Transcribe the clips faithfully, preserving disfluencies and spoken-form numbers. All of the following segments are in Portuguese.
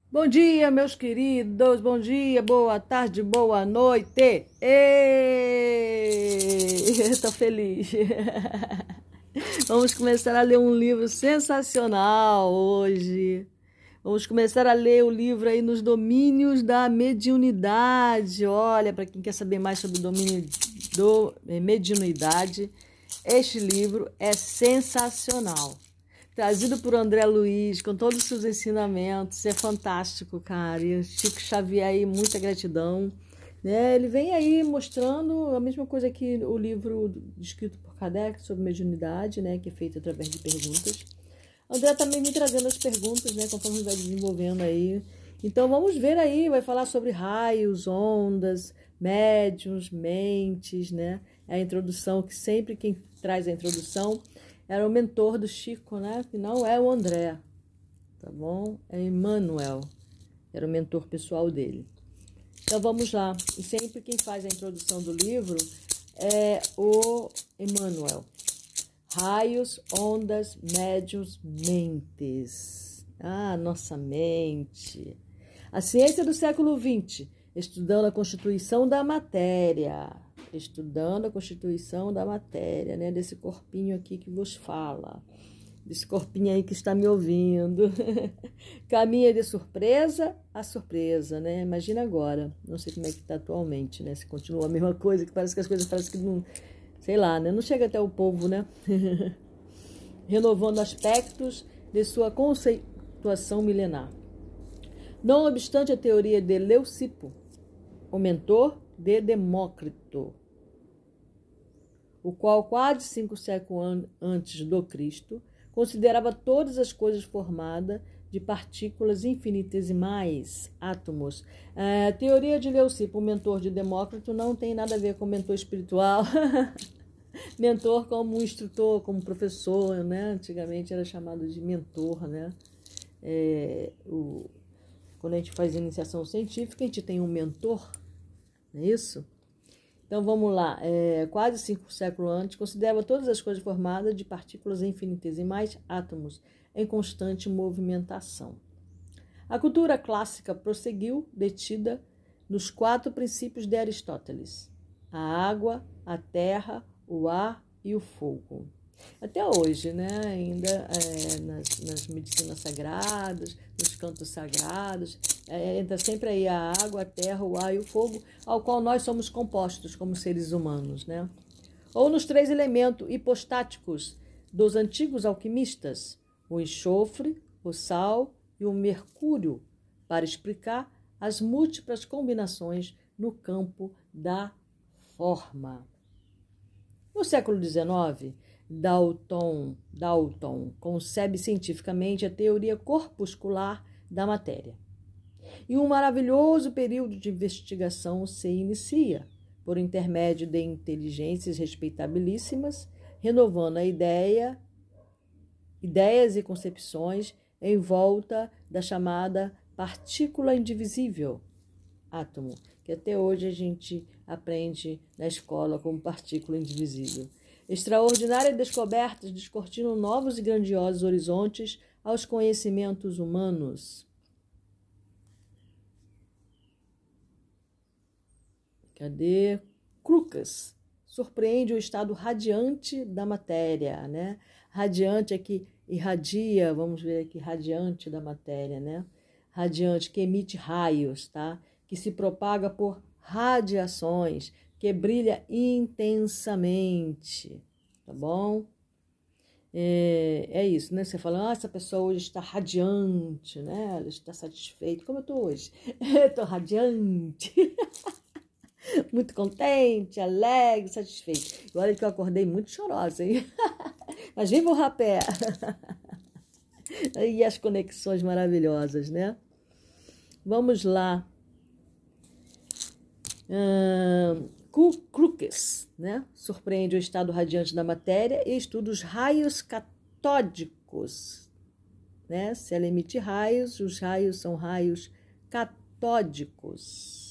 Bom dia, meus queridos. Bom dia, boa tarde, boa noite. Ê! Tô feliz. Vamos começar a ler um livro sensacional hoje. Vamos começar a ler o livro aí nos domínios da mediunidade. Olha, para quem quer saber mais sobre o domínio do mediunidade, este livro é sensacional. Trazido por André Luiz, com todos os seus ensinamentos, é fantástico, cara. E Chico Xavier aí, muita gratidão. Né? Ele vem aí mostrando a mesma coisa que o livro escrito por Kardec sobre mediunidade, né? Que é feito através de perguntas. André também me trazendo as perguntas, né? Conforme vai desenvolvendo aí. Então vamos ver aí, vai falar sobre raios, ondas, médiums, mentes, né? É a introdução, que sempre quem traz a introdução era o mentor do Chico, né? Que não é o André, tá bom? É Emmanuel, era o mentor pessoal dele. Então vamos lá. E sempre quem faz a introdução do livro é o Emmanuel. Raios, ondas, médiuns, mentes. Ah, nossa mente. A ciência do século vinte, estudando a constituição da matéria. Estudando a constituição da matéria, né? Desse corpinho aqui que vos fala. Desse corpinho aí que está me ouvindo. Caminha de surpresa a surpresa, né? Imagina agora. Não sei como é que está atualmente, né? Se continua a mesma coisa, que parece que as coisas parecem que não... Sei lá, né? Não chega até o povo, né? Renovando aspectos de sua conceituação milenar. Não obstante a teoria de Leucipo, o mentor de Demócrito, o qual quase cinco séculos antes do Cristo considerava todas as coisas formadas de partículas infinitesimais, átomos. A teoria de Leucipo, o mentor de Demócrito, não tem nada a ver com mentor espiritual. Mentor como instrutor, como professor, né? Antigamente era chamado de mentor, né? É, o, quando a gente faz iniciação científica, a gente tem um mentor, não é isso? Então vamos lá, é, quase cinco séculos antes, considerava todas as coisas formadas de partículas infinitesimais, átomos, em constante movimentação. A cultura clássica prosseguiu, detida nos quatro princípios de Aristóteles: a água, a terra, o ar e o fogo. Até hoje, né? Ainda é, nas, nas medicinas sagradas, nos cantos sagrados, é, entra sempre aí a água, a terra, o ar e o fogo, ao qual nós somos compostos como seres humanos, né? Ou nos três elementos hipostáticos dos antigos alquimistas, o enxofre, o sal e o mercúrio, para explicar as múltiplas combinações no campo da forma. No século dezenove, Dalton, Dalton concebe cientificamente a teoria corpuscular da matéria. E um maravilhoso período de investigação se inicia, por intermédio de inteligências respeitabilíssimas, renovando a ideia, ideias e concepções em volta da chamada partícula indivisível, átomo, que até hoje a gente aprende na escola como partícula indivisível. Extraordinárias descobertas descortinam novos e grandiosos horizontes aos conhecimentos humanos. Cadê? Crookes surpreende o estado radiante da matéria, né? Radiante é que irradia, vamos ver aqui, radiante da matéria, né? Radiante, que emite raios, tá? Que se propaga por radiações, que brilha intensamente, tá bom? É, é isso, né? Você fala, ah, essa pessoa hoje está radiante, né? Ela está satisfeita. Como eu estou hoje? Estou radiante. Muito contente, alegre, satisfeita. E olha que eu acordei muito chorosa, hein? Mas viva o rapé! E as conexões maravilhosas, né? Vamos lá. Hum, Crookes, né? Surpreende o estado radiante da matéria e estuda os raios catódicos, né? Se ela emite raios, os raios são raios catódicos.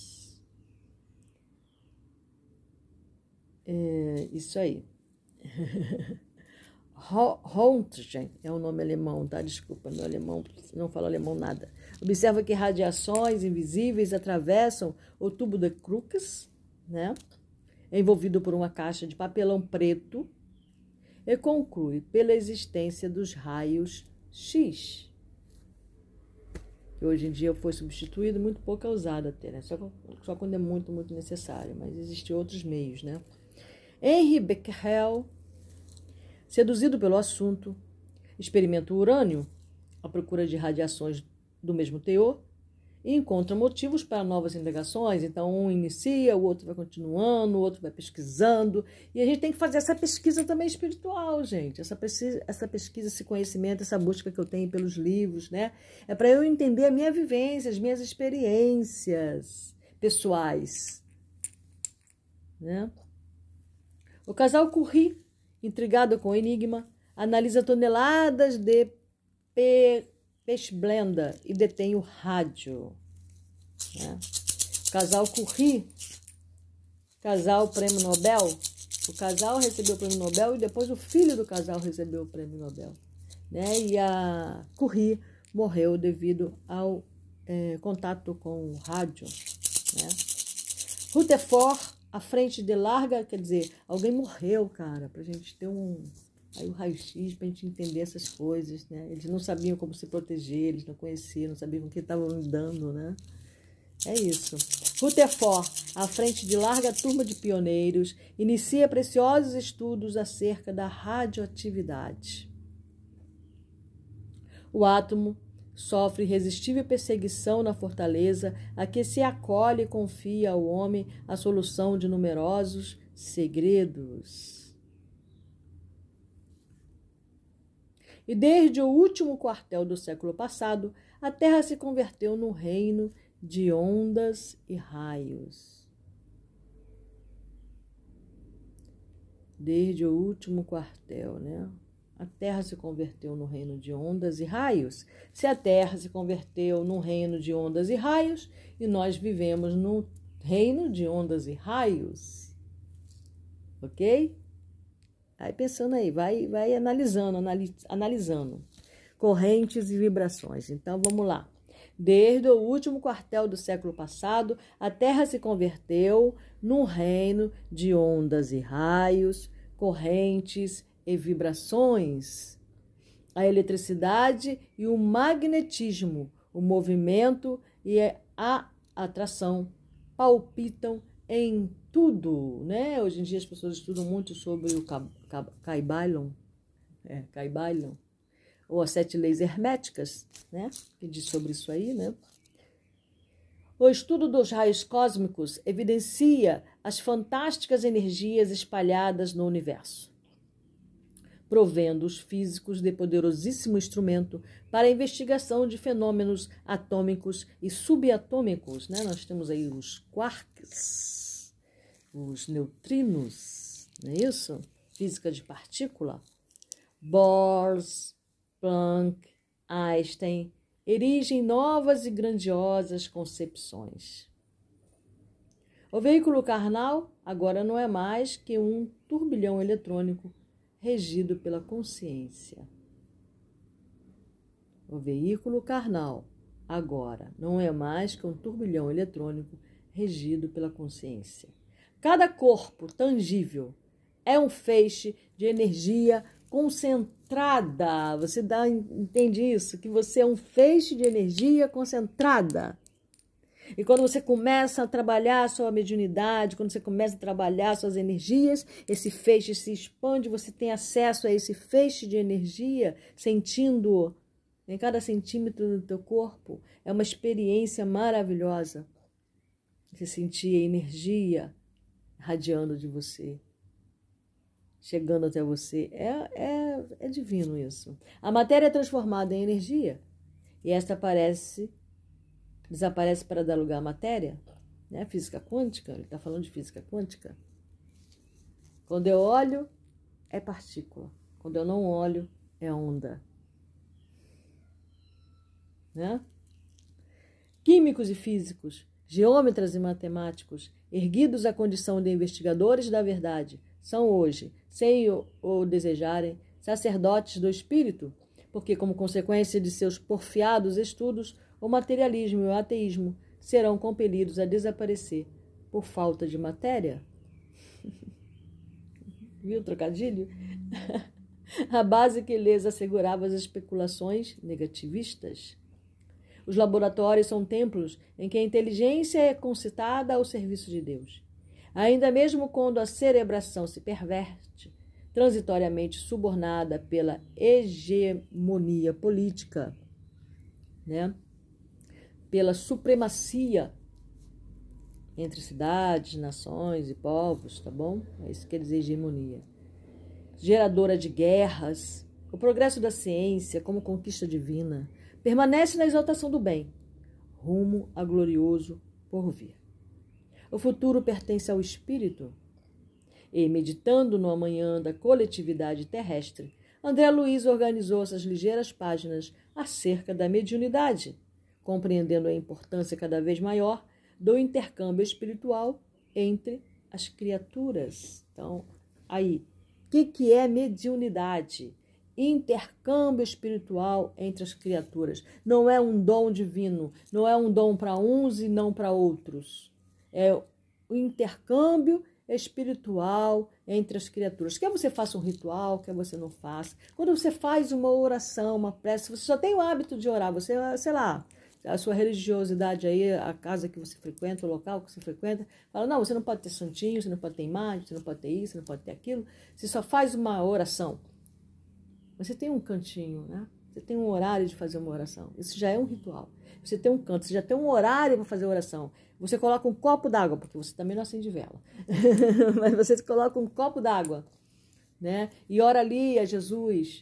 É isso aí. Röntgen é o nome alemão, tá? Desculpa, meu alemão não falo alemão nada. Observa que radiações invisíveis atravessam o tubo de Crookes, né? Envolvido por uma caixa de papelão preto, e conclui pela existência dos raios X, que hoje em dia foi substituído, muito pouco é usado até, né? Só, só quando é muito, muito necessário, mas existem outros meios, né? Henri Becquerel, seduzido pelo assunto, experimenta o urânio à procura de radiações do mesmo teor e encontra motivos para novas indagações. Então, um inicia, o outro vai continuando, o outro vai pesquisando. E a gente tem que fazer essa pesquisa também espiritual, gente. Essa pesquisa, essa pesquisa, esse conhecimento, essa busca que eu tenho pelos livros, né? É para eu entender a minha vivência, as minhas experiências pessoais, né? O casal Curie, intrigado com o enigma, analisa toneladas de pechblenda e detém o rádio. Né? O casal Curie, casal prêmio Nobel, o casal recebeu o prêmio Nobel e depois o filho do casal recebeu o prêmio Nobel. Né? E a Curie morreu devido ao é, contato com o rádio. Né? Rutherford, à frente de larga, quer dizer, alguém morreu, cara, pra gente ter um... Aí o raio-x, pra gente entender essas coisas, né? Eles não sabiam como se proteger, eles não conheciam, não sabiam com que estavam lidando, né? É isso. Rutherford, à frente de larga turma de pioneiros, inicia preciosos estudos acerca da radioatividade. O átomo sofre irresistível perseguição na fortaleza a que se acolhe e confia ao homem a solução de numerosos segredos. E desde o último quartel do século passado, a Terra se converteu num reino de ondas e raios. Desde o último quartel, né? A Terra se converteu no reino de ondas e raios. Se a Terra se converteu num reino de ondas e raios, e nós vivemos num reino de ondas e raios. Ok? Aí pensando aí, vai, vai analisando, analis, analisando. Correntes e vibrações. Então, vamos lá. Desde o último quartel do século passado, a Terra se converteu num reino de ondas e raios, correntes e vibrações. A eletricidade e o magnetismo, o movimento e a atração palpitam em tudo, né? Hoje em dia as pessoas estudam muito sobre o Kybalion, é, Kybalion, ou as sete leis herméticas, né? Que diz sobre isso aí, né? O estudo dos raios cósmicos evidencia as fantásticas energias espalhadas no universo, provendo os físicos de poderosíssimo instrumento para a investigação de fenômenos atômicos e subatômicos, né? Nós temos aí os quarks, os neutrinos, não é isso? Física de partícula. Bohr, Planck, Einstein erigem novas e grandiosas concepções. O veículo carnal agora não é mais que um turbilhão eletrônico regido pela consciência. O veículo carnal agora não é mais que um turbilhão eletrônico regido pela consciência. Cada corpo tangível é um feixe de energia concentrada. Você dá, entende isso? Que você é um feixe de energia concentrada. E quando você começa a trabalhar a sua mediunidade, quando você começa a trabalhar suas energias, esse feixe se expande, você tem acesso a esse feixe de energia, sentindo em cada centímetro do teu corpo. É uma experiência maravilhosa. Você sentir a energia radiando de você, chegando até você. É, é, é divino isso. A matéria é transformada em energia e esta aparece... desaparece para dar lugar à matéria, né? Física quântica, ele está falando de física quântica. Quando eu olho, é partícula. Quando eu não olho, é onda. Né? Químicos e físicos, geômetras e matemáticos, erguidos à condição de investigadores da verdade, são hoje, sem o, o desejarem, sacerdotes do espírito, porque, como consequência de seus porfiados estudos, o materialismo e o ateísmo serão compelidos a desaparecer por falta de matéria. Viu o trocadilho? A base que lhes assegurava as especulações negativistas. Os laboratórios são templos em que a inteligência é concitada ao serviço de Deus. Ainda mesmo quando a cerebração se perverte, transitoriamente subornada pela hegemonia política, né? Pela supremacia entre cidades, nações e povos, tá bom? É isso que quer dizer hegemonia. Geradora de guerras, o progresso da ciência como conquista divina permanece na exaltação do bem, rumo a glorioso porvir. O futuro pertence ao espírito. E, meditando no amanhã da coletividade terrestre, André Luiz organizou essas ligeiras páginas acerca da mediunidade, compreendendo a importância cada vez maior do intercâmbio espiritual entre as criaturas. Então, aí, o que, que é mediunidade? Intercâmbio espiritual entre as criaturas. Não é um dom divino, não é um dom para uns e não para outros. É o intercâmbio espiritual entre as criaturas. Quer você faça um ritual, quer você não faça. Quando você faz uma oração, uma prece, você só tem o hábito de orar, você, sei lá, a sua religiosidade aí, a casa que você frequenta, o local que você frequenta, fala, não, você não pode ter santinho, você não pode ter imagem, você não pode ter isso, você não pode ter aquilo. Você só faz uma oração. Você tem um cantinho, né? Você tem um horário de fazer uma oração. Isso já é um ritual. Você tem um canto, você já tem um horário para fazer oração. Você coloca um copo d'água, porque você também não acende vela. Mas você coloca um copo d'água, né? E ora ali a Jesus.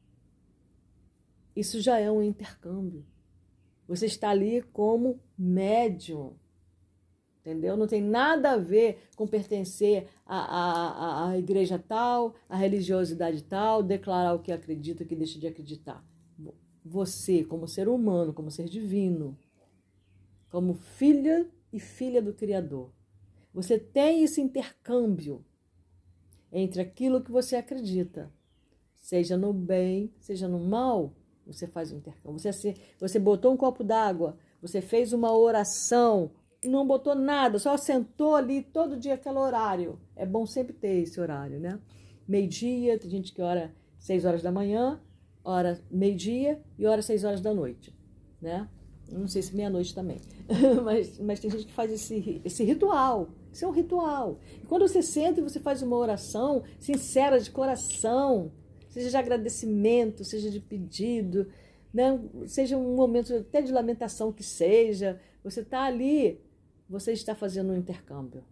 Isso já é um intercâmbio. Você está ali como médium. Entendeu? Não tem nada a ver com pertencer à, à, à igreja tal, à religiosidade tal, declarar o que acredita, o que deixa de acreditar. Você, como ser humano, como ser divino, como filha e filha do Criador, você tem esse intercâmbio entre aquilo que você acredita, seja no bem, seja no mal, você faz um intercâmbio. Você, você botou um copo d'água, você fez uma oração, não botou nada, só sentou ali todo dia aquele horário. É bom sempre ter esse horário, né? Meio-dia, tem gente que ora seis horas da manhã, ora meio-dia e ora seis horas da noite, né? Não sei se meia-noite também, mas, mas tem gente que faz esse, esse ritual. Isso é um ritual. E quando você senta e você faz uma oração sincera, de coração, seja de agradecimento, seja de pedido, né? Seja um momento até de lamentação que seja, você está ali, você está fazendo um intercâmbio.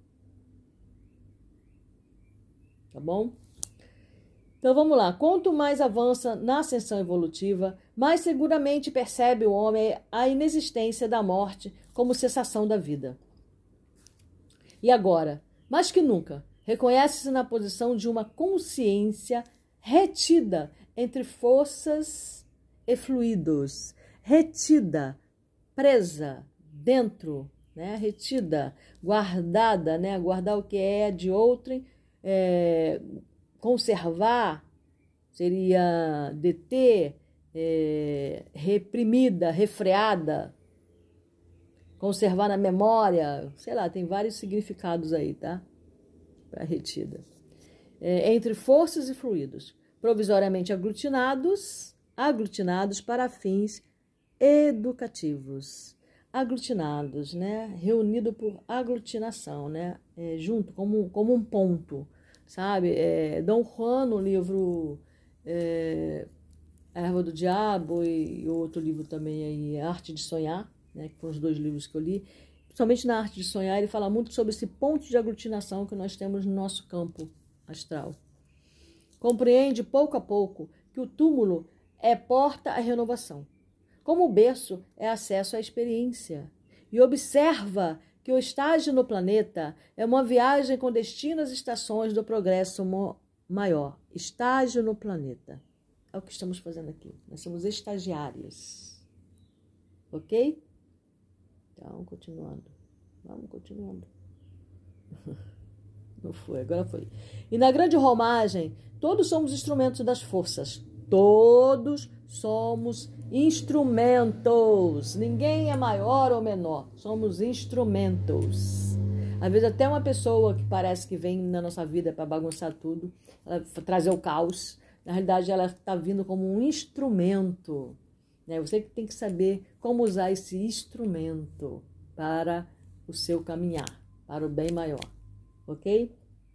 Tá bom? Então vamos lá. Quanto mais avança na ascensão evolutiva, mais seguramente percebe o homem a inexistência da morte como cessação da vida. E agora, mais que nunca, reconhece-se na posição de uma consciência retida entre forças e fluidos, retida, presa, dentro, né? Retida, guardada, né? Guardar o que é de outrem, é, conservar seria deter, é, reprimida, refreada, conservar na memória, sei lá, tem vários significados aí, tá? Para retida. É, entre forças e fluidos, provisoriamente aglutinados, aglutinados para fins educativos. Aglutinados, né? Reunido por aglutinação, né? É, junto, como, como um ponto, sabe? É, Dom Juan, no livro é, A Erva do Diabo, e, e outro livro também aí, A Arte de Sonhar, né? Que foram os dois livros que eu li. Principalmente na Arte de Sonhar, ele fala muito sobre esse ponto de aglutinação que nós temos no nosso campo astral. Compreende pouco a pouco que o túmulo é porta à renovação, como o berço é acesso à experiência, e observa que o estágio no planeta é uma viagem com destino às estações do progresso maior. Estágio no planeta. É o que estamos fazendo aqui. Nós somos estagiários. Ok? Então, continuando. Vamos continuando. Não foi, agora foi. E na grande romagem, todos somos instrumentos das forças. Todos somos instrumentos. Ninguém é maior ou menor. Somos instrumentos. Às vezes até uma pessoa que parece que vem na nossa vida para bagunçar tudo, ela trazer o caos, na realidade ela está vindo como um instrumento. Né? Você que tem que saber como usar esse instrumento para o seu caminhar, para o bem maior. Ok?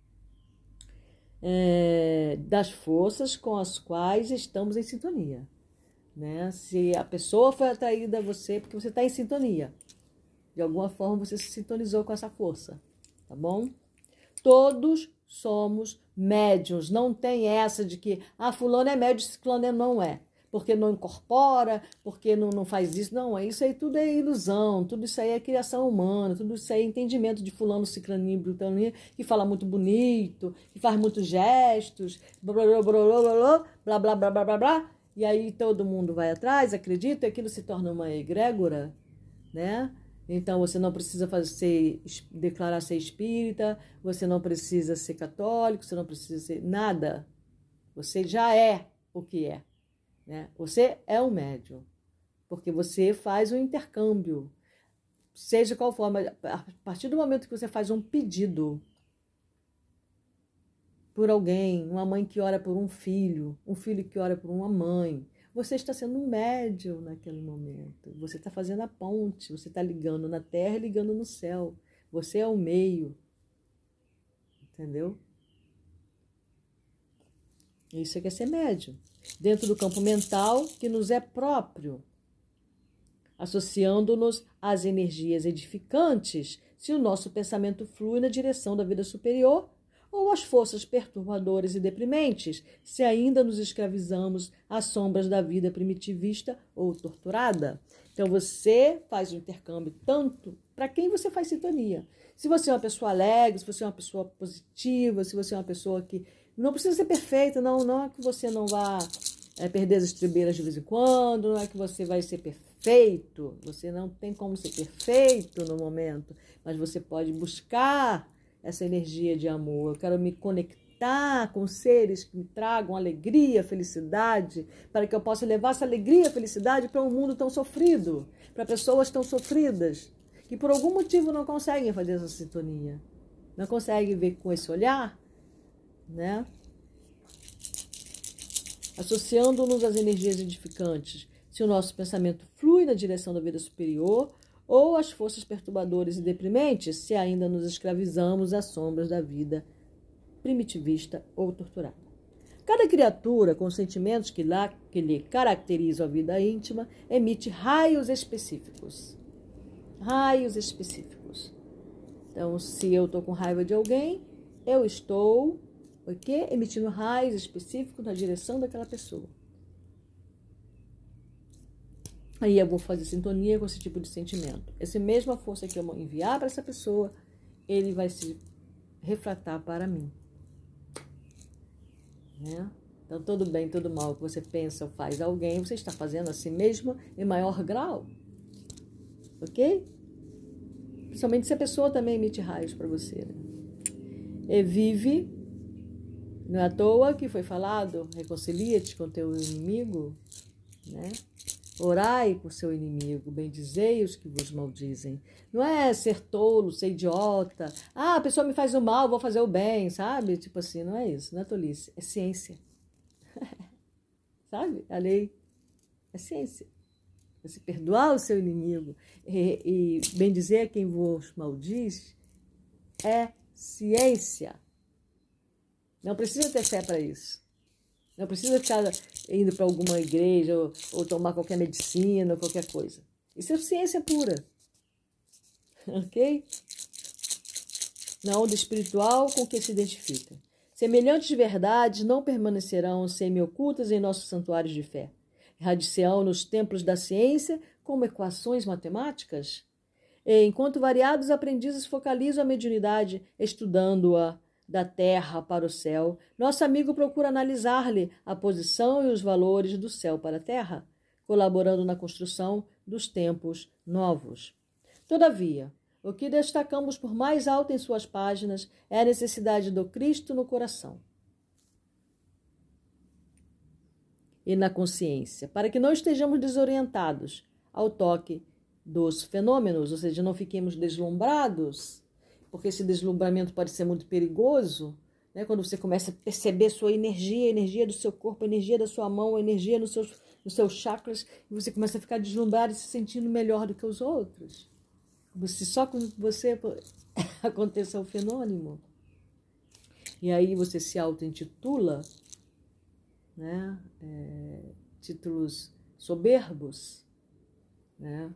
É, das forças com as quais estamos em sintonia. Né? Se a pessoa foi atraída a você porque você está em sintonia. De alguma forma você se sintonizou com essa força, tá bom? Todos somos médiuns, não tem essa de que, ah, fulano é médium, ciclano não é, porque não incorpora, porque não, não faz isso, não, isso aí tudo é ilusão, tudo isso aí é criação humana, tudo isso aí é entendimento de fulano, ciclaninho, brutaninho, que fala muito bonito, que faz muitos gestos, blá, blá, blá, blá, blá, blá, blá, blá, blá, blá, blá, e aí todo mundo vai atrás, acredita, e aquilo se torna uma egrégora, né? Então, você não precisa fazer, declarar ser espírita, você não precisa ser católico, você não precisa ser nada. Você já é o que é. Né? Você é um médium, porque você faz um intercâmbio, seja qual for, mas a partir do momento que você faz um pedido por alguém, uma mãe que ora por um filho, um filho que ora por uma mãe, você está sendo um médium naquele momento. Você está fazendo a ponte, você está ligando na terra e ligando no céu. Você é o meio. Entendeu? Isso é que é ser médium. Dentro do campo mental que nos é próprio. Associando-nos às energias edificantes, se o nosso pensamento flui na direção da vida superior, ou às forças perturbadoras e deprimentes, se ainda nos escravizamos às sombras da vida primitivista ou torturada. Então você faz o intercâmbio tanto para quem você faz sintonia. Se você é uma pessoa alegre, se você é uma pessoa positiva, se você é uma pessoa que não precisa ser perfeita, não, não é que você não vá é, perder as estribeiras de vez em quando, não é que você vai ser perfeito, você não tem como ser perfeito no momento, mas você pode buscar essa energia de amor. Eu quero me conectar com seres que me tragam alegria, felicidade, para que eu possa levar essa alegria, felicidade para um mundo tão sofrido, para pessoas tão sofridas, que por algum motivo não conseguem fazer essa sintonia, não conseguem ver com esse olhar, né? Associando-nos às energias edificantes, se o nosso pensamento flui na direção da vida superior, ou as forças perturbadoras e deprimentes, se ainda nos escravizamos às sombras da vida primitivista ou torturada. Cada criatura, com sentimentos que, lá, que lhe caracterizam a vida íntima, emite raios específicos. Raios específicos. Então, se eu estou com raiva de alguém, eu estou o quê? Emitindo raios específicos na direção daquela pessoa. Aí eu vou fazer sintonia com esse tipo de sentimento. Essa mesma força que eu enviar para essa pessoa, ele vai se refratar para mim. Né? Então, todo bem, todo mal que você pensa ou faz a alguém, você está fazendo a si mesmo em maior grau. Ok? Principalmente se a pessoa também emite raios para você. Né? E vive, não é à toa que foi falado, reconcilia-te com teu inimigo, né? Orai por seu inimigo, bendizei os que vos maldizem. Não é ser tolo, ser idiota. Ah, a pessoa me faz o mal, vou fazer o bem, sabe? Tipo assim, não é isso, não é tolice, é ciência. Sabe? A lei é ciência. Você perdoar o seu inimigo e, e bendizer a quem vos maldiz é ciência. Não precisa ter fé para isso. Não precisa ficar indo para alguma igreja ou, ou tomar qualquer medicina ou qualquer coisa. Isso é ciência pura. Ok? Na onda espiritual com que se identifica. Semelhantes verdades não permanecerão semi-ocultas em nossos santuários de fé. Radiceão nos templos da ciência como equações matemáticas. E, enquanto variados aprendizes focalizam a mediunidade, estudando-a da terra para o céu, nosso amigo procura analisar-lhe a posição e os valores do céu para a terra, colaborando na construção dos tempos novos. Todavia, o que destacamos por mais alto em suas páginas é a necessidade do Cristo no coração e na consciência, para que não estejamos desorientados ao toque dos fenômenos, ou seja, não fiquemos deslumbrados, porque esse deslumbramento pode ser muito perigoso, né? Quando você começa a perceber sua energia, a energia do seu corpo, a energia da sua mão, a energia nos seus, nos seus chakras, e você começa a ficar deslumbrado e se sentindo melhor do que os outros. Você, só com você aconteça o fenômeno. E aí você se auto-intitula, né? É, títulos soberbos, né?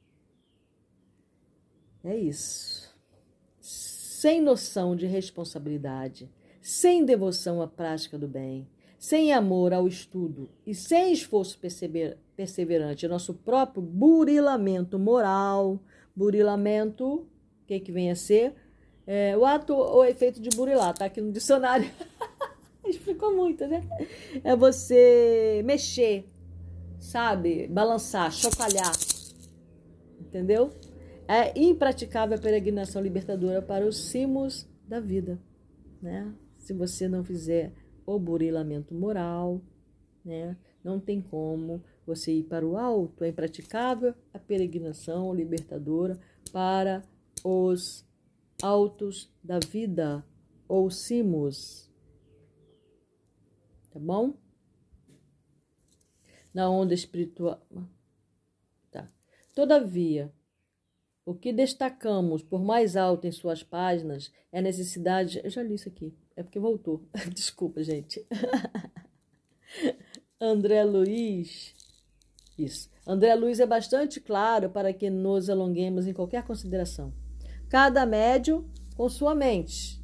É isso. Sem noção de responsabilidade, sem devoção à prática do bem, sem amor ao estudo e sem esforço perseverante, nosso próprio burilamento moral, burilamento, o que, que vem a ser? É, o ato ou efeito de burilar, tá aqui no dicionário. Explicou muito, né? É você mexer, sabe? Balançar, chocalhar, entendeu? É impraticável a peregrinação libertadora para os cimos da vida, né? Se você não fizer o burilamento moral, né? Não tem como você ir para o alto. É impraticável a peregrinação libertadora para os altos da vida, ou cimos. Tá bom? Na onda espiritual. Tá. Todavia, o que destacamos por mais alto em suas páginas é a necessidade... Eu já li isso aqui, é porque voltou. Desculpa, gente. André Luiz. Isso. André Luiz é bastante claro para que nos alonguemos em qualquer consideração. Cada médium com sua mente.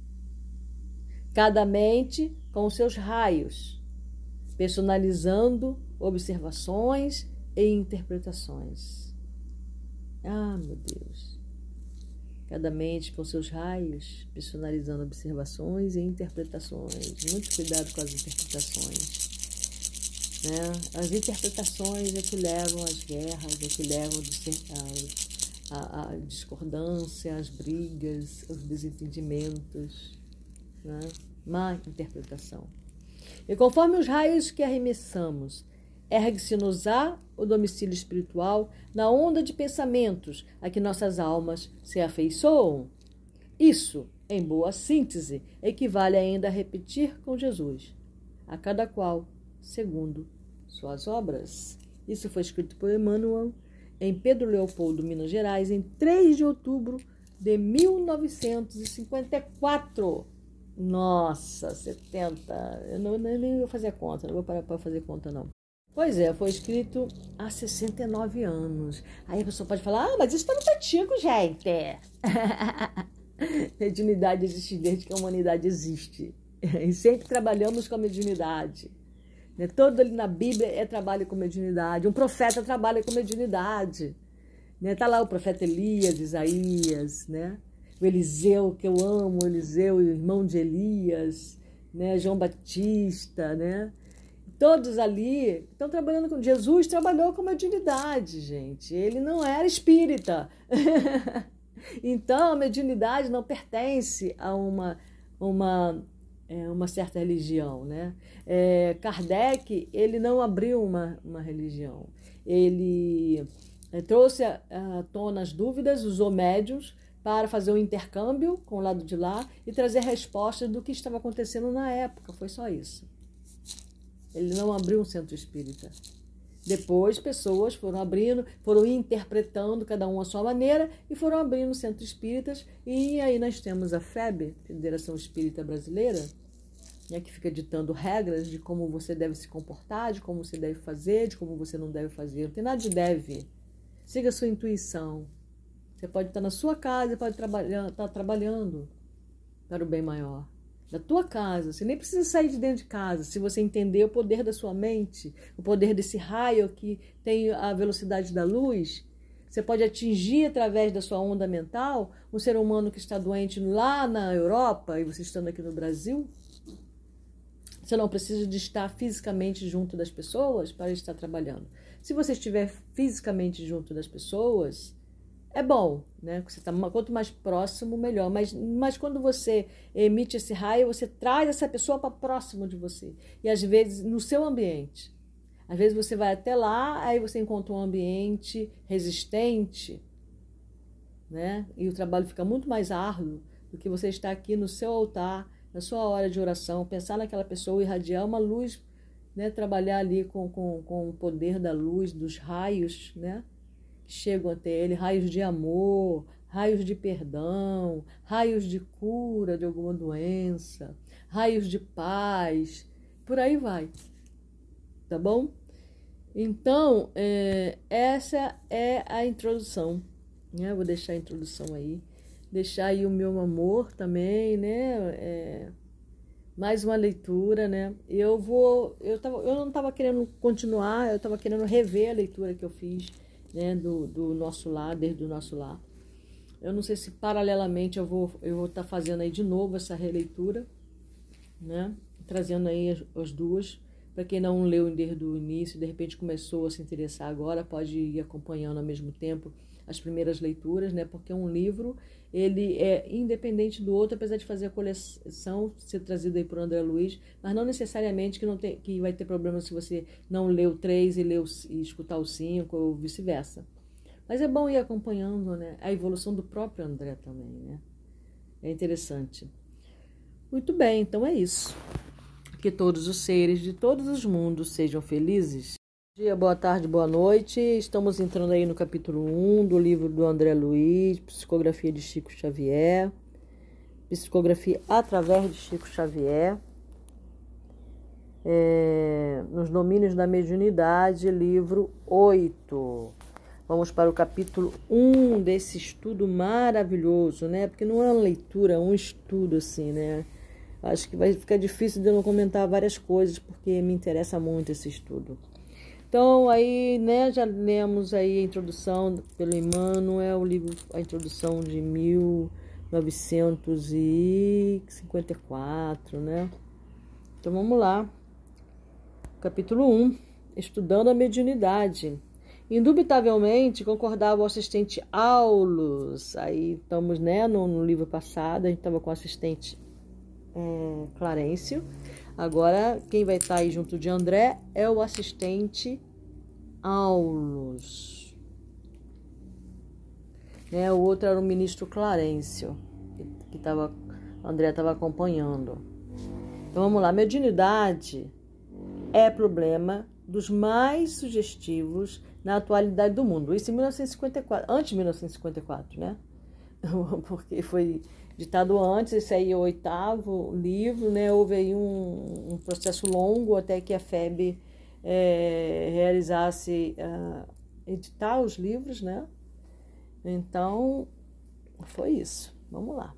Cada mente com seus raios, personalizando observações e interpretações. Ah, meu Deus. Cada mente com seus raios, personalizando observações e interpretações. Muito cuidado com as interpretações. Né? As interpretações é que levam às guerras, é que levam à, à discordância, às brigas, aos desentendimentos. Né? Má interpretação. E conforme os raios que arremessamos, ergue-se-nos-á o domicílio espiritual na onda de pensamentos a que nossas almas se afeiçoam. Isso, em boa síntese, equivale ainda a repetir com Jesus, a cada qual segundo suas obras. Isso foi escrito por Emmanuel em Pedro Leopoldo, Minas Gerais, em três de outubro de mil novecentos e cinquenta e quatro. Nossa, setenta. Eu não, nem vou fazer conta, não vou parar para fazer conta, não. Pois é, foi escrito há sessenta e nove anos. Aí a pessoa pode falar, ah, mas isso está muito antigo, gente. Mediunidade existe desde que a humanidade existe. E sempre trabalhamos com a mediunidade. Todo ali na Bíblia é trabalho com mediunidade. Um profeta trabalha com mediunidade. Está lá o profeta Elias, Isaías, né? O Eliseu, que eu amo, o Eliseu, o irmão de Elias, né? João Batista, né? Todos ali estão trabalhando com... Jesus trabalhou com mediunidade, gente. Ele não era espírita. Então, a mediunidade não pertence a uma... uma É uma certa religião, né? É, Kardec, ele não abriu uma, uma religião. Ele é, trouxe à tona as dúvidas, usou médiuns para fazer um intercâmbio com o lado de lá e trazer respostas do que estava acontecendo na época. Foi só isso. Ele não abriu um centro espírita. Depois, pessoas foram abrindo, foram interpretando, cada um à sua maneira, e foram abrindo centros espíritas. E aí nós temos a F E B, Federação Espírita Brasileira, né, que fica ditando regras de como você deve se comportar, de como você deve fazer, de como você não deve fazer. Não tem nada de deve. Siga a sua intuição. Você pode estar na sua casa, pode trabalhar, estar trabalhando para o bem maior. Da tua casa, você nem precisa sair de dentro de casa. Se você entender o poder da sua mente, o poder desse raio que tem a velocidade da luz, você pode atingir através da sua onda mental um ser humano que está doente lá na Europa e você estando aqui no Brasil. Você não precisa de estar fisicamente junto das pessoas para estar trabalhando. Se você estiver fisicamente junto das pessoas, é bom, né? Você tá, quanto mais próximo, melhor. Mas, mas quando você emite esse raio, você traz essa pessoa para próximo de você. E às vezes no seu ambiente. Às vezes você vai até lá, aí você encontra um ambiente resistente, né? E o trabalho fica muito mais árduo do que você estar aqui no seu altar, na sua hora de oração, pensar naquela pessoa, irradiar uma luz, né? Trabalhar ali com, com, com o poder da luz, dos raios, né? Que chegam até ele, raios de amor, raios de perdão, raios de cura de alguma doença, raios de paz, por aí vai, tá bom? Então, é, essa é a introdução, né? Vou deixar a introdução aí, deixar aí o meu amor também, né? É, mais uma leitura, né? Eu vou, eu tava, eu não estava querendo continuar, eu estava querendo rever a leitura que eu fiz, né? Do, do nosso lar, desde o nosso lar. Eu não sei se paralelamente eu vou, eu vou estar tá fazendo aí de novo essa releitura, né? Trazendo aí as, as duas. Para quem não leu desde o início, de repente começou a se interessar agora, pode ir acompanhando ao mesmo tempo as primeiras leituras, né? Porque um livro, ele é independente do outro, apesar de fazer a coleção, ser trazido aí por André Luiz, mas não necessariamente que, não tem, que vai ter problema se você não leu três e, leu, e escutar os cinco, ou vice-versa. Mas é bom ir acompanhando, né? A evolução do próprio André também, né? É interessante. Muito bem, então é isso. Que todos os seres de todos os mundos sejam felizes. Bom dia, boa tarde, boa noite. Estamos entrando aí no capítulo um do livro do André Luiz, Psicografia de Chico Xavier. Psicografia através de Chico Xavier. É, nos domínios da mediunidade, livro oito. Vamos para o capítulo um desse estudo maravilhoso, né? Porque não é uma leitura, é um estudo assim, né? Acho que vai ficar difícil de eu não comentar várias coisas, porque me interessa muito esse estudo. Então, aí, né, já lemos aí a introdução pelo Emmanuel, o livro, a introdução de mil novecentos e cinquenta e quatro, né? Então, vamos lá. Capítulo um, estudando a mediunidade. Indubitavelmente, concordava o assistente Aulus. Aí, estamos, né, no, no livro passado, a gente estava com o assistente É, Clarencio. Agora quem vai estar aí junto de André é o assistente Aulus, né? O outro era o ministro Clarencio, que tava, André estava acompanhando. Então vamos lá. Mediunidade é problema dos mais sugestivos na atualidade do mundo. Isso em mil novecentos e cinquenta e quatro, antes de mil novecentos e cinquenta e quatro, né? Porque foi ditado antes, esse aí é o oitavo livro, né? Houve aí um, um processo longo até que a F E B é, realizasse, uh, editar os livros, né? Então, foi isso. Vamos lá.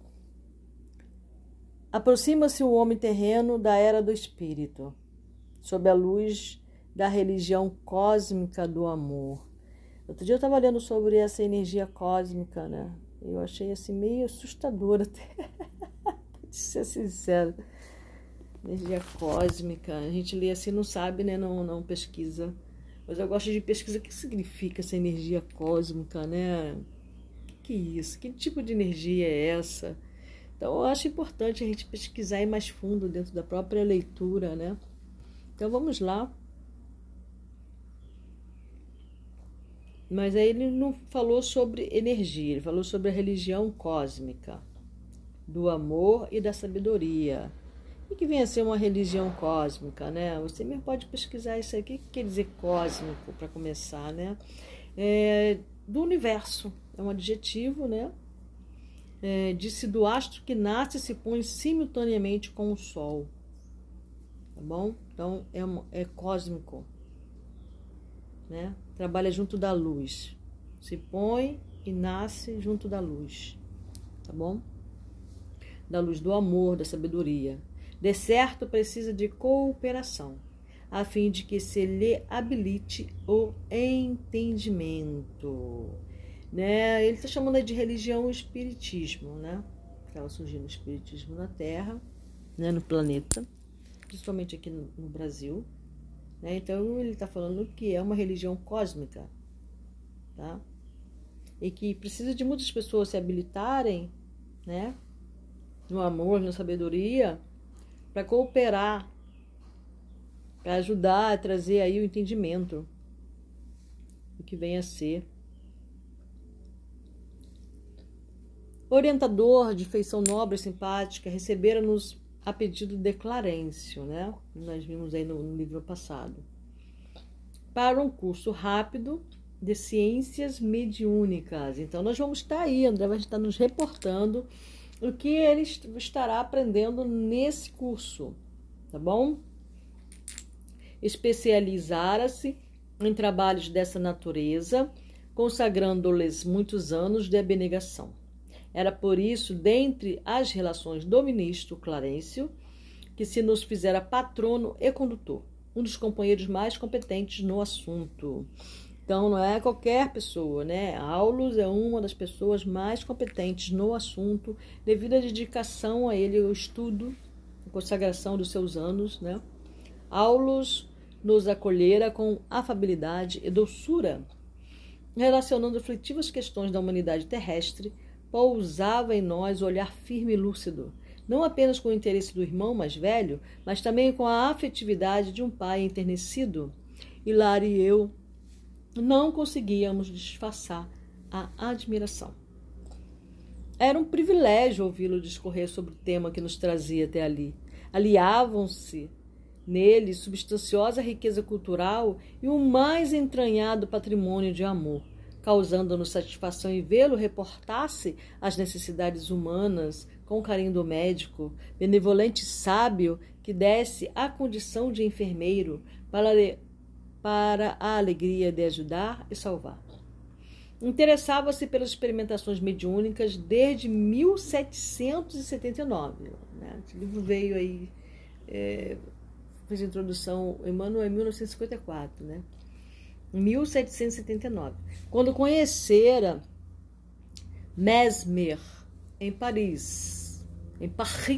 Aproxima-se o homem terreno da era do espírito, sob a luz da religião cósmica do amor. Outro dia eu estava lendo sobre essa energia cósmica, né? Eu achei assim meio assustador até, para ser sincero. Energia cósmica, a gente lê assim, não sabe, né? Não, não pesquisa. Mas eu gosto de pesquisa. O que significa essa energia cósmica, né? O que, que é isso? Que tipo de energia é essa? Então eu acho importante a gente pesquisar e ir mais fundo dentro da própria leitura, né? Então vamos lá. Mas aí ele não falou sobre energia, ele falou sobre a religião cósmica, do amor e da sabedoria. O que vem a ser uma religião cósmica, né? Você mesmo pode pesquisar isso aqui. O que quer dizer cósmico, para começar, né? É, do universo, é um adjetivo, né? É, disse do astro que nasce e se põe simultaneamente com o Sol. Tá bom? Então, é, é cósmico, né? Trabalha junto da luz, se põe e nasce junto da luz, tá bom? Da luz do amor, da sabedoria. De certo, precisa de cooperação, a fim de que se lhe habilite o entendimento, né? Ele está chamando de religião o espiritismo, né? Estava surgindo o espiritismo na Terra, né? No planeta, principalmente aqui no, no Brasil. Então, ele está falando que é uma religião cósmica, tá? e que precisa de muitas pessoas se habilitarem, né, no amor, na sabedoria, para cooperar, para ajudar a trazer aí o entendimento do que vem a ser. Orientador de feição nobre e simpática, recebera-nos a pedido de Clarencio, né? Nós vimos aí no, no livro passado, para um curso rápido de ciências mediúnicas. Então, nós vamos estar aí, André vai estar nos reportando o que ele estará aprendendo nesse curso, tá bom? Especializara-se em trabalhos dessa natureza, consagrando-lhes muitos anos de abnegação. Era por isso, dentre as relações do ministro Clarencio, que se nos fizera patrono e condutor, um dos companheiros mais competentes no assunto. Então, não é qualquer pessoa, né? Aulus é uma das pessoas mais competentes no assunto, devido à dedicação a ele, ao estudo, a consagração dos seus anos, né? Aulus nos acolhera com afabilidade e doçura, relacionando aflitivas questões da humanidade terrestre, pousava em nós o olhar firme e lúcido, não apenas com o interesse do irmão mais velho, mas também com a afetividade de um pai enternecido. Hilário e eu não conseguíamos disfarçar a admiração. Era um privilégio ouvi-lo discorrer sobre o tema que nos trazia até ali. Aliavam-se nele substanciosa riqueza cultural e o mais entranhado patrimônio de amor, causando-nos satisfação em vê-lo reportar-se às necessidades humanas com o carinho do médico, benevolente e sábio que desce à condição de enfermeiro para, para a alegria de ajudar e salvar. Interessava-se pelas experimentações mediúnicas desde mil setecentos e setenta e nove. Né? Esse livro veio aí, é, fez a introdução, Emmanuel, em mil novecentos e cinquenta e quatro, né? Em mil setecentos e setenta e nove, quando conhecera Mesmer em Paris, em Paris,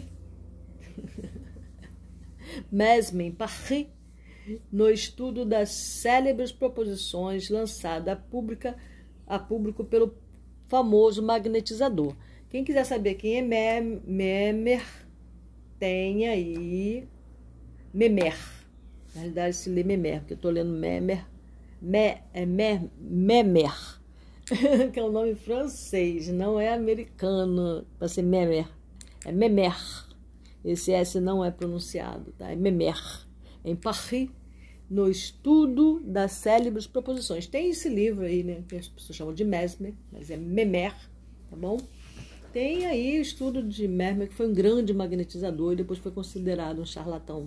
Mesmer em Paris, no estudo das célebres proposições lançadas a, pública, a público pelo famoso magnetizador. Quem quiser saber quem é Mesmer, tem aí Memer. Na realidade, se lê Memer, porque eu estou lendo Memer. Me, é me, Memer, que é um nome francês, não é americano para ser Memer, é Memer. Esse S não é pronunciado, tá? É Memer, em Paris, no estudo das célebres proposições. Tem esse livro aí, né, que as pessoas chamam de Mesmer, mas é Memer, tá bom? Tem aí o estudo de Mesmer, que foi um grande magnetizador e depois foi considerado um charlatão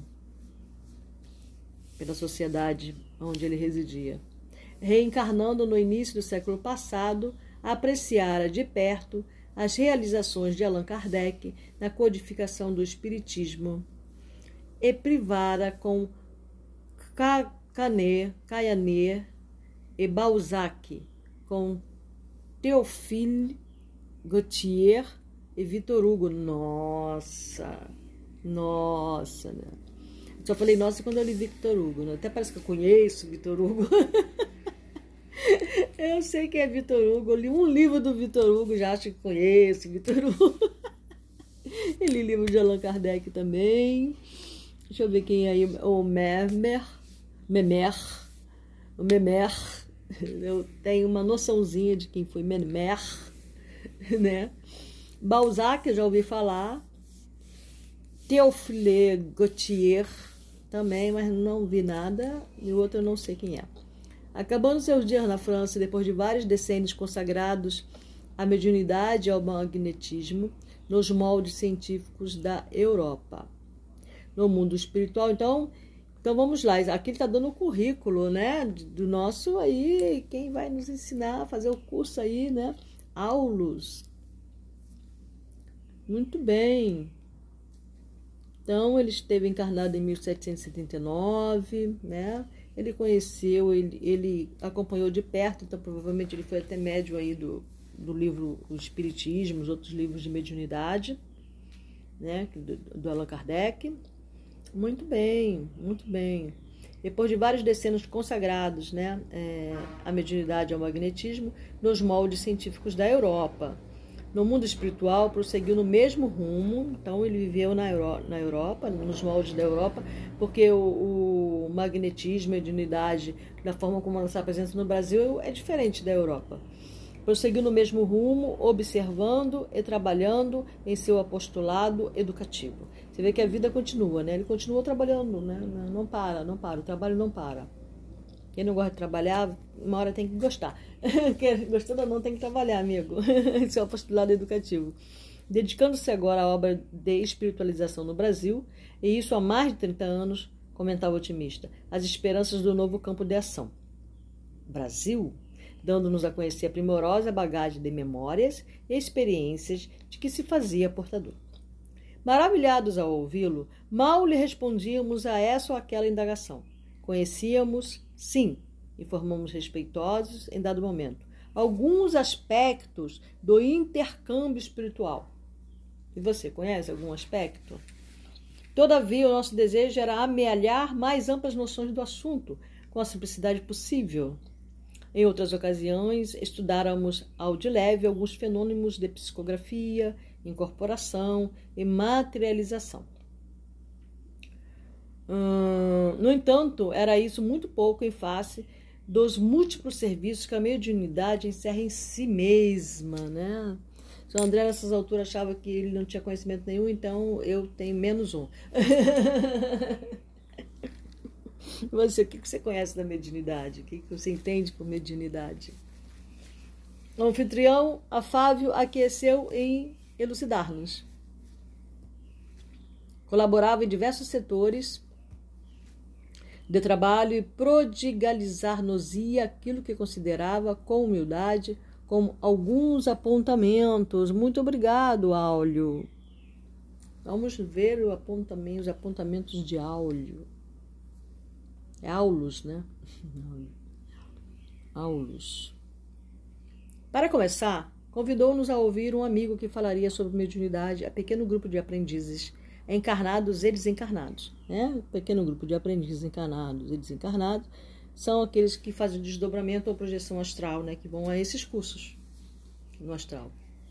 pela sociedade onde ele residia. Reencarnando no início do século passado, apreciara de perto as realizações de Allan Kardec na codificação do Espiritismo e privara com Canet, Cayanet e Balzac, com Théophile Gautier e Victor Hugo. Nossa, nossa, né? Só falei, nossa, quando eu li Victor Hugo, né? Até parece que eu conheço Victor Hugo. Eu sei que é Victor Hugo, eu li um livro do Victor Hugo, já acho que conheço Victor Hugo. Eu li livro de Allan Kardec também. Deixa eu ver quem é aí, o Memer, Memer, o Memer. Eu tenho uma noçãozinha de quem foi Memer, né? Balzac, eu já ouvi falar. Théophile Gautier também, mas não vi nada, e o outro eu não sei quem é. Acabando seus dias na França, depois de vários decênios consagrados à mediunidade e ao magnetismo, nos moldes científicos da Europa. No mundo espiritual, então, então vamos lá. Aqui ele está dando o currículo, né, do nosso aí, quem vai nos ensinar a fazer o curso aí, né, Aulus. Muito bem. Então, ele esteve encarnado em mil setecentos e setenta e nove, né? Ele conheceu, ele, ele acompanhou de perto, então provavelmente ele foi até médium aí do, do livro O Espiritismo, os outros livros de mediunidade, né? Do, do Allan Kardec. Muito bem, muito bem. depois de vários decênios consagrados, né, é, à mediunidade e ao magnetismo, nos moldes científicos da Europa. No mundo espiritual, prosseguiu no mesmo rumo, então ele viveu na, Euro, na Europa, nos moldes da Europa, porque o, o magnetismo, a mediunidade, da forma como ela está presente no Brasil, é diferente da Europa. Prosseguiu no mesmo rumo, observando e trabalhando em seu apostolado educativo. Você vê que a vida continua, né? Ele continuou trabalhando, né? Não para, não para, o trabalho não para. Quem não gosta de trabalhar, uma hora tem que gostar. Gostando ou não, tem que trabalhar, amigo. Esse é o apostolado educativo. Dedicando-se agora à obra de espiritualização no Brasil, e isso há mais de trinta anos, comentava o otimista, as esperanças do novo campo de ação. Brasil, dando-nos a conhecer a primorosa bagagem de memórias e experiências de que se fazia portador. Maravilhados ao ouvi-lo, mal lhe respondíamos a essa ou aquela indagação. Conhecíamos, sim, informamos respeitosos em dado momento, alguns aspectos do intercâmbio espiritual. E você conhece algum aspecto? Todavia, o nosso desejo era amealhar mais amplas noções do assunto, com a simplicidade possível. Em outras ocasiões, estudáramos ao de leve alguns fenômenos de psicografia, incorporação e materialização. Hum, no entanto, era isso muito pouco em face dos múltiplos serviços que a mediunidade encerra em si mesma, né? São André, nessas alturas, achava que ele não tinha conhecimento nenhum, então eu tenho menos um. Você, o que você conhece da mediunidade? O que você entende por mediunidade? O anfitrião afável aqueceu em elucidar-nos. Colaborava em diversos setores de trabalho e prodigalizar-nos-ia aquilo que considerava com humildade como alguns apontamentos. Muito obrigado, Áulio. Vamos ver o apontamento, os apontamentos de Áulio. É Aulus, né? Aulus. Para começar, convidou-nos a ouvir um amigo que falaria sobre mediunidade a pequeno grupo de aprendizes encarnados e desencarnados. Né? Pequeno grupo de aprendizes encarnados e desencarnados são aqueles que fazem desdobramento ou projeção astral, né? Que vão a esses cursos no astral.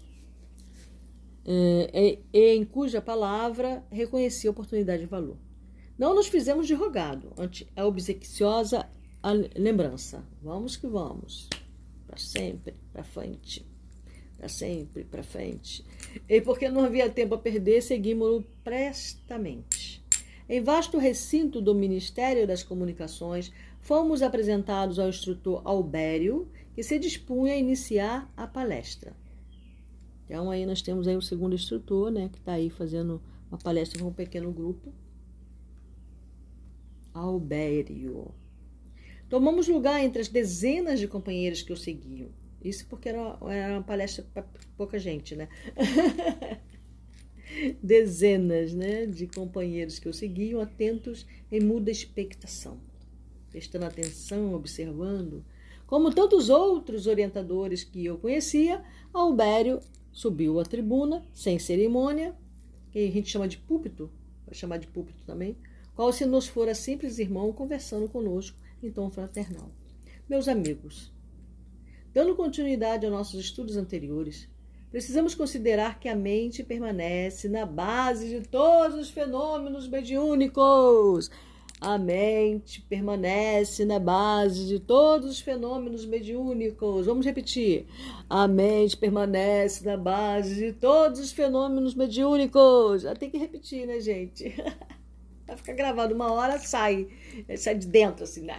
E, e em cuja palavra reconhecia oportunidade e valor. Não nos fizemos de rogado ante a obsequiosa lembrança. Vamos que vamos. Para sempre, para frente. Para sempre, para frente. E porque não havia tempo a perder, seguimos-o prestamente. Em vasto recinto do Ministério das Comunicações, fomos apresentados ao instrutor Albério, que se dispunha a iniciar a palestra. Então, aí nós temos aí o segundo instrutor, né, que está aí fazendo uma palestra com um pequeno grupo. Albério. Tomamos lugar entre as dezenas de companheiros que o seguiam. Isso porque era, era uma palestra para pouca gente, né? Dezenas, né, de companheiros que o seguiam, atentos em muda expectação, prestando atenção, observando. Como tantos outros orientadores que eu conhecia, Albério subiu à tribuna, sem cerimônia, que a gente chama de púlpito, vai chamar de púlpito também, qual se nos fora simples irmão conversando conosco em tom fraternal. Meus amigos, dando continuidade aos nossos estudos anteriores, precisamos considerar que a mente permanece na base de todos os fenômenos mediúnicos. A mente permanece na base de todos os fenômenos mediúnicos. Vamos repetir. A mente permanece na base de todos os fenômenos mediúnicos. Já tem que repetir, né, gente? Vai ficar gravado uma hora, sai. Sai de dentro, assim, né?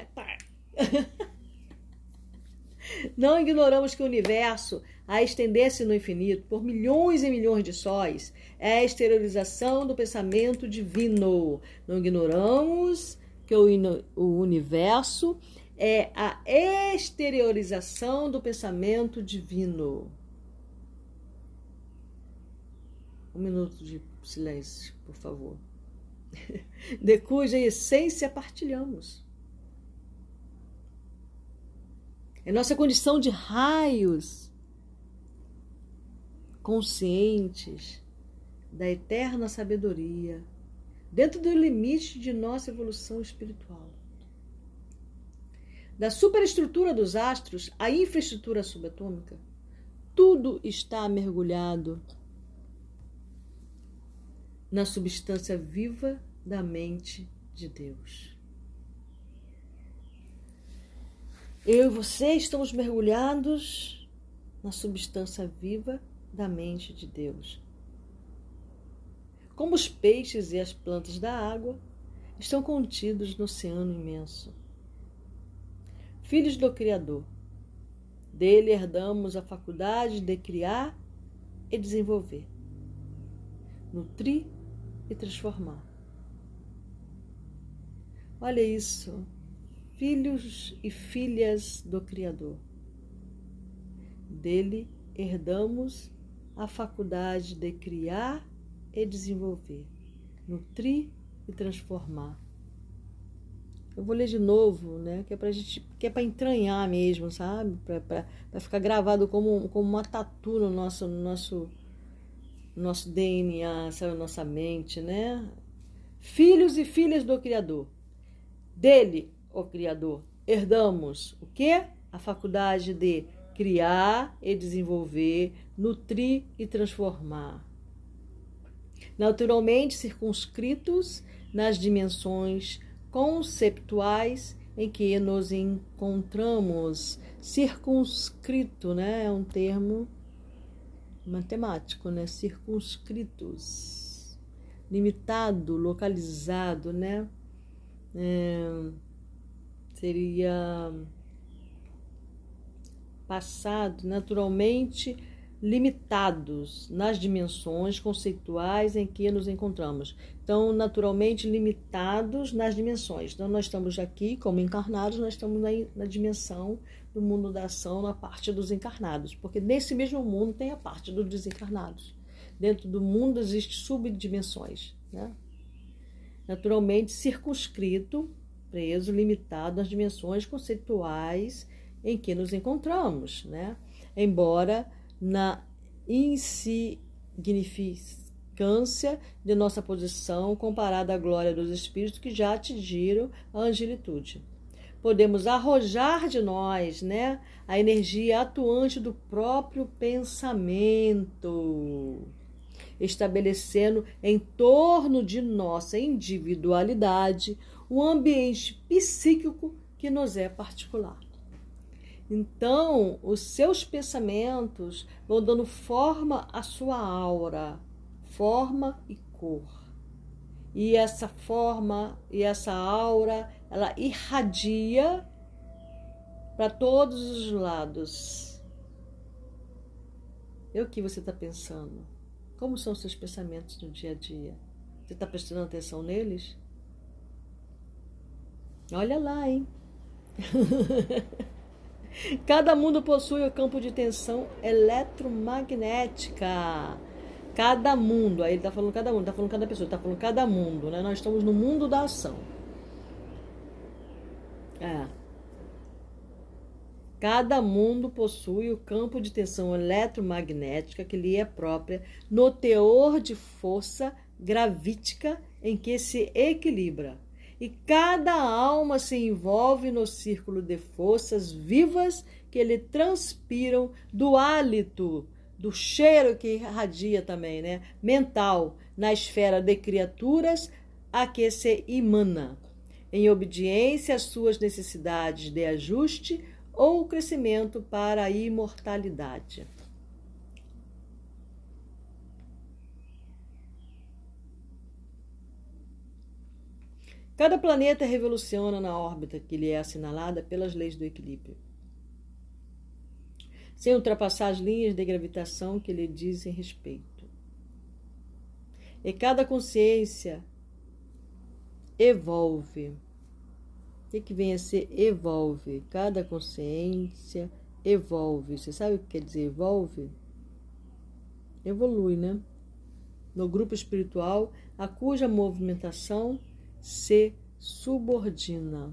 Não ignoramos que o universo, a estender-se no infinito por milhões e milhões de sóis, é a exteriorização do pensamento divino. Não ignoramos que o, o universo é a exteriorização do pensamento divino. Um minuto de silêncio, por favor. De cuja essência partilhamos. É nossa condição de raios conscientes da eterna sabedoria, dentro do limite de nossa evolução espiritual. da superestrutura dos astros à infraestrutura subatômica, tudo está mergulhado na substância viva da mente de Deus. Eu e você estamos mergulhados na substância viva da mente de Deus. Como os peixes e as plantas da água estão contidos no oceano imenso. Filhos do Criador, dele herdamos a faculdade de criar e desenvolver, nutrir e transformar. Olha isso, filhos e filhas do Criador. Dele herdamos a faculdade de criar e desenvolver, nutrir e transformar. Eu vou ler de novo, né? Que é pra gente, que é para entranhar mesmo, sabe? Para ficar gravado como, como uma tatu no nosso, no nosso, nosso D N A, sabe? Nossa mente, né? Filhos e filhas do Criador. Dele, o Criador, herdamos o quê? A faculdade de criar e desenvolver, nutrir e transformar. Naturalmente circunscritos nas dimensões conceptuais em que nos encontramos. Circunscrito, né? É um termo matemático, né? Circunscritos. Limitado, localizado, né? É, seria passado, naturalmente limitados nas dimensões conceituais em que nos encontramos. Então, naturalmente limitados nas dimensões. Então, nós estamos aqui, como encarnados, nós estamos na, na dimensão do mundo da ação, na parte dos encarnados. Porque nesse mesmo mundo tem a parte dos desencarnados. Dentro do mundo existem subdimensões, né? Naturalmente circunscrito, preso, limitado nas dimensões conceituais em que nos encontramos, né? Embora na insignificância de nossa posição comparada à glória dos espíritos que já atingiram a angelitude. Podemos arrojar de nós, né, a energia atuante do próprio pensamento, estabelecendo em torno de nossa individualidade um ambiente psíquico que nos é particular. Então, os seus pensamentos vão dando forma à sua aura, forma e cor. E essa forma e essa aura, ela irradia para todos os lados. E o que você está pensando? Como são os seus pensamentos no dia a dia? Você está prestando atenção neles? Olha lá, hein? Cada mundo possui o campo de tensão eletromagnética. Cada mundo, aí ele está falando cada mundo, está falando cada pessoa, está falando cada mundo, né? Nós estamos no mundo da ação. É. Cada mundo possui o campo de tensão eletromagnética que lhe é própria no teor de força gravítica em que se equilibra. E cada alma se envolve no círculo de forças vivas que lhe transpiram do hálito, do cheiro que irradia também, né? Mental, na esfera de criaturas a que se emana, em obediência às suas necessidades de ajuste ou crescimento para a imortalidade. Cada planeta revoluciona na órbita que lhe é assinalada pelas leis do equilíbrio, sem ultrapassar as linhas de gravitação que lhe dizem respeito. E cada consciência evolve. O que, que vem a ser evolve? Cada consciência evolve. Você sabe o que quer dizer evolve? Evolui, né? No grupo espiritual, a cuja movimentação se subordina.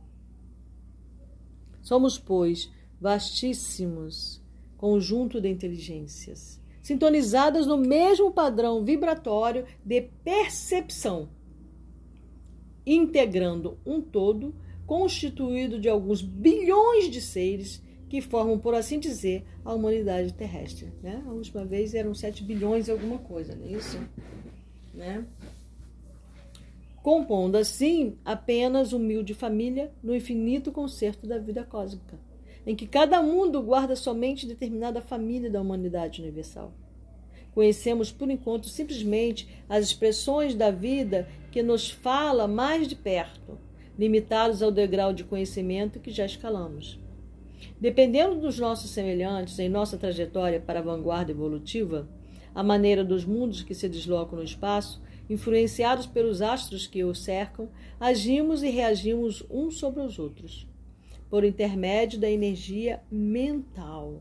Somos, pois, vastíssimos conjunto de inteligências, sintonizadas no mesmo padrão vibratório de percepção, integrando um todo constituído de alguns bilhões de seres que formam, por assim dizer, a humanidade terrestre. Né? A última vez eram sete bilhões e alguma coisa, não é isso? Né? Compondo assim apenas humilde família no infinito concerto da vida cósmica, em que cada mundo guarda somente determinada família da humanidade universal. Conhecemos, por enquanto, simplesmente as expressões da vida que nos fala mais de perto, limitados ao degrau de conhecimento que já escalamos. Dependendo dos nossos semelhantes em nossa trajetória para a vanguarda evolutiva, a maneira dos mundos que se deslocam no espaço, influenciados pelos astros que os cercam, agimos e reagimos uns sobre os outros, por intermédio da energia mental.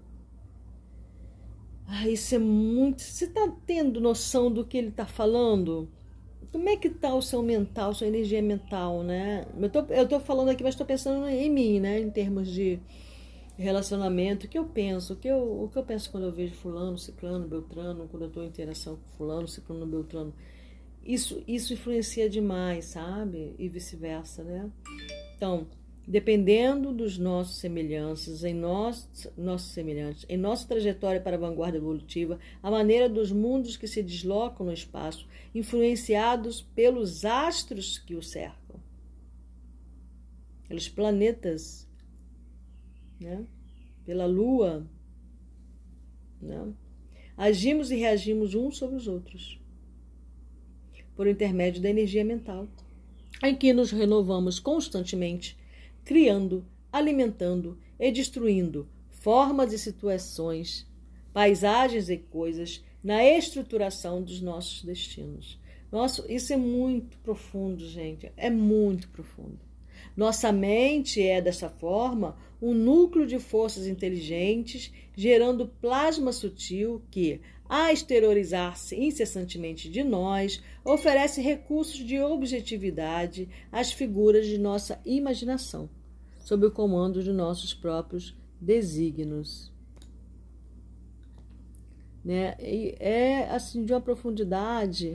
Ah, isso é muito... Você está tendo noção do que ele está falando? Como é que está o seu mental, sua energia mental, né? Eu tô, eu tô falando aqui, mas estou pensando em mim, né? Em termos de relacionamento, o que eu penso, o que eu, o que eu penso quando eu vejo fulano, ciclano, beltrano, quando eu estou em interação com fulano, ciclano, beltrano. Isso, isso influencia demais, sabe? E vice-versa, né? Então, dependendo dos nossos semelhanças, em nós, nossos semelhantes, em nossa trajetória para a vanguarda evolutiva, a maneira dos mundos que se deslocam no espaço, influenciados pelos astros que o cercam, pelos planetas, né? Pela Lua, né? Agimos e reagimos uns sobre os outros, por intermédio da energia mental, em que nos renovamos constantemente, criando, alimentando e destruindo formas e situações, paisagens e coisas na estruturação dos nossos destinos. Nossa, isso é muito profundo, gente, é muito profundo. Nossa mente é, dessa forma, um núcleo de forças inteligentes, gerando plasma sutil que, a exteriorizar-se incessantemente de nós, oferece recursos de objetividade às figuras de nossa imaginação, sob o comando de nossos próprios desígnios. Né? E é assim de uma profundidade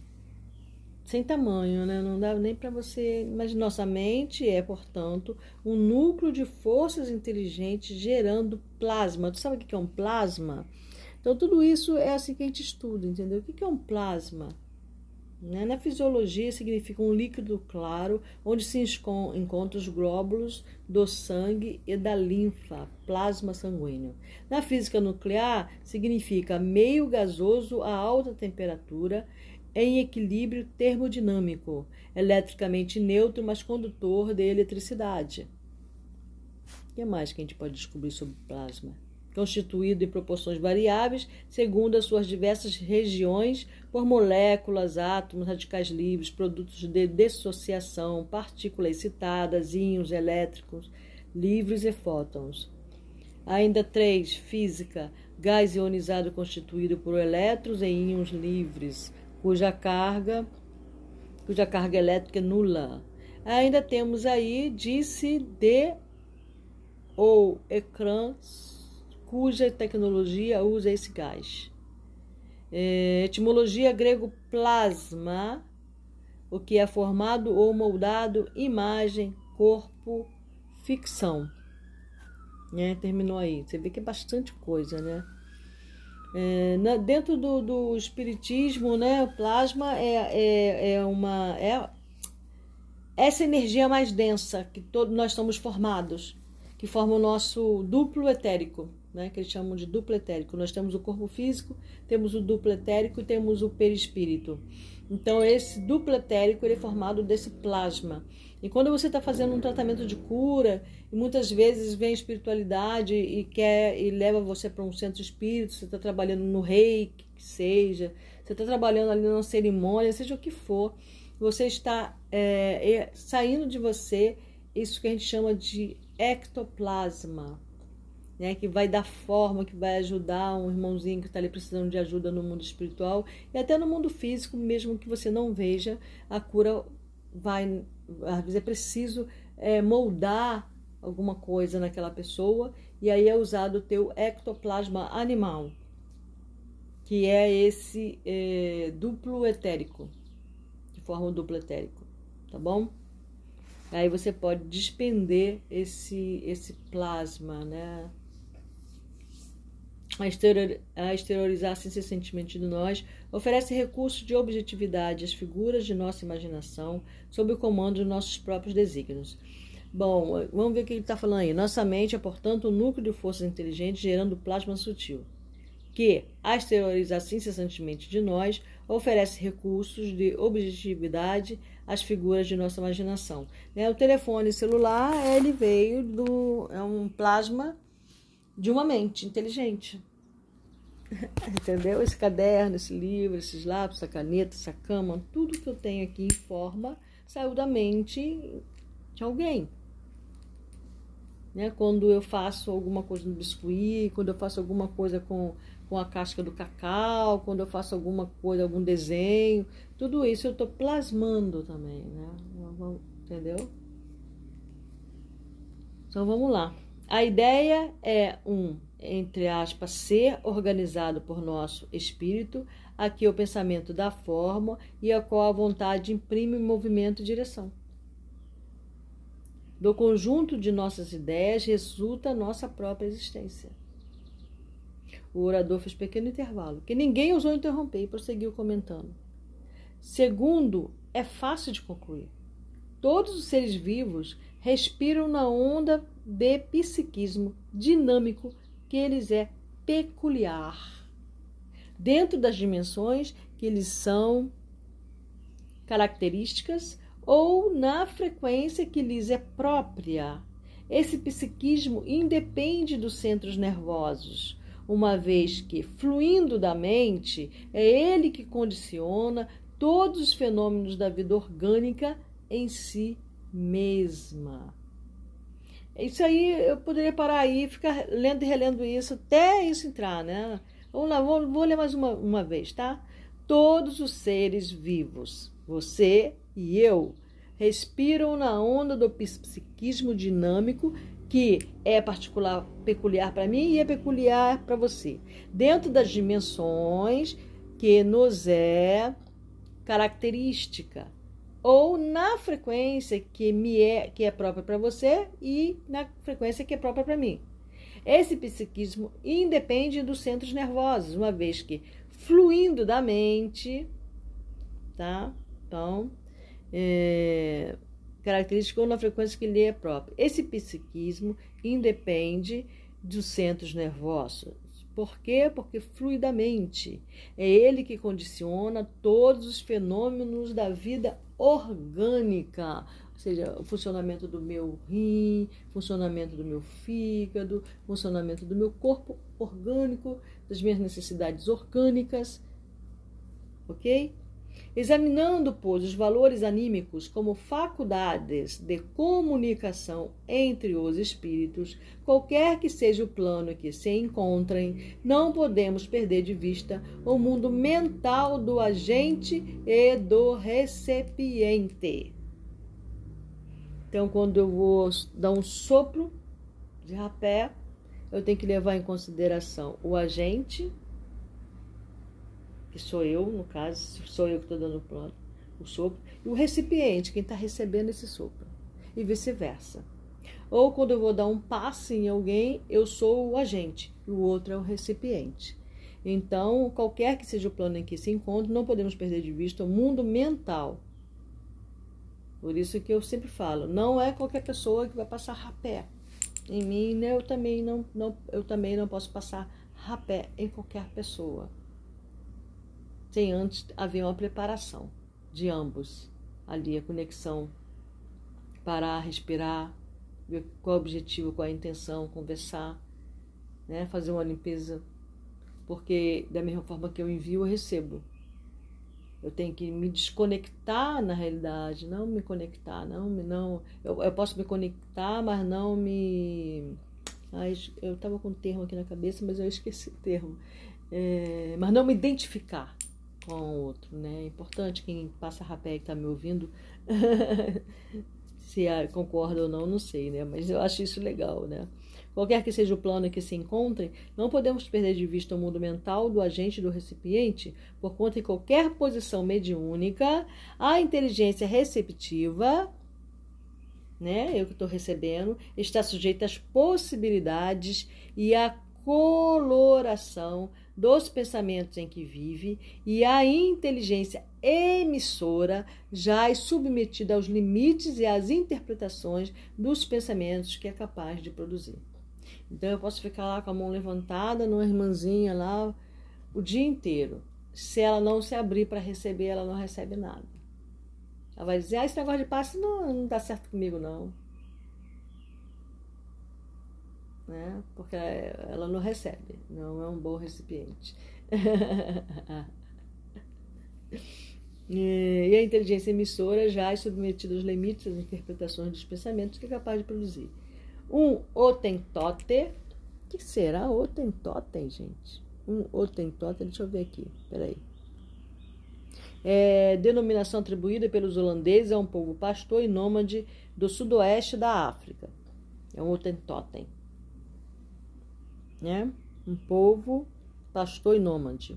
sem tamanho, né? Não dá nem para você... Mas nossa mente é, portanto, um núcleo de forças inteligentes gerando plasma. Tu sabe o que é um plasma? Então, tudo isso é assim que a gente estuda, entendeu? O que é um plasma? Né? Na fisiologia, significa um líquido claro, onde se encontram os glóbulos do sangue e da linfa, plasma sanguíneo. Na física nuclear, significa meio gasoso a alta temperatura, em equilíbrio termodinâmico, eletricamente neutro, mas condutor de eletricidade. O que mais que a gente pode descobrir sobre plasma? Constituído em proporções variáveis, segundo as suas diversas regiões, por moléculas, átomos, radicais livres, produtos de dissociação, partículas excitadas, íons elétricos livres e fótons. Ainda três, física, gás ionizado constituído por elétrons e íons livres, cuja carga, cuja carga elétrica é nula. Ainda temos aí, disse, de ou ecrã, cuja tecnologia usa esse gás. É, etimologia grego plasma, o que é formado ou moldado, imagem, corpo, ficção. Né? Terminou aí. Você vê que é bastante coisa, né? É, na, dentro do, do espiritismo, né, o plasma é, é, é uma é essa energia mais densa que todos nós estamos formados, que forma o nosso duplo etérico, né, que eles chamam de duplo etérico. Nós temos o corpo físico, temos o duplo etérico e temos o perispírito. Então, esse duplo etérico ele é formado desse plasma. E quando você está fazendo um tratamento de cura, e muitas vezes vem a espiritualidade e quer e leva você para um centro espírita, você está trabalhando no reiki, que seja, você está trabalhando ali numa cerimônia, seja o que for, você está é, é, saindo de você isso que a gente chama de ectoplasma, né, que vai dar forma, que vai ajudar um irmãozinho que está ali precisando de ajuda no mundo espiritual e até no mundo físico, mesmo que você não veja, a cura vai, às vezes é preciso é, moldar alguma coisa naquela pessoa e aí é usado o teu ectoplasma animal, que é esse é, duplo etérico, que forma o duplo etérico, tá bom? Aí você pode despender esse, esse plasma, né? A, exterior, a exteriorizar-se incessantemente de nós, oferece recursos de objetividade às figuras de nossa imaginação, sob o comando de nossos próprios desígnios. Bom, vamos ver o que ele está falando aí. Nossa mente é, portanto, um núcleo de forças inteligentes gerando plasma sutil, que, a exteriorizar-se incessantemente de nós, oferece recursos de objetividade às figuras de nossa imaginação. Né? O telefone celular, ele veio do... é um plasma de uma mente inteligente. Entendeu? Esse caderno, esse livro, esses lápis, essa caneta, essa cama, tudo que eu tenho aqui em forma saiu da mente de alguém. Né? Quando eu faço alguma coisa no biscuit, quando eu faço alguma coisa com, com a casca do cacau, quando eu faço alguma coisa, algum desenho, tudo isso eu estou plasmando também, né? Entendeu? Então vamos lá. A ideia é um, entre aspas, ser organizado por nosso espírito, a que o pensamento dá forma e a qual a vontade imprime movimento e direção. Do conjunto de nossas ideias resulta a nossa própria existência. O orador fez pequeno intervalo, que ninguém ousou interromper, e prosseguiu comentando. Segundo, é fácil de concluir. Todos os seres vivos respiram na onda de psiquismo dinâmico que lhes é peculiar, dentro das dimensões que lhes são características ou na frequência que lhes é própria. Esse psiquismo independe dos centros nervosos, uma vez que, fluindo da mente, é ele que condiciona todos os fenômenos da vida orgânica em si mesma. Isso aí, eu poderia parar aí e ficar lendo e relendo isso até isso entrar, né? Vamos lá, vou, vou ler mais uma, uma vez, tá? Todos os seres vivos, você e eu, respiram na onda do psiquismo dinâmico que é particular, peculiar para mim e é peculiar para você, dentro das dimensões que nos é característica, ou na frequência que me é que é própria para você e na frequência que é própria para mim. Esse psiquismo independe dos centros nervosos, uma vez que fluindo da mente, tá? Então, é, característica ou na frequência que lhe é própria. Esse psiquismo independe dos centros nervosos. Por quê? Porque flui da mente. É ele que condiciona todos os fenômenos da vida orgânica, ou seja, o funcionamento do meu rim, funcionamento do meu fígado, funcionamento do meu corpo orgânico, das minhas necessidades orgânicas, ok? Examinando, pois, os valores anímicos como faculdades de comunicação entre os espíritos, qualquer que seja o plano em que se encontrem, não podemos perder de vista o mundo mental do agente e do recipiente. Então, quando eu vou dar um sopro de rapé, eu tenho que levar em consideração o agente, que sou eu, no caso, sou eu que estou dando o plano, o sopro, e o recipiente, quem está recebendo esse sopro, e vice-versa. Ou quando eu vou dar um passe em alguém, eu sou o agente, e o outro é o recipiente. Então, qualquer que seja o plano em que se encontre, não podemos perder de vista o mundo mental. Por isso que eu sempre falo, não é qualquer pessoa que vai passar rapé em mim, né? eu, também não, não, eu também não posso passar rapé em qualquer pessoa. Sem antes haver uma preparação de ambos. Ali a conexão, parar, respirar, ver qual é o objetivo, qual é a intenção, conversar, né? Fazer uma limpeza. Porque da mesma forma que eu envio, eu recebo. Eu tenho que me desconectar na realidade, não me conectar, não me não. Eu, eu posso me conectar, mas não me. Ai, eu estava com um termo aqui na cabeça, mas eu esqueci o termo. É, mas não me identificar com o outro, né? É importante quem passa rapé e está me ouvindo, se concorda ou não, não sei, né? Mas eu acho isso legal, né? Qualquer que seja o plano em que se encontrem, não podemos perder de vista o mundo mental do agente e do recipiente, por conta de qualquer posição mediúnica, a inteligência receptiva né? Eu que estou recebendo, está sujeito às possibilidades e à coloração dos pensamentos em que vive, e a inteligência emissora já é submetida aos limites e às interpretações dos pensamentos que é capaz de produzir. Então eu posso ficar lá com a mão levantada numa irmãzinha lá o dia inteiro. Se ela não se abrir para receber, ela não recebe nada. Ela vai dizer, ah, esse negócio de passe não, não dá certo comigo não. Né? Porque ela não recebe, não é um bom recipiente. E a inteligência emissora já é submetida aos limites, às interpretações dos pensamentos que é capaz de produzir. Um otentote, o que será otentote, gente? Um otentote, deixa eu ver aqui, peraí. É denominação atribuída pelos holandeses a um povo pastor e nômade do sudoeste da África. É um otentotem. Né? Um povo pastor e nômade.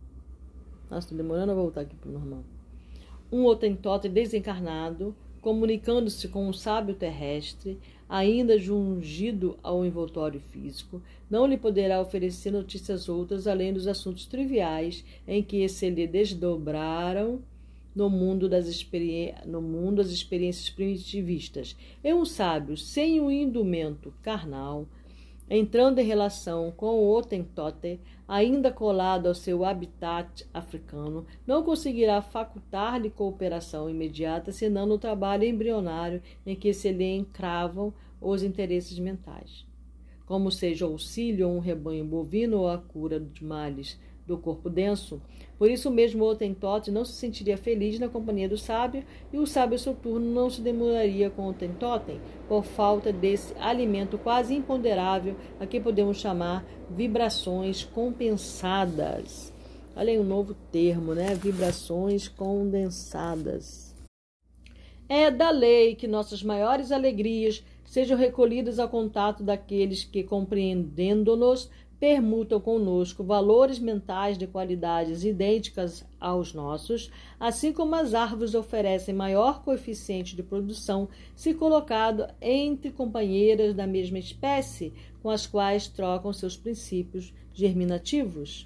Nossa, tô demorando a voltar aqui para o normal. Um otentote desencarnado, comunicando-se com um sábio terrestre, ainda jungido ao envoltório físico, não lhe poderá oferecer notícias outras além dos assuntos triviais em que se lhe desdobraram no mundo das experi... no mundo das experiências primitivistas. É um sábio sem o indumento carnal, entrando em relação com o otentote, ainda colado ao seu habitat africano, não conseguirá facultar-lhe cooperação imediata, senão no trabalho embrionário em que se lhe encravam os interesses mentais, como seja o auxílio a um rebanho bovino ou a cura de males do corpo denso. Por isso mesmo o otentote não se sentiria feliz na companhia do sábio, e o sábio soturno não se demoraria com o otentotem, por falta desse alimento quase imponderável a que podemos chamar vibrações compensadas. Olha aí um novo termo, né? Vibrações condensadas. É da lei que nossas maiores alegrias sejam recolhidas ao contato daqueles que, compreendendo-nos, permutam conosco valores mentais de qualidades idênticas aos nossos, assim como as árvores oferecem maior coeficiente de produção se colocado entre companheiras da mesma espécie, com as quais trocam seus princípios germinativos.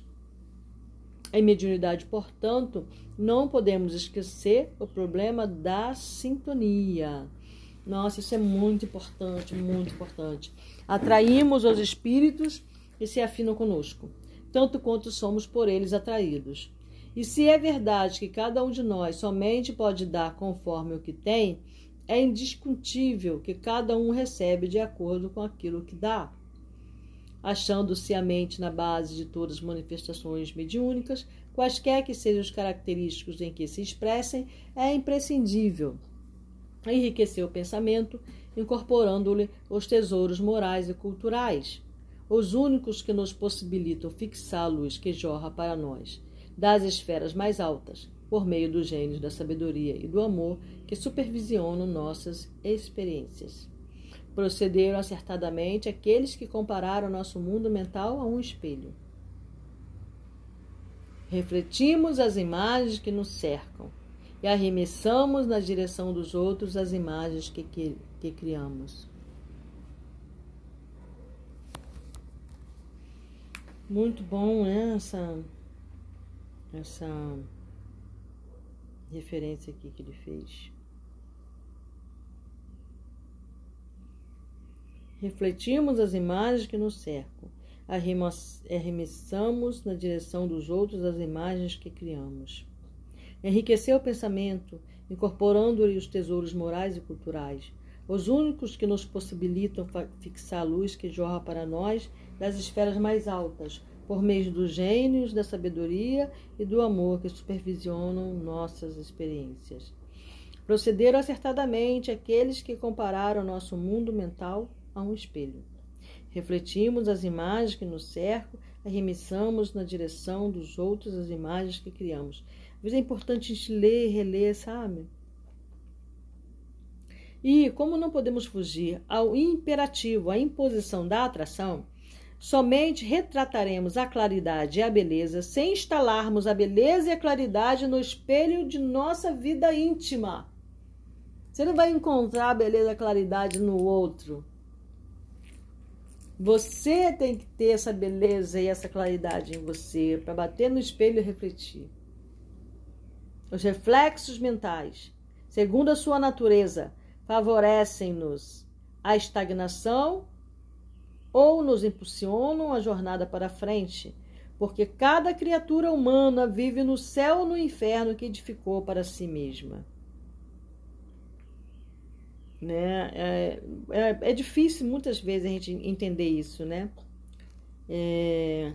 Em mediunidade, portanto, não podemos esquecer o problema da sintonia. Nossa, isso é muito importante, muito importante. Atraímos os espíritos e se afinam conosco, tanto quanto somos por eles atraídos. E se é verdade que cada um de nós somente pode dar conforme o que tem, é indiscutível que cada um recebe de acordo com aquilo que dá. Achando-se a mente na base de todas as manifestações mediúnicas, quaisquer que sejam os característicos em que se expressem, é imprescindível enriquecer o pensamento, incorporando-lhe os tesouros morais e culturais, os únicos que nos possibilitam fixar a luz que jorra para nós das esferas mais altas, por meio dos gênios da sabedoria e do amor que supervisionam nossas experiências. Procederam acertadamente aqueles que compararam nosso mundo mental a um espelho. Refletimos as imagens que nos cercam e arremessamos na direção dos outros as imagens que, que, que criamos. Muito bom, né? Essa, essa referência aqui que ele fez. Refletimos as imagens que nos cercam, arremessamos na direção dos outros as imagens que criamos. Enriquecer o pensamento, incorporando-lhe os tesouros morais e culturais, os únicos que nos possibilitam fixar a luz que jorra para nós das esferas mais altas, por meio dos gênios da sabedoria e do amor que supervisionam nossas experiências. Procederam acertadamente aqueles que compararam nosso mundo mental a um espelho. Refletimos as imagens que nos cercam, arremessamos na direção dos outros as imagens que criamos. Às vezes é importante a gente ler e reler, sabe? E, como não podemos fugir ao imperativo, à imposição da atração, somente retrataremos a claridade e a beleza sem instalarmos a beleza e a claridade no espelho de nossa vida íntima. Você não vai encontrar a beleza, a claridade no outro. Você tem que ter essa beleza e essa claridade em você para bater no espelho e refletir. Os reflexos mentais, segundo a sua natureza, favorecem-nos a estagnação ou nos impulsionam a jornada para frente, porque cada criatura humana vive no céu ou no inferno que edificou para si mesma. Né? É, é, é difícil muitas vezes a gente entender isso, né? É,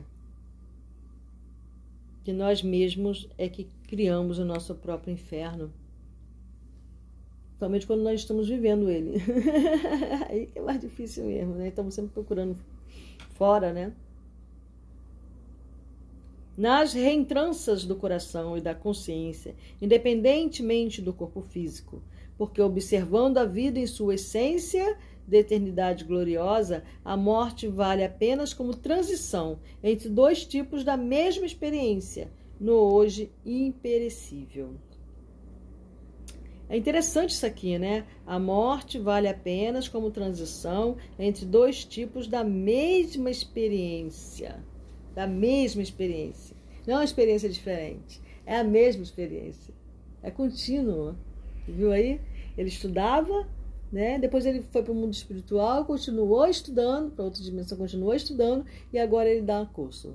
que nós mesmos é que criamos o nosso próprio inferno, principalmente quando nós estamos vivendo ele. Aí que é mais difícil mesmo, né? Estamos sempre procurando fora, né? Nas reentranças do coração e da consciência, independentemente do corpo físico, porque observando a vida em sua essência de eternidade gloriosa, a morte vale apenas como transição entre dois tipos da mesma experiência, no hoje imperecível. É interessante isso aqui, né? A morte vale apenas como transição entre dois tipos da mesma experiência. Da mesma experiência. Não é uma experiência diferente. É a mesma experiência. É contínua. Viu aí? Ele estudava, né? Depois ele foi para o mundo espiritual, continuou estudando, para outra dimensão, continuou estudando, e agora ele dá um curso.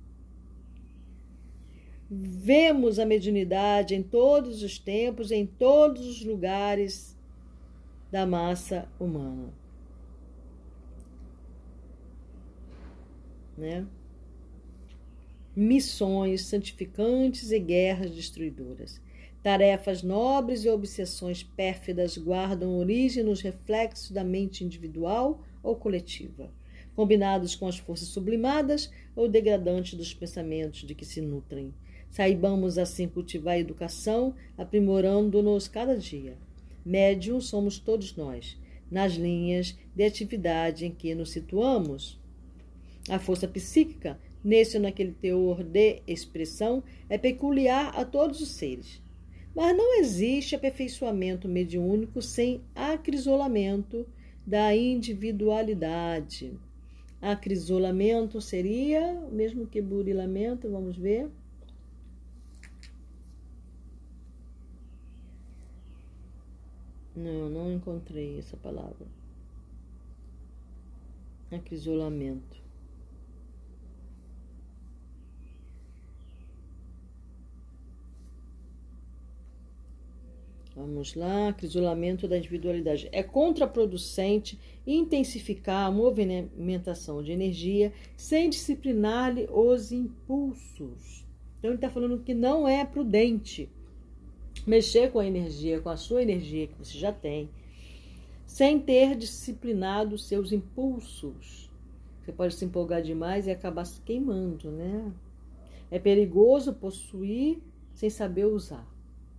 Vemos a mediunidade em todos os tempos, em todos os lugares da massa humana. Né? Missões santificantes e guerras destruidoras. Tarefas nobres e obsessões pérfidas guardam origem nos reflexos da mente individual ou coletiva, combinados com as forças sublimadas ou degradantes dos pensamentos de que se nutrem. Saibamos assim cultivar a educação, aprimorando-nos cada dia. Médiuns somos todos nós, nas linhas de atividade em que nos situamos. A força psíquica, nesse ou naquele teor de expressão, é peculiar a todos os seres. Mas não existe aperfeiçoamento mediúnico sem acrisolamento da individualidade. Acrisolamento seria o mesmo que burilamento, vamos ver. Não, não encontrei essa palavra. Acrisolamento. Vamos lá, acrisolamento da individualidade. É contraproducente intensificar a movimentação de energia sem disciplinar-lhe os impulsos. Então ele está falando que não é prudente mexer com a energia, com a sua energia que você já tem, sem ter disciplinado os seus impulsos. Você pode se empolgar demais e acabar se queimando, né? É perigoso possuir sem saber usar.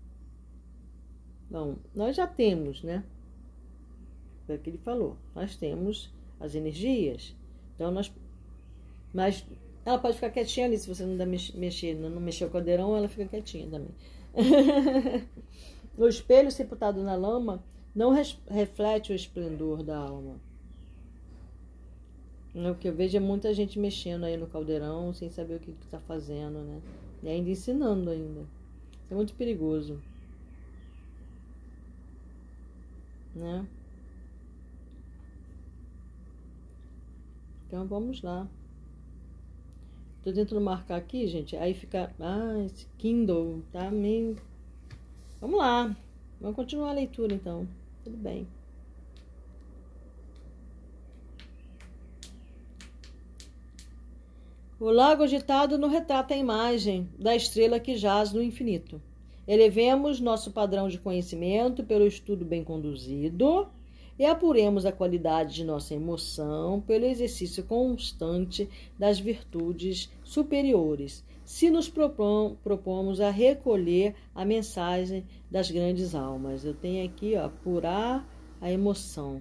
Bom, nós já temos, né? Foi o que ele falou. Nós temos as energias. Então, nós... Mas ela pode ficar quietinha ali, se você não dá mexer, não mexer o caldeirão, ela fica quietinha também. O espelho sepultado na lama não res... reflete o esplendor da alma. O que eu vejo é muita gente mexendo aí no caldeirão, sem saber o que está fazendo, né? E ainda ensinando ainda. Isso é muito perigoso. Né? Então vamos lá. Tô tentando marcar aqui, gente. Aí fica. Ah, esse Kindle tá meio. Vamos lá. Vamos continuar a leitura então. Tudo bem. O lago agitado nos retrata a imagem da estrela que jaz no infinito. Elevemos nosso padrão de conhecimento pelo estudo bem conduzido e apuremos a qualidade de nossa emoção pelo exercício constante das virtudes superiores, se nos propom, propomos a recolher a mensagem das grandes almas. Eu tenho aqui, ó, apurar a emoção.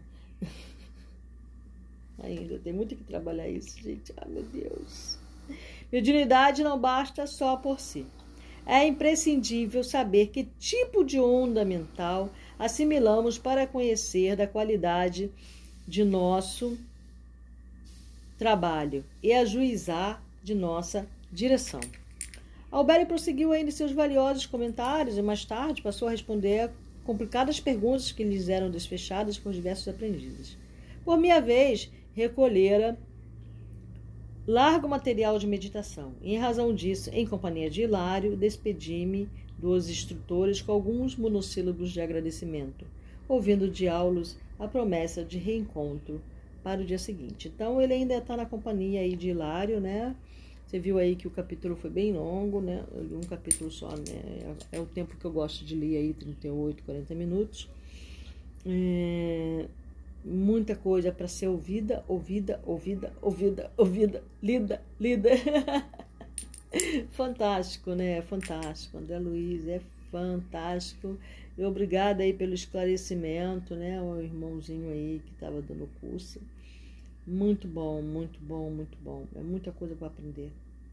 Ainda tem muito que trabalhar isso, gente. Ai, meu Deus. Mediunidade não basta só por si. é imprescindível saber que tipo de onda mental assimilamos para conhecer da qualidade de nosso trabalho e ajuizar de nossa direção. Alberi prosseguiu ainda seus valiosos comentários e mais tarde passou a responder a complicadas perguntas que lhes eram desfechadas por diversos aprendizes. Por minha vez, recolhera largo material de meditação. E, em razão disso, em companhia de Hilário, despedi-me dos instrutores com alguns monossílabos de agradecimento, ouvindo de Aulus a promessa de reencontro para o dia seguinte. Então, ele ainda está na companhia aí de Hilário, né? Você viu aí que o capítulo foi bem longo, né? Eu li um capítulo só, né? É o tempo que eu gosto de ler aí, trinta e oito, quarenta minutos. É... Muita coisa para ser ouvida, ouvida, ouvida, ouvida, ouvida, lida, lida. Fantástico, né? Fantástico. André Luiz é fantástico. E obrigada aí pelo esclarecimento, né? O irmãozinho aí que estava dando o curso. Muito bom, muito bom, muito bom. É muita coisa para aprender.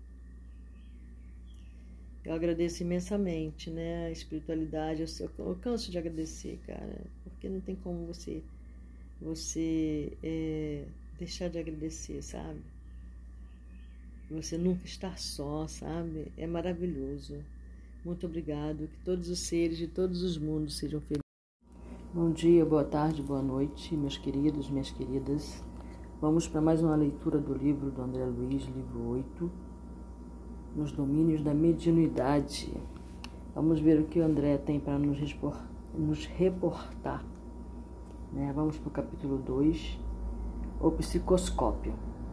Eu agradeço imensamente, né? A espiritualidade. Eu, eu canso de agradecer, cara, porque não tem como você, você é, deixar de agradecer, sabe? Você nunca estar só, sabe? É maravilhoso. Muito obrigado. Que todos os seres de todos os mundos sejam felizes. Bom dia, boa tarde, boa noite, meus queridos, minhas queridas. Vamos para mais uma leitura do livro do André Luiz, livro oito, Nos Domínios da Mediunidade. Vamos ver o que o André tem para nos, nos reportar. Né? Vamos para o capítulo dois, o psicoscópio.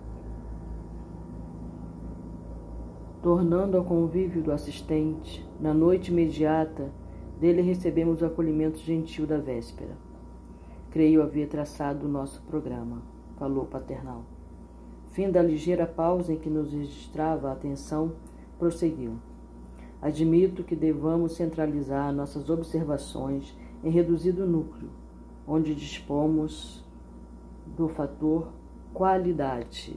Tornando ao convívio do assistente, na noite imediata, dele recebemos o acolhimento gentil da véspera. Creio haver traçado o nosso programa, falou paternal. Fim da ligeira pausa em que nos registrava a atenção, prosseguiu. Admito que devamos centralizar nossas observações em reduzido núcleo, onde dispomos do fator qualidade.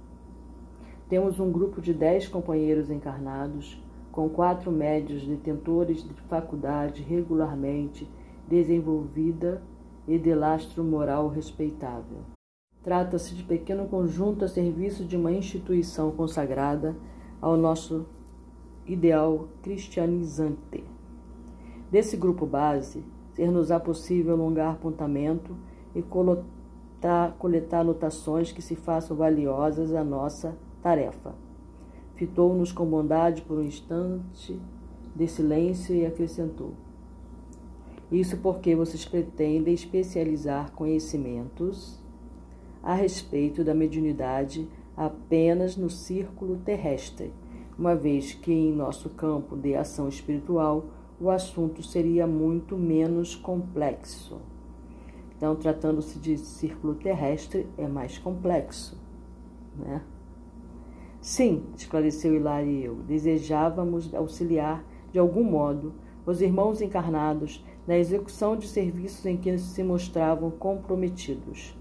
Temos um grupo de dez companheiros encarnados, com quatro médios detentores de faculdade regularmente desenvolvida e de lastro moral respeitável. Trata-se de pequeno conjunto a serviço de uma instituição consagrada ao nosso ideal cristianizante. Desse grupo base, ser-nos-á possível alongar apontamento e coletar, coletar anotações que se façam valiosas à nossa tarefa. Fitou-nos com bondade por um instante de silêncio e acrescentou. Isso porque vocês pretendem especializar conhecimentos a respeito da mediunidade apenas no círculo terrestre, uma vez que em nosso campo de ação espiritual o assunto seria muito menos complexo. Então, tratando-se de círculo terrestre, é mais complexo, né? Sim, esclareceu Hilário e eu, desejávamos auxiliar, de algum modo, os irmãos encarnados na execução de serviços em que se mostravam comprometidos.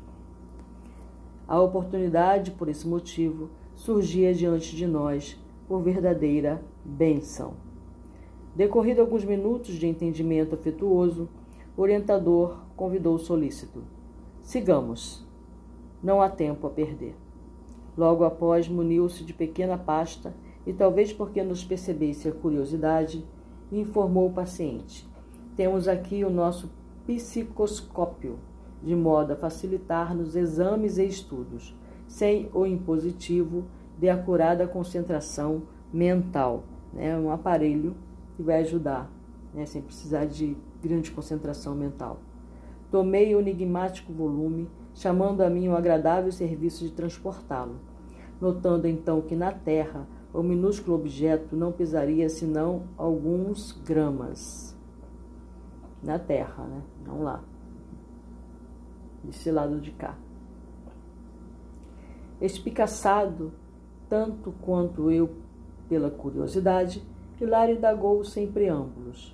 A oportunidade, por esse motivo, surgia diante de nós por verdadeira bênção. Decorrido alguns minutos de entendimento afetuoso, o orientador convidou o solícito. Sigamos. Não há tempo a perder. Logo após, muniu-se de pequena pasta e, talvez porque nos percebesse a curiosidade, informou o paciente. Temos aqui o nosso psicoscópio, de modo a facilitar-nos exames e estudos, sem o impositivo de acurada concentração mental. É um aparelho que vai ajudar, né, sem precisar de grande concentração mental. Tomei o enigmático volume, chamando a mim um agradável serviço de transportá-lo, notando então que na terra o minúsculo objeto não pesaria senão alguns gramas. Na terra, né? Não lá. Desse lado de cá. Espicaçado, tanto quanto eu pela curiosidade, Hilário indagou sem preâmbulos.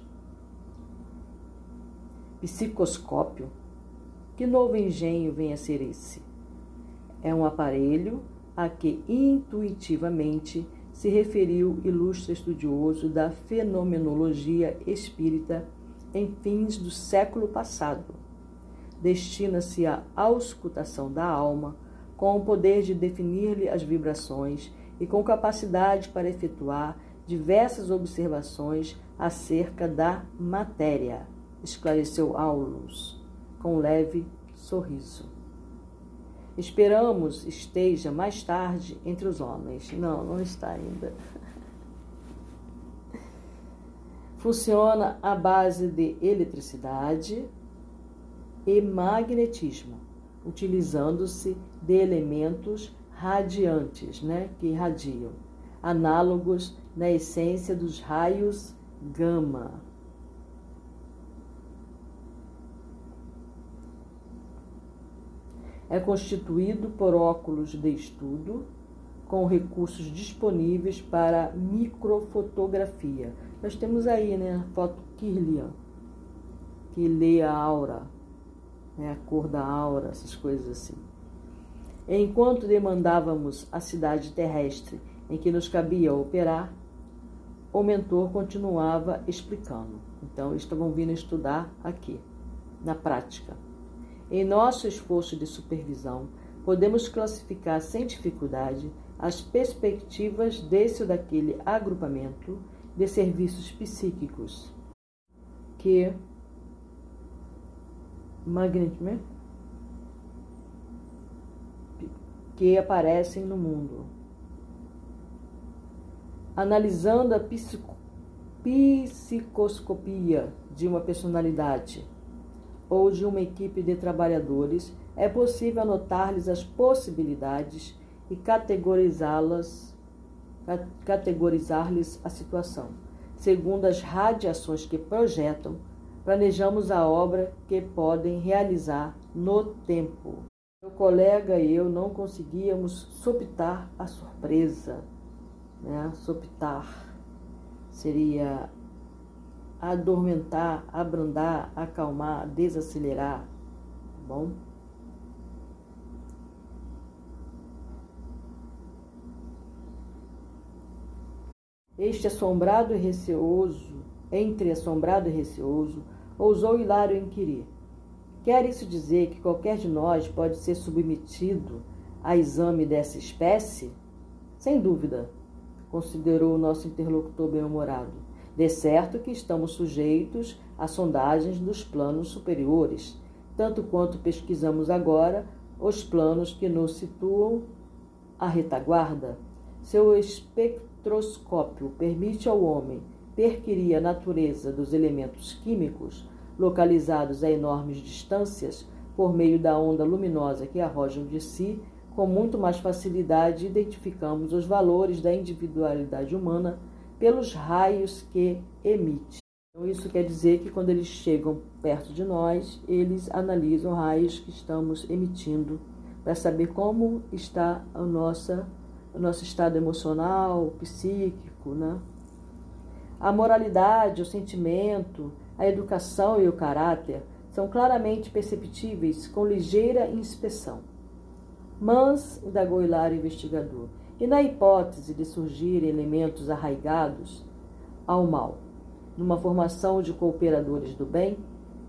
Psicoscópio? Que novo engenho vem a ser esse? É um aparelho a que intuitivamente se referiu ilustre estudioso da fenomenologia espírita em fins do século passado. Destina-se à auscultação da alma, com o poder de definir-lhe as vibrações e com capacidade para efetuar diversas observações acerca da matéria, esclareceu Aulus, com leve sorriso. Esperamos esteja mais tarde entre os homens. Não, não está ainda. Funciona à base de eletricidade e magnetismo, utilizando-se de elementos radiantes, né, que irradiam, análogos na essência dos raios gama. É constituído por óculos de estudo com recursos disponíveis para microfotografia. Nós temos aí, né, a foto Kirlian, que lê a aura, né, a cor da aura, essas coisas assim. Enquanto demandávamos a cidade terrestre em que nos cabia operar, o mentor continuava explicando. Então, eles estavam vindo estudar aqui, na prática. Em nosso esforço de supervisão, podemos classificar sem dificuldade as perspectivas desse ou daquele agrupamento de serviços psíquicos que magnetismo que aparecem no mundo. Analisando a psico, psicoscopia de uma personalidade ou de uma equipe de trabalhadores, é possível anotar-lhes as possibilidades e categorizá-las, categorizar-lhes a situação. Segundo as radiações que projetam, planejamos a obra que podem realizar no tempo. Meu colega e eu não conseguíamos sopitar a surpresa. Né? Sopitar seria adormentar, abrandar, acalmar, desacelerar. Tá bom? Este assombrado e receoso, entre assombrado e receoso, ousou Hilário inquirir: quer isso dizer que qualquer de nós pode ser submetido a exame dessa espécie? Sem dúvida, considerou o nosso interlocutor bem-humorado. De certo que estamos sujeitos a sondagens dos planos superiores, tanto quanto pesquisamos agora os planos que nos situam à retaguarda. Seu espectroscópio permite ao homem perquirir a natureza dos elementos químicos localizados a enormes distâncias por meio da onda luminosa que arrojam de si. Com muito mais facilidade identificamos os valores da individualidade humana pelos raios que emite. Então, isso quer dizer que quando eles chegam perto de nós, eles analisam raios que estamos emitindo para saber como está a nossa, o nosso estado emocional, psíquico, né? A moralidade, o sentimento, a educação e o caráter são claramente perceptíveis com ligeira inspeção. Mas, indagou Hilário investigador, e na hipótese de surgirem elementos arraigados ao mal, numa formação de cooperadores do bem,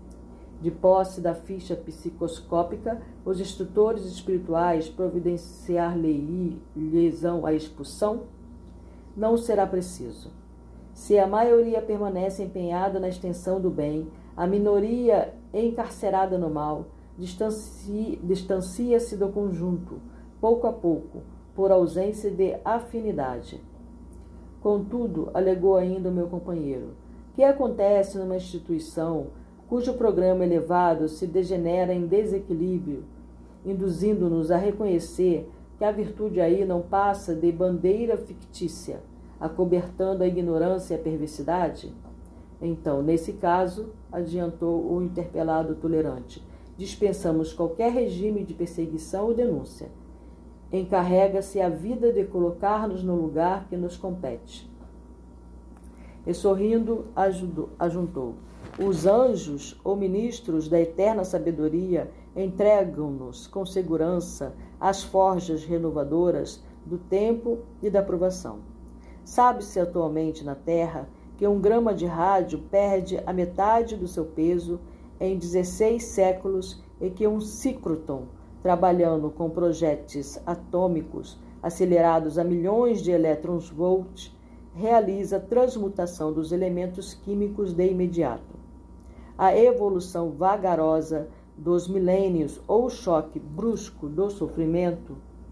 de posse da ficha psicoscópica, os instrutores espirituais providenciar-lhes a expulsão? Não será preciso. Se a maioria permanece empenhada na extensão do bem, a minoria encarcerada no mal distancia-se do conjunto, pouco a pouco, por ausência de afinidade. Contudo, alegou ainda o meu companheiro, que acontece numa instituição cujo programa elevado se degenera em desequilíbrio, induzindo-nos a reconhecer que a virtude aí não passa de bandeira fictícia, acobertando a ignorância e a perversidade? Então, nesse caso, adiantou o interpelado tolerante, dispensamos qualquer regime de perseguição ou denúncia. Encarrega-se a vida de colocar-nos no lugar que nos compete. E sorrindo, ajudou, ajuntou: os anjos ou ministros da eterna sabedoria entregam-nos com segurança às forjas renovadoras do tempo e da provação. Sabe-se atualmente na Terra que um grama de rádio perde a metade do seu peso em dezesseis séculos e que um síncrotron, trabalhando com projéteis atômicos acelerados a milhões de elétrons-volts, realiza a transmutação dos elementos químicos de imediato. A evolução vagarosa dos milênios ou o choque brusco do sofrimento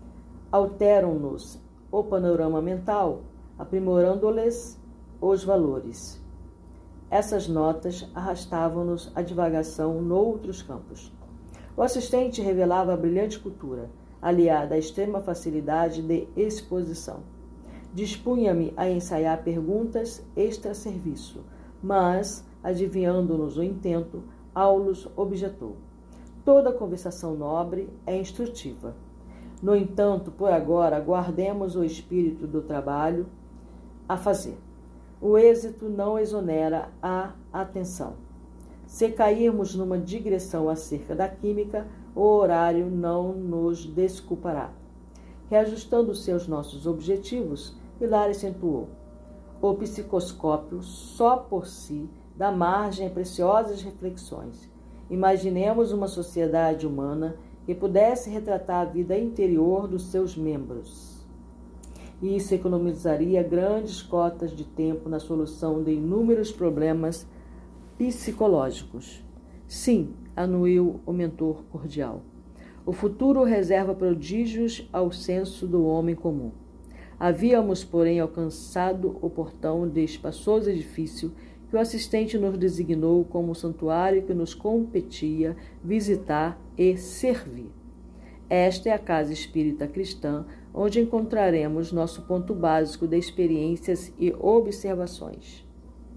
alteram-nos o panorama mental, aprimorando-lhes os valores. Essas notas arrastavam-nos a divagação noutros campos. O assistente revelava a brilhante cultura, aliada à extrema facilidade de exposição. Dispunha-me a ensaiar perguntas extra-serviço, mas, adivinhando-nos o intento, Aulus objetou: toda conversação nobre é instrutiva. No entanto, por agora, guardemos o espírito do trabalho a fazer. O êxito não exonera a atenção. Se cairmos numa digressão acerca da química, o horário não nos desculpará. Reajustando-se aos nossos objetivos, Hilário acentuou: o psicoscópio, só por si, dá margem a preciosas reflexões. Imaginemos uma sociedade humana que pudesse retratar a vida interior dos seus membros. E isso economizaria grandes cotas de tempo na solução de inúmeros problemas psicológicos. Sim, anuiu o mentor cordial. O futuro reserva prodígios ao senso do homem comum. Havíamos, porém, alcançado o portão de espaçoso edifício que o assistente nos designou como o santuário que nos competia visitar e servir. Esta é a casa espírita cristã, onde encontraremos nosso ponto básico de experiências e observações.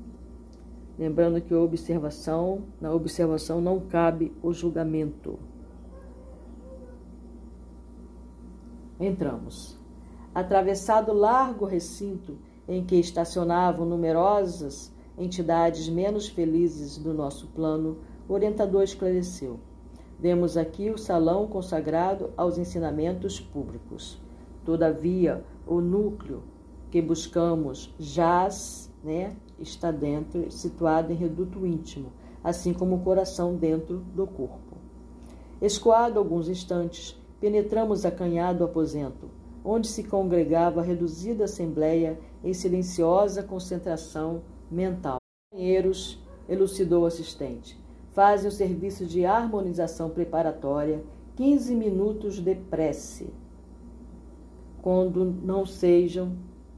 Lembrando que a observação, na observação não cabe o julgamento. Entramos. Atravessado largo recinto em que estacionavam numerosas entidades menos felizes do nosso plano, o orientador esclareceu: vemos aqui o salão consagrado aos ensinamentos públicos. Todavia, o núcleo que buscamos jaz, né, está dentro, situado em reduto íntimo, assim como o coração dentro do corpo. Escoado alguns instantes, penetramos acanhado aposento, onde se congregava a reduzida assembleia em silenciosa concentração mental. Companheiros, elucidou o assistente, fazem o serviço de harmonização preparatória, quinze minutos de prece. Quando não sejam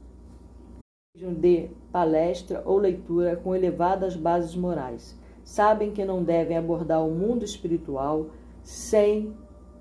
de palestra ou leitura com elevadas bases morais. Sabem que não devem abordar o mundo espiritual sem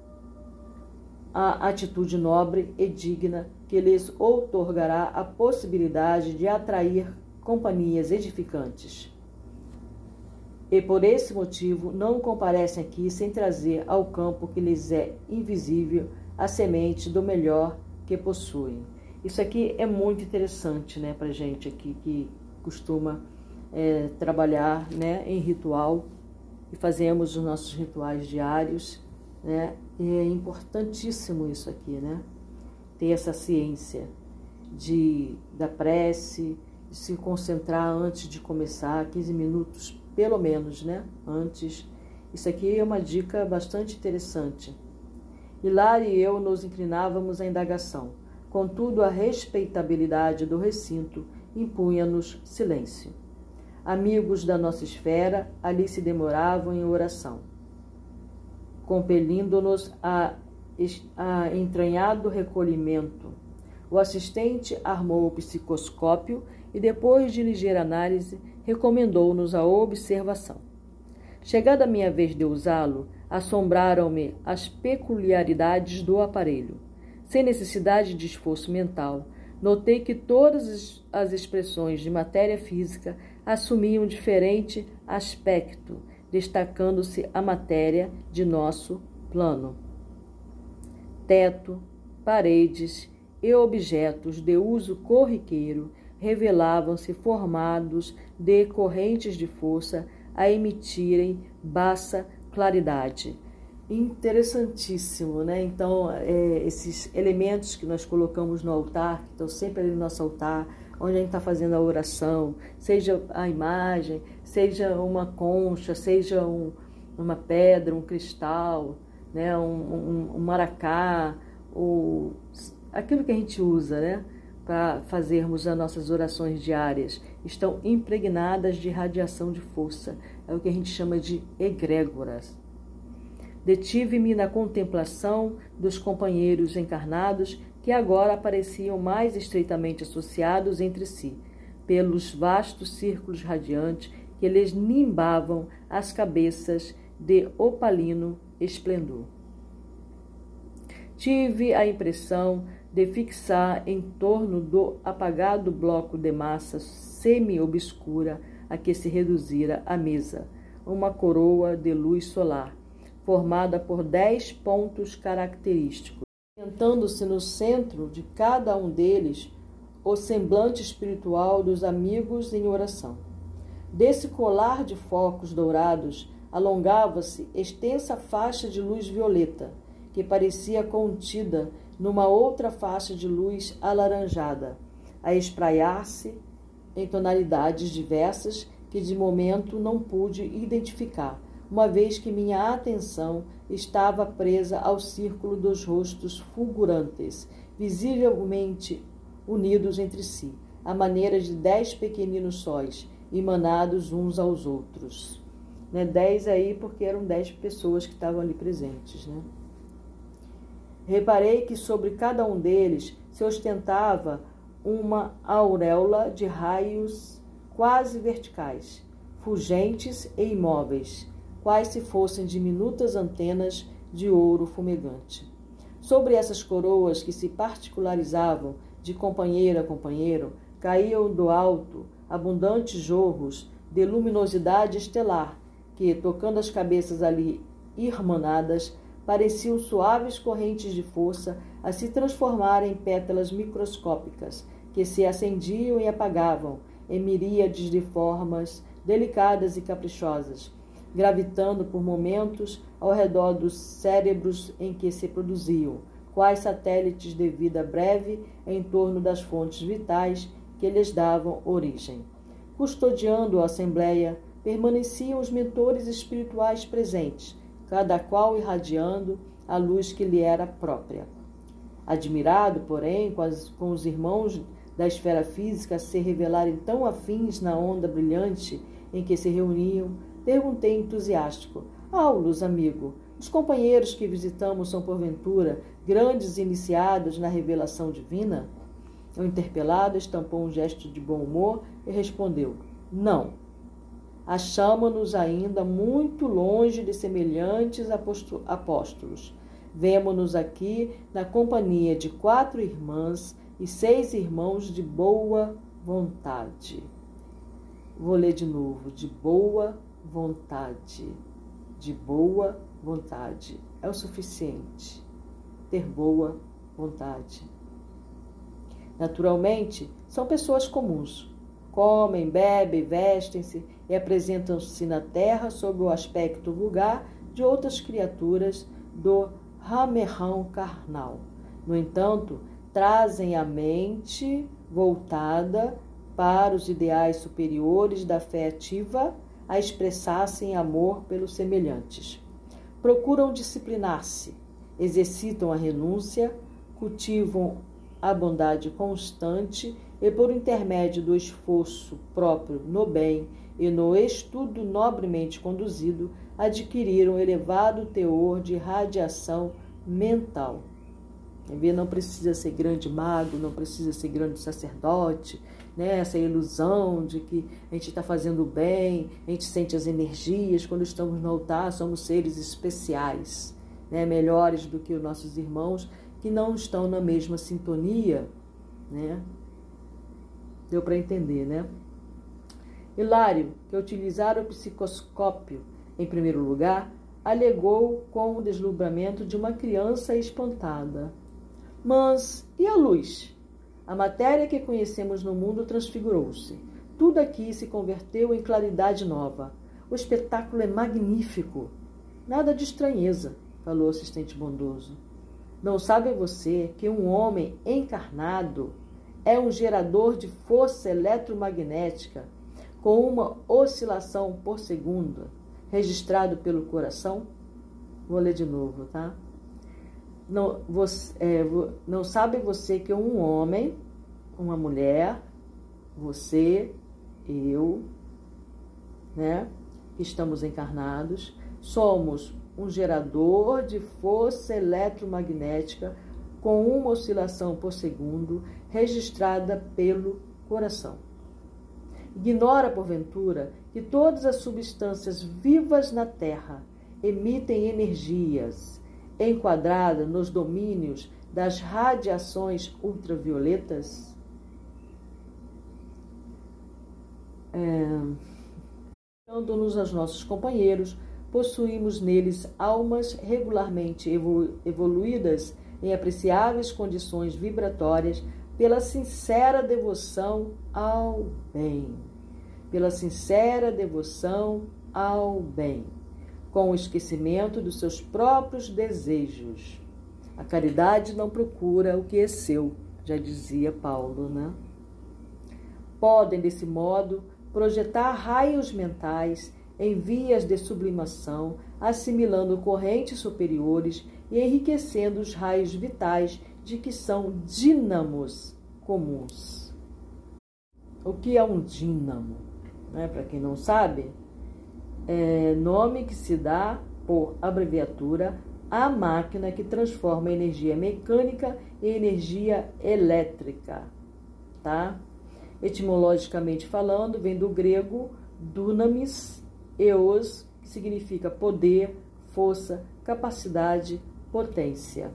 a atitude nobre e digna que lhes outorgará a possibilidade de atrair companhias edificantes. E por esse motivo não comparecem aqui sem trazer ao campo que lhes é invisível a semente do melhor que possuem. Isso aqui é muito interessante, né, para gente aqui que costuma é, trabalhar, né, em ritual e fazemos os nossos rituais diários, né? E é importantíssimo isso aqui, né? Ter essa ciência de da prece, de se concentrar antes de começar, quinze minutos pelo menos, né? Antes. Isso aqui é uma dica bastante interessante. Hilário e eu nos inclinávamos à indagação. Contudo, a respeitabilidade do recinto impunha-nos silêncio. Amigos da nossa esfera ali se demoravam em oração, compelindo-nos a, a entranhado recolhimento. O assistente armou o psicoscópio e, depois de ligeira análise, recomendou-nos a observação. Chegada a minha vez de usá-lo, assombraram-me as peculiaridades do aparelho. Sem necessidade de esforço mental, notei que todas as expressões de matéria física assumiam diferente aspecto, destacando-se a matéria de nosso plano. Teto, paredes e objetos de uso corriqueiro revelavam-se formados de correntes de força a emitirem baixa claridade. Interessantíssimo, né? Então, é, esses elementos que nós colocamos no altar, que estão sempre ali no nosso altar, onde a gente está fazendo a oração, seja a imagem, seja uma concha, seja um, uma pedra, um cristal, né, um, um, um maracá, ou aquilo que a gente usa, né, para fazermos as nossas orações diárias, estão impregnadas de radiação de força. É o que a gente chama de egrégoras. Detive-me na contemplação dos companheiros encarnados que agora apareciam mais estreitamente associados entre si, pelos vastos círculos radiantes que lhes nimbavam as cabeças de opalino esplendor. Tive a impressão de fixar em torno do apagado bloco de massa semi-obscura a que se reduzira a mesa, uma coroa de luz solar, formada por dez pontos característicos, sentando-se no centro de cada um deles o semblante espiritual dos amigos em oração. Desse colar de focos dourados alongava-se extensa faixa de luz violeta, que parecia contida numa outra faixa de luz alaranjada, a espraiar-se em tonalidades diversas que de momento não pude identificar, uma vez que minha atenção estava presa ao círculo dos rostos fulgurantes, visivelmente unidos entre si, à maneira de dez pequeninos sóis, emanados uns aos outros. Né? Dez aí porque eram dez pessoas que estavam ali presentes, né? Reparei que sobre cada um deles se ostentava uma auréola de raios quase verticais, fulgentes e imóveis, quais se fossem diminutas antenas de ouro fumegante. Sobre essas coroas que se particularizavam de companheiro a companheiro, caíam do alto abundantes jorros de luminosidade estelar, que, tocando as cabeças ali irmanadas, pareciam suaves correntes de força a se transformar em pétalas microscópicas, que se acendiam e apagavam em miríades de formas delicadas e caprichosas, gravitando por momentos ao redor dos cérebros em que se produziam, quais satélites de vida breve em torno das fontes vitais que lhes davam origem. Custodiando a assembleia, permaneciam os mentores espirituais presentes, cada qual irradiando a luz que lhe era própria. Admirado, porém, com, as, com os irmãos da esfera física se revelarem tão afins na onda brilhante em que se reuniam, perguntei entusiástico: Aulus, amigo, os companheiros que visitamos são, porventura, grandes iniciados na revelação divina? O interpelado estampou um gesto de bom humor e respondeu: não. Achamo-nos ainda muito longe de semelhantes apóstolos. Vemo-nos aqui na companhia de quatro irmãs e seis irmãos de boa vontade. Vou ler de novo. De boa vontade. De boa vontade. É o suficiente. Ter boa vontade. Naturalmente, são pessoas comuns. Comem, bebem, vestem-se e apresentam-se na terra sob o aspecto vulgar de outras criaturas do ramerrão carnal. No entanto, trazem a mente voltada para os ideais superiores da fé ativa a expressar-se em amor pelos semelhantes. Procuram disciplinar-se, exercitam a renúncia, cultivam a bondade constante e, por intermédio do esforço próprio no bem e no estudo nobremente conduzido, adquiriram elevado teor de radiação mental. Não precisa ser grande mago, não precisa ser grande sacerdote, né? Essa ilusão de que a gente está fazendo bem, a gente sente as energias, quando estamos no altar somos seres especiais, né? Melhores do que os nossos irmãos que não estão na mesma sintonia, né? Deu para entender, né? Hilário, que utilizara o psicoscópio em primeiro lugar, alegou com o deslumbramento de uma criança espantada: mas e a luz? A matéria que conhecemos no mundo transfigurou-se. Tudo aqui se converteu em claridade nova. O espetáculo é magnífico. Nada de estranheza, falou o assistente bondoso. Não sabe você que um homem encarnado é um gerador de força eletromagnética com uma oscilação por segundo, registrado pelo coração. Vou ler de novo, tá? Não, você, é, não sabe você que um homem, uma mulher, você, eu, né, que estamos encarnados, somos um gerador de força eletromagnética com uma oscilação por segundo registrada pelo coração. Ignora, porventura, que todas as substâncias vivas na Terra emitem energias enquadradas nos domínios das radiações ultravioletas? É... Dando-nos aos nossos companheiros, possuímos neles almas regularmente evolu evoluídas em apreciáveis condições vibratórias pela sincera devoção ao bem. Pela sincera devoção ao bem, com o esquecimento dos seus próprios desejos. A caridade não procura o que é seu, já dizia Paulo, né? Podem, desse modo, projetar raios mentais em vias de sublimação, assimilando correntes superiores e enriquecendo os raios vitais de que são dínamos comuns. O que é um dínamo? Né? Para quem não sabe, é nome que se dá, por abreviatura, à máquina que transforma a energia mecânica em energia elétrica. Tá? Etimologicamente falando, vem do grego dunamis, eos, que significa poder, força, capacidade, potência.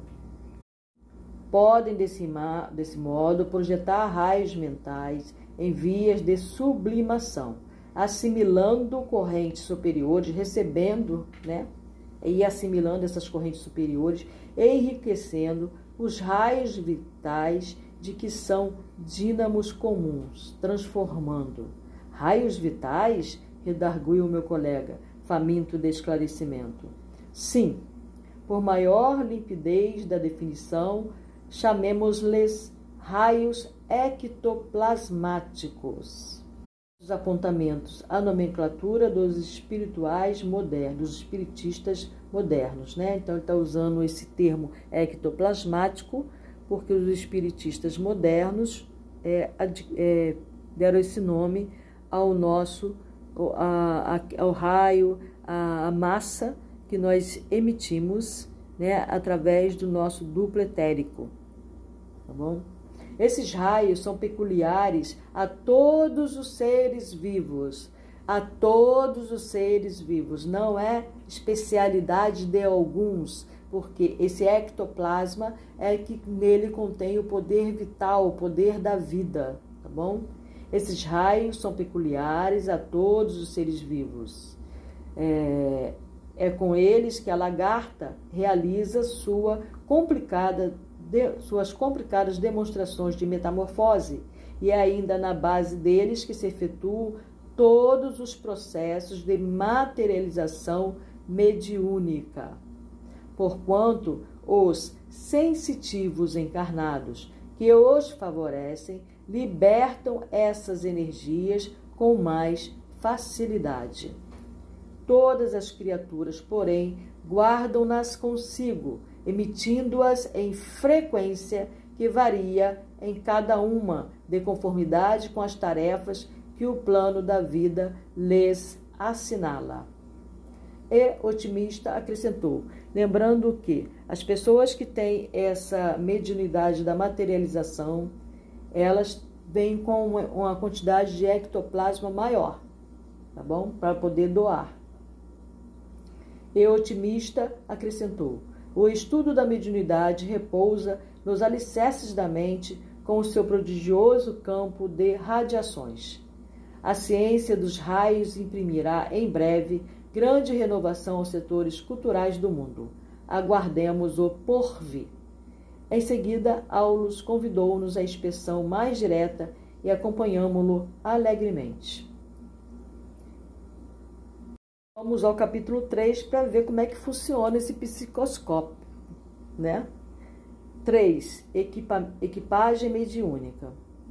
Podem, desse, desse modo, projetar raios mentais em vias de sublimação, assimilando correntes superiores, recebendo, né, e assimilando essas correntes superiores, enriquecendo os raios vitais de que são dínamos comuns, transformando. Raios vitais? Redarguiu o meu colega, faminto de esclarecimento. Sim, por maior limpidez da definição, chamemos-lhes raios ectoplasmáticos. Os apontamentos à nomenclatura dos espirituais modernos, dos espiritistas modernos, né? Então, ele está usando esse termo ectoplasmático porque os espiritistas modernos é, é, deram esse nome ao nosso, a, a, ao raio, a, a massa que nós emitimos, né, através do nosso duplo etérico, tá bom? Esses raios são peculiares a todos os seres vivos, a todos os seres vivos, não é especialidade de alguns, porque esse ectoplasma é que nele contém o poder vital, o poder da vida, tá bom? Esses raios são peculiares a todos os seres vivos. É, é com eles que a lagarta realiza sua complicada, de, suas complicadas demonstrações de metamorfose, e é ainda na base deles que se efetuam todos os processos de materialização mediúnica. Porquanto os sensitivos encarnados que os favorecem libertam essas energias com mais facilidade. Todas as criaturas, porém, guardam-nas consigo, emitindo-as em frequência que varia em cada uma, de conformidade com as tarefas que o plano da vida lhes assinala. E otimista acrescentou, lembrando que as pessoas que têm essa mediunidade da materialização, elas vêm com uma, uma quantidade de ectoplasma maior, tá bom? Para poder doar. E otimista acrescentou, o estudo da mediunidade repousa nos alicerces da mente com o seu prodigioso campo de radiações. A ciência dos raios imprimirá em breve grande renovação aos setores culturais do mundo. Aguardemos o porvir. Em seguida, Aulus convidou-nos à inspeção mais direta e acompanhamo-lo alegremente. Vamos ao capítulo três para ver como é que funciona esse psicoscópio, né? três. Equipa, equipagem mediúnica.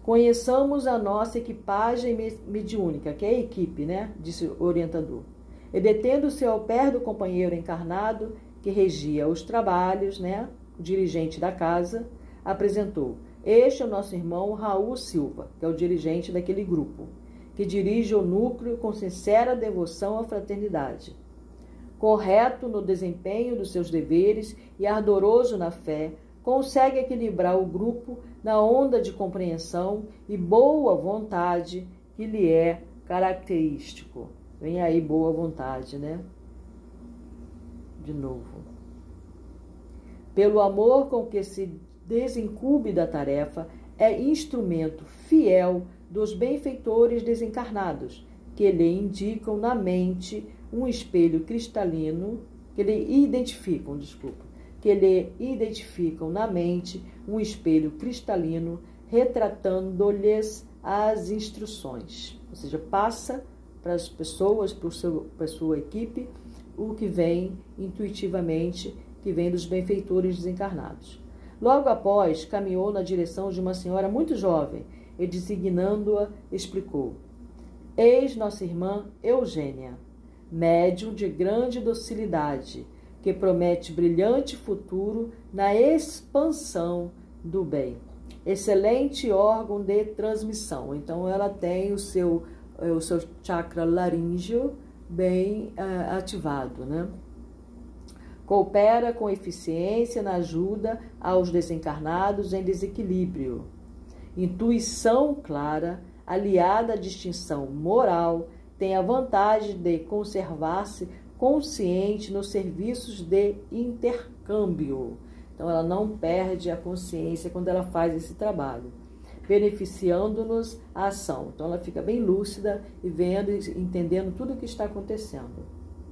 Conheçamos a nossa equipagem mediúnica, que é a equipe, né? Disse o orientador. E detendo-se ao pé do companheiro encarnado que regia os trabalhos, né? O dirigente da casa, apresentou: este é o nosso irmão Raul Silva, que é o dirigente daquele grupo, que dirige o núcleo com sincera devoção à fraternidade. Correto no desempenho dos seus deveres e ardoroso na fé, consegue equilibrar o grupo na onda de compreensão e boa vontade que lhe é característico. Vem aí boa vontade, né? De novo. Pelo amor com que se desincumbe da tarefa, é instrumento fiel dos benfeitores desencarnados, que lhe indicam na mente um espelho cristalino, que lhe identificam, desculpa, que lhe identificam na mente um espelho cristalino, retratando-lhes as instruções. Ou seja, passa para as pessoas, para, o seu, para a sua equipe, o que vem intuitivamente, que vem dos benfeitores desencarnados. Logo após, caminhou na direção de uma senhora muito jovem e, designando-a, explicou: eis nossa irmã Eugênia, médium de grande docilidade, que promete brilhante futuro na expansão do bem. Excelente órgão de transmissão. Então, ela tem o seu, o seu chakra laríngeo bem uh, ativado, né? Coopera com eficiência na ajuda aos desencarnados em desequilíbrio. Intuição clara, aliada à distinção moral, tem a vantagem de conservar-se consciente nos serviços de intercâmbio. Então, ela não perde a consciência quando ela faz esse trabalho, beneficiando-nos a ação. Então, ela fica bem lúcida e vendo e entendendo tudo o que está acontecendo.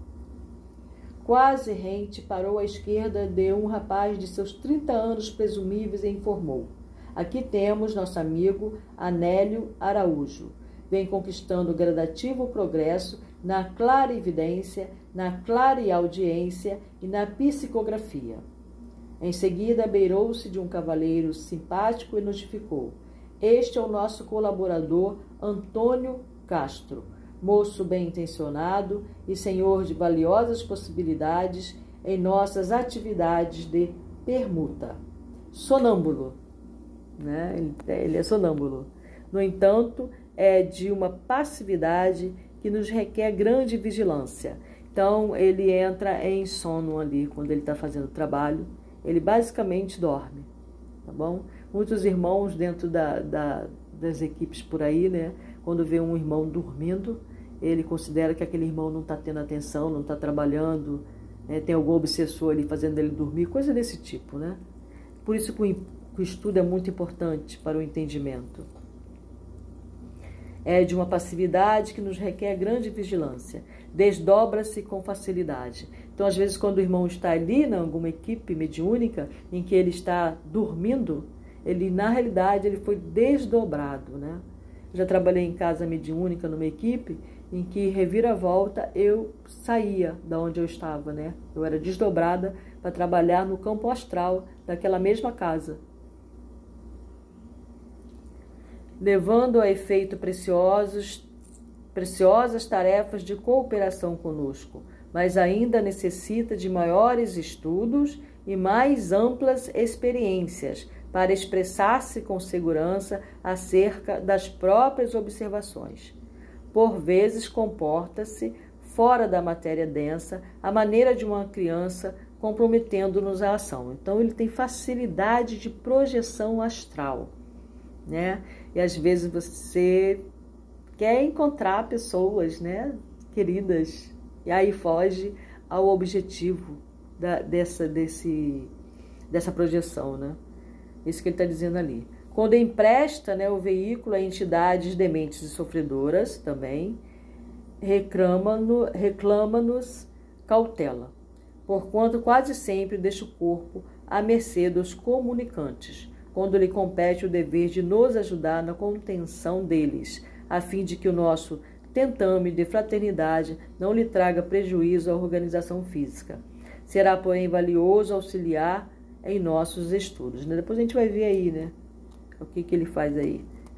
Quase rente, parou à esquerda de um rapaz de seus trinta anos presumíveis e informou: aqui temos nosso amigo Anélio Araújo. Vem conquistando gradativo progresso na clarividência, na clareaudiência e na psicografia. Em seguida, beirou-se de um cavaleiro simpático e notificou: este é o nosso colaborador Antônio Castro, moço bem-intencionado e senhor de valiosas possibilidades em nossas atividades de permuta. Sonâmbulo, né? Ele é sonâmbulo. No entanto, é de uma passividade que nos requer grande vigilância. Então, ele entra em sono ali, quando ele está fazendo o trabalho. Ele basicamente dorme, tá bom? Muitos irmãos dentro da, da, das equipes por aí, né? Quando vê um irmão dormindo, ele considera que aquele irmão não está tendo atenção, não está trabalhando, né? Tem algum obsessor ali fazendo ele dormir, coisa desse tipo, né? Por isso que o estudo é muito importante para o entendimento. É de uma passividade que nos requer grande vigilância. Desdobra-se com facilidade. Então, às vezes, quando o irmão está ali, em alguma equipe mediúnica, em que ele está dormindo, ele, na realidade, ele foi desdobrado, né? Já trabalhei em casa mediúnica, numa equipe, em que, reviravolta, eu saía da onde eu estava, né? Eu era desdobrada para trabalhar no campo astral daquela mesma casa, levando a efeito preciosos, preciosas tarefas de cooperação conosco, mas ainda necessita de maiores estudos e mais amplas experiências para expressar-se com segurança acerca das próprias observações. Por vezes comporta-se, fora da matéria densa, à maneira de uma criança, comprometendo-nos à ação. Então, ele tem facilidade de projeção astral, né? E às vezes você quer encontrar pessoas, né, queridas, e aí foge ao objetivo da, dessa, desse, dessa projeção, né? Isso que ele está dizendo ali. Quando empresta, né, o veículo a entidades dementes e sofredoras também, reclama-nos reclama cautela, porquanto quase sempre deixa o corpo à mercê dos comunicantes, quando lhe compete o dever de nos ajudar na contenção deles, a fim de que o nosso tentame de fraternidade não lhe traga prejuízo à organização física. Será, porém, valioso auxiliar em nossos estudos. Depois a gente vai ver aí, né, o que, que ele faz aí.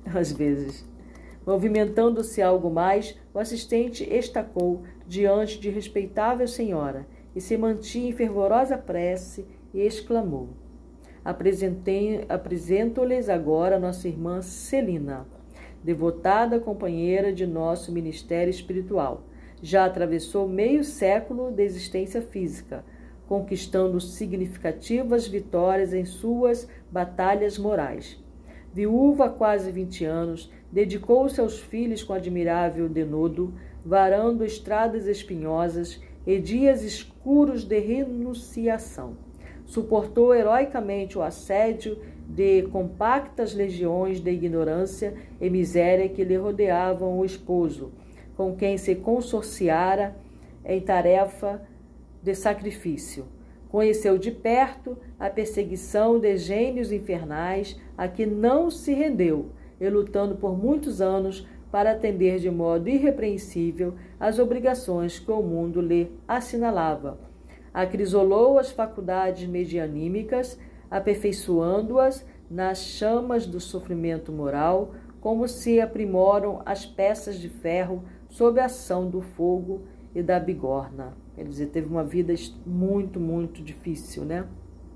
às vezes. Movimentando-se algo mais, o assistente estacou diante de respeitável senhora e se mantinha em fervorosa prece e exclamou: Apresento-lhes agora nossa irmã Celina, devotada companheira de nosso ministério espiritual. Já atravessou meio século de existência física, conquistando significativas vitórias em suas batalhas morais. Viúva há quase vinte anos, dedicou-se aos filhos com admirável denodo, varando estradas espinhosas e dias escuros de renunciação. Suportou heroicamente o assédio de compactas legiões de ignorância e miséria que lhe rodeavam o esposo, com quem se consorciara em tarefa de sacrifício. Conheceu de perto a perseguição de gênios infernais a que não se rendeu, e lutando por muitos anos para atender de modo irrepreensível às obrigações que o mundo lhe assinalava. Acrisolou as faculdades medianímicas, aperfeiçoando-as nas chamas do sofrimento moral, como se aprimoram as peças de ferro sob a ação do fogo e da bigorna. Quer dizer, teve uma vida muito, muito difícil, né?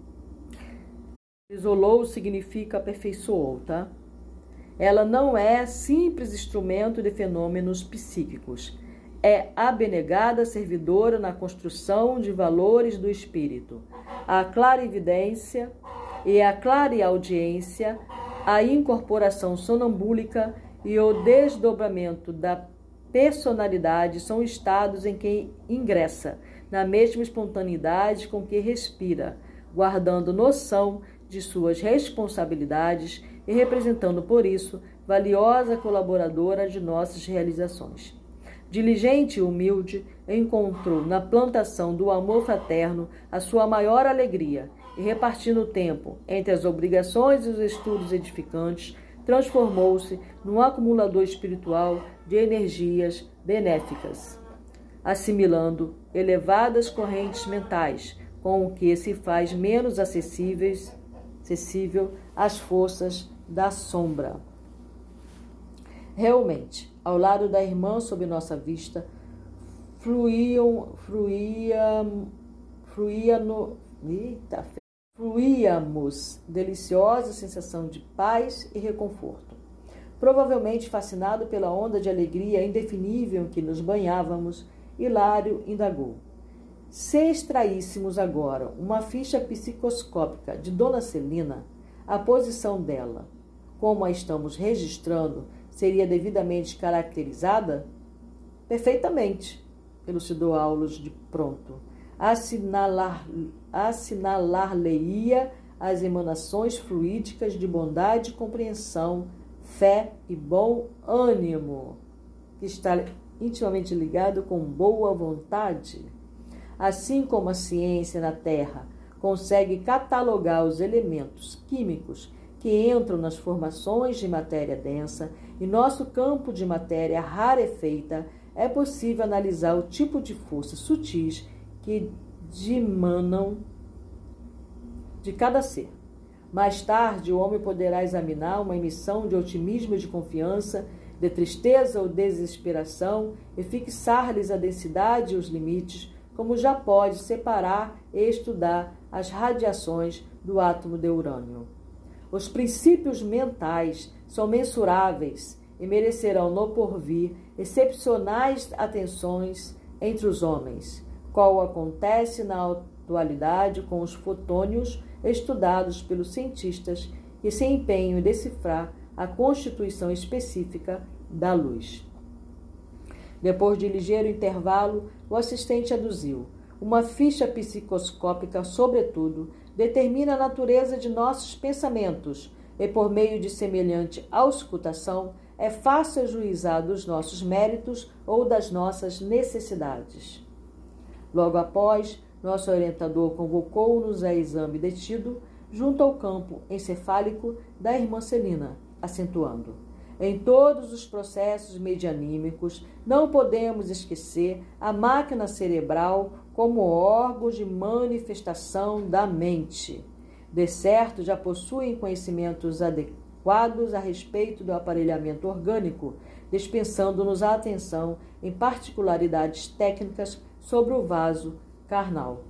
Isolou significa aperfeiçoou, tá? Ela não é simples instrumento de fenômenos psíquicos. É abnegada servidora na construção de valores do espírito. A clarividência e a clareaudiência, a incorporação sonambúlica e o desdobramento da personalidade são estados em que ingressa, na mesma espontaneidade com que respira, guardando noção de suas responsabilidades e representando, por isso, valiosa colaboradora de nossas realizações. Diligente e humilde, encontrou na plantação do amor fraterno a sua maior alegria e, repartindo o tempo entre as obrigações e os estudos edificantes, transformou-se num acumulador espiritual de energias benéficas, assimilando elevadas correntes mentais, com o que se faz menos acessíveis, acessível às forças da sombra. Realmente, ao lado da irmã sob nossa vista, fluíam, fluía, fluía no, eita, fluíamos deliciosa sensação de paz e reconforto. Provavelmente fascinado pela onda de alegria indefinível em que nos banhávamos, Hilário indagou: se extraíssemos agora uma ficha psicoscópica de Dona Celina, a posição dela, como a estamos registrando, seria devidamente caracterizada? Perfeitamente, elucidou Aulus de pronto. Assinalar, assinalar-lhe-ia as emanações fluídicas de bondade, compreensão, fé e bom ânimo, que está intimamente ligado com boa vontade. Assim como a ciência na Terra consegue catalogar os elementos químicos que entram nas formações de matéria densa, e nosso campo de matéria rarefeita, é possível analisar o tipo de forças sutis que dimanam de cada ser. Mais tarde, o homem poderá examinar uma emissão de otimismo e de confiança, de tristeza ou desesperação, e fixar-lhes a densidade e os limites, como já pode separar e estudar as radiações do átomo de urânio. Os princípios mentais são mensuráveis e merecerão no porvir excepcionais atenções entre os homens, qual acontece na atualidade com os fotônios estudados pelos cientistas que se empenham em decifrar a constituição específica da luz. Depois de ligeiro intervalo, o assistente aduziu: uma ficha psicoscópica, sobretudo, determina a natureza de nossos pensamentos e, por meio de semelhante auscultação, é fácil ajuizar dos nossos méritos ou das nossas necessidades. Logo após, nosso orientador convocou-nos a exame detido junto ao campo encefálico da irmã Celina, acentuando: em todos os processos medianímicos, não podemos esquecer a máquina cerebral como órgão de manifestação da mente. De certo, já possuem conhecimentos quadros a respeito do aparelhamento orgânico, dispensando-nos a atenção em particularidades técnicas sobre o vaso carnal.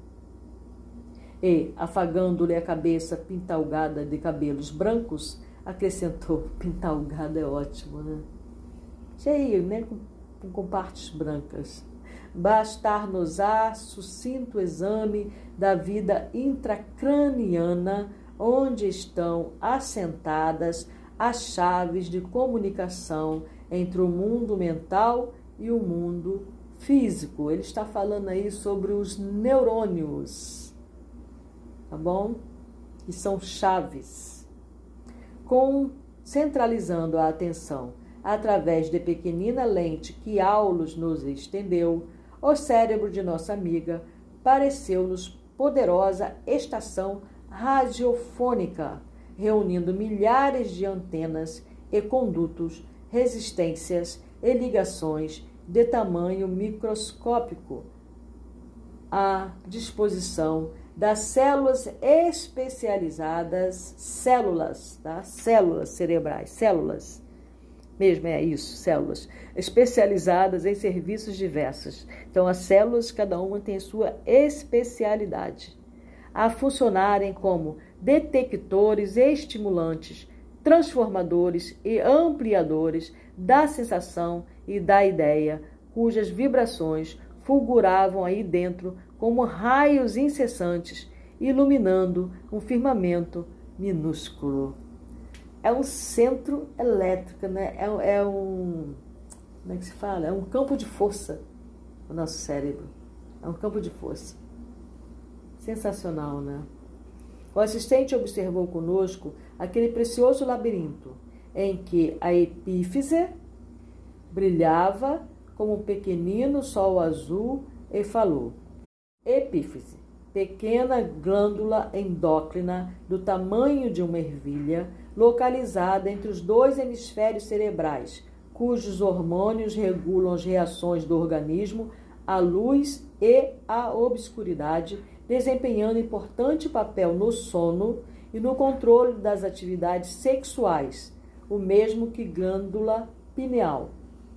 E, afagando-lhe a cabeça pintalgada de cabelos brancos, acrescentou: pintalgada é ótimo, né? Cheio, né? Com, com partes brancas. Bastar-nos-á sucinto exame da vida intracraniana, onde estão assentadas as chaves de comunicação entre o mundo mental e o mundo físico. Ele está falando aí sobre os neurônios, tá bom? Que são chaves. Com, centralizando a atenção através de pequenina lente que Aulus nos estendeu, o cérebro de nossa amiga pareceu-nos poderosa estação radiofônica, reunindo milhares de antenas e condutos, resistências e ligações de tamanho microscópico à disposição das células especializadas, células, tá? Células cerebrais, células, mesmo é isso, células, especializadas em serviços diversos. Então, as células, cada uma tem sua especialidade, a funcionarem como detectores estimulantes, transformadores e ampliadores da sensação e da ideia, cujas vibrações fulguravam aí dentro como raios incessantes, iluminando um firmamento minúsculo. É um centro elétrico, né? É, é um... Como é que se fala? É um campo de força, o nosso cérebro. É um campo de força. Sensacional, né? O assistente observou conosco aquele precioso labirinto em que a epífise brilhava como um pequenino sol azul e falou: epífise, pequena glândula endócrina do tamanho de uma ervilha, localizada entre os dois hemisférios cerebrais, cujos hormônios regulam as reações do organismo à luz e à obscuridade, desempenhando importante papel no sono e no controle das atividades sexuais, o mesmo que glândula pineal.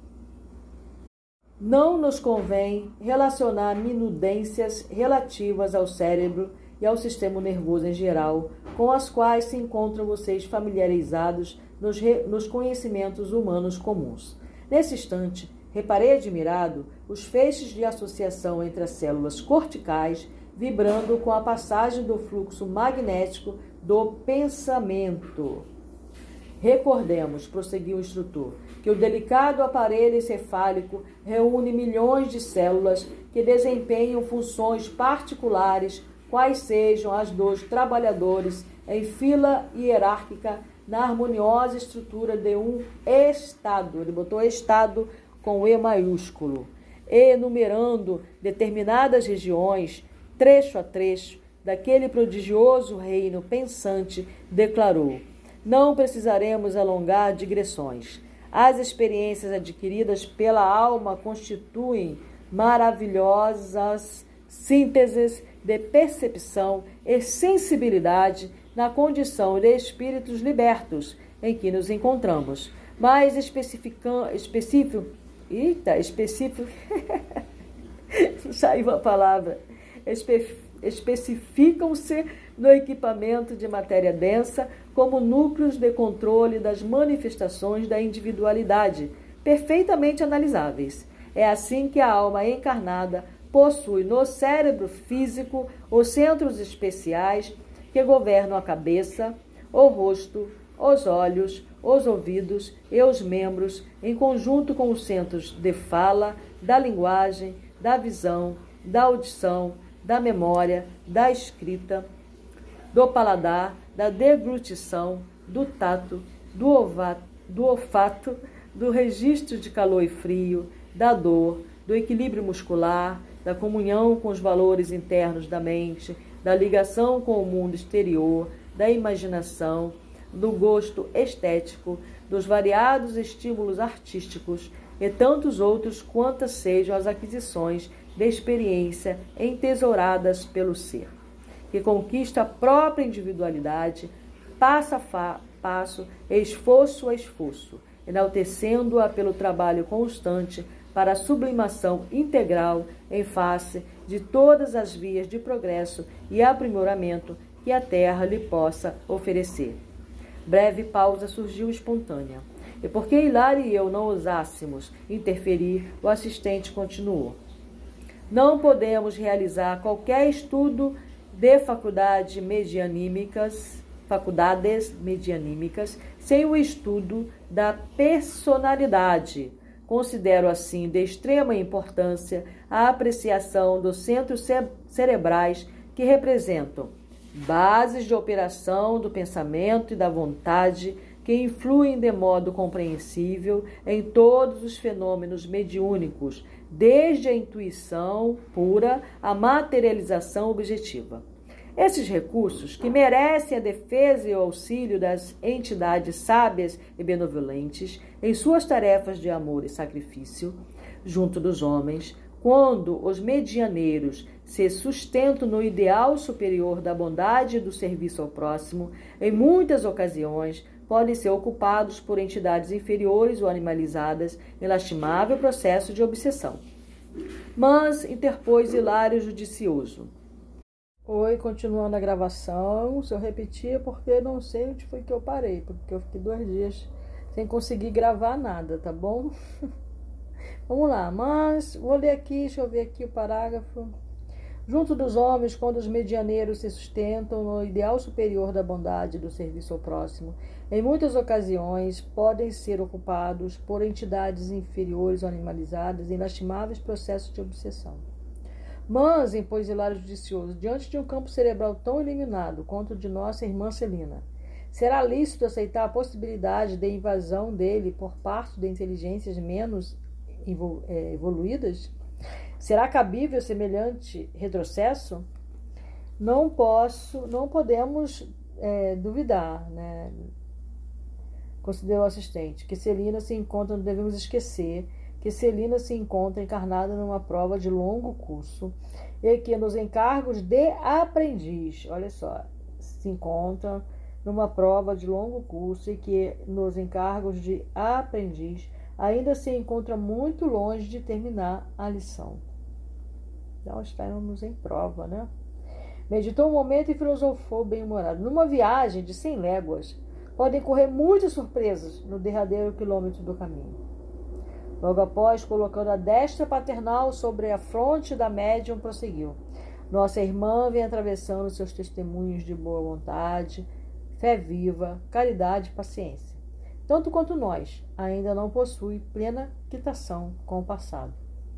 Não nos convém relacionar minudências relativas ao cérebro e ao sistema nervoso em geral, com as quais se encontram vocês familiarizados nos, re... nos conhecimentos humanos comuns. Nesse instante, reparei admirado os feixes de associação entre as células corticais, vibrando com a passagem do fluxo magnético do pensamento. Recordemos, prosseguiu o instrutor, que o delicado aparelho encefálico reúne milhões de células que desempenham funções particulares, quais sejam as dos trabalhadores em fila hierárquica na harmoniosa estrutura de um estado. Ele botou estado com E maiúsculo. Enumerando determinadas regiões, trecho a trecho, daquele prodigioso reino pensante, declarou: não precisaremos alongar digressões. As experiências adquiridas pela alma constituem maravilhosas sínteses de percepção e sensibilidade na condição de espíritos libertos em que nos encontramos. Mas especificam, específico, eita, específico, saiu a palavra, Espe, especificam-se no equipamento de matéria densa como núcleos de controle das manifestações da individualidade, perfeitamente analisáveis. É assim que a alma encarnada possui no cérebro físico os centros especiais que governam a cabeça, o rosto, os olhos, os ouvidos e os membros, em conjunto com os centros de fala, da linguagem, da visão, da audição, da memória, da escrita, do paladar, da deglutição, do tato, do, ovato, do olfato, do registro de calor e frio, da dor, do equilíbrio muscular, da comunhão com os valores internos da mente, da ligação com o mundo exterior, da imaginação, do gosto estético, dos variados estímulos artísticos e tantos outros quantas sejam as aquisições de experiência entesouradas pelo ser, que conquista a própria individualidade, passa, fa passo, esforço a esforço, enaltecendo-a pelo trabalho constante para a sublimação integral em face de todas as vias de progresso e aprimoramento que a Terra lhe possa oferecer. Breve pausa surgiu espontânea. E porque Hilário e eu não ousássemos interferir, o assistente continuou. Não podemos realizar qualquer estudo de faculdade medianímicas, faculdades medianímicas sem o estudo da personalidade. Considero assim de extrema importância a apreciação dos centros cerebrais que representam bases de operação do pensamento e da vontade que influem de modo compreensível em todos os fenômenos mediúnicos, desde a intuição pura à materialização objetiva. Esses recursos, que merecem a defesa e o auxílio das entidades sábias e benevolentes em suas tarefas de amor e sacrifício, junto dos homens, quando os medianeiros se sustentam no ideal superior da bondade e do serviço ao próximo, em muitas ocasiões podem ser ocupados por entidades inferiores ou animalizadas em lastimável processo de obsessão. Mas interpôs Hilário judicioso. Oi, continuando a gravação, se eu repetir porque não sei onde foi que eu parei, porque eu fiquei dois dias sem conseguir gravar nada, tá bom? Vamos lá, mas vou ler aqui, deixa eu ver aqui o parágrafo. Junto dos homens, quando os medianeiros se sustentam no ideal superior da bondade e do serviço ao próximo, em muitas ocasiões podem ser ocupados por entidades inferiores ou animalizadas em lastimáveis processos de obsessão. Mas, impôs Hilário judicioso, diante de um campo cerebral tão eliminado quanto o de nossa irmã Celina, será lícito aceitar a possibilidade de invasão dele por parte de inteligências menos evoluídas? Será cabível semelhante retrocesso? Não posso, não podemos é, duvidar, né? Considerou o assistente, que Celina se encontra, não devemos esquecer, que Celina se encontra encarnada numa prova de longo curso e que nos encargos de aprendiz, olha só, se encontra numa prova de longo curso e que nos encargos de aprendiz ainda se encontra muito longe de terminar a lição. Então, estamos em prova, né? Meditou um momento e filosofou bem-humorado. Numa viagem de cem léguas, podem correr muitas surpresas no derradeiro quilômetro do caminho. Logo após, colocando a destra paternal sobre a fronte da médium, prosseguiu. Nossa irmã vem atravessando seus testemunhos de boa vontade, fé viva, caridade e paciência. Tanto quanto nós, ainda não possui plena quitação com o passado.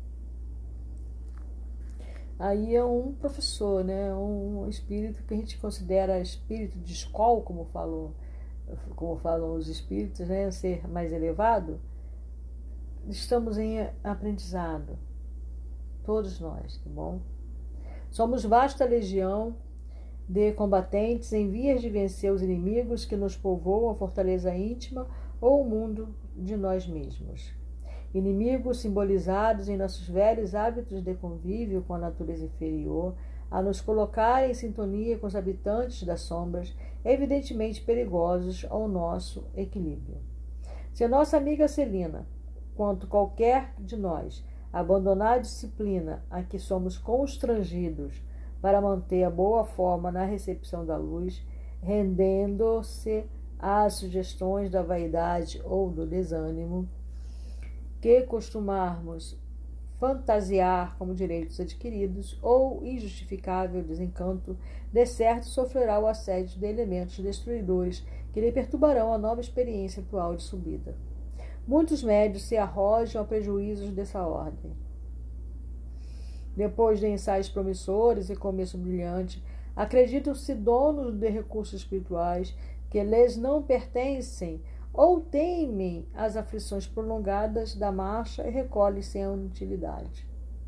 Aí é um professor, né? Um espírito que a gente considera espírito de escola, como falou, como falam os espíritos, né? Ser mais elevado. Estamos em aprendizado, todos nós, tá bom? Somos vasta legião de combatentes em vias de vencer os inimigos que nos povoam a fortaleza íntima ou o mundo de nós mesmos. Inimigos simbolizados em nossos velhos hábitos de convívio com a natureza inferior, a nos colocar em sintonia com os habitantes das sombras, evidentemente perigosos ao nosso equilíbrio. Se a nossa amiga Celina, quanto qualquer de nós, abandonar a disciplina a que somos constrangidos para manter a boa forma na recepção da luz, rendendo-se às sugestões da vaidade ou do desânimo, que costumarmos fantasiar como direitos adquiridos ou injustificável desencanto, de certo sofrerá o assédio de elementos destruidores que lhe perturbarão a nova experiência atual de subida. Muitos médios se arrojam a prejuízos dessa ordem. Depois de ensaios promissores e começo brilhante, acreditam-se donos de recursos espirituais que lhes não pertencem ou temem as aflições prolongadas da marcha e recolhem sem a utilidade.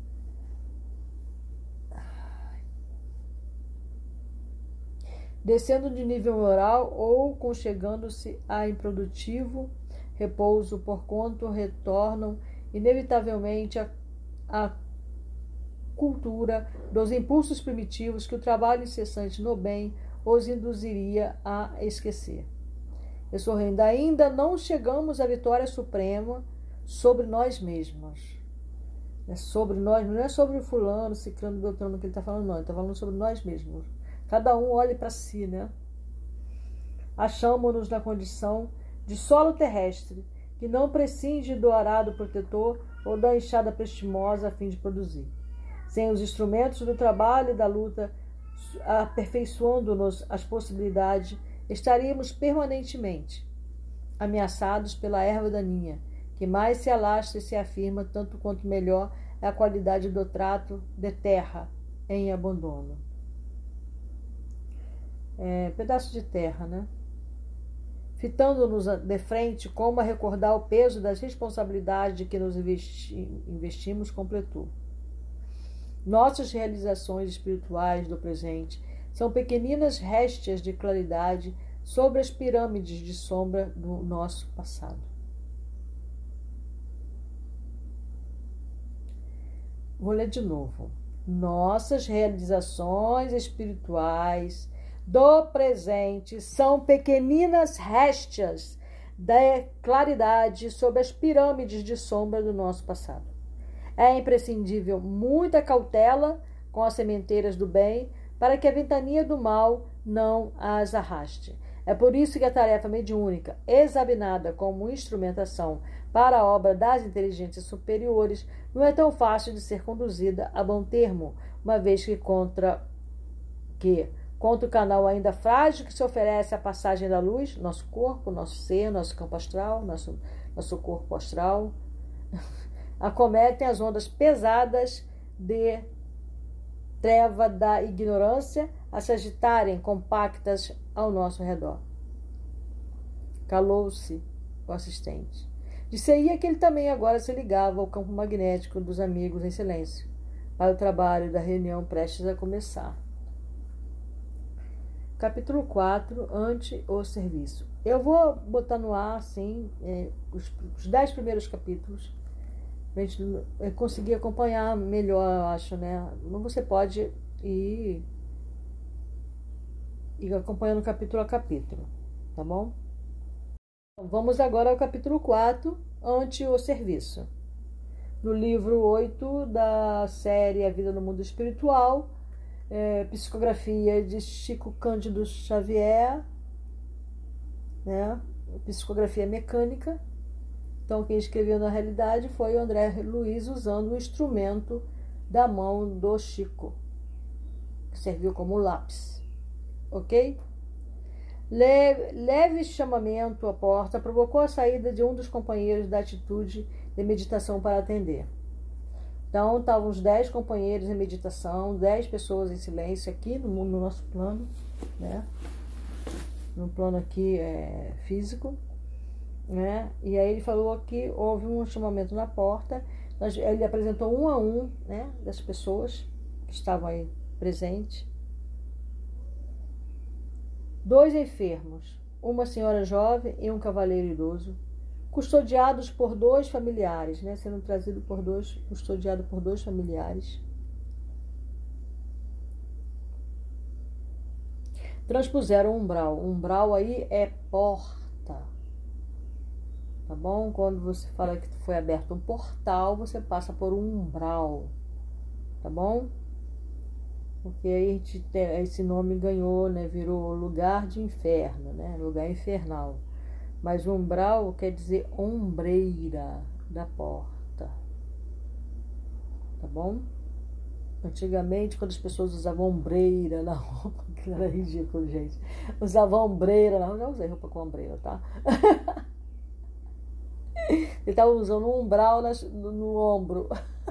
Descendo de nível moral ou conchegando-se a improdutivo repouso, porquanto retornam inevitavelmente à, à cultura dos impulsos primitivos que o trabalho incessante no bem os induziria a esquecer. E sorrindo, ainda não chegamos à vitória suprema sobre nós mesmos. É sobre nós, não é sobre o fulano, ciclano, beltrano que ele está falando, não. Ele está falando sobre nós mesmos. Cada um olhe para si, né? Achamos-nos na condição de solo terrestre, que não prescinde do arado protetor ou da enxada prestimosa a fim de produzir. Sem os instrumentos do trabalho e da luta, aperfeiçoando-nos as possibilidades, estaríamos permanentemente ameaçados pela erva daninha, que mais se alastra e se afirma, tanto quanto melhor é a qualidade do trato de terra em abandono. É, pedaço de terra, né? Fitando-nos de frente, como a recordar o peso das responsabilidades de que nos investi investimos, completou. Nossas realizações espirituais do presente são pequeninas réstias de claridade sobre as pirâmides de sombra do nosso passado. Vou ler de novo. Nossas realizações espirituais do presente são pequeninas réstias da claridade sobre as pirâmides de sombra do nosso passado. É imprescindível muita cautela com as sementeiras do bem para que a ventania do mal não as arraste. É por isso que a tarefa mediúnica, examinada como instrumentação para a obra das inteligências superiores, não é tão fácil de ser conduzida a bom termo, uma vez que contra que contra o canal ainda frágil que se oferece à passagem da luz, nosso corpo, nosso ser, nosso campo astral, nosso, nosso corpo astral, acometem as ondas pesadas de treva da ignorância a se agitarem compactas ao nosso redor. Calou-se o assistente. Disse-ia que ele também agora se ligava ao campo magnético dos amigos em silêncio, para o trabalho da reunião prestes a começar. Capítulo quatro, ante o serviço. Eu vou botar no ar, assim, é, os, os dez primeiros capítulos, para a gente conseguir acompanhar melhor, eu acho, né? Mas você pode ir, ir acompanhando capítulo a capítulo, tá bom? Vamos agora ao capítulo quatro, ante o serviço. No livro oito da série A Vida no Mundo Espiritual, é, psicografia de Chico Cândido Xavier, né? Psicografia mecânica. Então, quem escreveu na realidade foi o André Luiz, usando o instrumento da mão do Chico, que serviu como lápis. Ok? Leve, leve chamamento à porta provocou a saída de um dos companheiros da atitude de meditação para atender. Então, estavam os dez companheiros em meditação, dez pessoas em silêncio aqui no, no nosso plano, né? No plano aqui é, físico, né? E aí ele falou que houve um chamamento na porta. Ele apresentou um a um, né, das pessoas que estavam aí presentes. Dois enfermos, uma senhora jovem e um cavaleiro idoso, custodiados por dois familiares, né, sendo trazido por dois, custodiado por dois familiares. Transpuseram o umbral. O umbral aí é porta, tá bom? Quando você fala que foi aberto um portal, você passa por um umbral, tá bom? Porque aí a gente tem, esse nome ganhou, né? Virou lugar de inferno, né? Lugar infernal. Mas umbral quer dizer ombreira da porta, tá bom? Antigamente, quando as pessoas usavam ombreira na roupa, que era ridículo, gente. Usavam ombreira na roupa, eu já usei roupa com ombreira, tá? Ele estava usando um umbral nas, no, no ombro.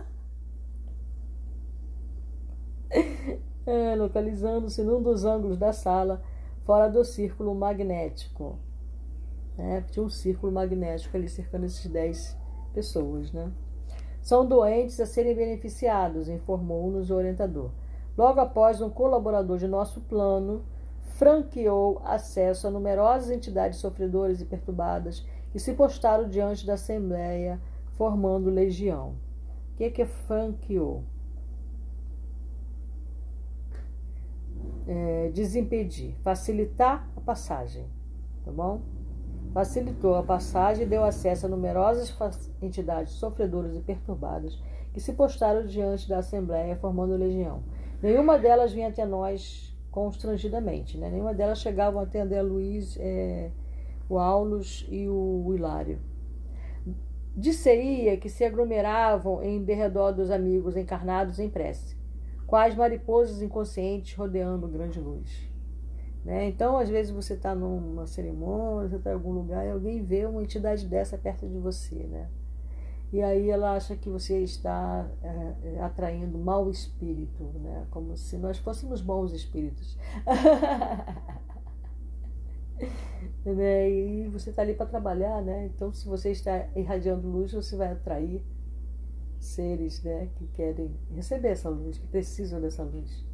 É, localizando-se num dos ângulos da sala, fora do círculo magnético. É, tinha um círculo magnético ali cercando esses dez pessoas, né? São doentes a serem beneficiados, informou-nos o orientador. Logo após, um colaborador de nosso plano franqueou acesso a numerosas entidades sofredoras e perturbadas que se postaram diante da Assembleia, formando legião. O que que franqueou? É, desimpedir, facilitar a passagem, tá bom? facilitou a passagem e deu acesso a numerosas entidades sofredoras e perturbadas que se postaram diante da Assembleia, formando legião. Nenhuma delas vinha até nós constrangidamente, né? Nenhuma delas chegava a atender a Luís, é, o Aulus e o Hilário. Dir-se-ia que se aglomeravam em derredor dos amigos encarnados em prece, quais mariposas inconscientes rodeando grande luz. Né? Então, às vezes você está numa cerimônia, você está em algum lugar e alguém vê uma entidade dessa perto de você, né? E aí ela acha que você está é, atraindo mau espírito, né? Como se nós fôssemos bons espíritos. Né? E você está ali para trabalhar, né? Então, se você está irradiando luz, você vai atrair seres, né, que querem receber essa luz, que precisam dessa luz.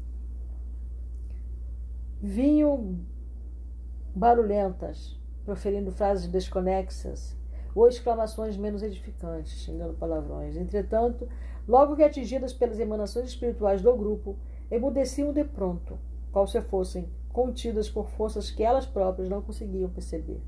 Vinham barulhentas, proferindo frases desconexas ou exclamações menos edificantes, xingando palavrões. Entretanto, logo que atingidas pelas emanações espirituais do grupo, emudeciam de pronto, qual se fossem contidas por forças que elas próprias não conseguiam perceber.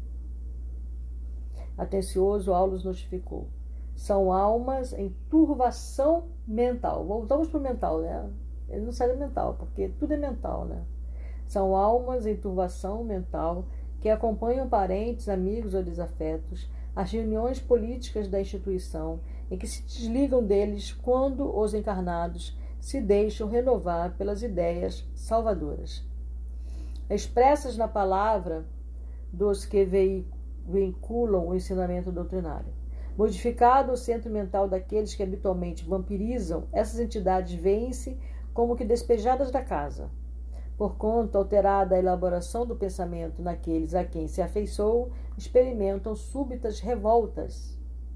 Atencioso, Aulus notificou: são almas em turvação mental. Voltamos para o mental, né? Ele não sai do mental, porque tudo é mental, né? São almas em turvação mental que acompanham parentes, amigos ou desafetos, as reuniões políticas da instituição e que se desligam deles quando os encarnados se deixam renovar pelas ideias salvadoras, expressas na palavra dos que veiculam o ensinamento doutrinário. Modificado o centro mental daqueles que habitualmente vampirizam, essas entidades veem-se como que despejadas da casa. Porquanto, alterada a elaboração do pensamento naqueles a quem se afeiçoou, experimentam súbitas revoltas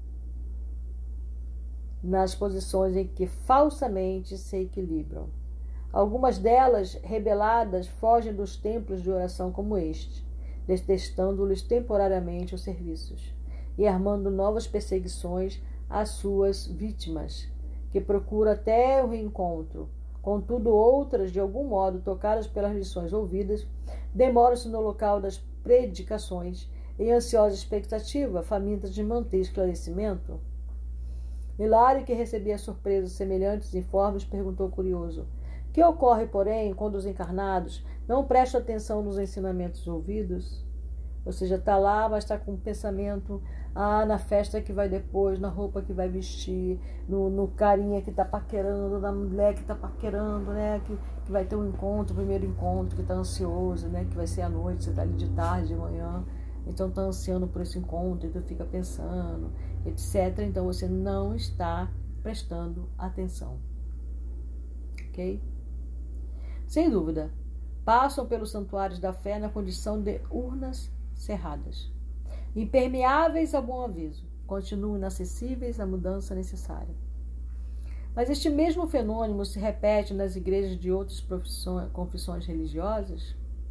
nas posições em que falsamente se equilibram. Algumas delas, rebeladas, fogem dos templos de oração como este, detestando-lhes temporariamente os serviços e armando novas perseguições às suas vítimas, que procuram até o reencontro. Contudo, outras, de algum modo tocadas pelas lições ouvidas, demoram-se no local das predicações, em ansiosa expectativa, famintas de manter esclarecimento. Hilário, que recebia surpresas semelhantes informes, perguntou curioso: que ocorre, porém, quando os encarnados não prestam atenção nos ensinamentos ouvidos? Ou seja, está lá, mas está com o pensamento ah, na festa que vai depois, na roupa que vai vestir, no, no carinha que está paquerando, na mulher que está paquerando, né? Que, que vai ter um encontro, o primeiro encontro, que está ansioso, né? Que vai ser à noite, você está ali de tarde, de manhã. Então está ansiando por esse encontro, então fica pensando, etcétera. Então você não está prestando atenção. Ok? Sem dúvida, passam pelos santuários da fé na condição de urnas cerradas, impermeáveis ao bom aviso, continuam inacessíveis à mudança necessária. Mas este mesmo fenômeno se repete nas igrejas de outras confissões religiosas?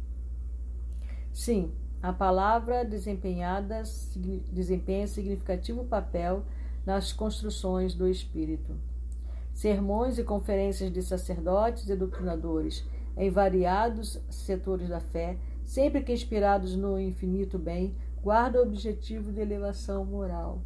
Sim, a palavra desempenhada desempenha significativo papel nas construções do espírito. Sermões e conferências de sacerdotes e doutrinadores em variados setores da fé, sempre que inspirados no infinito bem, guardam o objetivo de elevação moral.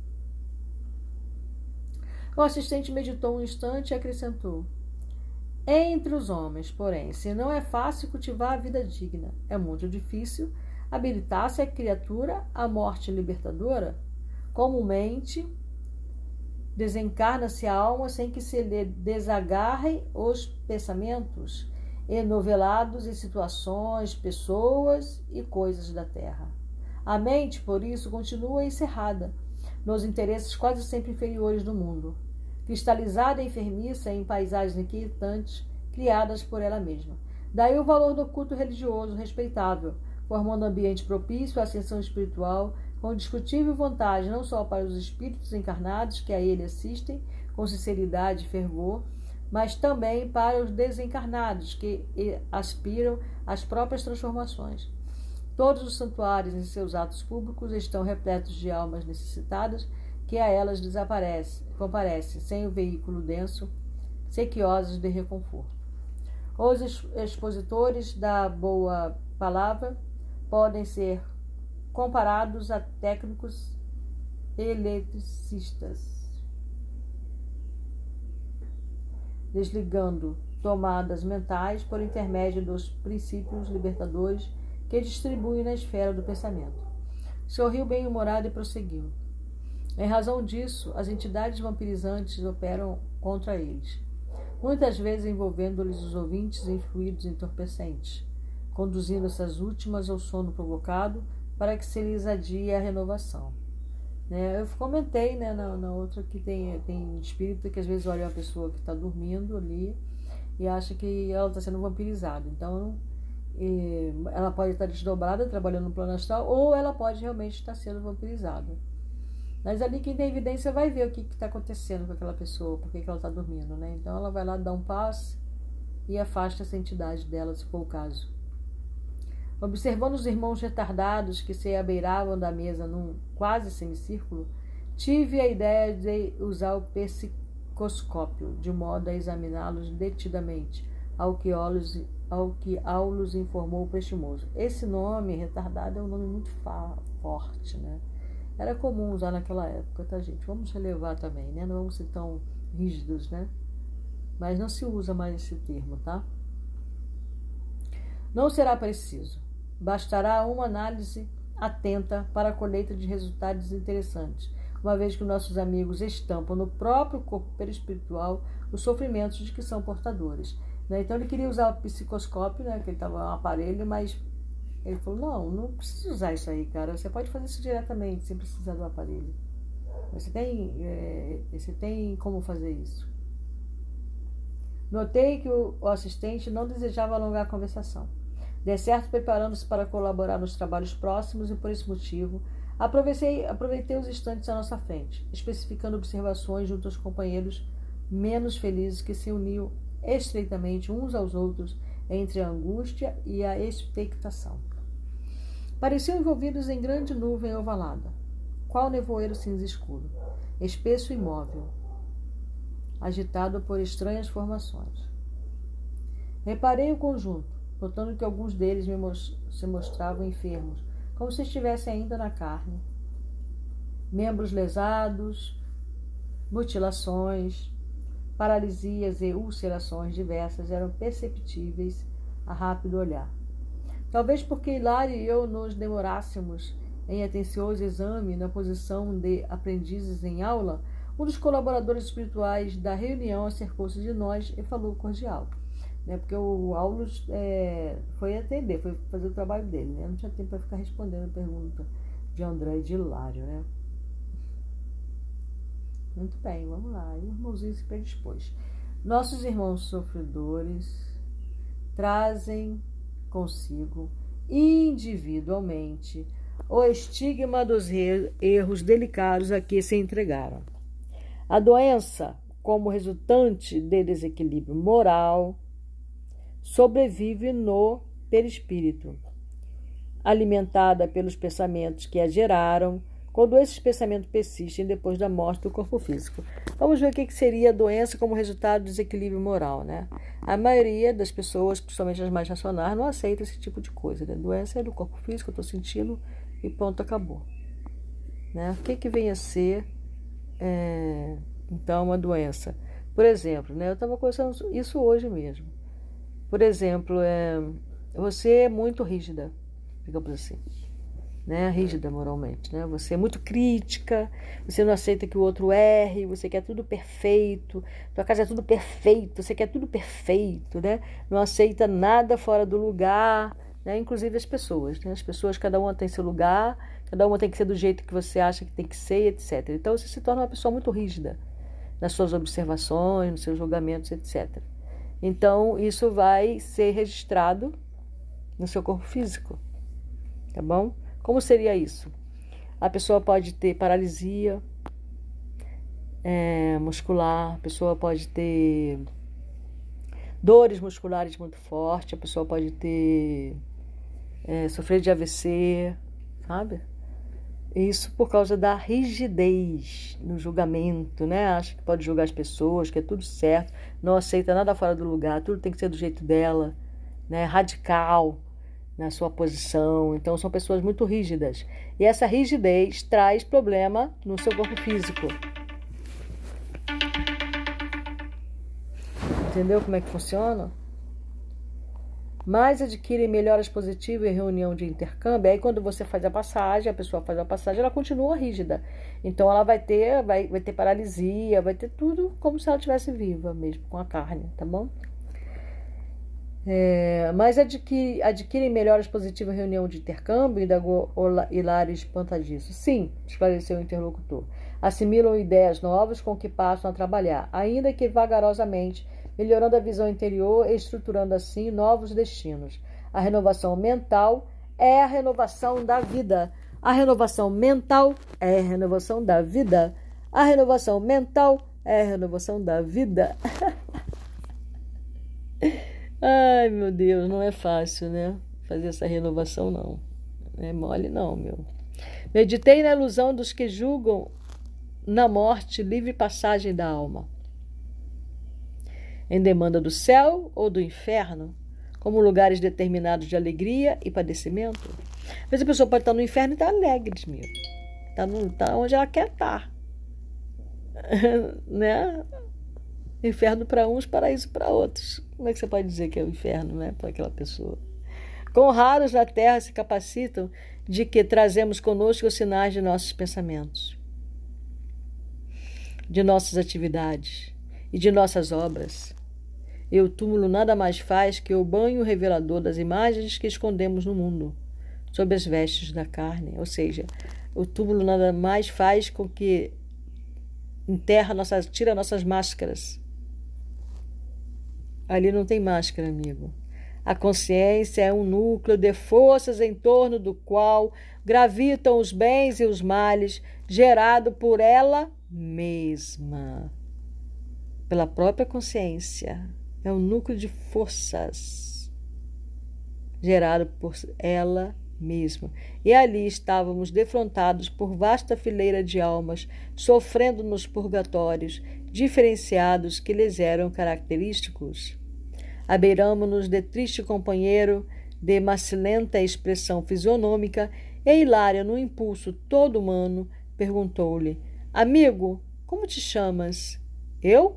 O assistente meditou um instante e acrescentou: entre os homens, porém, se não é fácil cultivar a vida digna, é muito difícil habilitar-se a criatura à morte libertadora. Comumente, desencarna-se a alma sem que se lhe desagarrem os pensamentos enovelados em situações, pessoas e coisas da terra. A mente, por isso, continua encerrada nos interesses quase sempre inferiores do mundo, cristalizada e enfermiça em paisagens inquietantes criadas por ela mesma. Daí o valor do culto religioso respeitável, formando ambiente propício à ascensão espiritual, com discutível vantagem não só para os espíritos encarnados que a ele assistem com sinceridade e fervor, mas também para os desencarnados que aspiram às próprias transformações. Todos os santuários em seus atos públicos estão repletos de almas necessitadas que a elas desaparecem, comparecem sem o veículo denso, sequiosas de reconforto. Os expositores da boa palavra podem ser comparados a técnicos eletricistas, desligando tomadas mentais por intermédio dos princípios libertadores que distribuem na esfera do pensamento. Sorriu bem-humorado e prosseguiu. Em razão disso, as entidades vampirizantes operam contra eles, muitas vezes envolvendo-lhes os ouvintes em fluidos entorpecentes, conduzindo essas últimas ao sono provocado para que se lhes adie a renovação. Né? Eu comentei, né, na, na outra que tem, tem espírita que às vezes olha uma pessoa que está dormindo ali e acha que ela está sendo vampirizada. Então, e, ela pode estar desdobrada, trabalhando no plano astral, ou ela pode realmente estar sendo vampirizada. Mas ali quem tem evidência vai ver o que está acontecendo com aquela pessoa, por que ela está dormindo, né? Então ela vai lá dar um passe e afasta essa entidade dela, se for o caso. Observando os irmãos retardados que se abeiravam da mesa num quase semicírculo, tive a ideia de usar o psicoscópio, de modo a examiná-los detidamente, ao que Aulos, ao que Aulos informou o prestimoso. Esse nome, retardado, é um nome muito forte, né? Era comum usar naquela época, tá, gente? Vamos relevar também, né? Não vamos ser tão rígidos, né? Mas não se usa mais esse termo, tá? Não será preciso. Bastará uma análise atenta para a colheita de resultados interessantes, uma vez que nossos amigos estampam no próprio corpo perispiritual os sofrimentos de que são portadores. Né? Então ele queria usar o psicoscópio, né? Que ele estava um aparelho, mas ele falou, não, não precisa usar isso aí, cara. Você pode fazer isso diretamente, sem precisar do aparelho. Você tem, é, você tem como fazer isso. Notei que o, o assistente não desejava alongar a conversação. De certo, preparando-se para colaborar nos trabalhos próximos e, por esse motivo, aproveitei, aproveitei os instantes à nossa frente, especificando observações junto aos companheiros menos felizes que se uniam estreitamente uns aos outros entre a angústia e a expectação. Pareciam envolvidos em grande nuvem ovalada, qual nevoeiro cinza escuro, espesso e imóvel, agitado por estranhas formações. Reparei o conjunto, notando que alguns deles me mos- se mostravam enfermos, como se estivessem ainda na carne. Membros lesados, mutilações, paralisias e ulcerações diversas eram perceptíveis a rápido olhar. Talvez porque Hilário e eu nos demorássemos em atencioso exame na posição de aprendizes em aula, um dos colaboradores espirituais da reunião acercou-se de nós e falou cordial. Né? Porque o Aulos é, foi atender, foi fazer o trabalho dele. Né? Não tinha tempo para ficar respondendo a pergunta de André e de Hilário. Né? Muito bem, vamos lá. E o irmãozinho se predispôs. Nossos irmãos sofredores trazem consigo, individualmente, o estigma dos erros delicados a que se entregaram. A doença, como resultante de desequilíbrio moral, sobrevive no perispírito, alimentada pelos pensamentos que a geraram, quando esses pensamentos persistem depois da morte do corpo físico. Vamos ver o que seria a doença como resultado do desequilíbrio moral, né? A maioria das pessoas, principalmente as mais racionais, não aceita esse tipo de coisa, né? Doença é do corpo físico, eu estou sentindo e pronto, acabou. Né? O que que vem a ser, é, então, uma doença? Por exemplo, né? Eu estava conversando isso hoje mesmo. Por exemplo, é, você é muito rígida, digamos assim. Né, rígida moralmente, né? Você é muito crítica, você não aceita que o outro erre, você quer tudo perfeito, tua casa é tudo perfeito, você quer tudo perfeito, né? Não aceita nada fora do lugar, né? Inclusive as pessoas, né? As pessoas, cada uma tem seu lugar, cada uma tem que ser do jeito que você acha que tem que ser, etcétera. Então você se torna uma pessoa muito rígida nas suas observações, nos seus julgamentos, etcétera. Então isso vai ser registrado no seu corpo físico, tá bom? Como seria isso? A pessoa pode ter paralisia é, muscular, a pessoa pode ter dores musculares muito fortes, a pessoa pode ter é, sofrer de A V C, sabe? Isso por causa da rigidez no julgamento, né? Acha que pode julgar as pessoas, que é tudo certo, não aceita nada fora do lugar, tudo tem que ser do jeito dela, né? Radical. na sua posição. Então, são pessoas muito rígidas. E essa rigidez traz problema no seu corpo físico. Entendeu como é que funciona? Mas adquirem melhoras positivas em reunião de intercâmbio. Aí, quando você faz a passagem, a pessoa faz a passagem, ela continua rígida. Então, ela vai ter, vai, vai ter paralisia, vai ter tudo como se ela estivesse viva mesmo, com a carne, tá bom? É, mas adquire, adquirem melhoras positivas em reunião de intercâmbio, indagou Hilário espantadiço. Sim, esclareceu o interlocutor. Assimilam ideias novas com que passam a trabalhar, ainda que vagarosamente, melhorando a visão interior e estruturando assim novos destinos. A renovação mental é a renovação da vida. A renovação mental é a renovação da vida. A renovação mental é a renovação da vida. Ai, meu Deus, não é fácil, né? Fazer essa renovação, não. Não é mole, não, meu. Meditei na ilusão dos que julgam na morte livre passagem da alma, em demanda do céu ou do inferno, como lugares determinados de alegria e padecimento. Às vezes a pessoa pode estar no inferno e estar alegre, mesmo. Está tá onde ela quer estar. Né? Inferno para uns, paraíso para outros. Como é que você pode dizer que é o inferno, né, para aquela pessoa? Quão raros na Terra se capacitam de que trazemos conosco os sinais de nossos pensamentos, de nossas atividades e de nossas obras. E o túmulo nada mais faz que o banho revelador das imagens que escondemos no mundo, sob as vestes da carne. Ou seja, o túmulo nada mais faz com que enterra nossas, tira nossas máscaras. Ali não tem máscara, amigo. A consciência é um núcleo de forças em torno do qual gravitam os bens e os males, gerado por ela mesma, pela própria consciência. É um núcleo de forças gerado por ela mesma. E ali estávamos defrontados por vasta fileira de almas, sofrendo nos purgatórios diferenciados que lhes eram característicos. Abeiramo-nos de triste companheiro, de macilenta expressão fisionômica, e Hilário, num impulso todo humano, perguntou-lhe: Amigo, como te chamas? Eu?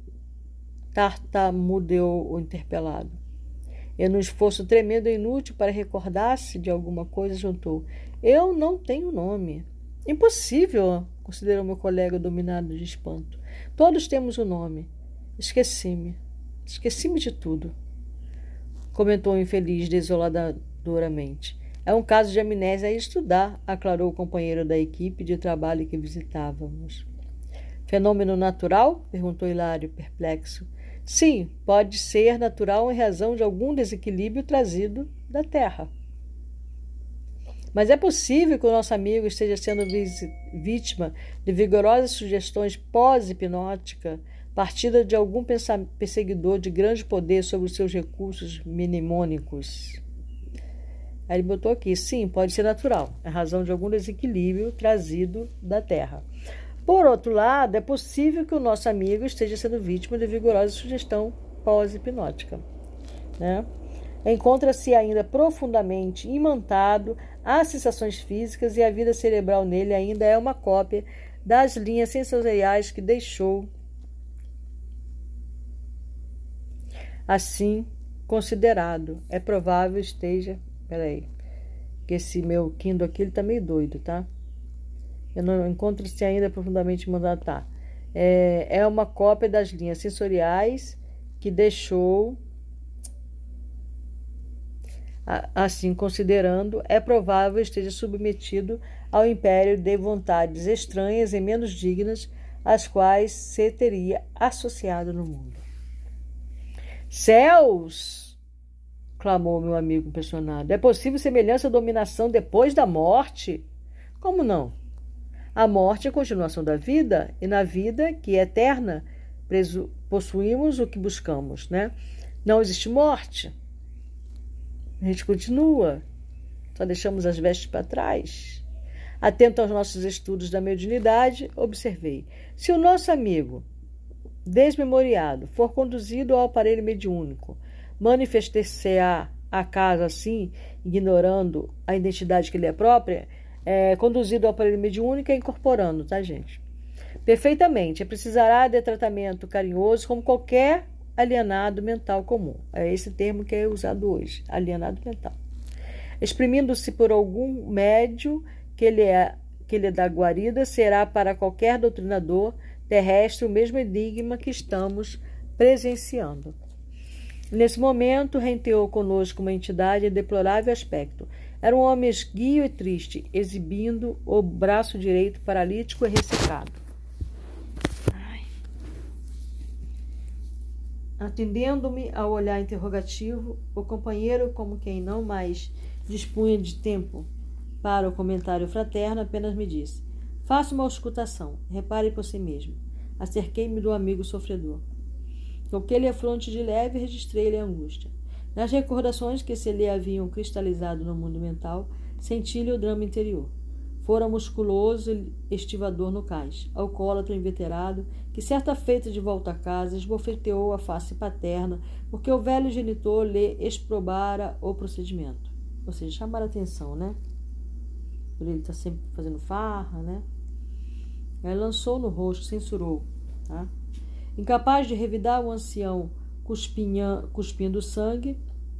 Tartamudeou o interpelado. E, num esforço tremendo e inútil para recordar-se de alguma coisa, juntou: Eu não tenho nome. Impossível, considerou meu colega dominado de espanto. Todos temos um nome. Esqueci-me. Esqueci-me de tudo, comentou o infeliz desoladoramente. É um caso de amnésia a estudar, aclarou o companheiro da equipe de trabalho que visitávamos. Fenômeno natural? Perguntou Hilário, perplexo. Sim, pode ser natural em razão de algum desequilíbrio trazido da Terra. Mas é possível que o nosso amigo esteja sendo vítima de vigorosas sugestões pós-hipnóticas, partida de algum perseguidor de grande poder sobre os seus recursos mnemônicos. Aí ele botou aqui, sim, pode ser natural, em razão de algum desequilíbrio trazido da Terra. Por outro lado, é possível que o nosso amigo esteja sendo vítima de vigorosa sugestão pós-hipnótica, né? Encontra-se ainda profundamente imantado às sensações físicas e a vida cerebral nele ainda é uma cópia das linhas sensoriais que deixou. Assim considerado, é provável esteja... Peraí, que esse meu Kindle aqui, ele tá meio doido, tá? Eu não encontro-se ainda profundamente mandado, tá? É, é uma cópia das linhas sensoriais que deixou... Assim considerando, é provável esteja submetido ao império de vontades estranhas e menos dignas, às quais se teria associado no mundo. Céus! Clamou meu amigo impressionado. É possível semelhança à dominação depois da morte? Como não? A morte é a continuação da vida, e na vida, que é eterna, possuímos o que buscamos, né? Não existe morte. A gente continua, só deixamos as vestes para trás. Atento aos nossos estudos da mediunidade, observei. Se o nosso amigo desmemoriado for conduzido ao aparelho mediúnico, manifestar-se-á à casa assim, ignorando a identidade que lhe é própria, é conduzido ao aparelho mediúnico e incorporando, tá, gente? Perfeitamente. Precisará de tratamento carinhoso como qualquer alienado mental comum. É esse termo que é usado hoje, alienado mental. Exprimindo-se por algum médio que lhe, é, que lhe dá guarida, será para qualquer doutrinador terrestre o mesmo enigma que estamos presenciando. Nesse momento, renteou conosco uma entidade de deplorável aspecto. Era um homem esguio e triste, exibindo o braço direito paralítico e ressecado. Ai. Atendendo-me ao olhar interrogativo, o companheiro, como quem não mais dispunha de tempo para o comentário fraterno, apenas me disse: faça uma auscultação, repare por si mesmo. Acerquei-me do amigo sofredor. Toquei-lhe a fronte de leve e registrei-lhe a angústia. Nas recordações que se lhe haviam cristalizado no mundo mental, senti-lhe o drama interior. Fora musculoso e estivador no cais, alcoólatra inveterado, que certa feita de volta a casa esbofeteou a face paterna, porque o velho genitor lhe exprobara o procedimento. Ou seja, chamar a atenção, né? Por ele estar sempre fazendo farra, né? Aí lançou no rosto, censurou, tá? Incapaz de revidar, o ancião, cuspinha, cuspindo sangue,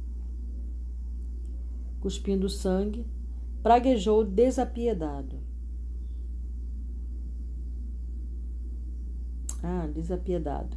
cuspindo sangue, praguejou desapiedado. Ah, desapiedado.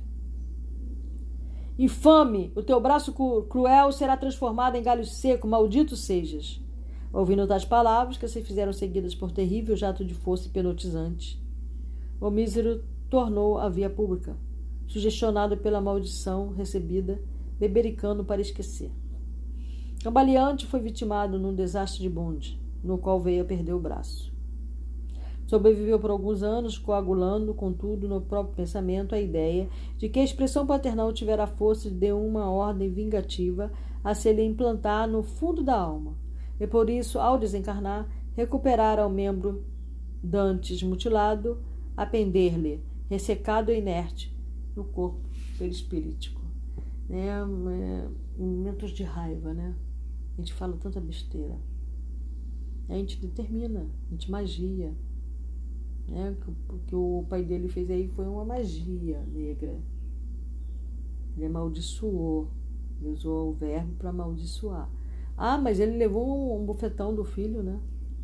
Infame! O teu braço cruel será transformado em galho seco, maldito sejas. Ouvindo tais palavras, que se fizeram seguidas por terrível jato de força hipnotizante, o mísero tornou à via pública, sugestionado pela maldição recebida, bebericando para esquecer. Cambaleante foi vitimado num desastre de bonde, no qual veio a perder o braço. Sobreviveu por alguns anos, coagulando, contudo, no próprio pensamento, a ideia de que a expressão paternal tivera a força de uma ordem vingativa a se lhe implantar no fundo da alma, e por isso, ao desencarnar, recuperara o membro dantes mutilado, a pender-lhe, ressecado e inerte, no corpo perispirítico. Né? Momentos de raiva, né? A gente fala tanta besteira. A gente determina, a gente magia. Né? O que o pai dele fez aí foi uma magia negra. Ele amaldiçoou. Ele usou o verbo para amaldiçoar. Ah, mas ele levou um, um bofetão do filho, né?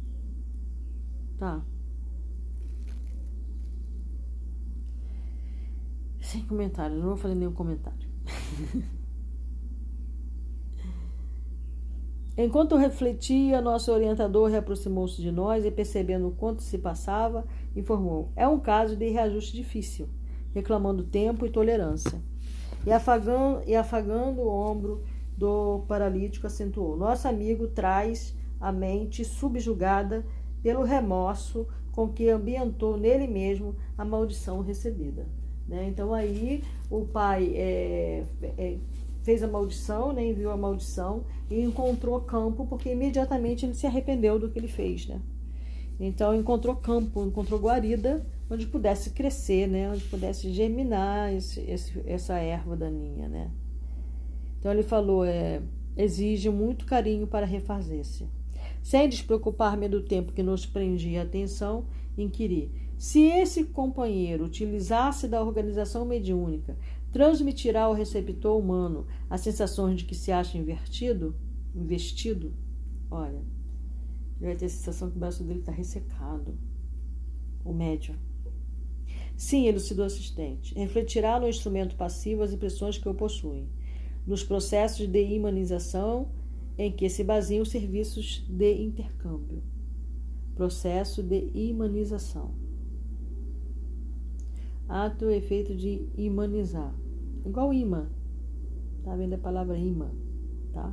Tá. Sem comentário, não vou fazer nenhum comentário. Enquanto refletia, nosso orientador reaproximou-se de nós e, percebendo o quanto se passava, informou: é um caso de reajuste difícil, reclamando tempo e tolerância. E afagando, e afagando o ombro do paralítico, acentuou: nosso amigo traz a mente subjugada pelo remorso com que ambientou nele mesmo a maldição recebida. Né? Então aí o pai é, é, fez a maldição, né? Enviou a maldição e encontrou campo, porque imediatamente ele se arrependeu do que ele fez. Né? Então encontrou campo, encontrou guarida onde pudesse crescer, né? Onde pudesse germinar esse, esse, essa erva daninha. Né? Então ele falou, é, exige muito carinho para refazer-se. Sem despreocupar-me do tempo que nos prendia a atenção, inquiri: se esse companheiro utilizasse da organização mediúnica, transmitirá ao receptor humano as sensações de que se acha invertido? Investido? Olha, ele vai ter a sensação que o braço dele está ressecado. O médium. Sim, elucidou o assistente. Refletirá no instrumento passivo as impressões que o possuem, nos processos de imanização em que se baseiam os serviços de intercâmbio. Processo de imanização. Ato e efeito de imanizar. Igual imã. Tá vendo a palavra imã, tá?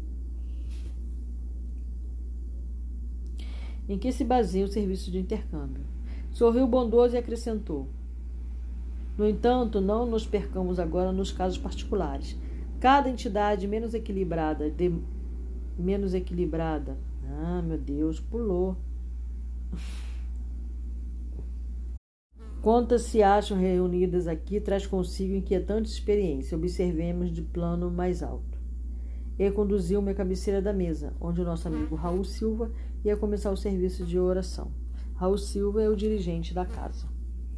Em que se baseia o serviço de intercâmbio. Sorriu bondoso e acrescentou: no entanto, não nos percamos agora nos casos particulares. Cada entidade menos equilibrada, de, menos equilibrada, ah, meu Deus, pulou. Quantas se acham reunidas aqui traz consigo inquietante experiência. Observemos de plano mais alto. e conduziu-me à cabeceira da mesa, onde o nosso amigo Raul Silva ia começar o serviço de oração. Raul Silva é o dirigente da casa.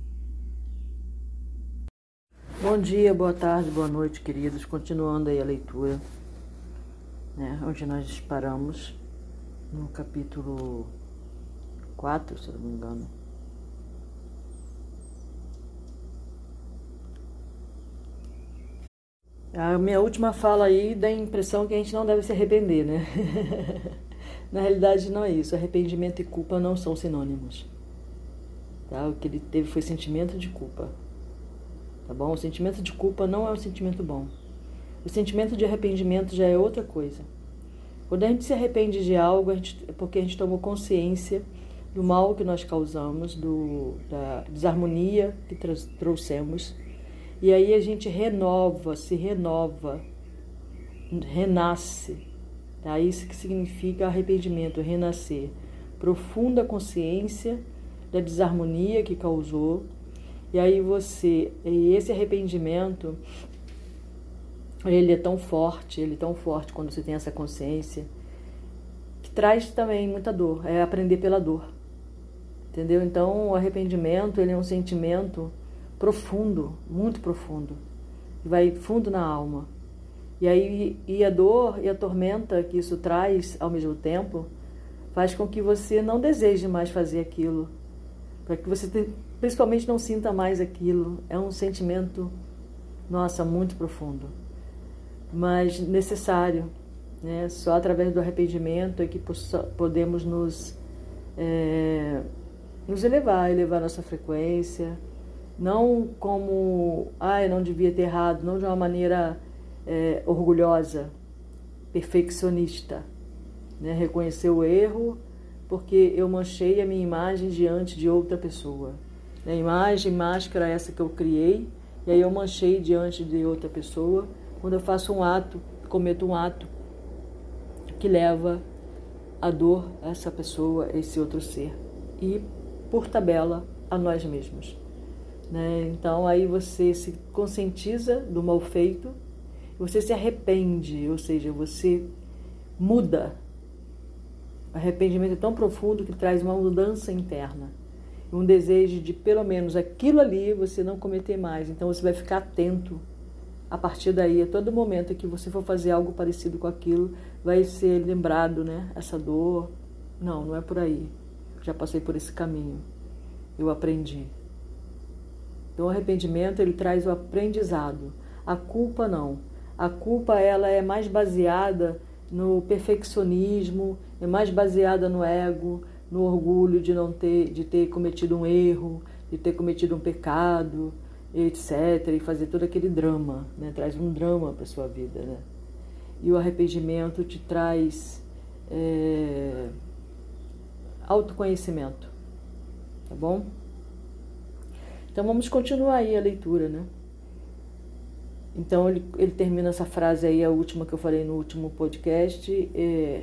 Bom dia, boa tarde, boa noite, queridos. Continuando aí a leitura, né, onde nós paramos no capítulo quatro, se eu não me engano. A minha última fala aí dá a impressão que a gente não deve se arrepender, né? Na realidade não é isso. Arrependimento e culpa não são sinônimos. Tá? O que ele teve foi sentimento de culpa. Tá bom? O sentimento de culpa não é um sentimento bom. O sentimento de arrependimento já é outra coisa. Quando a gente se arrepende de algo, a gente, é porque a gente tomou consciência do mal que nós causamos, do, da desarmonia que trouxemos. E aí a gente renova, se renova, renasce. Tá? Isso que significa arrependimento, renascer. Profunda consciência da desarmonia que causou. E aí você, e esse arrependimento, ele é tão forte, ele é tão forte quando você tem essa consciência, que traz também muita dor, é aprender pela dor. Entendeu? Então o arrependimento, ele é um sentimento profundo, muito profundo, que vai fundo na alma. E aí e a dor e a tormenta que isso traz ao mesmo tempo faz com que você não deseje mais fazer aquilo, para que você te, principalmente não sinta mais aquilo. É um sentimento, nossa, muito profundo, mas necessário, né? Só através do arrependimento é que podemos nos é, nos elevar, elevar nossa frequência. Não como, ah, eu não devia ter errado, não de uma maneira é, orgulhosa, perfeccionista, né? Reconhecer o erro porque eu manchei a minha imagem diante de outra pessoa. A imagem, máscara essa que eu criei, e aí eu manchei diante de outra pessoa quando eu faço um ato, cometo um ato que leva a dor a essa pessoa, a esse outro ser, e, por tabela, a nós mesmos. Né? Então aí você se conscientiza do mal feito, você se arrepende, ou seja, você muda. O arrependimento é tão profundo que traz uma mudança interna, um desejo de pelo menos aquilo ali você não cometer mais. Então você vai ficar atento a partir daí, a todo momento que você for fazer algo parecido com aquilo, vai ser lembrado, né? Essa dor, não, não é por aí, já passei por esse caminho, eu aprendi. Então o arrependimento, ele traz o aprendizado. A culpa não. A culpa, ela é mais baseada no perfeccionismo, é mais baseada no ego, no orgulho de não ter, de ter cometido um erro, de ter cometido um pecado, etcétera. E fazer todo aquele drama, né? Traz um drama para a sua vida, né? E o arrependimento te traz é, autoconhecimento, tá bom? Então vamos continuar aí a leitura, né? Então ele, ele termina essa frase aí, a última que eu falei no último podcast, é,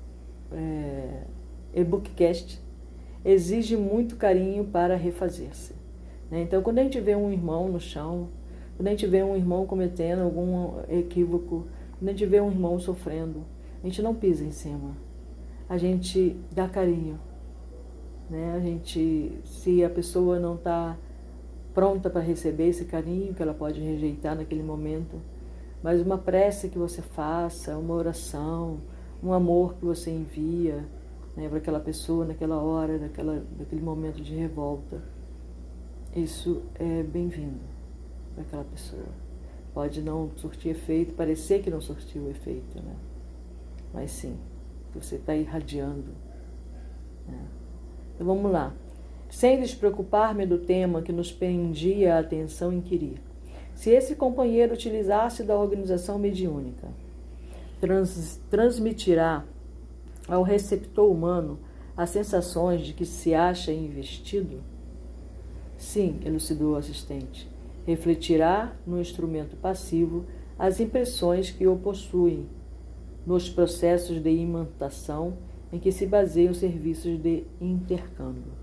é, e-bookcast, exige muito carinho para refazer-se. Né? Então quando a gente vê um irmão no chão, quando a gente vê um irmão cometendo algum equívoco, quando a gente vê um irmão sofrendo, a gente não pisa em cima, a gente dá carinho. Né? A gente, se a pessoa não está pronta para receber esse carinho, que ela pode rejeitar naquele momento, mas uma prece que você faça, uma oração, um amor que você envia, né, para aquela pessoa naquela hora, naquela, naquele momento de revolta, isso é bem-vindo para aquela pessoa. Pode não surtir efeito, parecer que não surtiu efeito, né? Mas sim, você está irradiando. Né? Então vamos lá. Sem despreocupar-me do tema que nos prendia a atenção, inquiri: se esse companheiro utilizasse da organização mediúnica, trans, transmitirá ao receptor humano as sensações de que se acha investido? Sim, elucidou o assistente. Refletirá no instrumento passivo as impressões que o possuem, nos processos de imantação em que se baseiam os serviços de intercâmbio.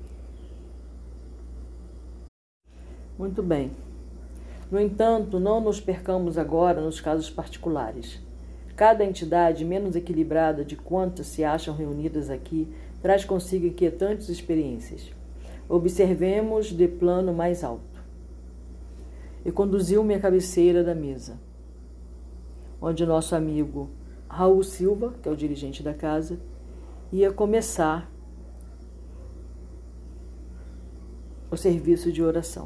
Muito bem. No entanto, não nos percamos agora nos casos particulares. Cada entidade menos equilibrada de quantas se acham reunidas aqui traz consigo inquietantes experiências. Observemos de plano mais alto. E conduziu-me à cabeceira da mesa, onde nosso amigo Raul Silva, que é o dirigente da casa, ia começar o serviço de oração.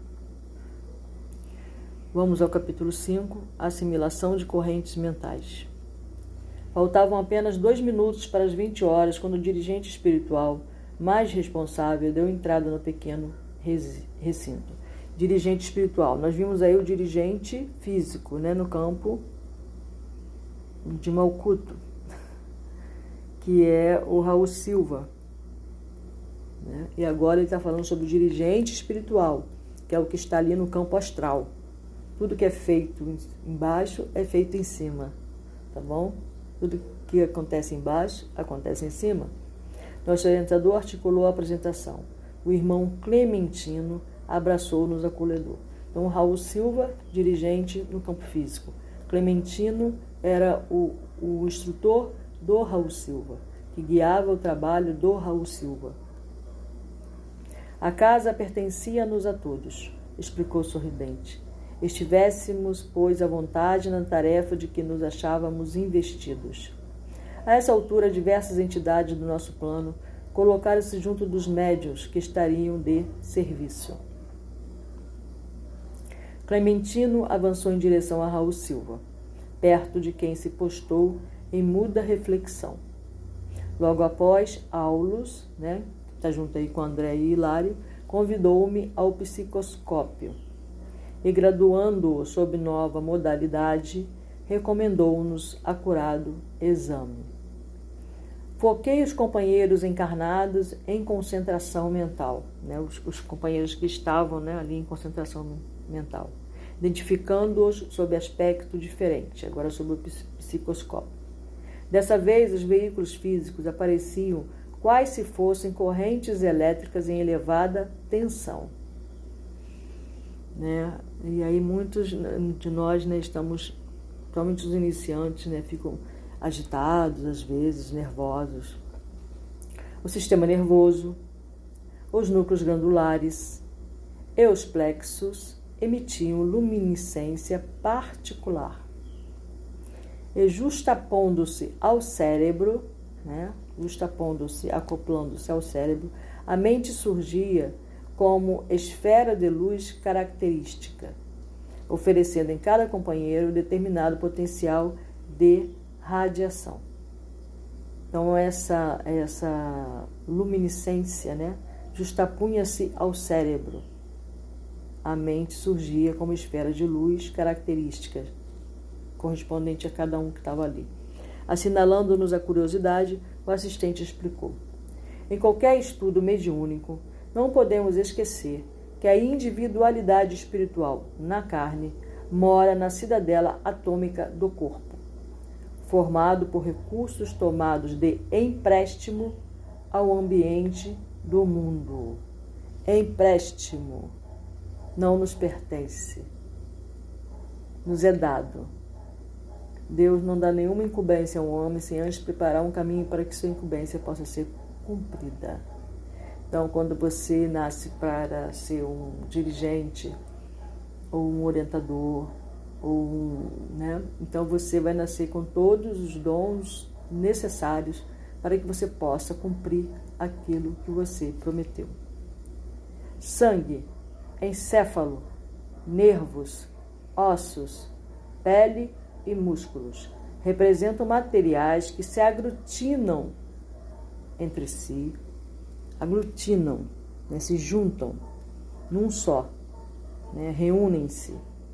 Vamos ao capítulo cinco, assimilação de correntes mentais. Faltavam apenas dois minutos para as vinte horas, quando o dirigente espiritual mais responsável deu entrada no pequeno recinto. Dirigente espiritual. Nós vimos aí o dirigente físico, né, no campo de Malkuto, que é o Raul Silva. Né? E agora ele está falando sobre o dirigente espiritual, que é o que está ali no campo astral. Tudo que é feito embaixo é feito em cima, tá bom? Tudo que acontece embaixo acontece em cima. Nosso orientador articulou a apresentação. O irmão Clementino abraçou-nos acolhedor. Então, o Raul Silva, dirigente no campo físico. Clementino era o, o instrutor do Raul Silva, que guiava o trabalho do Raul Silva. A casa pertencia-nos a todos, explicou sorridente. Estivéssemos, pois, à vontade na tarefa de que nos achávamos investidos. A essa altura, diversas entidades do nosso plano colocaram-se junto dos médiuns que estariam de serviço. Clementino avançou em direção a Raul Silva, perto de quem se postou em muda reflexão. Logo após, Aulus, né, que está junto aí com André e Hilário, convidou-me ao psicoscópio e, graduando-o sob nova modalidade, recomendou-nos acurado exame. Foquei os companheiros encarnados em concentração mental, né, os, os companheiros que estavam, né, ali em concentração mental, identificando-os sob aspecto diferente, agora sob o psicoscópio. Dessa vez, os veículos físicos apareciam quais se fossem correntes elétricas em elevada tensão. Né? E aí muitos de nós, né, estamos, principalmente os iniciantes, né, ficam agitados, às vezes, nervosos. O sistema nervoso, os núcleos glandulares e os plexos emitiam luminescência particular. E justapondo-se ao cérebro, né, justapondo-se, acoplando-se ao cérebro, a mente surgia como esfera de luz característica, oferecendo em cada companheiro determinado potencial de radiação. Então, essa, essa luminescência, né, justapunha-se ao cérebro. A mente surgia como esfera de luz característica, correspondente a cada um que estava ali. Assinalando-nos a curiosidade, o assistente explicou. Em qualquer estudo mediúnico, não podemos esquecer que a individualidade espiritual na carne mora na cidadela atômica do corpo, formado por recursos tomados de empréstimo ao ambiente do mundo. Empréstimo não nos pertence, nos é dado. Deus não dá nenhuma incumbência ao homem sem antes preparar um caminho para que sua incumbência possa ser cumprida. Então, quando você nasce para ser um dirigente, ou um orientador, ou um, né? Então você vai nascer com todos os dons necessários para que você possa cumprir aquilo que você prometeu. Sangue, encéfalo, nervos, ossos, pele e músculos representam materiais que se aglutinam entre si, aglutinam, né, se juntam num só, né, reúnem-se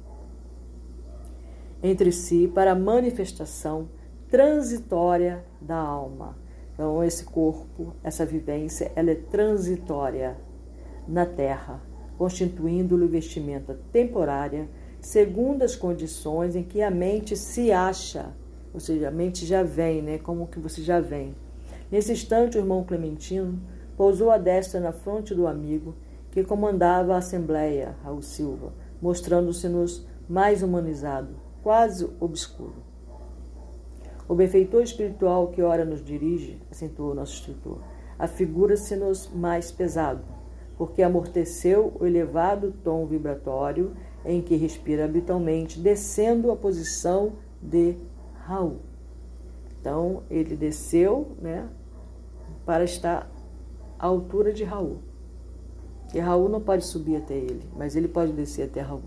entre si para a manifestação transitória da alma. Então, esse corpo, essa vivência, ela é transitória na Terra, constituindo-lhe vestimenta temporária, segundo as condições em que a mente se acha, ou seja, a mente já vem, né? Como que você já vem. Nesse instante, o irmão Clementino pousou a destra na fronte do amigo que comandava a assembleia, Raul Silva, mostrando-se-nos mais humanizado, quase obscuro. O benfeitor espiritual que ora nos dirige, acentuou o nosso instrutor, afigura-se-nos mais pesado, porque amorteceu o elevado tom vibratório em que respira habitualmente, descendo a posição de Raul. Então, ele desceu, né, para estar à altura de Raul. E Raul não pode subir até ele, mas ele pode descer até Raul.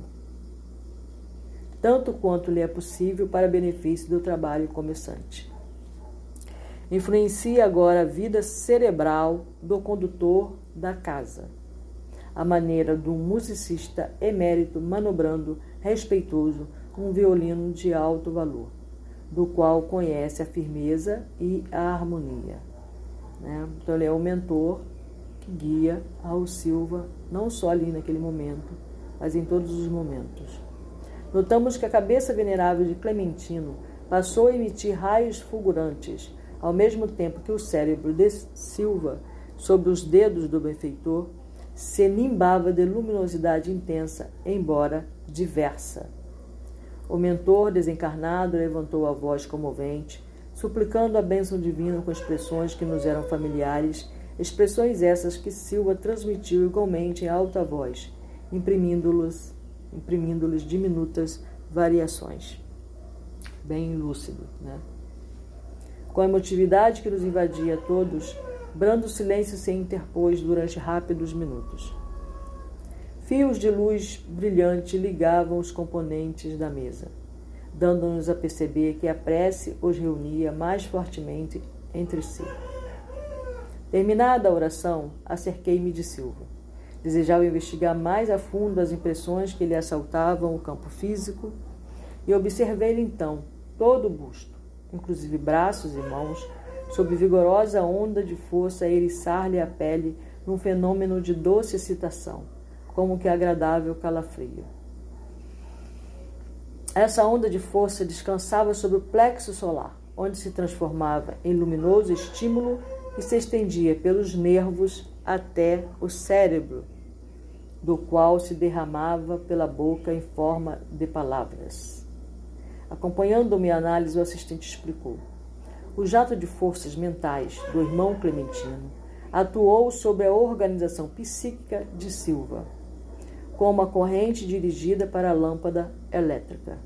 Tanto quanto lhe é possível para benefício do trabalho começante. Influencia agora a vida cerebral do condutor da casa, à maneira de um musicista emérito manobrando, respeitoso, um violino de alto valor, do qual conhece a firmeza e a harmonia. Né? Então, ele é o mentor que guia Raul Silva, não só ali naquele momento, mas em todos os momentos. Notamos que a cabeça venerável de Clementino passou a emitir raios fulgurantes, ao mesmo tempo que o cérebro de Silva, sob os dedos do benfeitor, se nimbava de luminosidade intensa, embora diversa. O mentor desencarnado levantou a voz comovente, suplicando a bênção divina com expressões que nos eram familiares, expressões essas que Silva transmitiu igualmente em alta voz, imprimindo-lhes imprimindo-lhes diminutas variações. Bem lúcido, né? Com a emotividade que nos invadia a todos, brando silêncio se interpôs durante rápidos minutos. Fios de luz brilhante ligavam os componentes da mesa, dando-nos a perceber que a prece os reunia mais fortemente entre si. Terminada a oração, acerquei-me de Silva. Desejava investigar mais a fundo as impressões que lhe assaltavam o campo físico e observei-lhe então todo o busto, inclusive braços e mãos, sob vigorosa onda de força a eriçar-lhe a pele num fenômeno de doce excitação, como que agradável calafrio. Essa onda de força descansava sobre o plexo solar, onde se transformava em luminoso estímulo que se estendia pelos nervos até o cérebro, do qual se derramava pela boca em forma de palavras. Acompanhando minha análise, o assistente explicou. O jato de forças mentais do irmão Clementino atuou sobre a organização psíquica de Silva, como a corrente dirigida para a lâmpada elétrica.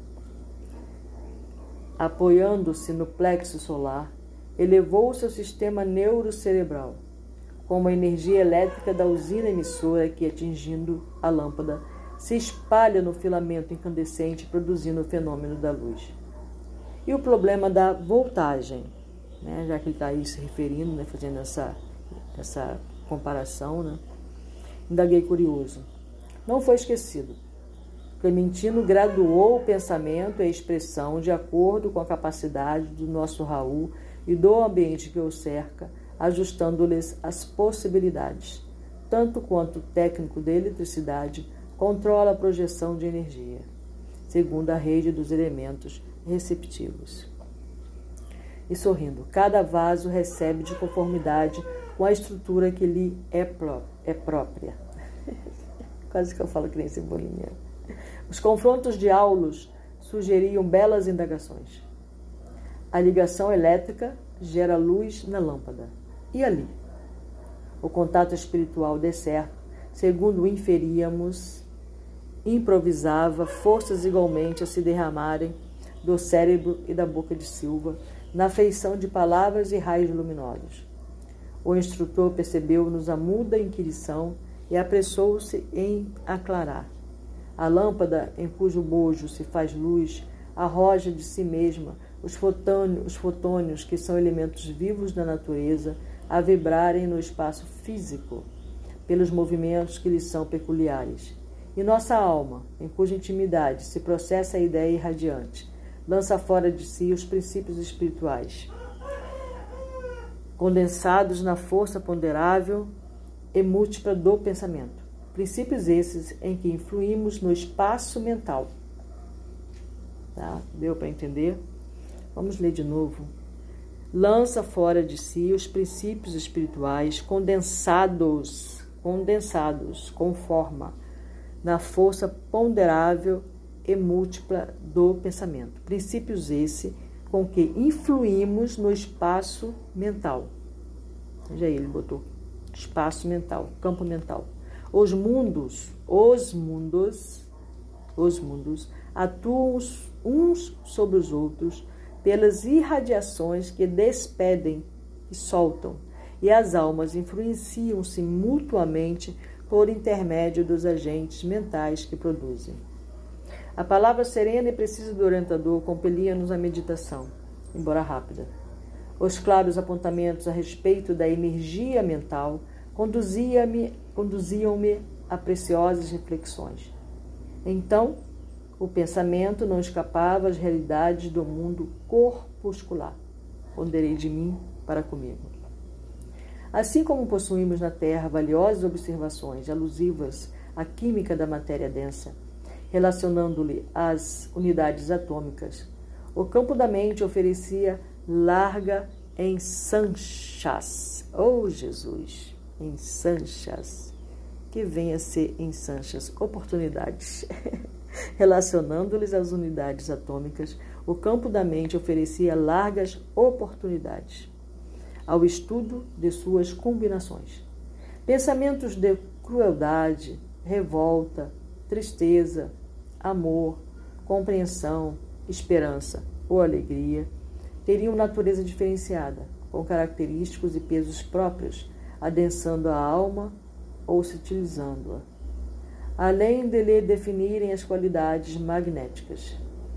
Apoiando-se no plexo solar, elevou o seu sistema neurocerebral, como a energia elétrica da usina emissora que, atingindo a lâmpada, se espalha no filamento incandescente, produzindo o fenômeno da luz. E o problema da voltagem, né? Já que ele está aí se referindo, né? Fazendo essa, essa comparação, né? Indaguei curioso. Não foi esquecido. Clementino graduou o pensamento e a expressão de acordo com a capacidade do nosso Raul e do ambiente que o cerca, ajustando-lhes as possibilidades. Tanto quanto o técnico de eletricidade controla a projeção de energia, segundo a rede dos elementos receptivos. E sorrindo, cada vaso recebe de conformidade com a estrutura que lhe é, pró é própria. Quase que eu falo que nem Cebolinha. Os confrontos de aulos sugeriam belas indagações. A ligação elétrica gera luz na lâmpada. E ali? O contato espiritual de certo, segundo inferíamos, improvisava forças igualmente a se derramarem do cérebro e da boca de Silva, na feição de palavras e raios luminosos. O instrutor percebeu-nos a muda inquirição e apressou-se em aclarar. A lâmpada em cujo bojo se faz luz arroja de si mesma os fotônios, os fotônios, que são elementos vivos da natureza, a vibrarem no espaço físico, pelos movimentos que lhes são peculiares. E nossa alma, em cuja intimidade se processa a ideia irradiante, lança fora de si os princípios espirituais, condensados na força ponderável e múltipla do pensamento. Princípios esses em que influímos no espaço mental. Tá? Deu para entender? Vamos ler de novo. Lança fora de si os princípios espirituais condensados, condensados com forma, na força ponderável e múltipla do pensamento. Princípios esse com que influímos no espaço mental. Veja aí, ele botou espaço mental, campo mental. Os mundos, os mundos, os mundos atuam uns sobre os outros pelas irradiações que despedem e soltam, e as almas influenciam-se mutuamente por intermédio dos agentes mentais que produzem. A palavra serena e precisa do orientador compelia-nos à meditação, embora rápida. Os claros apontamentos a respeito da energia mental conduzia-me, conduziam-me a preciosas reflexões. Então, o pensamento não escapava às realidades do mundo corpuscular. Ponderei de mim para comigo. Assim como possuímos na Terra valiosas observações alusivas à química da matéria densa, relacionando-lhe as unidades atômicas, o campo da mente oferecia larga ensanchas. Oh, Jesus! Ensanchas. Que venha a ser ensanchas, oportunidades. Relacionando-lhes as unidades atômicas, o campo da mente oferecia largas oportunidades ao estudo de suas combinações. Pensamentos de crueldade, revolta, tristeza, amor, compreensão, esperança ou alegria teriam natureza diferenciada, com característicos e pesos próprios, adensando a alma ou sutilizando-a, além de lhe definirem as qualidades magnéticas.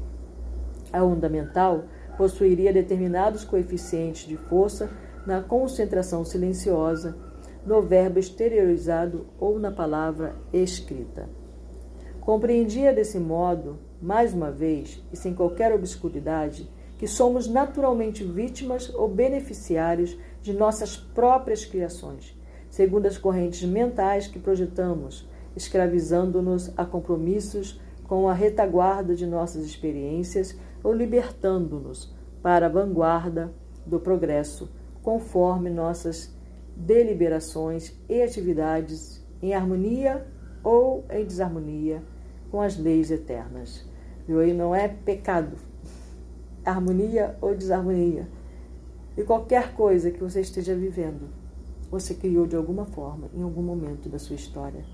A onda mental possuiria determinados coeficientes de força na concentração silenciosa, no verbo exteriorizado ou na palavra escrita. Compreendia desse modo, mais uma vez, e sem qualquer obscuridade, que somos naturalmente vítimas ou beneficiários de nossas próprias criações, segundo as correntes mentais que projetamos, escravizando-nos a compromissos com a retaguarda de nossas experiências ou libertando-nos para a vanguarda do progresso, conforme nossas deliberações e atividades em harmonia ou em desarmonia com as leis eternas. Viu aí? Não é pecado, harmonia ou desarmonia. E qualquer coisa que você esteja vivendo, você criou de alguma forma, em algum momento da sua história.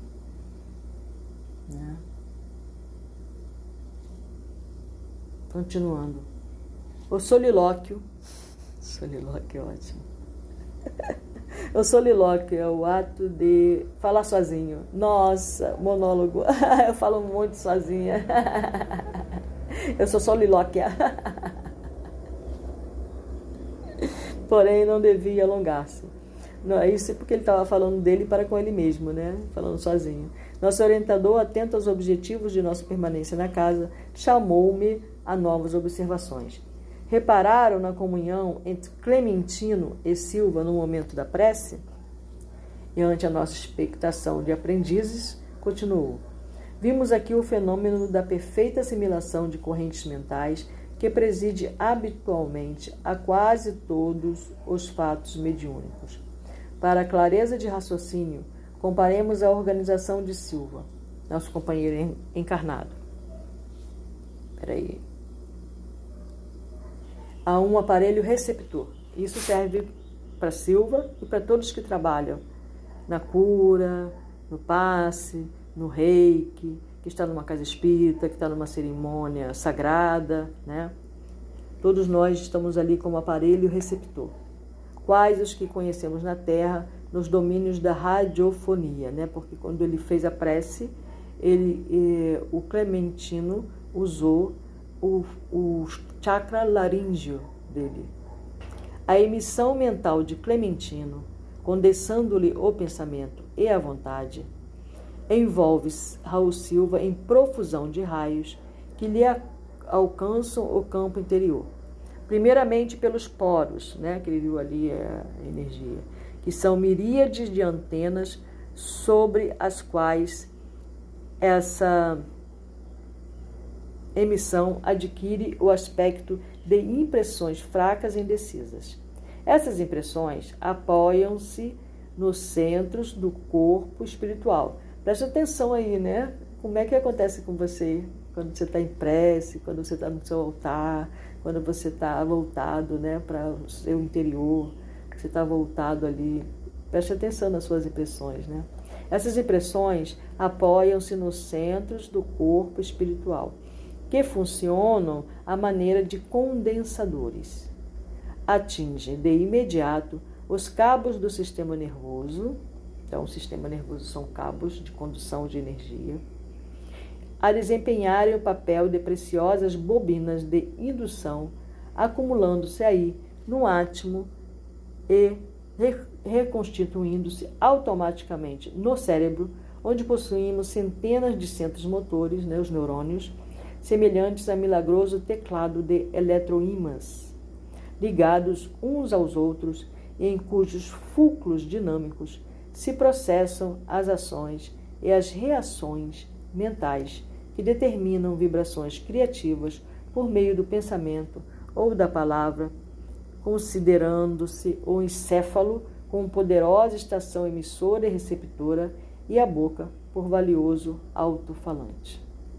Né? Continuando. O solilóquio. Solilóquio é ótimo. O solilóquio é o ato de falar sozinho. Nossa, monólogo. Eu falo um monte sozinha. Eu sou solilóquia. Porém, não devia alongar-se. Não, isso é porque ele estava falando dele para com ele mesmo, né? Falando sozinho. Nosso orientador, atento aos objetivos de nossa permanência na casa, chamou-me a novas observações. Repararam na comunhão entre Clementino e Silva no momento da prece? E ante a nossa expectação de aprendizes, continuou. Vimos aqui o fenômeno da perfeita assimilação de correntes mentais que preside habitualmente a quase todos os fatos mediúnicos. Para a clareza de raciocínio, comparemos a organização de Silva, nosso companheiro encarnado. Espera aí. A um aparelho receptor. Isso serve para Silva e para todos que trabalham na cura, no passe, no reiki, que está numa casa espírita, que está numa cerimônia sagrada, né? Todos nós estamos ali como aparelho receptor. Quais os que conhecemos na Terra, nos domínios da radiofonia, né? Porque quando ele fez a prece, ele, eh, o Clementino usou o, o chakra laríngeo dele. A emissão mental de Clementino, condensando-lhe o pensamento e a vontade, envolve Raul Silva em profusão de raios que lhe alcançam o campo interior. Primeiramente pelos poros, né, que ele viu ali a energia, que são miríades de antenas sobre as quais essa emissão adquire o aspecto de impressões fracas e indecisas. Essas impressões apoiam-se nos centros do corpo espiritual. Preste atenção aí, né? Como é que acontece com você? quando você está em prece, quando você está no seu altar, quando você está voltado, né, para o seu interior, você está voltado ali. Preste atenção nas suas impressões, né? Essas impressões apoiam-se nos centros do corpo espiritual, que funcionam à maneira de condensadores. Atingem de imediato os cabos do sistema nervoso. Então, o sistema nervoso são cabos de condução de energia, a desempenharem o papel de preciosas bobinas de indução, acumulando-se aí no átimo e reconstituindo-se automaticamente no cérebro, onde possuímos centenas de centros motores, né, os neurônios, semelhantes a milagroso teclado de eletroímãs, ligados uns aos outros e em cujos fulcros dinâmicos se processam as ações e as reações mentais que determinam vibrações criativas por meio do pensamento ou da palavra, considerando-se o encéfalo como poderosa estação emissora e receptora e a boca por valioso alto-falante.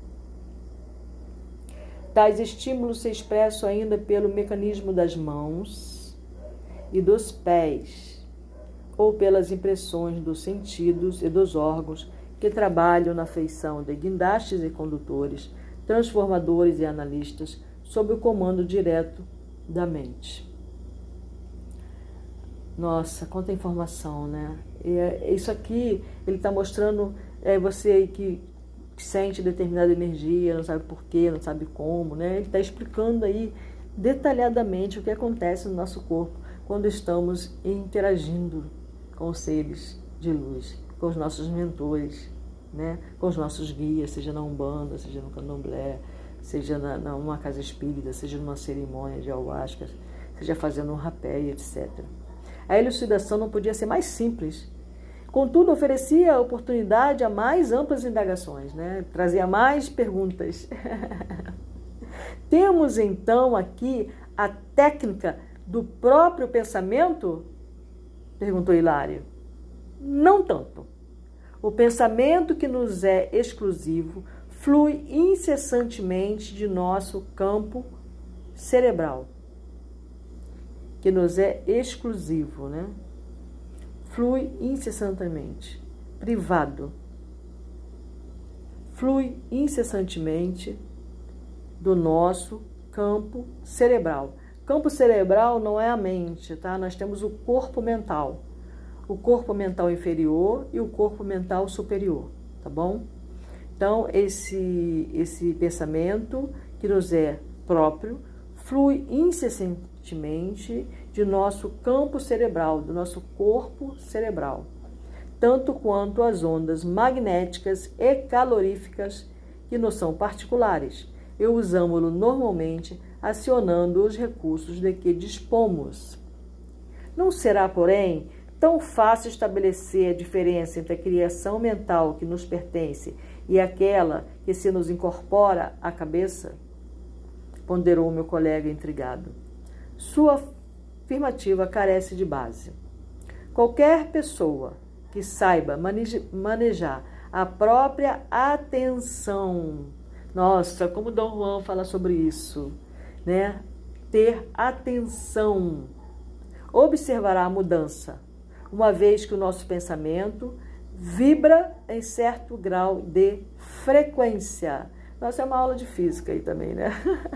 Tais estímulos se expressam ainda pelo mecanismo das mãos e dos pés, ou pelas impressões dos sentidos e dos órgãos que trabalham na feição de guindastes e condutores, transformadores e analistas, sob o comando direto da mente. Nossa, quanta informação, né? E isso aqui, ele está mostrando é, você aí que sente determinada energia, não sabe porquê, não sabe como, né? Ele está explicando aí detalhadamente o que acontece no nosso corpo quando estamos interagindo com os seres de luz, com os nossos mentores, né? Com os nossos guias, seja na Umbanda, seja no Candomblé, seja na, numa casa espírita, seja numa cerimônia de ayahuasca, seja fazendo um rapé, etcétera. A elucidação não podia ser mais simples. Contudo, oferecia oportunidade a mais amplas indagações, né? Trazia mais perguntas. Temos, então, aqui a técnica do próprio pensamento? Perguntou Hilário. Não tanto. O pensamento que nos é exclusivo flui incessantemente de nosso campo cerebral. Que nos é exclusivo, né? Flui incessantemente, privado. Flui incessantemente do nosso campo cerebral. Campo cerebral não é a mente, tá? Nós temos o corpo mental. O corpo mental inferior e o corpo mental superior, tá bom? Então, esse, esse pensamento que nos é próprio flui incessantemente de nosso campo cerebral, do nosso corpo cerebral, tanto quanto as ondas magnéticas e caloríficas, que nos são particulares, e usamos-lo normalmente acionando os recursos de que dispomos. Não será, porém, tão fácil estabelecer a diferença entre a criação mental que nos pertence e aquela que se nos incorpora à cabeça? Ponderou meu colega intrigado. Sua afirmativa carece de base. Qualquer pessoa que saiba manejar a própria atenção, nossa, como Dom Juan fala sobre isso, né? Ter atenção, observará a mudança, uma vez que o nosso pensamento vibra em certo grau de frequência. Nossa, é uma aula de física aí também, né?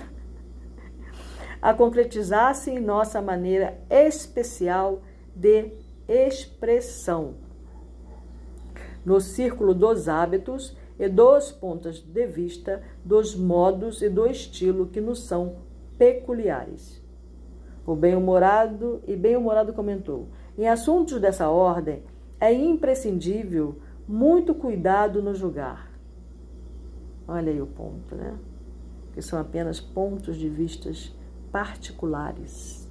A concretizar-se em nossa maneira especial de expressão, no círculo dos hábitos e dos pontos de vista, dos modos e do estilo que nos são peculiares. O bem-humorado e bem-humorado comentou: em assuntos dessa ordem, é imprescindível muito cuidado no julgar. Olha aí o ponto, né? Que são apenas pontos de vistas particulares.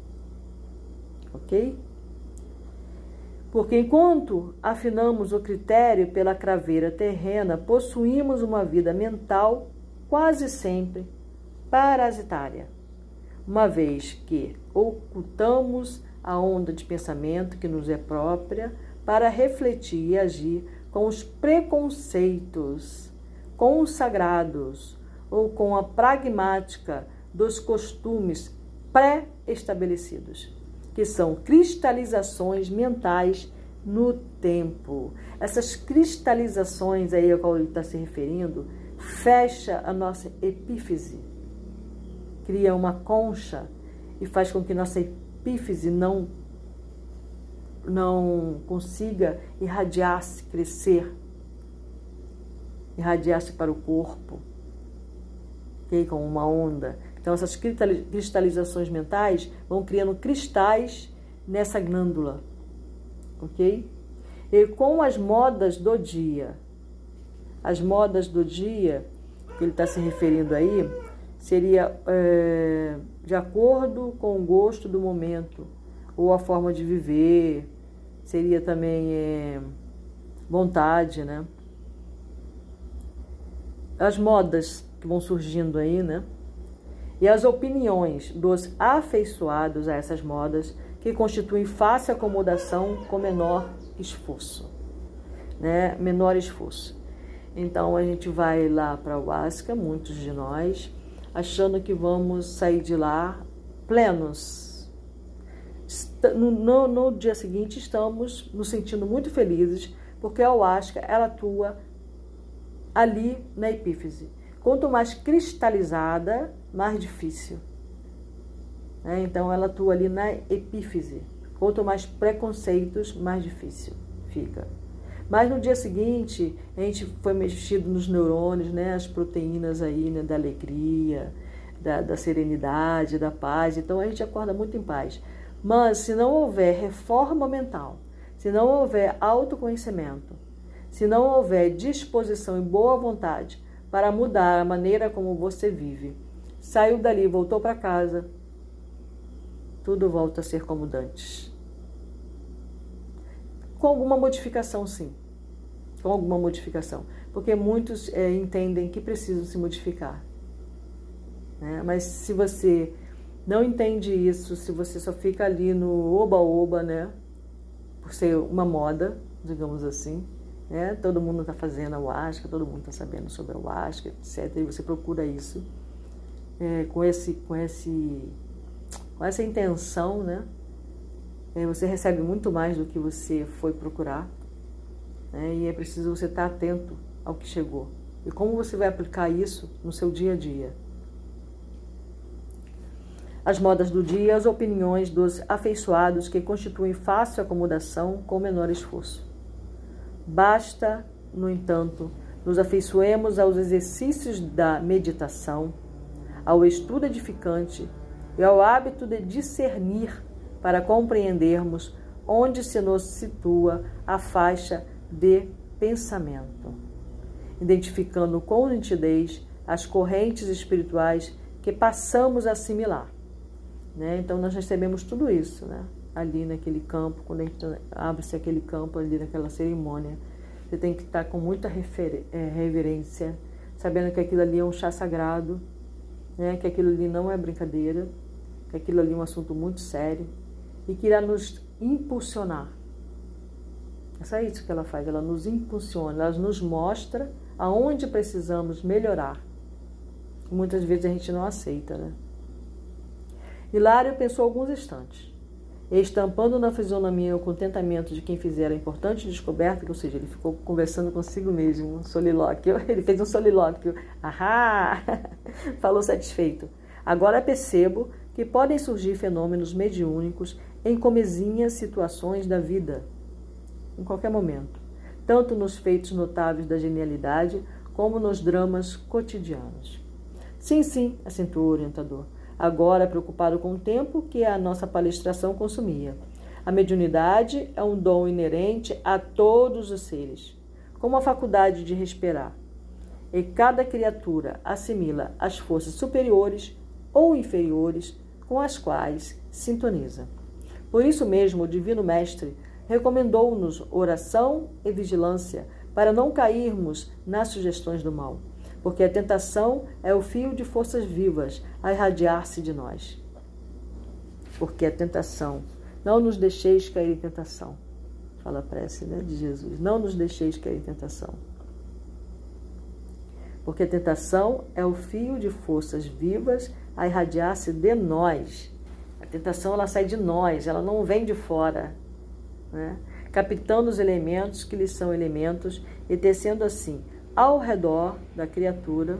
Ok? Porque enquanto afinamos o critério pela craveira terrena, possuímos uma vida mental quase sempre parasitária, uma vez que ocultamos a onda de pensamento que nos é própria para refletir e agir com os preconceitos consagrados ou com a pragmática dos costumes pré-estabelecidos, que são cristalizações mentais no tempo. Essas cristalizações aí a qual ele está se referindo, fecha a nossa epífise, cria uma concha e faz com que nossa epífise não, não consiga irradiar-se, crescer, irradiar-se para o corpo, okay? Como uma onda. Então, essas cristalizações mentais vão criando cristais nessa glândula, ok? E com as modas do dia, as modas do dia, que ele está se referindo aí, seria é, de acordo com o gosto do momento, ou a forma de viver, seria também é, vontade, né? As modas que vão surgindo aí, né? E as opiniões dos afeiçoados a essas modas, que constituem fácil acomodação com menor esforço, né? Menor esforço. Então, a gente vai lá para o Ayahuasca, muitos de nós, achando que vamos sair de lá plenos. No, no, no dia seguinte, estamos nos sentindo muito felizes, porque a Ayahuasca, ela atua ali na epífise. Quanto mais cristalizada, mais difícil. Né? Então, ela atua ali na epífise. Quanto mais preconceitos, mais difícil fica. Mas no dia seguinte, a gente foi mexido nos neurônios, né? As proteínas aí, né? Da alegria, da, da serenidade, da paz. Então, a gente acorda muito em paz. Mas, se não houver reforma mental, se não houver autoconhecimento, se não houver disposição e boa vontade para mudar a maneira como você vive, saiu dali, voltou para casa, tudo volta a ser como dantes. Com alguma modificação, sim. Com alguma modificação. Porque muitos é, entendem que precisam se modificar. Né? Mas se você não entende isso, se você só fica ali no oba-oba, né? Por ser uma moda, digamos assim, né? Todo mundo está fazendo a Ayahuasca, todo mundo está sabendo sobre a Ayahuasca, etcétera. E você procura isso é, com, esse, com, esse, com essa intenção, né? Você recebe muito mais do que você foi procurar, né? E é preciso você estar atento ao que chegou. E como você vai aplicar isso no seu dia a dia. As modas do dia, as opiniões dos afeiçoados que constituem fácil acomodação com menor esforço. Basta, no entanto, nos afeiçoemos aos exercícios da meditação, ao estudo edificante e ao hábito de discernir para compreendermos onde se nos situa a faixa de pensamento, identificando com nitidez as correntes espirituais que passamos a assimilar. Né? Então, nós recebemos tudo isso, né? Ali naquele campo, quando a gente abre-se aquele campo ali naquela cerimônia, você tem que estar com muita reverência, sabendo que aquilo ali é um chá sagrado, né? Que aquilo ali não é brincadeira, que aquilo ali é um assunto muito sério, e que irá nos impulsionar. É só isso que ela faz, ela nos impulsiona, ela nos mostra aonde precisamos melhorar. Muitas vezes a gente não aceita, né? Hilário pensou alguns instantes, estampando na fisionomia o contentamento de quem fizera a importante descoberta, ou seja, ele ficou conversando consigo mesmo, um solilóquio, ele fez um solilóquio, ahá, falou satisfeito. Agora percebo que podem surgir fenômenos mediúnicos em comezinhas situações da vida, em qualquer momento, tanto nos feitos notáveis da genialidade, como nos dramas cotidianos. Sim, sim, assentou o orientador, agora preocupado com o tempo que a nossa palestração consumia. A mediunidade é um dom inerente a todos os seres, como a faculdade de respirar, e cada criatura assimila as forças superiores ou inferiores com as quais sintoniza. Por isso mesmo, o Divino Mestre recomendou-nos oração e vigilância para não cairmos nas sugestões do mal, porque a tentação é o fio de forças vivas a irradiar-se de nós. Porque a tentação, não nos deixeis cair em tentação. Fala a prece, né, de Jesus, não nos deixeis cair em tentação. porque a tentação é o fio de forças vivas a irradiar-se de nós. A tentação, ela sai de nós, ela não vem de fora, né? Captando os elementos que lhes são elementos e tecendo assim, ao redor da criatura,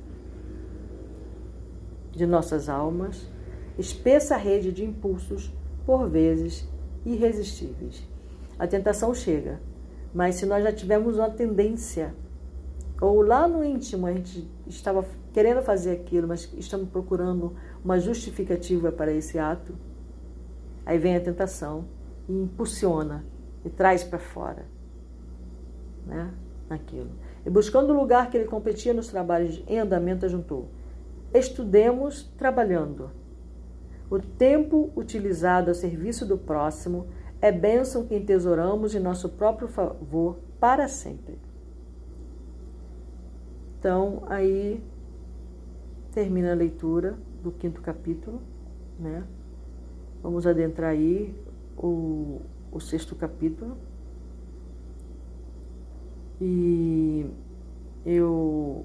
de nossas almas, espessa rede de impulsos, por vezes irresistíveis. A tentação chega, mas se nós já tivermos uma tendência, ou lá no íntimo a gente estava querendo fazer aquilo, mas estamos procurando uma justificativa para esse ato, aí vem a tentação e impulsiona e traz para fora, né, aquilo. E buscando o lugar que ele competia nos trabalhos em andamento, ajuntou: estudemos trabalhando. O tempo utilizado a serviço do próximo é bênção que entesouramos em nosso próprio favor para sempre. Então, aí termina a leitura do quinto capítulo, né? Vamos adentrar aí o, o sexto capítulo. E eu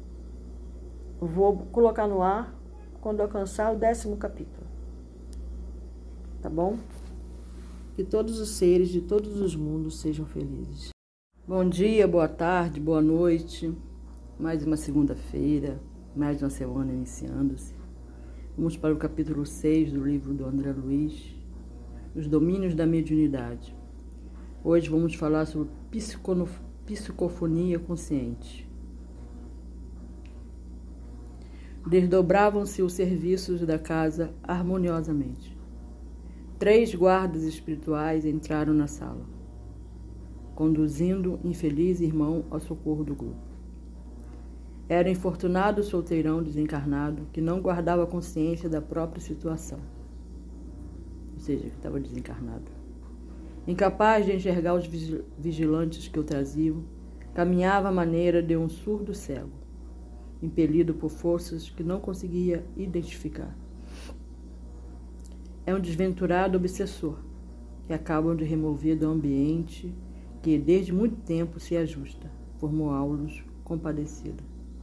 vou colocar no ar quando alcançar o décimo capítulo. Tá bom? Que todos os seres de todos os mundos sejam felizes. Bom dia, boa tarde, boa noite. Mais uma segunda-feira, mais uma semana iniciando-se. Vamos para o capítulo seis do livro do André Luiz, Os Domínios da Mediunidade. Hoje vamos falar sobre psicofonia consciente. Desdobravam-se os serviços da casa harmoniosamente. Três guardas espirituais entraram na sala, conduzindo o infeliz irmão ao socorro do grupo. Era infortunado solteirão desencarnado que não guardava consciência da própria situação, ou seja, que estava desencarnado. Incapaz de enxergar os vigilantes que o traziam, caminhava à maneira de um surdo cego, impelido por forças que não conseguia identificar. É um desventurado obsessor que acabam de remover do ambiente que desde muito tempo se ajusta, formou Aulus compadecido.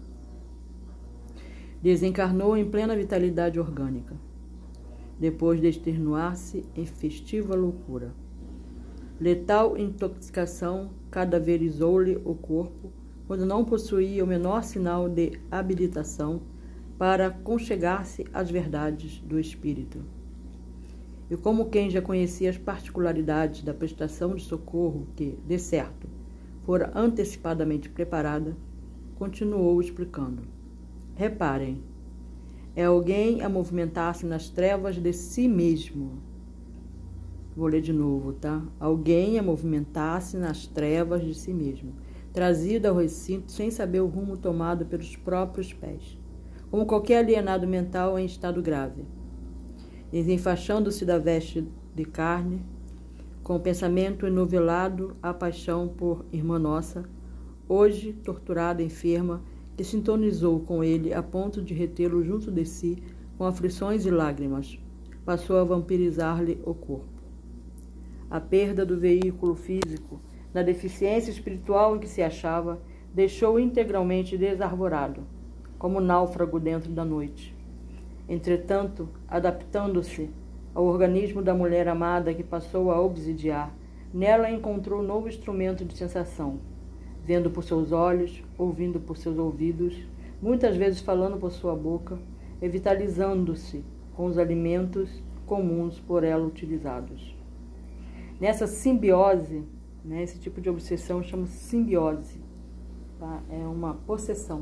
Desencarnou em plena vitalidade orgânica, depois de extenuar-se em festiva loucura. Letal intoxicação cadaverizou-lhe o corpo quando não possuía o menor sinal de habilitação para conchegar-se às verdades do espírito. E como quem já conhecia as particularidades da prestação de socorro que, de certo, fora antecipadamente preparada, continuou explicando. Reparem, é alguém a movimentar-se nas trevas de si mesmo. Vou ler de novo, tá? Alguém a movimentar-se nas trevas de si mesmo, trazido ao recinto sem saber o rumo tomado pelos próprios pés, como qualquer alienado mental em estado grave. Desenfaixando-se da veste de carne, com o pensamento enovelado à paixão por irmã nossa, hoje torturada e enferma, que sintonizou com ele a ponto de retê-lo junto de si com aflições e lágrimas, passou a vampirizar-lhe o corpo. A perda do veículo físico, na deficiência espiritual em que se achava, deixou-o integralmente desarvorado, como náufrago dentro da noite. Entretanto, adaptando-se ao organismo da mulher amada que passou a obsidiar, nela encontrou novo instrumento de sensação, vendo por seus olhos, ouvindo por seus ouvidos, muitas vezes falando por sua boca, e vitalizando-se com os alimentos comuns por ela utilizados. Nessa simbiose, né, esse tipo de obsessão chama simbiose, tá? É uma possessão.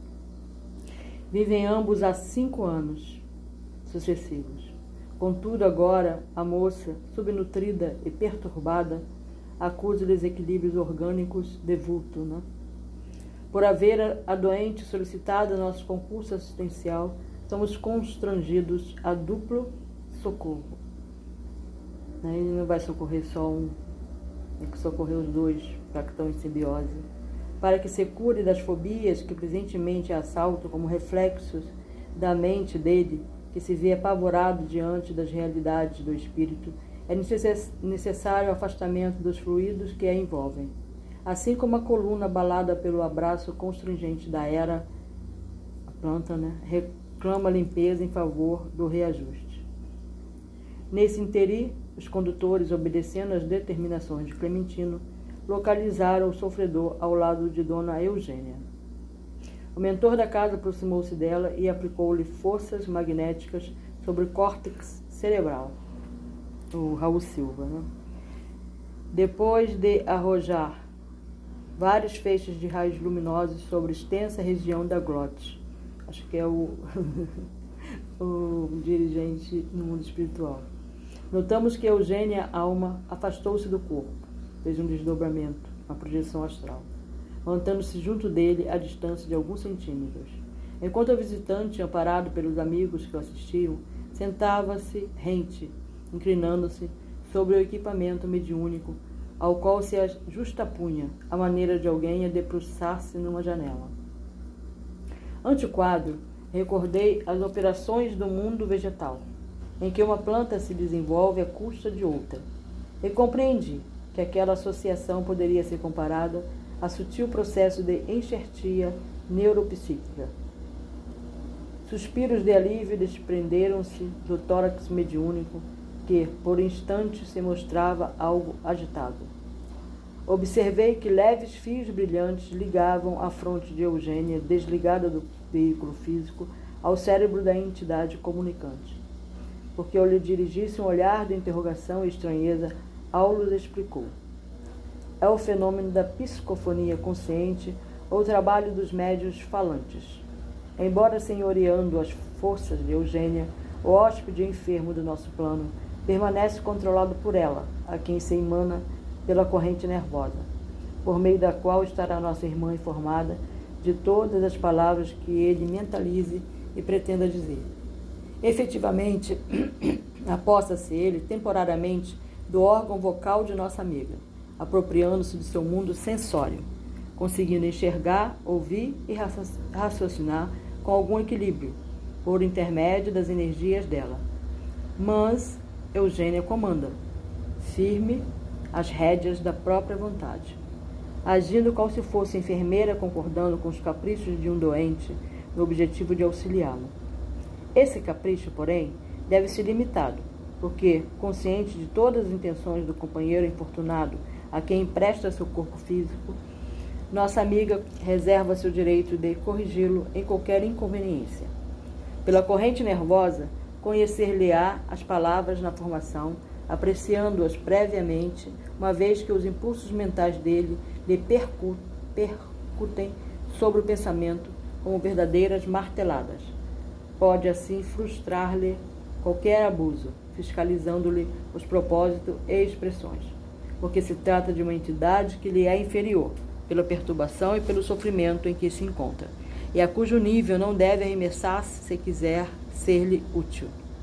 Vivem ambos há cinco anos sucessivos. Contudo, agora, a moça, subnutrida e perturbada, acusa desequilíbrios orgânicos de vulto, né? Por haver a doente solicitado nosso concurso assistencial, somos constrangidos a duplo socorro. Né? Ele não vai socorrer só um, tem que socorrer os dois, para que estão em simbiose, para que se cure das fobias que presentemente assaltam como reflexos da mente dele, que se vê apavorado diante das realidades do espírito. É necessário o afastamento dos fluidos que a envolvem. assim como a coluna abalada pelo abraço constringente da era, a planta, né, reclama limpeza em favor do reajuste. Nesse interi, os condutores, obedecendo às determinações de Clementino, localizaram o sofredor ao lado de Dona Eugênia. O mentor da casa aproximou-se dela e aplicou-lhe forças magnéticas sobre o córtex cerebral, o Raul Silva, né? Depois de arrojar vários feixes de raios luminosos sobre extensa região da glote. Acho que é o, o dirigente no mundo espiritual. Notamos que Eugênia, alma, afastou-se do corpo, fez um desdobramento, uma projeção astral, mantendo-se junto dele a distância de alguns centímetros. Enquanto o visitante, amparado pelos amigos que o assistiam, sentava-se rente, inclinando-se sobre o equipamento mediúnico, ao qual se justapunha a maneira de alguém a debruçar-se numa janela. Ante o quadro, recordei as operações do mundo vegetal, em que uma planta se desenvolve à custa de outra, e compreendi que aquela associação poderia ser comparada a sutil processo de enxertia neuropsíquica. Suspiros de alívio desprenderam-se do tórax mediúnico, que, por instantes, se mostrava algo agitado. Observei que leves fios brilhantes ligavam a fronte de Eugênia, desligada do veículo físico, ao cérebro da entidade comunicante. Porque eu lhe dirigisse um olhar de interrogação e estranheza, Aulus explicou. É o fenômeno da psicofonia consciente ou o trabalho dos médiuns falantes. Embora senhoreando as forças de Eugênia, o hóspede enfermo do nosso plano permanece controlado por ela, a quem se emana pela corrente nervosa, por meio da qual estará nossa irmã informada de todas as palavras que ele mentalize e pretenda dizer. Efetivamente, aposta-se ele temporariamente do órgão vocal de nossa amiga, apropriando-se do seu mundo sensório, conseguindo enxergar, ouvir e raciocinar com algum equilíbrio, por intermédio das energias dela. Mas Eugênia comanda, firme, as rédeas da própria vontade, agindo como se fosse enfermeira concordando com os caprichos de um doente no objetivo de auxiliá-lo. Esse capricho, porém, deve ser limitado, porque, consciente de todas as intenções do companheiro infortunado a quem empresta seu corpo físico, nossa amiga reserva-se o direito de corrigi-lo em qualquer inconveniência. Pela corrente nervosa, conhecer-lhe-á as palavras na formação, apreciando-as previamente, uma vez que os impulsos mentais dele lhe percu- percutem sobre o pensamento como verdadeiras marteladas. Pode assim frustrar-lhe qualquer abuso, fiscalizando-lhe os propósitos e expressões, porque se trata de uma entidade que lhe é inferior, pela perturbação e pelo sofrimento em que se encontra, e a cujo nível não deve arremessar-se se quiser ser-lhe útil.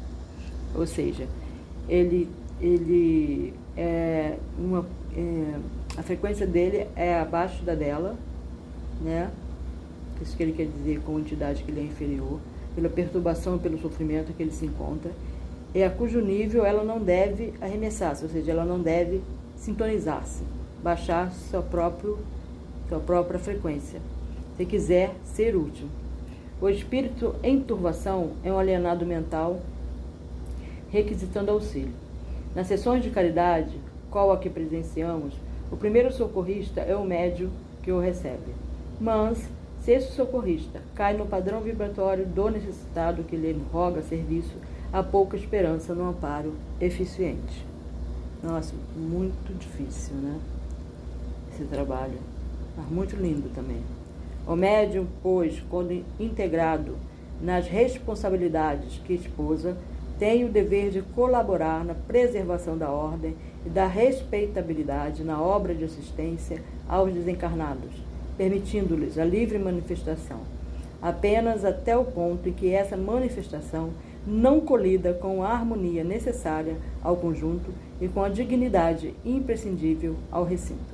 Ou seja, ele, ele é uma, é, a frequência dele é abaixo da dela, né? Isso que ele quer dizer com entidade que lhe é inferior, pela perturbação e pelo sofrimento que ele se encontra, e a cujo nível ela não deve arremessar-se, ou seja, ela não deve sintonizar-se, baixar seu próprio, sua própria frequência, se quiser ser útil. O espírito em turbação é um alienado mental requisitando auxílio. Nas sessões de caridade, qual a que presenciamos, o primeiro socorrista é o médium que o recebe. Mas, se esse socorrista cai no padrão vibratório do necessitado que lhe roga serviço, há pouca esperança no amparo eficiente. Nossa, muito difícil, né? Esse trabalho. Mas muito lindo também. O médium, pois, quando integrado nas responsabilidades que esposa, tem o dever de colaborar na preservação da ordem e da respeitabilidade na obra de assistência aos desencarnados, permitindo-lhes a livre manifestação, apenas até o ponto em que essa manifestação não colida com a harmonia necessária ao conjunto e com a dignidade imprescindível ao recinto.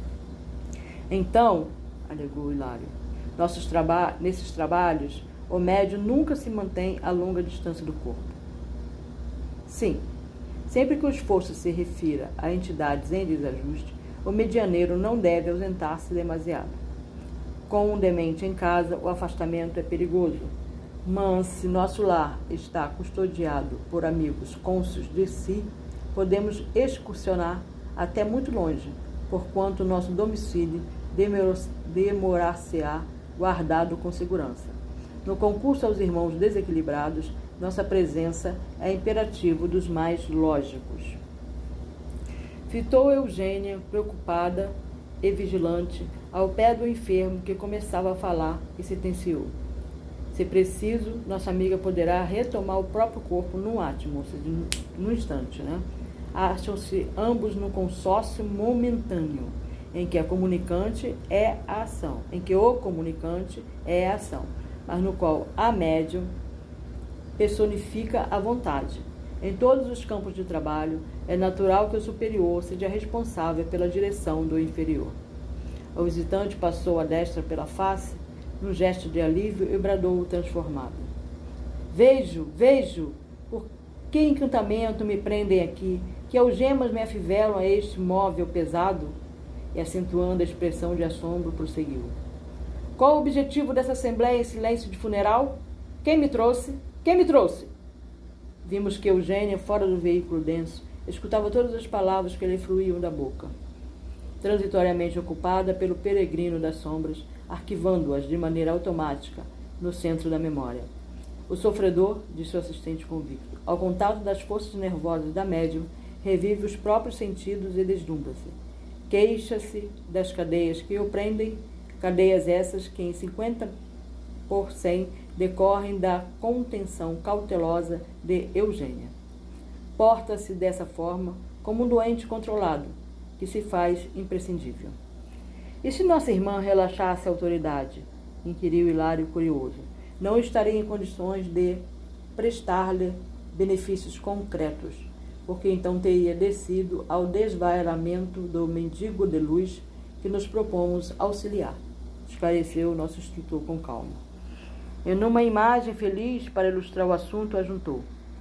Então, alegou Hilário, nossos traba- nesses trabalhos, o médium nunca se mantém a longa distância do corpo. Sim, sempre que o esforço se refira a entidades em desajuste, o medianeiro não deve ausentar-se demasiado. Com um demente em casa, o afastamento é perigoso, mas se nosso lar está custodiado por amigos cônscios de si, podemos excursionar até muito longe, porquanto nosso domicílio demorar-se-á guardado com segurança. No concurso aos irmãos desequilibrados, nossa presença é imperativo dos mais lógicos. Fitou Eugênia, preocupada e vigilante, ao pé do enfermo que começava a falar e sentenciou: se preciso, nossa amiga poderá retomar o próprio corpo no átimo, ou seja, no instante, né? Acham-se ambos no consórcio momentâneo, em que a comunicante é a ação, em que o comunicante é a ação, mas no qual a médium personifica a vontade. Em todos os campos de trabalho, é natural que o superior seja responsável pela direção do inferior. O visitante passou a destra pela face, num gesto de alívio, e bradou transformado: vejo, vejo, por que encantamento me prendem aqui, que algemas me afivelam a este móvel pesado? E, acentuando a expressão de assombro, prosseguiu: qual o objetivo dessa assembleia em silêncio de funeral? Quem me trouxe? Quem me trouxe? Vimos que Eugênia, fora do veículo denso, escutava todas as palavras que lhe fluíam da boca, transitoriamente ocupada pelo peregrino das sombras, arquivando-as de maneira automática no centro da memória. O sofredor, disse o assistente convicto, ao contato das forças nervosas da médium, revive os próprios sentidos e deslumbra-se. Queixa-se das cadeias que o prendem, cadeias essas que em cinquenta por cento decorrem da contenção cautelosa de Eugênia. Porta-se dessa forma como um doente controlado, que se faz imprescindível. E se nossa irmã relaxasse a autoridade? Inquiriu Hilário curioso. Não estaria em condições de prestar-lhe benefícios concretos, porque então teria descido ao desvairamento do mendigo de luz que nos propomos auxiliar, esclareceu o nosso instrutor com calma. E numa imagem feliz para ilustrar o assunto, ajuntou: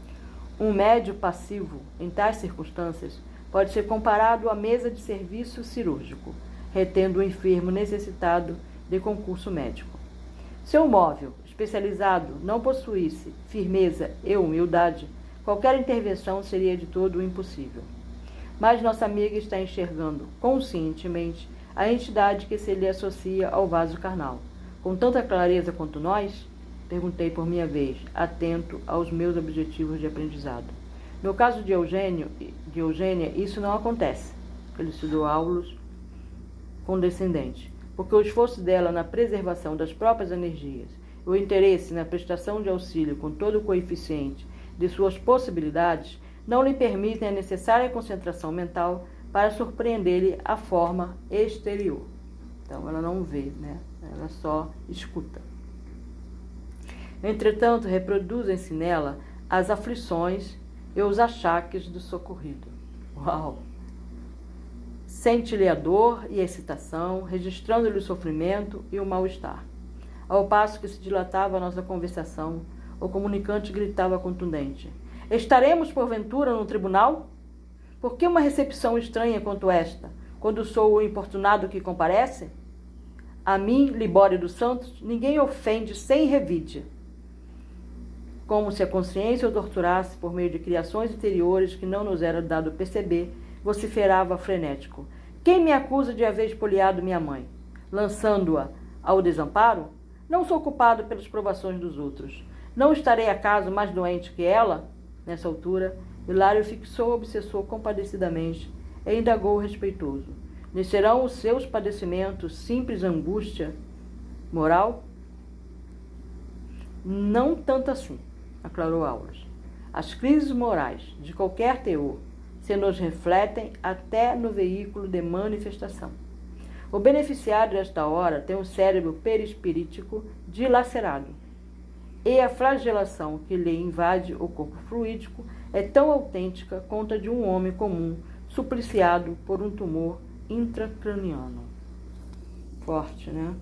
um médio passivo, em tais circunstâncias, pode ser comparado à mesa de serviço cirúrgico, retendo o enfermo necessitado de concurso médico. Se o móvel especializado não possuísse firmeza e humildade, qualquer intervenção seria de todo impossível. Mas nossa amiga está enxergando conscientemente a entidade que se lhe associa ao vaso carnal, com tanta clareza quanto nós? Perguntei por minha vez, atento aos meus objetivos de aprendizado. No caso de, Eugênio, de Eugênia, isso não acontece, elucidou Aulus, condescendente, porque o esforço dela na preservação das próprias energias, o interesse na prestação de auxílio com todo o coeficiente de suas possibilidades, não lhe permitem a necessária concentração mental para surpreender-lhe a forma exterior. Então, ela não vê, né? Ela só escuta. Entretanto, reproduzem-se nela as aflições e os achaques do socorrido. Uau! Sente-lhe a dor e a excitação, registrando-lhe o sofrimento e o mal-estar. Ao passo que se dilatava a nossa conversação, o comunicante gritava contundente: estaremos, porventura, no tribunal? Por que uma recepção estranha quanto esta, quando sou o importunado que comparece? A mim, Libório dos Santos, ninguém ofende sem revide. Como se a consciência o torturasse por meio de criações interiores que não nos era dado perceber, vociferava frenético: quem me acusa de haver espoliado minha mãe? Lançando-a ao desamparo? Não sou culpado pelas provações dos outros. Não estarei acaso mais doente que ela? Nessa altura, Hilário fixou o obsessor compadecidamente e indagou respeitoso: lhe serão os seus padecimentos simples angústia moral? Não tanto assim, aclarou Aulus. As crises morais, de qualquer teor, se nos refletem até no veículo de manifestação. O beneficiário desta hora tem um cérebro perispirítico dilacerado, e a flagelação que lhe invade o corpo fluídico é tão autêntica quanto a de um homem comum supliciado por um tumor intracraniano. Forte, né?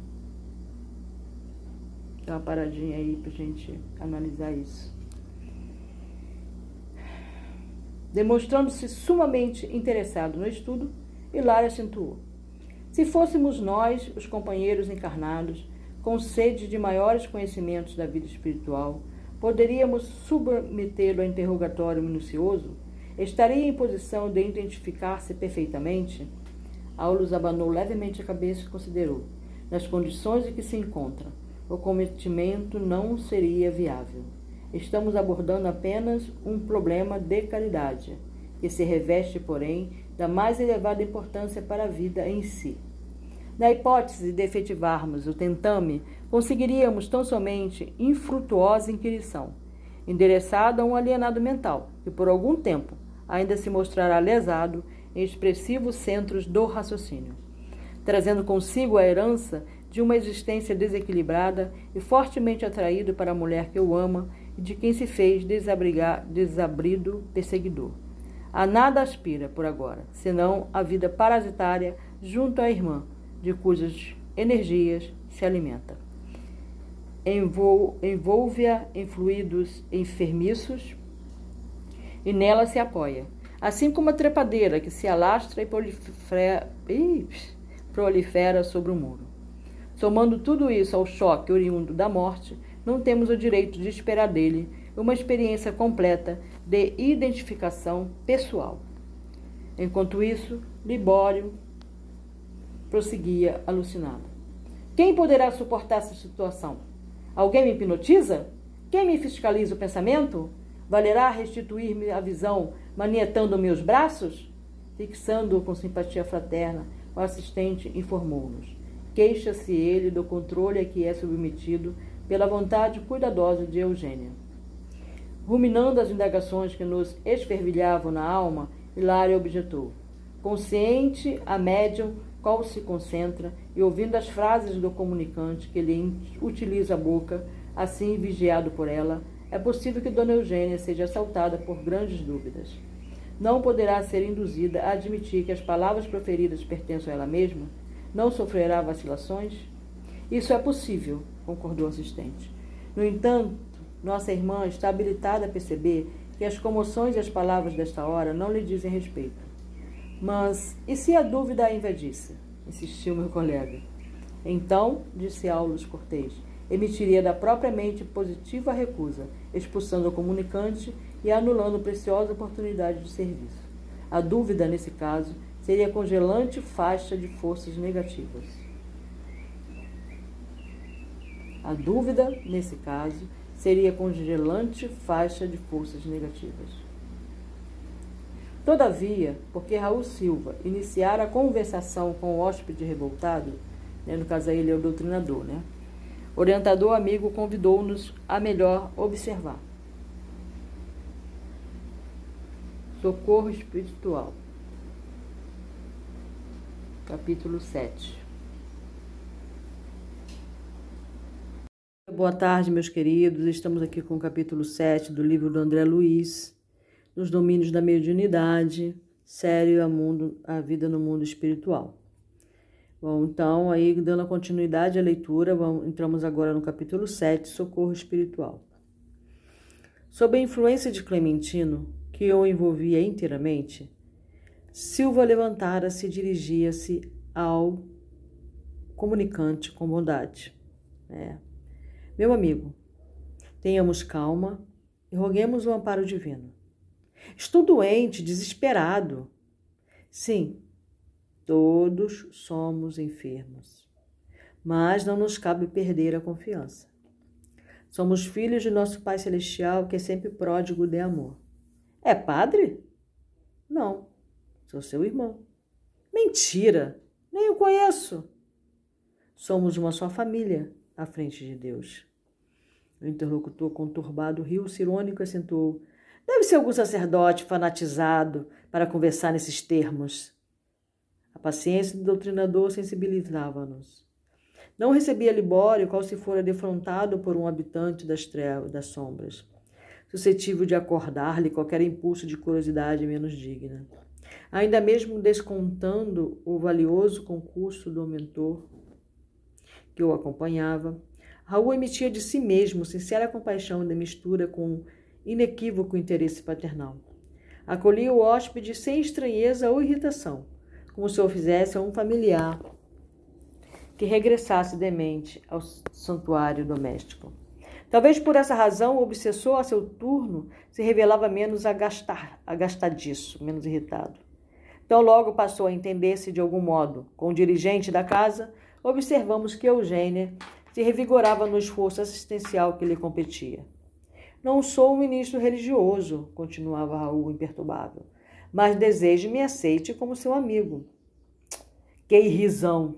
Dá uma paradinha aí pra gente analisar isso. Demonstrando-se sumamente interessado no estudo, Hilário acentuou. Se fôssemos nós, os companheiros encarnados, com sede de maiores conhecimentos da vida espiritual, poderíamos submetê-lo a interrogatório minucioso? Estaria em posição de identificar-se perfeitamente? Aulus abanou levemente a cabeça e considerou. Nas condições em que se encontra, o cometimento não seria viável. Estamos abordando apenas um problema de caridade, que se reveste, porém, da mais elevada importância para a vida em si. Na hipótese de efetivarmos o tentame, conseguiríamos tão somente infrutuosa inquirição, endereçada a um alienado mental, que por algum tempo ainda se mostrará lesado em expressivos centros do raciocínio, trazendo consigo a herança de uma existência desequilibrada e fortemente atraído para a mulher que o ama e de quem se fez desabrigar, desabrido perseguidor. A nada aspira, por agora, senão a vida parasitária junto à irmã, de cujas energias se alimenta. Envol, envolve-a em fluidos enfermiços e nela se apoia, assim como a trepadeira que se alastra e prolifera, ih, prolifera sobre o muro. Somando tudo isso ao choque oriundo da morte, não temos o direito de esperar dele uma experiência completa de identificação pessoal. Enquanto isso, Libório prosseguia alucinado. Quem poderá suportar essa situação? Alguém me hipnotiza? Quem me fiscaliza o pensamento? Valerá restituir-me a visão, manietando-me os braços? Fixando-o com simpatia fraterna, o assistente informou-nos. Queixa-se ele do controle a que é submetido pela vontade cuidadosa de Eugênia. Ruminando as indagações que nos esfervilhavam na alma, Hilário objetou. Consciente, a médium qual se concentra e ouvindo as frases do comunicante que lhe utiliza a boca, assim vigiado por ela, é possível que Dona Eugênia seja assaltada por grandes dúvidas. Não poderá ser induzida a admitir que as palavras proferidas pertençam a ela mesma? Não sofrerá vacilações? Isso é possível, concordou o assistente. No entanto, nossa irmã está habilitada a perceber que as comoções e as palavras desta hora não lhe dizem respeito. Mas, e se a dúvida a invadisse? Insistiu meu colega. Então, disse Aulus cortês, emitiria da própria mente positiva recusa, expulsando o comunicante e anulando preciosa oportunidade de serviço. A dúvida, nesse caso, seria congelante faixa de forças negativas. A dúvida, nesse caso, seria congelante faixa de forças negativas. Todavia, porque Raul Silva iniciara a conversação com o hóspede revoltado, né, no caso aí ele é o doutrinador, né? O orientador amigo convidou-nos a melhor observar. Socorro espiritual. Capítulo sete. Boa tarde, meus queridos. Estamos aqui com o capítulo sete do livro do André Luiz, nos domínios da mediunidade, sério a, mundo, a vida no mundo espiritual. Bom, então, aí dando continuidade à leitura, vamos, entramos agora no capítulo sete, Socorro Espiritual. Sob a influência de Clementino, que o envolvia inteiramente, Silva levantara-se e dirigia-se ao comunicante com bondade. É. Meu amigo, tenhamos calma e roguemos o amparo divino. Estou doente, desesperado. Sim, todos somos enfermos, mas não nos cabe perder a confiança. Somos filhos de nosso Pai Celestial, que é sempre pródigo de amor. É padre? Não, sou seu irmão. Mentira, nem o conheço. Somos uma só família à frente de Deus. O interlocutor conturbado riu-se irônico e acentuou. Deve ser algum sacerdote fanatizado para conversar nesses termos. A paciência do doutrinador sensibilizava-nos. Não recebia Libório qual se fora defrontado por um habitante das trevas, das sombras, suscetível de acordar-lhe qualquer impulso de curiosidade menos digna. Ainda mesmo descontando o valioso concurso do mentor que o acompanhava, Raul emitia de si mesmo sincera compaixão de mistura com inequívoco interesse paternal. Acolhia o hóspede sem estranheza ou irritação, como se o fizesse a um familiar que regressasse demente ao santuário doméstico. Talvez por essa razão o obsessor, a seu turno, se revelava menos agastar, agastadiço, menos irritado. Então logo passou a entender-se de algum modo com o dirigente da casa, observamos que Eugênia se revigorava no esforço assistencial que lhe competia. Não sou um ministro religioso, continuava Raul imperturbável, mas desejo me aceite como seu amigo. Que irrisão!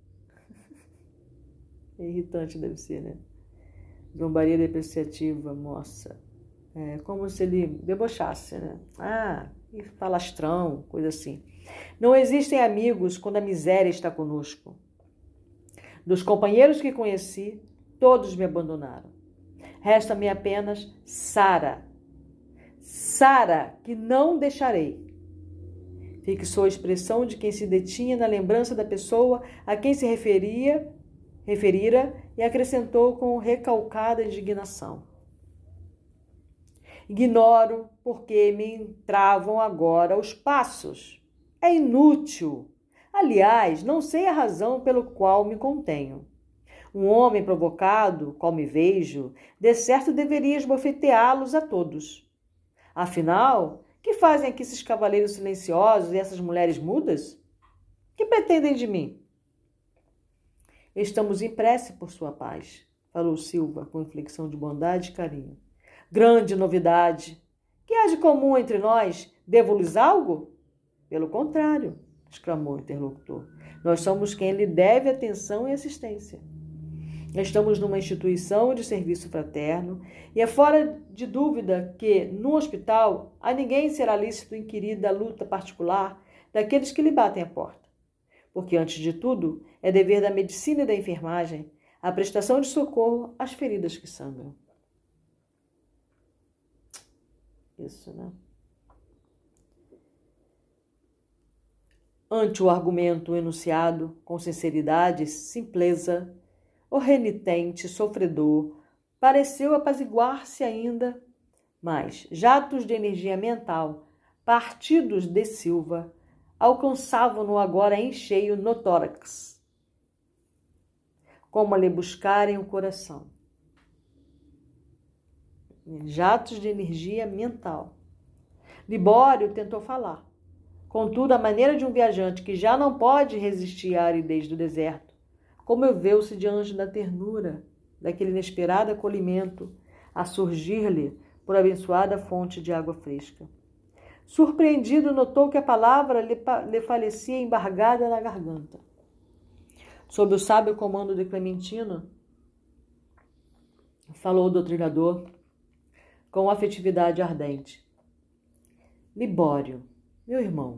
É irritante deve ser, né? Zombaria depreciativa, moça. É como se ele debochasse, né? Ah, e falastrão, coisa assim. Não existem amigos quando a miséria está conosco. Dos companheiros que conheci, todos me abandonaram. Resta-me apenas Sara. Sara, que não deixarei. Fixou a expressão de quem se detinha na lembrança da pessoa a quem se referia, referira e acrescentou com recalcada indignação. Ignoro porque me entravam agora os passos. É inútil. Aliás, não sei a razão pelo qual me contenho. Um homem provocado, qual me vejo, de certo deveria esbofeteá-los a todos. Afinal, que fazem aqui esses cavaleiros silenciosos e essas mulheres mudas? Que pretendem de mim? Estamos em prece por sua paz, falou Silva com inflexão de bondade e carinho. Grande novidade! Que há de comum entre nós? Devo-lhes algo? Pelo contrário, exclamou o interlocutor. Nós somos quem lhe deve atenção e assistência. Estamos numa instituição de serviço fraterno e é fora de dúvida que, no hospital, a ninguém será lícito inquirir da luta particular daqueles que lhe batem a porta. Porque, antes de tudo, é dever da medicina e da enfermagem a prestação de socorro às feridas que sangram. Isso, né? Ante o argumento enunciado, com sinceridade e simpleza, o renitente sofredor pareceu apaziguar-se ainda, mas jatos de energia mental, partidos de Silva, alcançavam-no agora em cheio no tórax, como a lhe buscarem o coração. Jatos de energia mental. Libório tentou falar. Contudo, a maneira de um viajante que já não pode resistir à aridez do deserto, comoveu-se diante da ternura, daquele inesperado acolhimento a surgir-lhe por abençoada fonte de água fresca. Surpreendido, notou que a palavra lhe, lhe falecia embargada na garganta. Sob o sábio comando de Clementino, falou o doutrinador com afetividade ardente. Libório, meu irmão.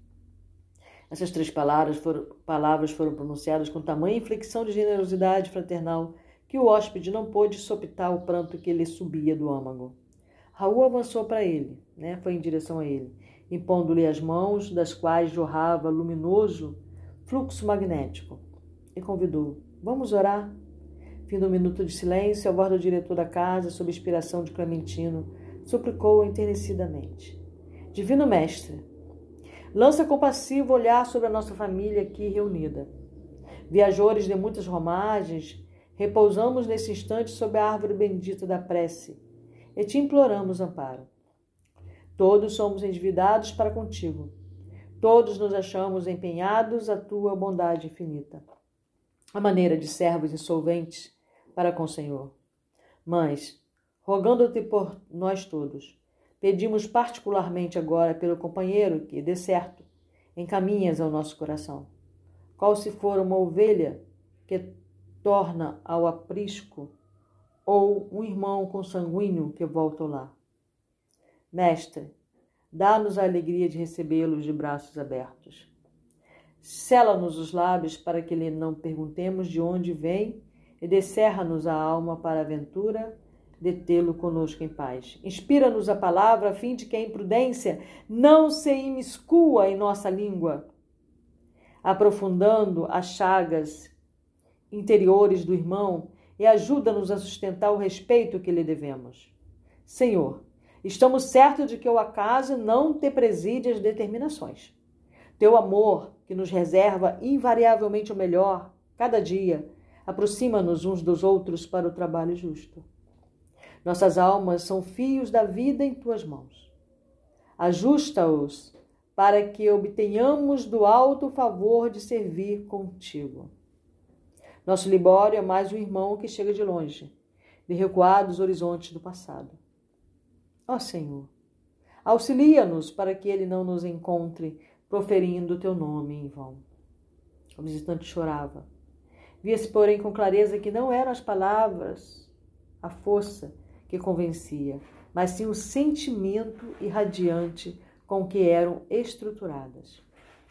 Essas três palavras foram, palavras foram pronunciadas com tamanha inflexão de generosidade fraternal que o hóspede não pôde sopitar o pranto que lhe subia do âmago. Raul avançou para ele, né? Foi em direção a ele, impondo-lhe as mãos, das quais jorrava luminoso fluxo magnético, e convidou: vamos orar? Fim do minuto de silêncio, a voz do diretor da casa, sob inspiração de Clementino, suplicou enternecidamente. Divino Mestre, lança compassivo olhar sobre a nossa família aqui reunida. Viajores de muitas romagens, repousamos nesse instante sob a árvore bendita da prece e te imploramos amparo. Todos somos endividados para contigo. Todos nos achamos empenhados à tua bondade infinita, à maneira de servos insolventes para com o Senhor. Mas, rogando-te por nós todos, pedimos particularmente agora pelo companheiro que, de certo, encaminhas ao nosso coração, qual se for uma ovelha que torna ao aprisco ou um irmão consanguíneo que volta ao lar. Mestre, dá-nos a alegria de recebê-los de braços abertos. Sela-nos os lábios para que lhe não perguntemos de onde vem e descerra-nos a alma para a aventura de tê-lo conosco em paz. Inspira-nos a palavra a fim de que a imprudência não se imiscua em nossa língua, aprofundando as chagas interiores do irmão, e ajuda-nos a sustentar o respeito que lhe devemos. Senhor, estamos certos de que o acaso não te preside as determinações. Teu amor, que nos reserva invariavelmente o melhor, cada dia, aproxima-nos uns dos outros para o trabalho justo. Nossas almas são fios da vida em tuas mãos. Ajusta-os para que obtenhamos do alto o favor de servir contigo. Nosso Libório é mais um irmão que chega de longe, de recuados horizontes do passado. Ó Senhor, auxilia-nos para que ele não nos encontre proferindo o teu nome em vão. O visitante chorava. Via-se, porém, com clareza que não eram as palavras, a força que convencia, mas sim o sentimento irradiante com que eram estruturadas.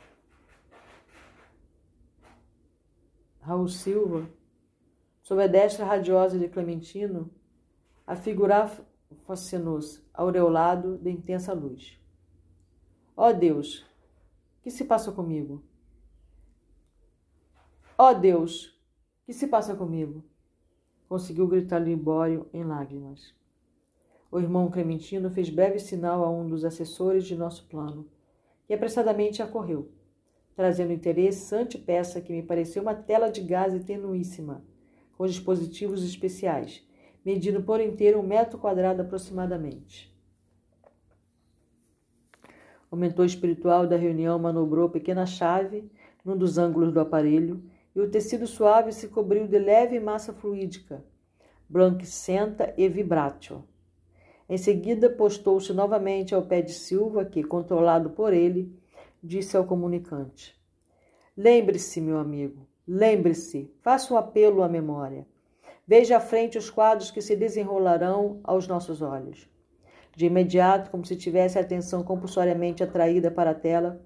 Raul Silva, sob a destra radiosa de Clementino, afigurava-se-nos aureolado de intensa luz. Ó Deus, que se passa comigo? Ó Deus, que se passa comigo? Conseguiu gritar Libório em lágrimas. O irmão Clementino fez breve sinal a um dos assessores de nosso plano, e apressadamente acorreu, trazendo interessante peça que me pareceu uma tela de gaze tenuíssima, com dispositivos especiais, medindo por inteiro um metro quadrado aproximadamente. O mentor espiritual da reunião manobrou pequena chave num dos ângulos do aparelho e o tecido suave se cobriu de leve massa fluídica, branquicenta e vibrátil. Em seguida, postou-se novamente ao pé de Silva, que, controlado por ele, disse ao comunicante: Lembre-se, meu amigo, lembre-se, faça um apelo à memória. Veja à frente os quadros que se desenrolarão aos nossos olhos. De imediato, como se tivesse a atenção compulsoriamente atraída para a tela,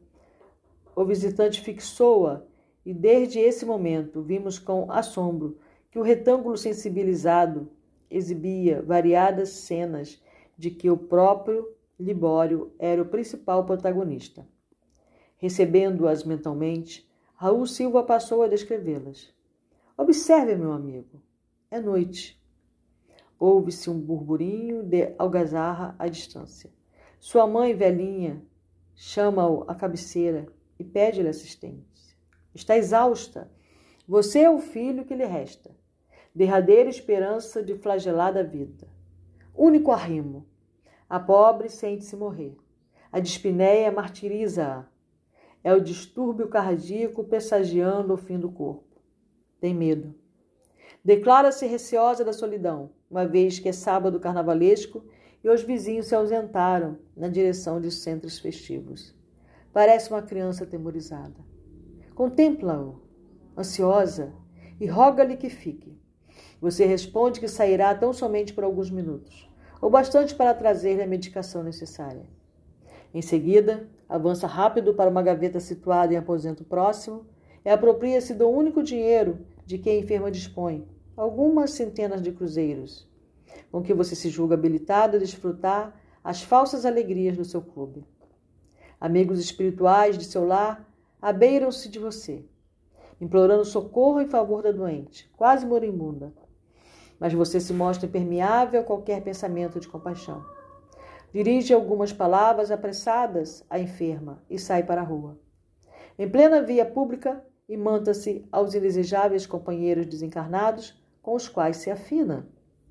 o visitante fixou-a e, desde esse momento, vimos com assombro que o retângulo sensibilizado exibia variadas cenas de que o próprio Libório era o principal protagonista. Recebendo-as mentalmente, Raul Silva passou a descrevê-las. Observe, meu amigo, é noite. Ouve-se um burburinho de algazarra à distância. Sua mãe, velhinha, chama-o à cabeceira e pede-lhe assistência. Está exausta. Você é o filho que lhe resta. Derradeira esperança de flagelada vida. Único arrimo. A pobre sente-se morrer. A dispneia martiriza-a. É o distúrbio cardíaco pressagiando o fim do corpo. Tem medo. Declara-se receosa da solidão, uma vez que é sábado carnavalesco e os vizinhos se ausentaram na direção de centros festivos. Parece uma criança atemorizada. Contempla-o, ansiosa, e roga-lhe que fique. Você responde que sairá tão somente por alguns minutos, ou bastante para trazer-lhe a medicação necessária. Em seguida, avança rápido para uma gaveta situada em aposento próximo e apropria-se do único dinheiro de que a enferma dispõe, algumas centenas de cruzeiros, com que você se julga habilitado a desfrutar as falsas alegrias do seu clube. Amigos espirituais de seu lar abeiram-se de você, implorando socorro em favor da doente, quase moribunda. Mas você se mostra impermeável a qualquer pensamento de compaixão. Dirige algumas palavras apressadas à enferma e sai para a rua. Em plena via pública, imanta-se aos indesejáveis companheiros desencarnados com os quais se afina.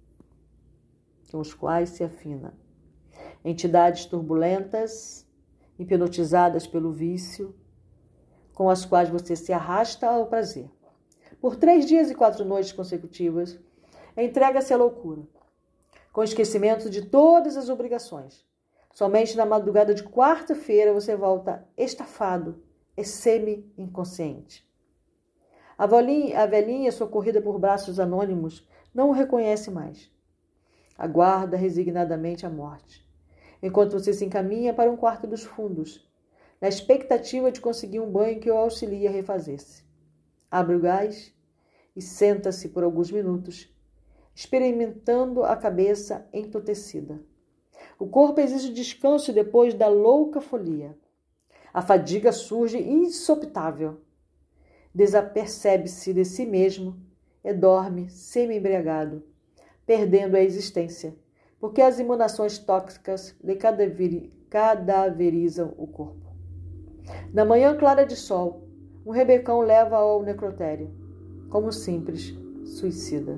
Com os quais se afina. Entidades turbulentas, hipnotizadas pelo vício, com as quais você se arrasta ao prazer. Por três dias e quatro noites consecutivas, entrega-se à loucura, com esquecimento de todas as obrigações. Somente na madrugada de quarta-feira você volta estafado e semi-inconsciente. A velhinha, a velhinha, socorrida por braços anônimos, não o reconhece mais. Aguarda resignadamente a morte, enquanto você se encaminha para um quarto dos fundos, na expectativa de conseguir um banho que o auxilie a refazer-se. Abre o gás e senta-se por alguns minutos, experimentando a cabeça entotecida. O corpo exige descanso depois da louca folia. A fadiga surge insopitável. Desapercebe-se de si mesmo e dorme semi-embriagado, perdendo a existência, porque as emanações tóxicas lhe cadaverizam o corpo. Na manhã clara de sol, um rebecão leva ao necrotério, como simples suicida.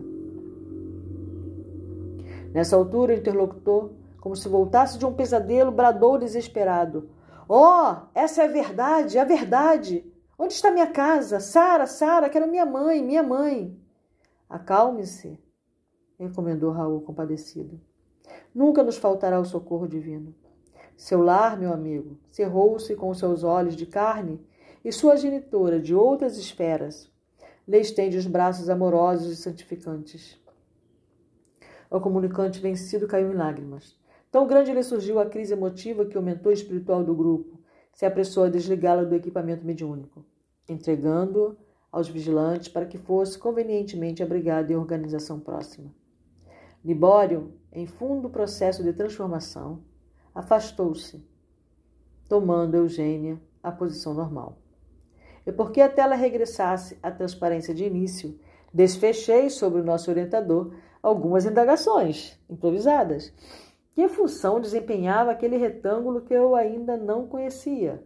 Nessa altura, o interlocutor, como se voltasse de um pesadelo, bradou desesperado: "Oh, essa é a verdade, a verdade! Onde está minha casa? Sara, Sara, quero minha mãe, minha mãe!" "Acalme-se", recomendou Raul compadecido. "Nunca nos faltará o socorro divino. Seu lar, meu amigo, cerrou-se com seus olhos de carne e sua genitora de outras esferas lhe estende os braços amorosos e santificantes." O comunicante vencido caiu em lágrimas. Tão grande lhe surgiu a crise emotiva que o mentor espiritual do grupo se apressou a desligá-lo do equipamento mediúnico, entregando-o aos vigilantes para que fosse convenientemente abrigado em organização próxima. Libório, em fundo processo de transformação, afastou-se, tomando Eugênia a posição normal. E porque a tela regressasse à transparência de início, desfechei sobre o nosso orientador algumas indagações improvisadas. Que função desempenhava aquele retângulo que eu ainda não conhecia?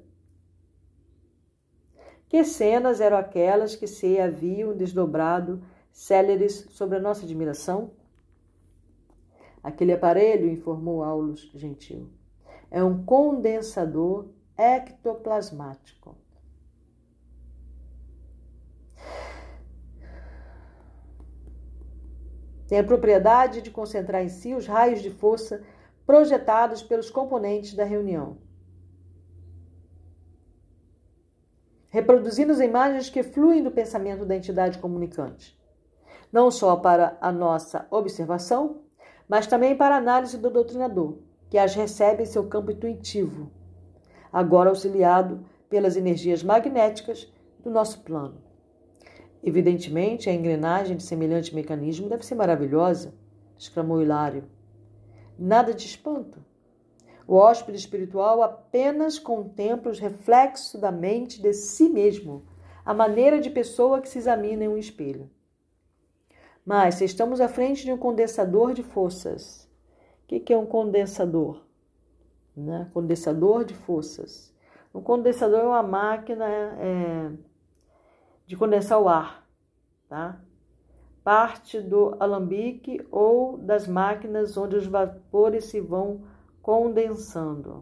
Que cenas eram aquelas que se haviam desdobrado céleres sobre a nossa admiração? Aquele aparelho, informou Aulus gentil, é um condensador ectoplasmático. Tem a propriedade de concentrar em si os raios de força projetados pelos componentes da reunião, reproduzindo as imagens que fluem do pensamento da entidade comunicante, não só para a nossa observação, mas também para a análise do doutrinador, que as recebe em seu campo intuitivo, agora auxiliado pelas energias magnéticas do nosso plano. Evidentemente, a engrenagem de semelhante mecanismo deve ser maravilhosa, exclamou Hilário. Nada de espanto. O hóspede espiritual apenas contempla os reflexos da mente de si mesmo, a maneira de pessoa que se examina em um espelho. Mas se estamos à frente de um condensador de forças, o que é um condensador? Né? Condensador de forças. Um condensador é uma máquina é, de condensar o ar, tá? Parte do alambique ou das máquinas onde os vapores se vão condensando.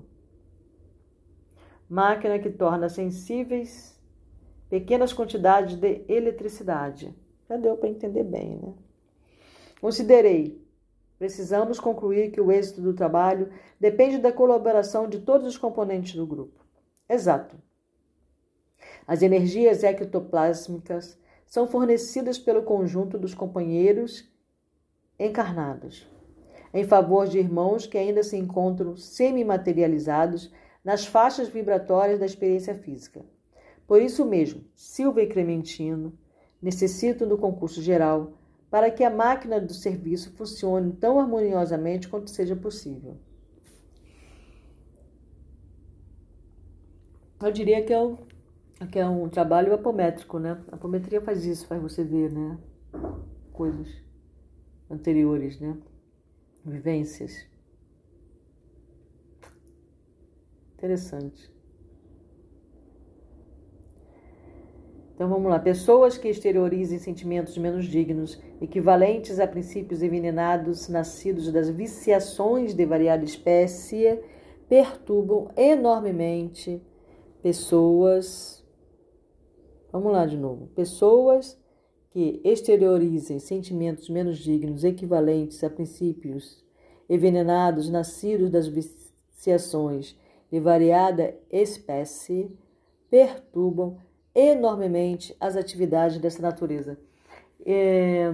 Máquina que torna sensíveis pequenas quantidades de eletricidade. Já deu para entender bem, né? Considerei. Precisamos concluir que o êxito do trabalho depende da colaboração de todos os componentes do grupo. Exato. As energias ectoplásmicas são fornecidas pelo conjunto dos companheiros encarnados, em favor de irmãos que ainda se encontram semi-materializados nas faixas vibratórias da experiência física. Por isso mesmo, Silva e Clementino necessitam do concurso geral para que a máquina do serviço funcione tão harmoniosamente quanto seja possível. Eu diria que é um, que é um trabalho apométrico, né? A apometria faz isso, faz você ver, né? Coisas anteriores, né? Vivências. Interessante. Então vamos lá. Pessoas que exteriorizem sentimentos menos dignos, equivalentes a princípios envenenados, nascidos das viciações de variada espécie, perturbam enormemente pessoas. Vamos lá de novo. Pessoas que exteriorizem sentimentos menos dignos, equivalentes a princípios envenenados, nascidos das viciações de variada espécie, perturbam enormemente as atividades dessa natureza. É...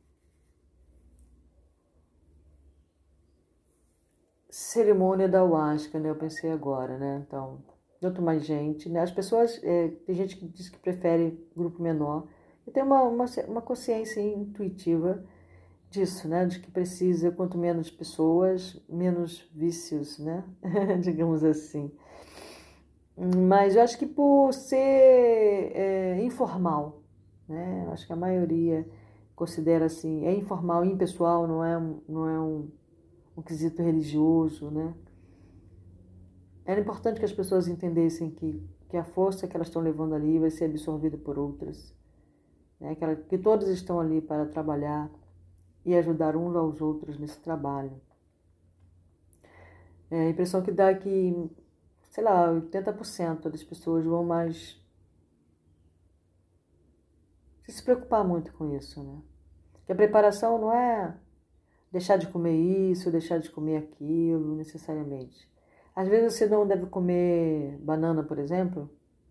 Cerimônia da ayahuasca, né? Eu pensei agora, né? Então, quanto mais gente, né? As pessoas, é, tem gente que diz que prefere grupo menor, e tem uma, uma, uma consciência intuitiva disso, né? De que precisa, quanto menos pessoas, menos vícios, né? Digamos assim. Mas eu acho que por ser é, informal, né? Eu acho que a maioria considera assim, é informal, impessoal, não é, um, não é um, um quesito religioso, né? Era importante que as pessoas entendessem que que a força que elas estão levando ali vai ser absorvida por outras, né? que, ela, que todas estão ali para trabalhar e ajudar uns aos outros nesse trabalho. É a impressão que dá que, sei lá, oitenta por cento das pessoas vão mais se preocupar muito com isso, né? Que a preparação não é deixar de comer isso, deixar de comer aquilo, necessariamente. Às vezes você não deve comer banana, por exemplo,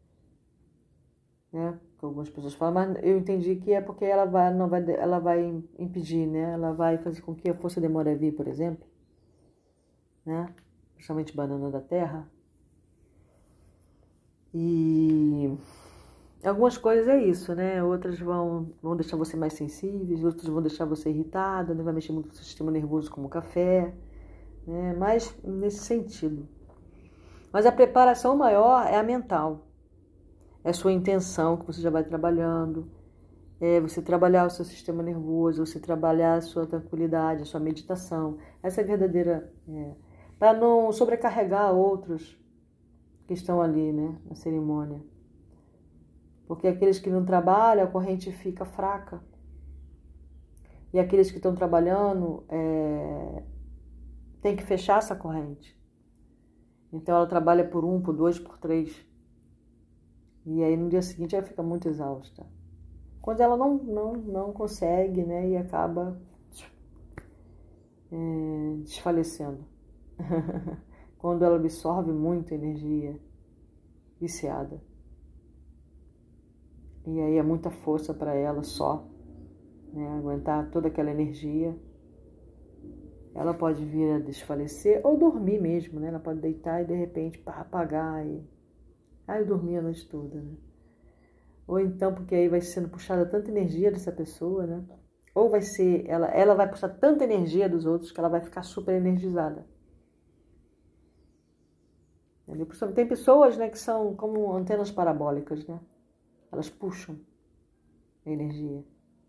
né? Que algumas pessoas falam, mas eu entendi que é porque ela vai, não vai, ela vai impedir, né? Ela vai fazer com que a força demore a vir, por exemplo, né? Principalmente banana da terra. E algumas coisas é isso, né? Outras vão, vão deixar você mais sensível, outras vão deixar você irritado, né? Vai mexer muito com o sistema nervoso, como o café, né? Mas nesse sentido. Mas a preparação maior é a mental. É a sua intenção que você já vai trabalhando, é você trabalhar o seu sistema nervoso, você trabalhar a sua tranquilidade, a sua meditação. Essa é a verdadeira... É, para não sobrecarregar outros que estão ali, né, na cerimônia. Porque aqueles que não trabalham, a corrente fica fraca. E aqueles que estão trabalhando, é, tem que fechar essa corrente. Então ela trabalha por um, por dois, por três. E aí no dia seguinte ela fica muito exausta. Quando ela não, não, não consegue, né, e acaba é, desfalecendo. Quando ela absorve muita energia viciada. E aí é muita força para ela só, né, aguentar toda aquela energia. Ela pode vir a desfalecer ou dormir mesmo, né? Ela pode deitar e de repente pá, apagar e... Ah, eu dormi a noite toda, né? Ou então porque aí vai sendo puxada tanta energia dessa pessoa, né? Ou vai ser, ela, ela vai puxar tanta energia dos outros que ela vai ficar super energizada. Tem pessoas, né, que são como antenas parabólicas, né? Elas puxam a energia.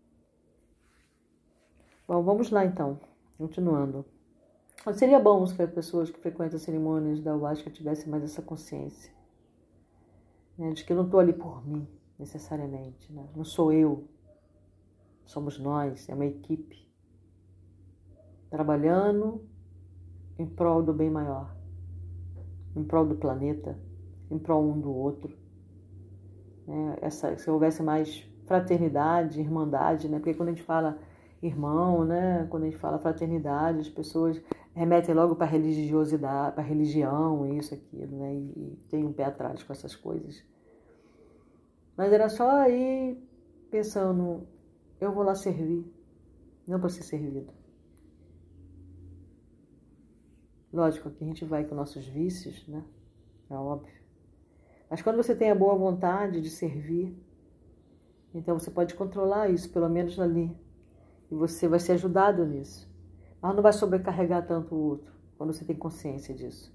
Bom, vamos lá então, continuando. Seria bom se as pessoas que frequentam cerimônias da ayahuasca tivessem mais essa consciência, né, de que eu não estou ali por mim, necessariamente, né? Não sou eu, somos nós, é uma equipe trabalhando em prol do bem maior, em prol do planeta, em prol um do outro. É, essa, se houvesse mais fraternidade, irmandade, né? Porque quando a gente fala irmão, né? Quando a gente fala fraternidade, as pessoas remetem logo para a religiosidade, para a religião, isso, aquilo, né? E, e tem um pé atrás com essas coisas. Mas era só aí pensando, eu vou lá servir, não para ser servido. Lógico que a gente vai com nossos vícios, né? É óbvio. Mas quando você tem a boa vontade de servir, então você pode controlar isso, pelo menos ali. E você vai ser ajudado nisso. Mas não vai sobrecarregar tanto o outro, quando você tem consciência disso.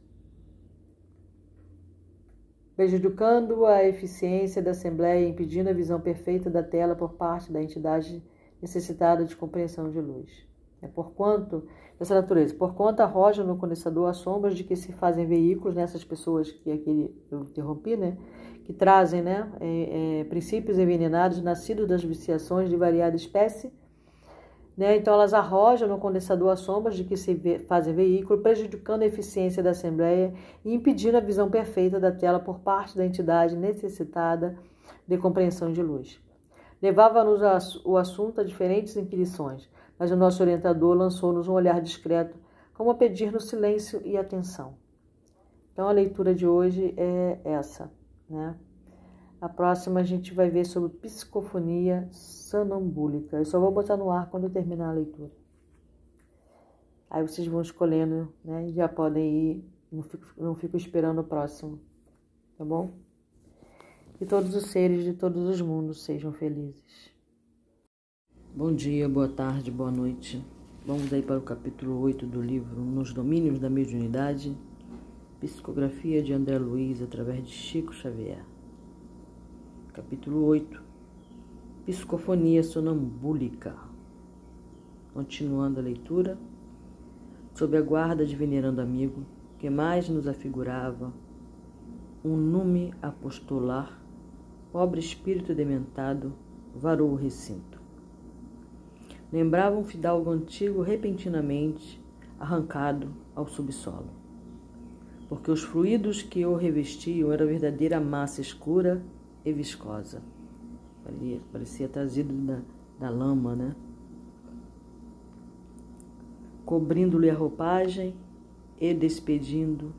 Prejudicando a eficiência da Assembleia e impedindo a visão perfeita da tela por parte da entidade necessitada de compreensão de luz. É porquanto, dessa natureza, porquanto arroja no condensador as sombras de que se fazem veículos nessas pessoas que aqui eu interrompi, né? Que trazem, né, é, é, princípios envenenados nascidos das viciações de variada espécie, né? Então elas arrojam no condensador as sombras de que se ve, fazem veículo, prejudicando a eficiência da Assembleia e impedindo a visão perfeita da tela por parte da entidade necessitada de compreensão de luz. Levava-nos o assunto a diferentes inquirições, mas o nosso orientador lançou-nos um olhar discreto, como a pedir-nos silêncio e atenção. Então a leitura de hoje é essa, né? A próxima a gente vai ver sobre psicofonia sonambúlica. Eu só vou botar no ar quando eu terminar a leitura. Aí vocês vão escolhendo, né? E já podem ir, não fico, não fico esperando o próximo, tá bom? Que todos os seres de todos os mundos sejam felizes. Bom dia, boa tarde, boa noite. Vamos aí para o capítulo oito do livro Nos Domínios da Mediunidade, psicografia de André Luiz através de Chico Xavier. Capítulo oito, psicofonia sonambúlica. Continuando a leitura, sob a guarda de venerando amigo, que mais nos afigurava um nume apostolar, pobre espírito dementado, varou o recinto. Lembrava um fidalgo antigo repentinamente arrancado ao subsolo, porque os fluidos que o revestiam eram verdadeira massa escura e viscosa. Parecia trazido da, da lama, né? Cobrindo-lhe a roupagem e despedindo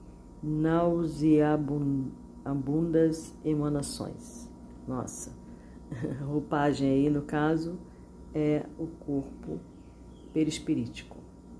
nauseabundas emanações. Nossa, a roupagem aí, no caso, é o corpo perispirítico.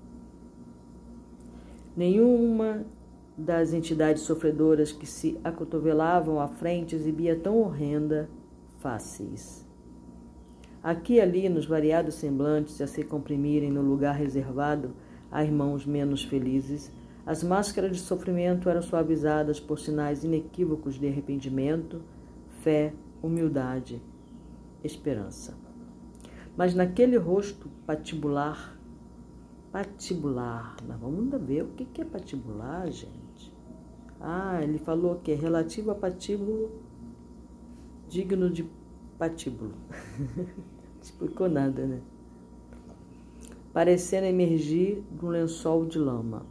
Nenhuma das entidades sofredoras que se acotovelavam à frente exibia tão horrenda faces. Aqui e ali, nos variados semblantes a se comprimirem no lugar reservado a irmãos menos felizes, as máscaras de sofrimento eram suavizadas por sinais inequívocos de arrependimento, fé, humildade, esperança. Mas naquele rosto patibular, patibular, nós vamos ver o que é patibular, gente. Ah, ele falou que é relativo a patíbulo, digno de patíbulo. Não explicou nada, né? Parecendo emergir de um lençol de lama.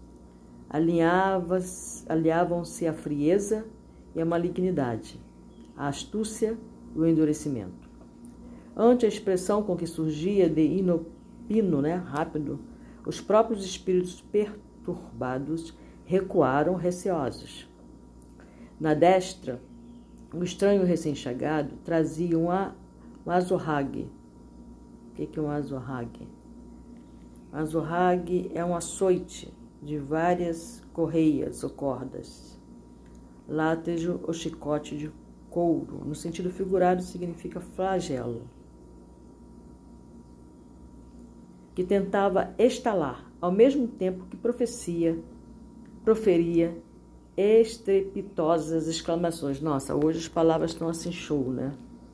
Aliavam-se a frieza e a malignidade, a astúcia e o endurecimento. Ante a expressão com que surgia de inopino, né, rápido, os próprios espíritos perturbados recuaram receosos. Na destra, o estranho recém-chegado trazia um, a, um azorrague. O que é um azorrague? Um azorrague é um açoite de várias correias ou cordas. Látejo ou chicote de couro, no sentido figurado, significa flagelo, que tentava estalar, ao mesmo tempo que profecia, proferia estrepitosas exclamações. Nossa, hoje as palavras estão assim show, né?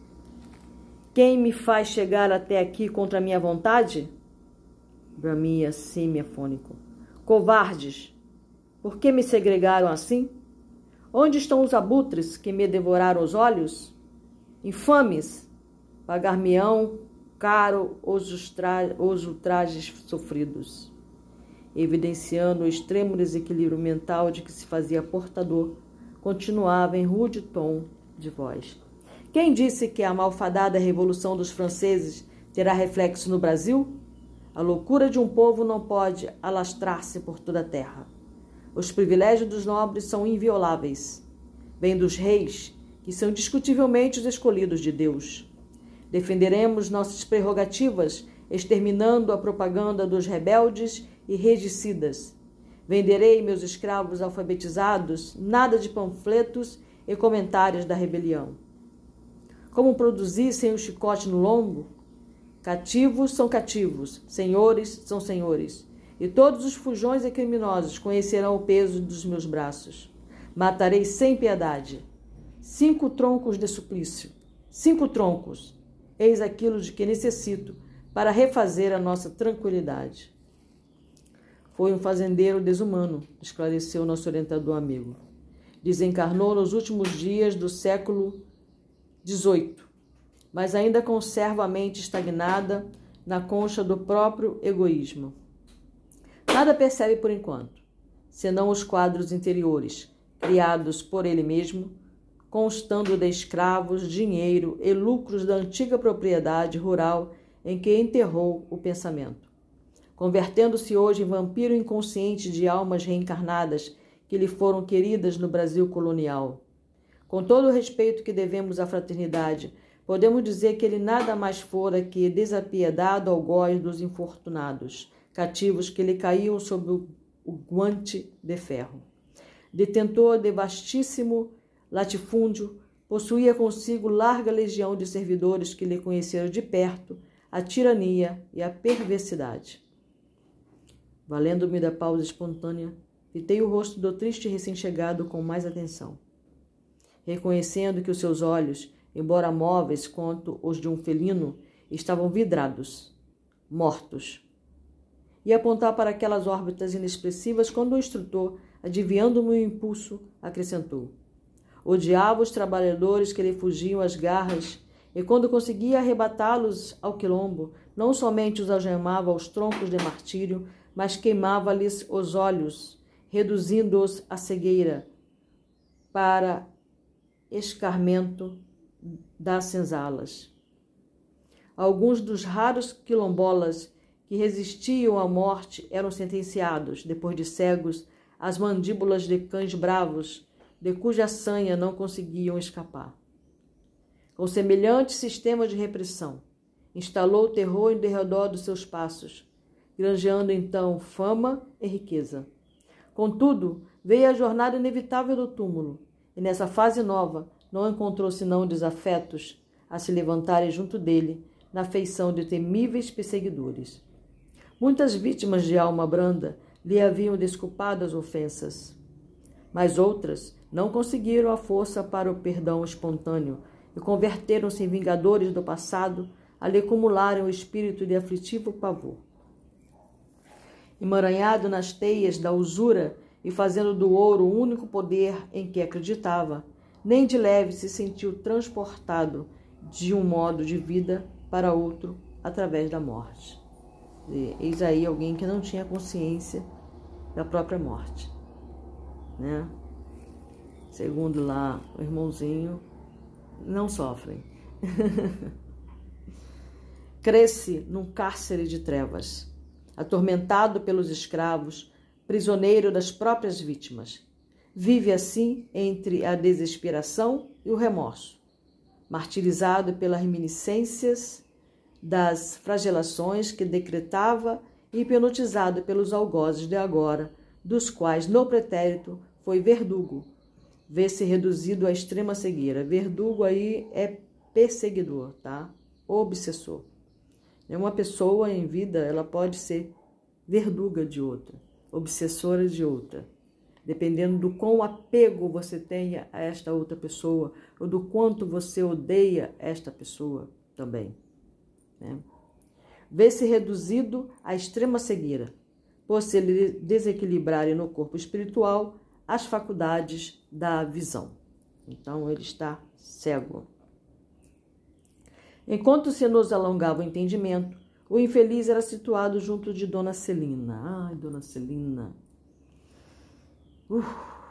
Quem me faz chegar até aqui contra a minha vontade? Bramia semiafônico. Covardes! Por que me segregaram assim? Onde estão os abutres que me devoraram os olhos? Infames! Pagar-me-ão caro os, os ultrajes sofridos. Evidenciando o extremo desequilíbrio mental de que se fazia portador, continuava em rude tom de voz. Quem disse que a malfadada Revolução dos Franceses terá reflexo no Brasil? A loucura de um povo não pode alastrar-se por toda a terra. Os privilégios dos nobres são invioláveis. Vêm dos reis, que são indiscutivelmente os escolhidos de Deus. Defenderemos nossas prerrogativas, exterminando a propaganda dos rebeldes e regicidas. Venderei meus escravos alfabetizados, nada de panfletos e comentários da rebelião. Como produzir sem o chicote no lombo? Cativos são cativos, senhores são senhores, e todos os fujões e criminosos conhecerão o peso dos meus braços. Matarei sem piedade. Cinco troncos de suplício, cinco troncos, eis aquilo de que necessito para refazer a nossa tranquilidade. Foi um fazendeiro desumano, esclareceu nosso orientador amigo. Desencarnou nos últimos dias do século dezoito, mas ainda conserva a mente estagnada na concha do próprio egoísmo. Nada percebe por enquanto, senão os quadros interiores, criados por ele mesmo, constando de escravos, dinheiro e lucros da antiga propriedade rural em que enterrou o pensamento, convertendo-se hoje em vampiro inconsciente de almas reencarnadas que lhe foram queridas no Brasil colonial. Com todo o respeito que devemos à fraternidade, podemos dizer que ele nada mais fora que desapiedado algoz dos infortunados, cativos que lhe caíam sob o, o guante de ferro. Detentor de vastíssimo latifúndio, possuía consigo larga legião de servidores que lhe conheceram de perto a tirania e a perversidade. Valendo-me da pausa espontânea, fitei o rosto do triste recém-chegado com mais atenção, reconhecendo que os seus olhos, embora móveis quanto os de um felino, estavam vidrados, mortos. E apontar para aquelas órbitas inexpressivas quando o instrutor, adivinhando-me o impulso, acrescentou: Odiava os trabalhadores que lhe fugiam às garras, e quando conseguia arrebatá-los ao quilombo, não somente os algemava aos troncos de martírio, mas queimava-lhes os olhos, reduzindo-os à cegueira, para escarmento das senzalas. Alguns dos raros quilombolas que resistiam à morte eram sentenciados, depois de cegos, às mandíbulas de cães bravos, de cuja sanha não conseguiam escapar. Com semelhante sistema de repressão, instalou o terror em derredor dos seus passos, granjeando então fama e riqueza. Contudo, veio a jornada inevitável do túmulo, e nessa fase nova não encontrou senão desafetos a se levantarem junto dele, na feição de temíveis perseguidores. Muitas vítimas de alma branda lhe haviam desculpado as ofensas, mas outras não conseguiram a força para o perdão espontâneo e converteram-se em vingadores do passado, a lhe acumularem o espírito de aflitivo pavor. Emaranhado nas teias da usura e fazendo do ouro o único poder em que acreditava, nem de leve se sentiu transportado de um modo de vida para outro através da morte. E eis aí alguém que não tinha consciência da própria morte, né? Segundo lá o irmãozinho, não sofrem. Cresce num cárcere de trevas, atormentado pelos escravos, prisioneiro das próprias vítimas. Vive assim entre a desesperação e o remorso, martirizado pelas reminiscências das flagelações que decretava e hipnotizado pelos algozes de agora, dos quais no pretérito foi verdugo, vê-se reduzido à extrema cegueira. Verdugo aí é perseguidor, tá? Obsessor. Uma pessoa em vida, ela pode ser verduga de outra, obsessora de outra, dependendo do quão apego você tenha a esta outra pessoa, ou do quanto você odeia esta pessoa também, né? Vê-se reduzido à extrema cegueira, por se desequilibrarem no corpo espiritual as faculdades da visão. Então, ele está cego. Enquanto se nos alongava o entendimento, o infeliz era situado junto de Dona Celina. Ai, Dona Celina. Uf.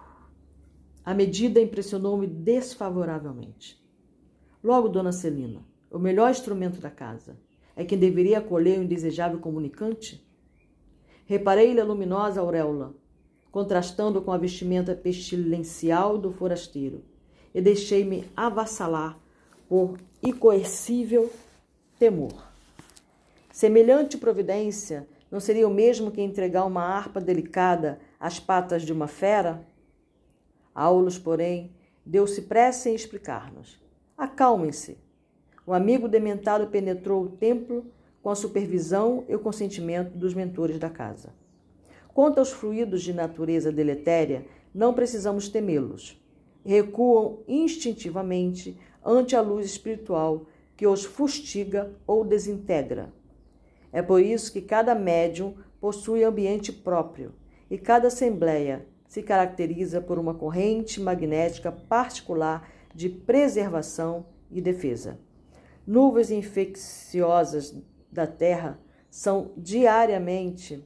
A medida impressionou-me desfavoravelmente. Logo, Dona Celina, o melhor instrumento da casa, é quem deveria acolher o indesejável comunicante? Reparei-lhe a luminosa auréola, contrastando com a vestimenta pestilencial do forasteiro, e deixei-me avassalar por incoercível temor. Semelhante providência não seria o mesmo que entregar uma harpa delicada às patas de uma fera? Aulos, porém, deu-se pressa em explicar-nos. Acalmem-se. O amigo dementado penetrou o templo com a supervisão e o consentimento dos mentores da casa. Quanto aos fluidos de natureza deletéria, não precisamos temê-los. Recuam instintivamente ante a luz espiritual que os fustiga ou desintegra. É por isso que cada médium possui ambiente próprio e cada assembleia se caracteriza por uma corrente magnética particular de preservação e defesa. Nuvens infecciosas da Terra são diariamente,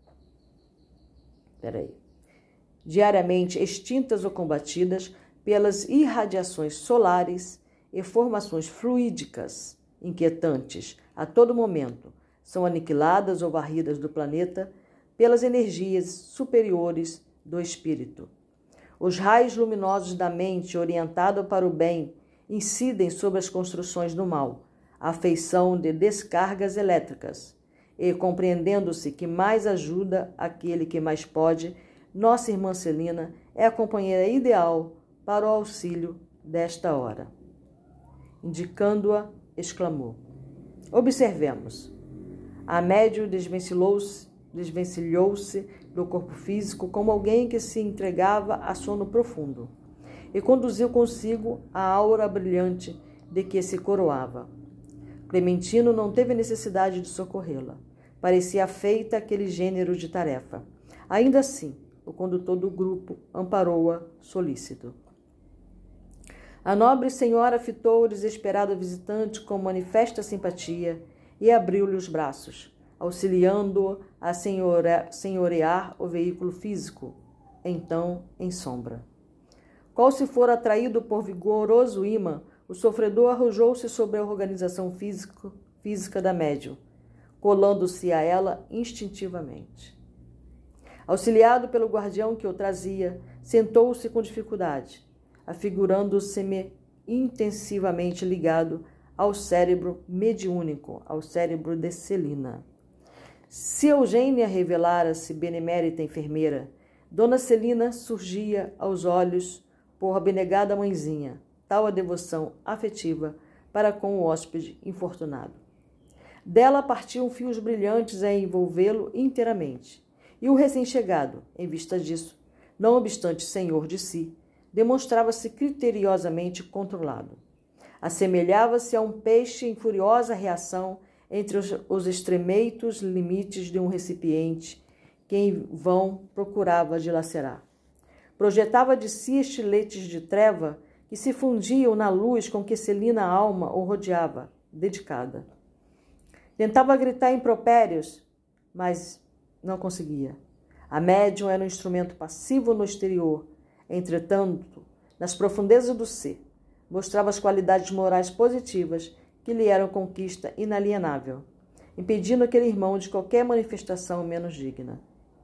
peraí, diariamente extintas ou combatidas pelas irradiações solares e formações fluídicas inquietantes a todo momento são aniquiladas ou varridas do planeta pelas energias superiores do espírito. Os raios luminosos da mente orientada para o bem incidem sobre as construções do mal, à feição de descargas elétricas, e compreendendo-se que mais ajuda aquele que mais pode, nossa irmã Celina é a companheira ideal para o auxílio desta hora. Indicando-a, exclamou: observemos. A médium desvencilhou-se, desvencilhou-se do corpo físico como alguém que se entregava a sono profundo e conduziu consigo a aura brilhante de que se coroava. Clementino não teve necessidade de socorrê-la. Parecia feita aquele gênero de tarefa. Ainda assim, o condutor do grupo amparou-a solícito. A nobre senhora fitou o desesperado visitante com manifesta simpatia e abriu-lhe os braços, auxiliando-o a senhora, senhorear o veículo físico, então em sombra. Qual se for atraído por vigoroso ímã, o sofredor arrojou-se sobre a organização físico, física da médium, colando-se a ela instintivamente. Auxiliado pelo guardião que o trazia, sentou-se com dificuldade, afigurando-se-me intensivamente ligado ao cérebro mediúnico, ao cérebro de Celina. Se Eugênia revelara-se benemérita enfermeira, Dona Celina surgia aos olhos por abnegada mãezinha, tal a devoção afetiva para com o hóspede infortunado. Dela partiam fios brilhantes a envolvê-lo inteiramente, e o recém-chegado, em vista disso, não obstante senhor de si, demonstrava-se criteriosamente controlado. Assemelhava-se a um peixe em furiosa reação entre os, os extremeitos limites de um recipiente que em vão procurava dilacerar. Projetava de si estiletes de treva que se fundiam na luz com que Celina alma o rodeava, dedicada. Tentava gritar impropérios, mas não conseguia. A médium era um instrumento passivo no exterior, entretanto, nas profundezas do ser, mostrava as qualidades morais positivas que lhe eram conquista inalienável, impedindo aquele irmão de qualquer manifestação menos digna.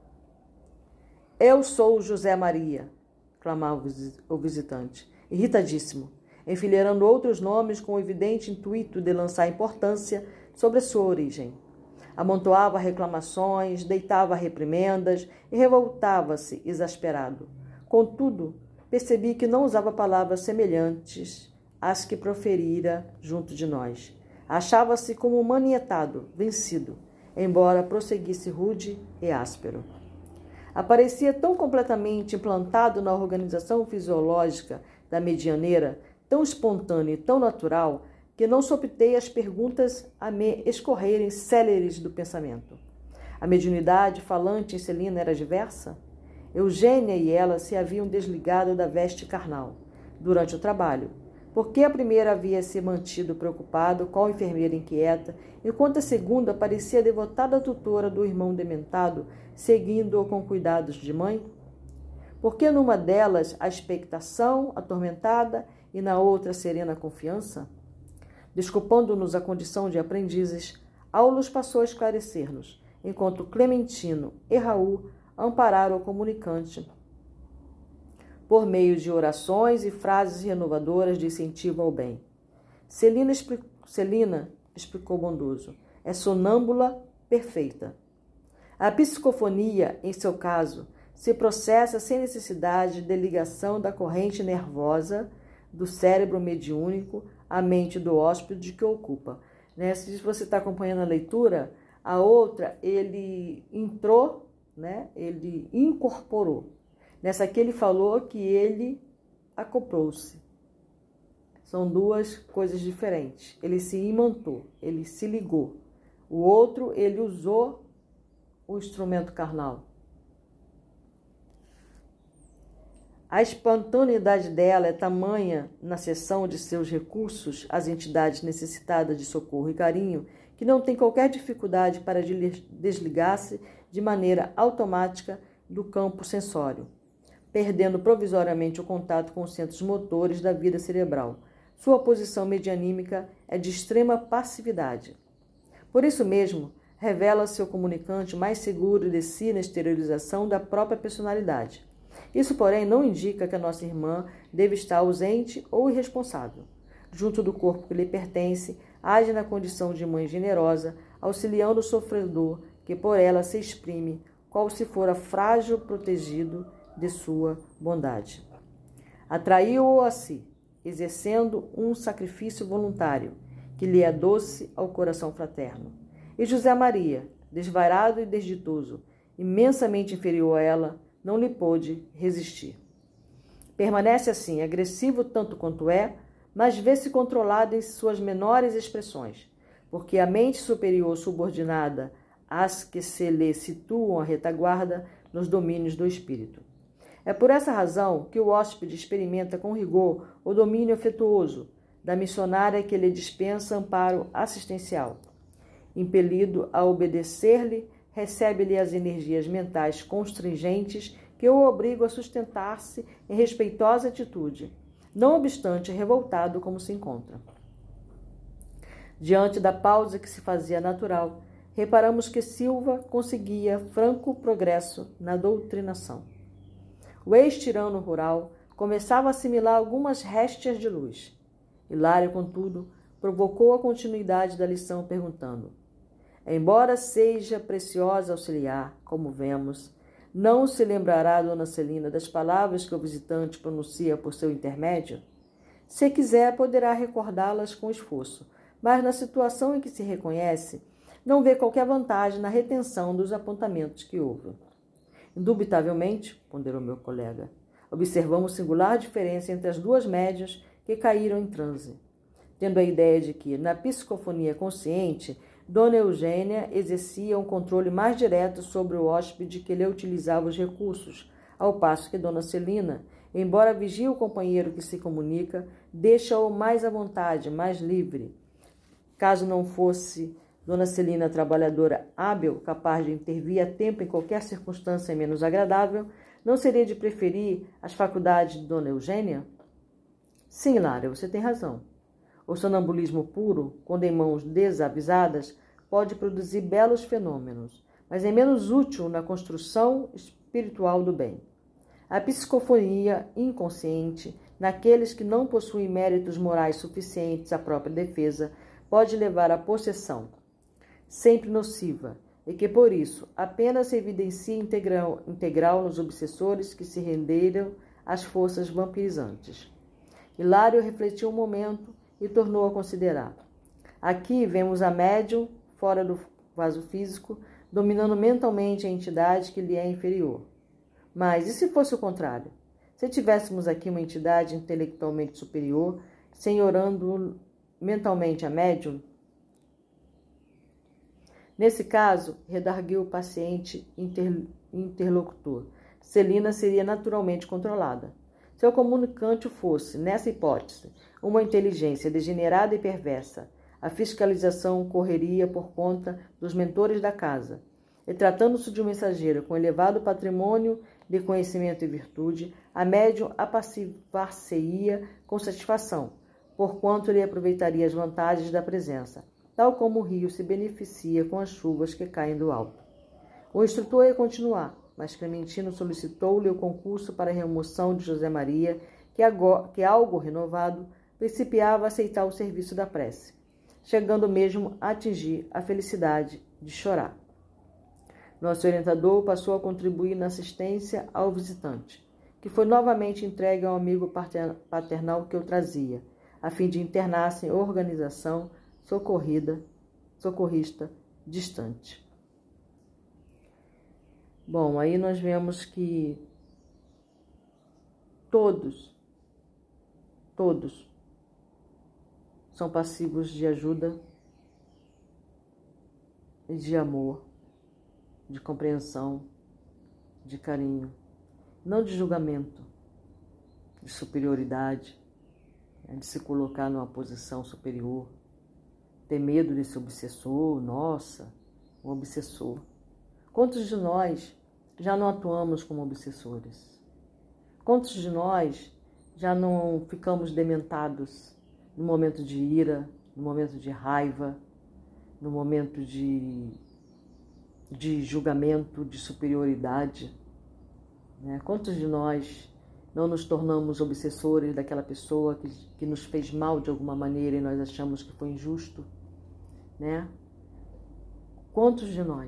Eu sou José Maria, clamava o visitante, irritadíssimo, enfileirando outros nomes com o evidente intuito de lançar importância sobre a sua origem. Amontoava reclamações, deitava reprimendas e revoltava-se exasperado. Contudo, percebi que não usava palavras semelhantes às que proferira junto de nós. Achava-se como manietado, vencido, embora prosseguisse rude e áspero. Aparecia tão completamente implantado na organização fisiológica da medianeira, tão espontâneo e tão natural, que não sopitei as perguntas a me escorrerem céleres do pensamento. A mediunidade falante em Celina era diversa? Eugênia e ela se haviam desligado da veste carnal durante o trabalho, porque a primeira havia se mantido preocupado com a enfermeira inquieta, enquanto a segunda parecia devotada tutora do irmão dementado, seguindo-o com cuidados de mãe? Porque numa delas a expectação atormentada e na outra a serena confiança? Desculpando-nos a condição de aprendizes, Aulus passou a esclarecer-nos, enquanto Clementino e Raul ampararam o comunicante por meio de orações e frases renovadoras de incentivo ao bem. Celina, expli- Celina explicou bondoso, é sonâmbula perfeita. A psicofonia, em seu caso, se processa sem necessidade de ligação da corrente nervosa do cérebro mediúnico à mente do hóspede que o ocupa. Né? Se você está acompanhando a leitura, a outra, ele entrou, né? Ele incorporou. Nessa aqui ele falou que ele acoplou-se. São duas coisas diferentes. Ele se imantou, ele se ligou. O outro, ele usou o instrumento carnal. A espontaneidade dela é tamanha na cessão de seus recursos às entidades necessitadas de socorro e carinho que não tem qualquer dificuldade para desligar-se de maneira automática do campo sensório, perdendo provisoriamente o contato com os centros motores da vida cerebral. Sua posição medianímica é de extrema passividade. Por isso mesmo, revela-se o comunicante mais seguro de si na exteriorização da própria personalidade. Isso, porém, não indica que a nossa irmã deve estar ausente ou irresponsável. Junto do corpo que lhe pertence, age na condição de mãe generosa, auxiliando o sofredor que por ela se exprime, qual se fora frágil protegido de sua bondade. Atraiu-o a si, exercendo um sacrifício voluntário, que lhe é doce ao coração fraterno. E José Maria, desvairado e desditoso, imensamente inferior a ela, não lhe pôde resistir. Permanece assim, agressivo tanto quanto é, mas vê-se controlado em suas menores expressões, porque a mente superior subordinada às que se lhe situam à retaguarda nos domínios do espírito. É por essa razão que o hóspede experimenta com rigor o domínio afetuoso da missionária que lhe dispensa amparo assistencial. Impelido a obedecer-lhe, recebe-lhe as energias mentais constringentes que o obrigam a sustentar-se em respeitosa atitude, não obstante revoltado como se encontra. Diante da pausa que se fazia natural, reparamos que Silva conseguia franco progresso na doutrinação. O ex-tirano rural começava a assimilar algumas réstias de luz. Hilário, contudo, provocou a continuidade da lição perguntando: embora seja preciosa auxiliar, como vemos, não se lembrará Dona Celina das palavras que o visitante pronuncia por seu intermédio? Se quiser, poderá recordá-las com esforço, mas na situação em que se reconhece, não vê qualquer vantagem na retenção dos apontamentos que houve. Indubitavelmente, ponderou meu colega, observamos singular diferença entre as duas médias que caíram em transe, tendo a ideia de que, na psicofonia consciente, Dona Eugênia exercia um controle mais direto sobre o hóspede que lhe utilizava os recursos, ao passo que Dona Celina, embora vigie o companheiro que se comunica, deixa-o mais à vontade, mais livre. Caso não fosse Dona Celina trabalhadora hábil, capaz de intervir a tempo em qualquer circunstância menos agradável, não seria de preferir as faculdades de Dona Eugênia? Sim, Lara, você tem razão. O sonambulismo puro, quando em mãos desavisadas, pode produzir belos fenômenos, mas é menos útil na construção espiritual do bem. A psicofonia inconsciente, naqueles que não possuem méritos morais suficientes à própria defesa, pode levar à possessão, sempre nociva, e que, por isso, apenas se evidencia integral, integral nos obsessores que se renderam às forças vampirizantes. Hilário refletiu um momento e tornou a considerar. Aqui vemos a médium, fora do vaso físico, dominando mentalmente a entidade que lhe é inferior. Mas e se fosse o contrário? Se tivéssemos aqui uma entidade intelectualmente superior, senhorando mentalmente a médium? Nesse caso, redarguiu o paciente inter, interlocutor, Celina seria naturalmente controlada. Se o comunicante fosse, nessa hipótese, uma inteligência degenerada e perversa, a fiscalização correria por conta dos mentores da casa. E tratando-se de um mensageiro com elevado patrimônio de conhecimento e virtude, a médium apassivar-se-ia com satisfação, porquanto ele aproveitaria as vantagens da presença, tal como o rio se beneficia com as chuvas que caem do alto. O instrutor ia continuar, mas Clementino solicitou-lhe o concurso para a remoção de José Maria, que, agora, que algo renovado, principiava a aceitar o serviço da prece, chegando mesmo a atingir a felicidade de chorar. Nosso orientador passou a contribuir na assistência ao visitante, que foi novamente entregue ao amigo paternal que o trazia, a fim de internar-se em organização socorrida, socorrista distante. Bom, aí nós vemos que todos, todos são passivos de ajuda e de amor, de compreensão, de carinho, não de julgamento, de superioridade, de se colocar numa posição superior, ter medo desse obsessor, nossa, um obsessor. Quantos de nós já não atuamos como obsessores? Quantos de nós já não ficamos dementados no momento de ira, no momento de raiva, no momento de, de julgamento, de superioridade? Né? Quantos de nós não nos tornamos obsessores daquela pessoa que, que nos fez mal de alguma maneira e nós achamos que foi injusto? Né? Quantos de nós?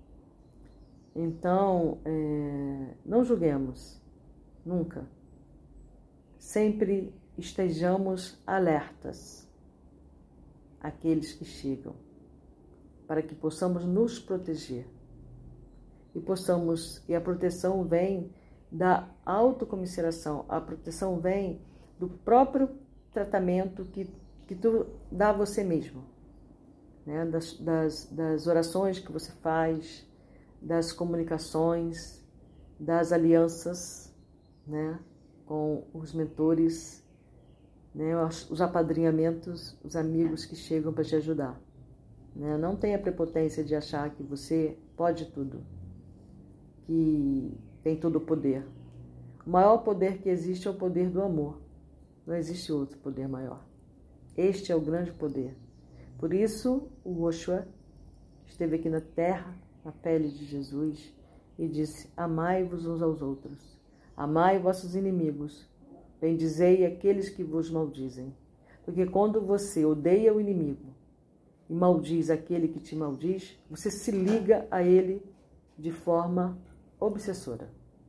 Então, é, não julguemos, nunca. Sempre estejamos alertas àqueles que chegam, para que possamos nos proteger. E possamos, e a proteção vem da autocomiseração, a proteção vem do próprio tratamento que, que tu dá a você mesmo, né? das, das, das orações que você faz, das comunicações, das alianças, né, com os mentores, né, os apadrinhamentos, os amigos que chegam para te ajudar. Né? Não tenha prepotência de achar que você pode tudo, que tem todo o poder. O maior poder que existe é o poder do amor. Não existe outro poder maior. Este é o grande poder. Por isso, o Oxua esteve aqui na terra, na pele de Jesus, e disse: amai-vos uns aos outros, amai vossos inimigos, bendizei aqueles que vos maldizem. Porque quando você odeia o inimigo e maldiz aquele que te maldiz, você se liga a ele de forma obsessora.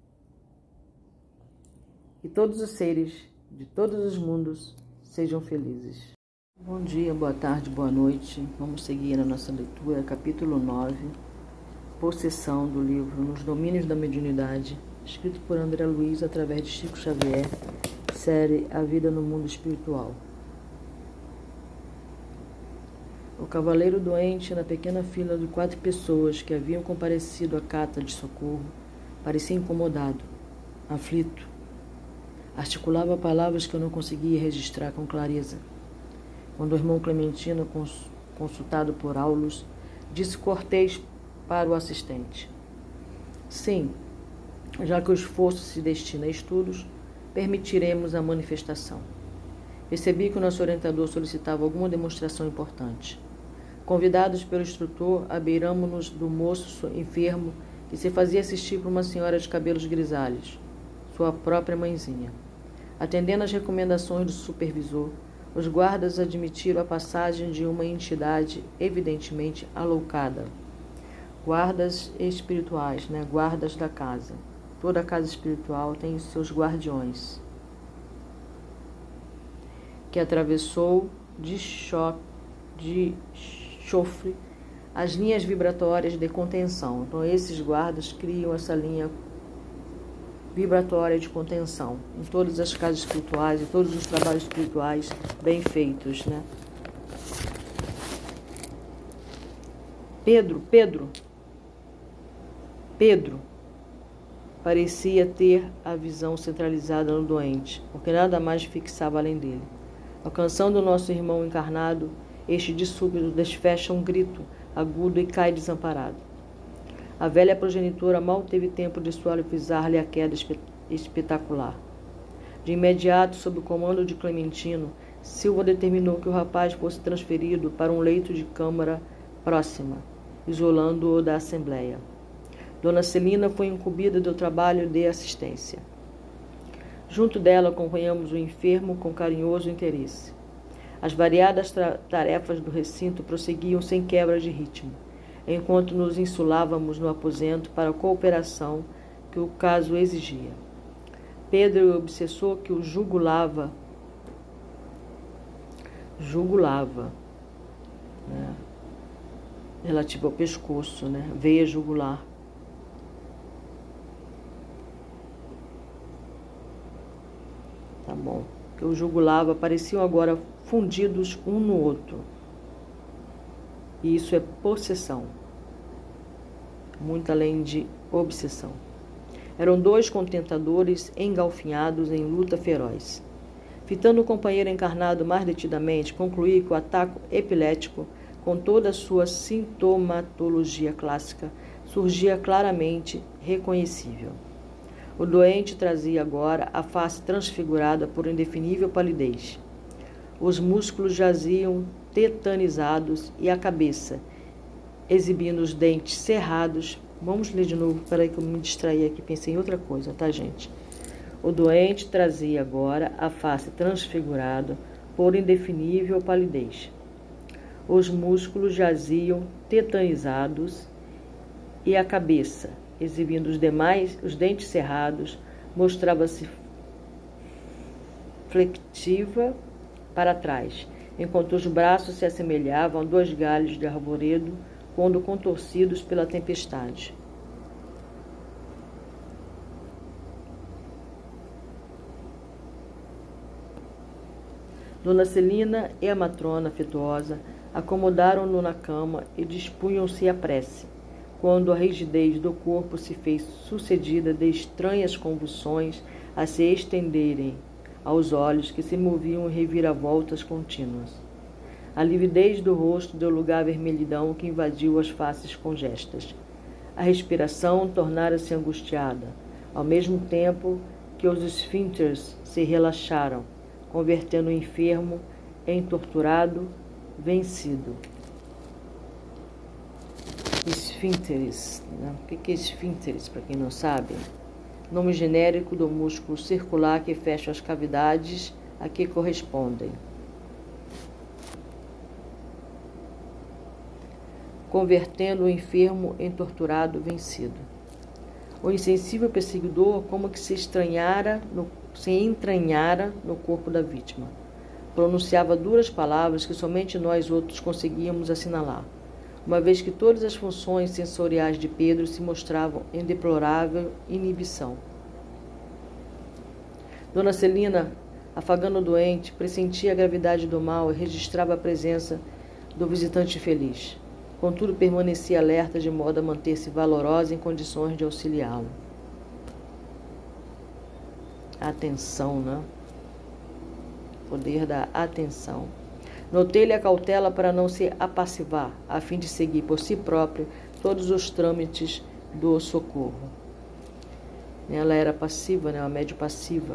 Que todos os seres de todos os mundos sejam felizes. Bom dia, boa tarde, boa noite. Vamos seguir a nossa leitura, capítulo nove, Possessão, do livro Nos Domínios da Mediunidade, escrito por André Luiz através de Chico Xavier, série A Vida no Mundo Espiritual. O cavaleiro doente, na pequena fila de quatro pessoas que haviam comparecido à cata de socorro, parecia incomodado, aflito. Articulava palavras que eu não conseguia registrar com clareza. Quando o irmão Clementino, consultado por Aulus, disse cortês para o assistente: sim, já que o esforço se destina a estudos, permitiremos a manifestação. Percebi que o nosso orientador solicitava alguma demonstração importante. Convidados pelo instrutor, abeiramo-nos do moço enfermo que se fazia assistir por uma senhora de cabelos grisalhos, sua própria mãezinha. Atendendo às recomendações do supervisor, os guardas admitiram a passagem de uma entidade evidentemente aloucada. Guardas espirituais, né? Guardas da casa. Toda casa espiritual tem os seus guardiões. Que atravessou de choque, de chofre as linhas vibratórias de contenção. Então, esses guardas criam essa linha vibratória de contenção em todas as casas espirituais e todos os trabalhos espirituais bem feitos, né? Pedro, Pedro, Pedro parecia ter a visão centralizada no doente, porque nada mais fixava além dele. Alcançando o nosso irmão encarnado, este de súbito desfecha um grito agudo e cai desamparado. A velha progenitora mal teve tempo de suavizar-lhe a queda espetacular. De imediato, sob o comando de Clementino, Silva determinou que o rapaz fosse transferido para um leito de câmara próxima, isolando-o da assembleia. Dona Celina foi incumbida do trabalho de assistência. Junto dela acompanhamos o enfermo com carinhoso interesse. As variadas tarefas do recinto prosseguiam sem quebra de ritmo, enquanto nos insulávamos no aposento para a cooperação que o caso exigia. Pedro, o obsessor que o jugulava, jugulava, né? Relativo ao pescoço, né? Veia jugular. Tá bom. Que o jugulava pareciam agora fundidos um no outro. E isso é possessão, muito além de obsessão. Eram dois contentadores engalfinhados em luta feroz. Fitando o companheiro encarnado mais detidamente, concluí que o ataque epilético, com toda a sua sintomatologia clássica, surgia claramente reconhecível. O doente trazia agora a face transfigurada por indefinível palidez. Os músculos jaziam tetanizados e a cabeça, exibindo os dentes cerrados. Vamos ler de novo, peraí que eu me distraí aqui, pensei em outra coisa, tá, gente? O doente trazia agora a face transfigurada por indefinível palidez. Os músculos jaziam tetanizados e a cabeça, exibindo os demais, os dentes cerrados, mostrava-se flexível para trás, enquanto os braços se assemelhavam a dois galhos de arvoredo quando contorcidos pela tempestade. Dona Celina e a matrona afetuosa acomodaram-no na cama e dispunham-se à prece, quando a rigidez do corpo se fez sucedida de estranhas convulsões a se estenderem aos olhos que se moviam em reviravoltas contínuas. A lividez do rosto deu lugar à vermelhidão que invadiu as faces congestas. A respiração tornara-se angustiada, ao mesmo tempo que os esfíncteres se relaxaram, convertendo o enfermo em torturado, vencido. Esfíncteres. Né? O que é esfíncteres, para quem não sabe? Nome genérico do músculo circular que fecha as cavidades a que correspondem. Convertendo o enfermo em torturado, vencido. O insensível perseguidor como que se estranhara, no, se entranhara no corpo da vítima. Pronunciava duras palavras que somente nós outros conseguíamos assinalar, uma vez que todas as funções sensoriais de Pedro se mostravam em deplorável inibição. Dona Celina, afagando o doente, pressentia a gravidade do mal e registrava a presença do visitante feliz. Contudo, permanecia alerta de modo a manter-se valorosa em condições de auxiliá-lo. Atenção, né? Poder da atenção. Notei-lhe a cautela para não se apassivar, a fim de seguir por si própria todos os trâmites do socorro. Ela era passiva, né? Uma médio passiva.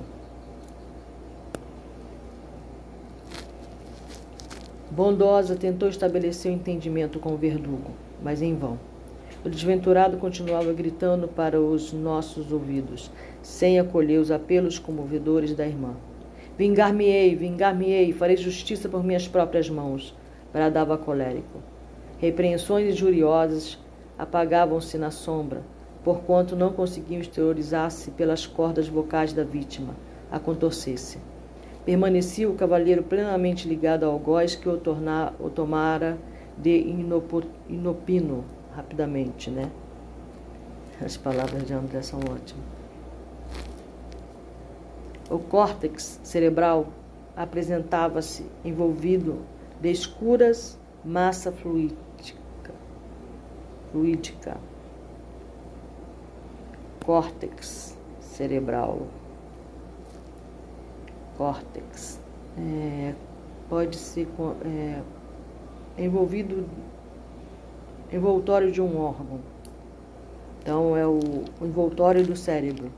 Bondosa tentou estabelecer o entendimento com o verdugo, mas em vão. O desventurado continuava gritando para os nossos ouvidos, sem acolher os apelos comovedores da irmã. Vingar-me-ei, vingar-me-ei, farei justiça por minhas próprias mãos, bradava colérico. Repreensões injuriosas apagavam-se na sombra, porquanto não conseguiam exteriorizar-se pelas cordas vocais da vítima, a contorcer-se. Permanecia o cavalheiro plenamente ligado ao algoz que o, torna, o tomara de inopo, inopino, rapidamente, né? As palavras de André são ótimas. O córtex cerebral apresentava-se envolvido de escuras massa fluídica. fluídica. Córtex cerebral. Córtex. É, pode ser é, envolvido, envoltório de um órgão. Então, é o, o envoltório do cérebro.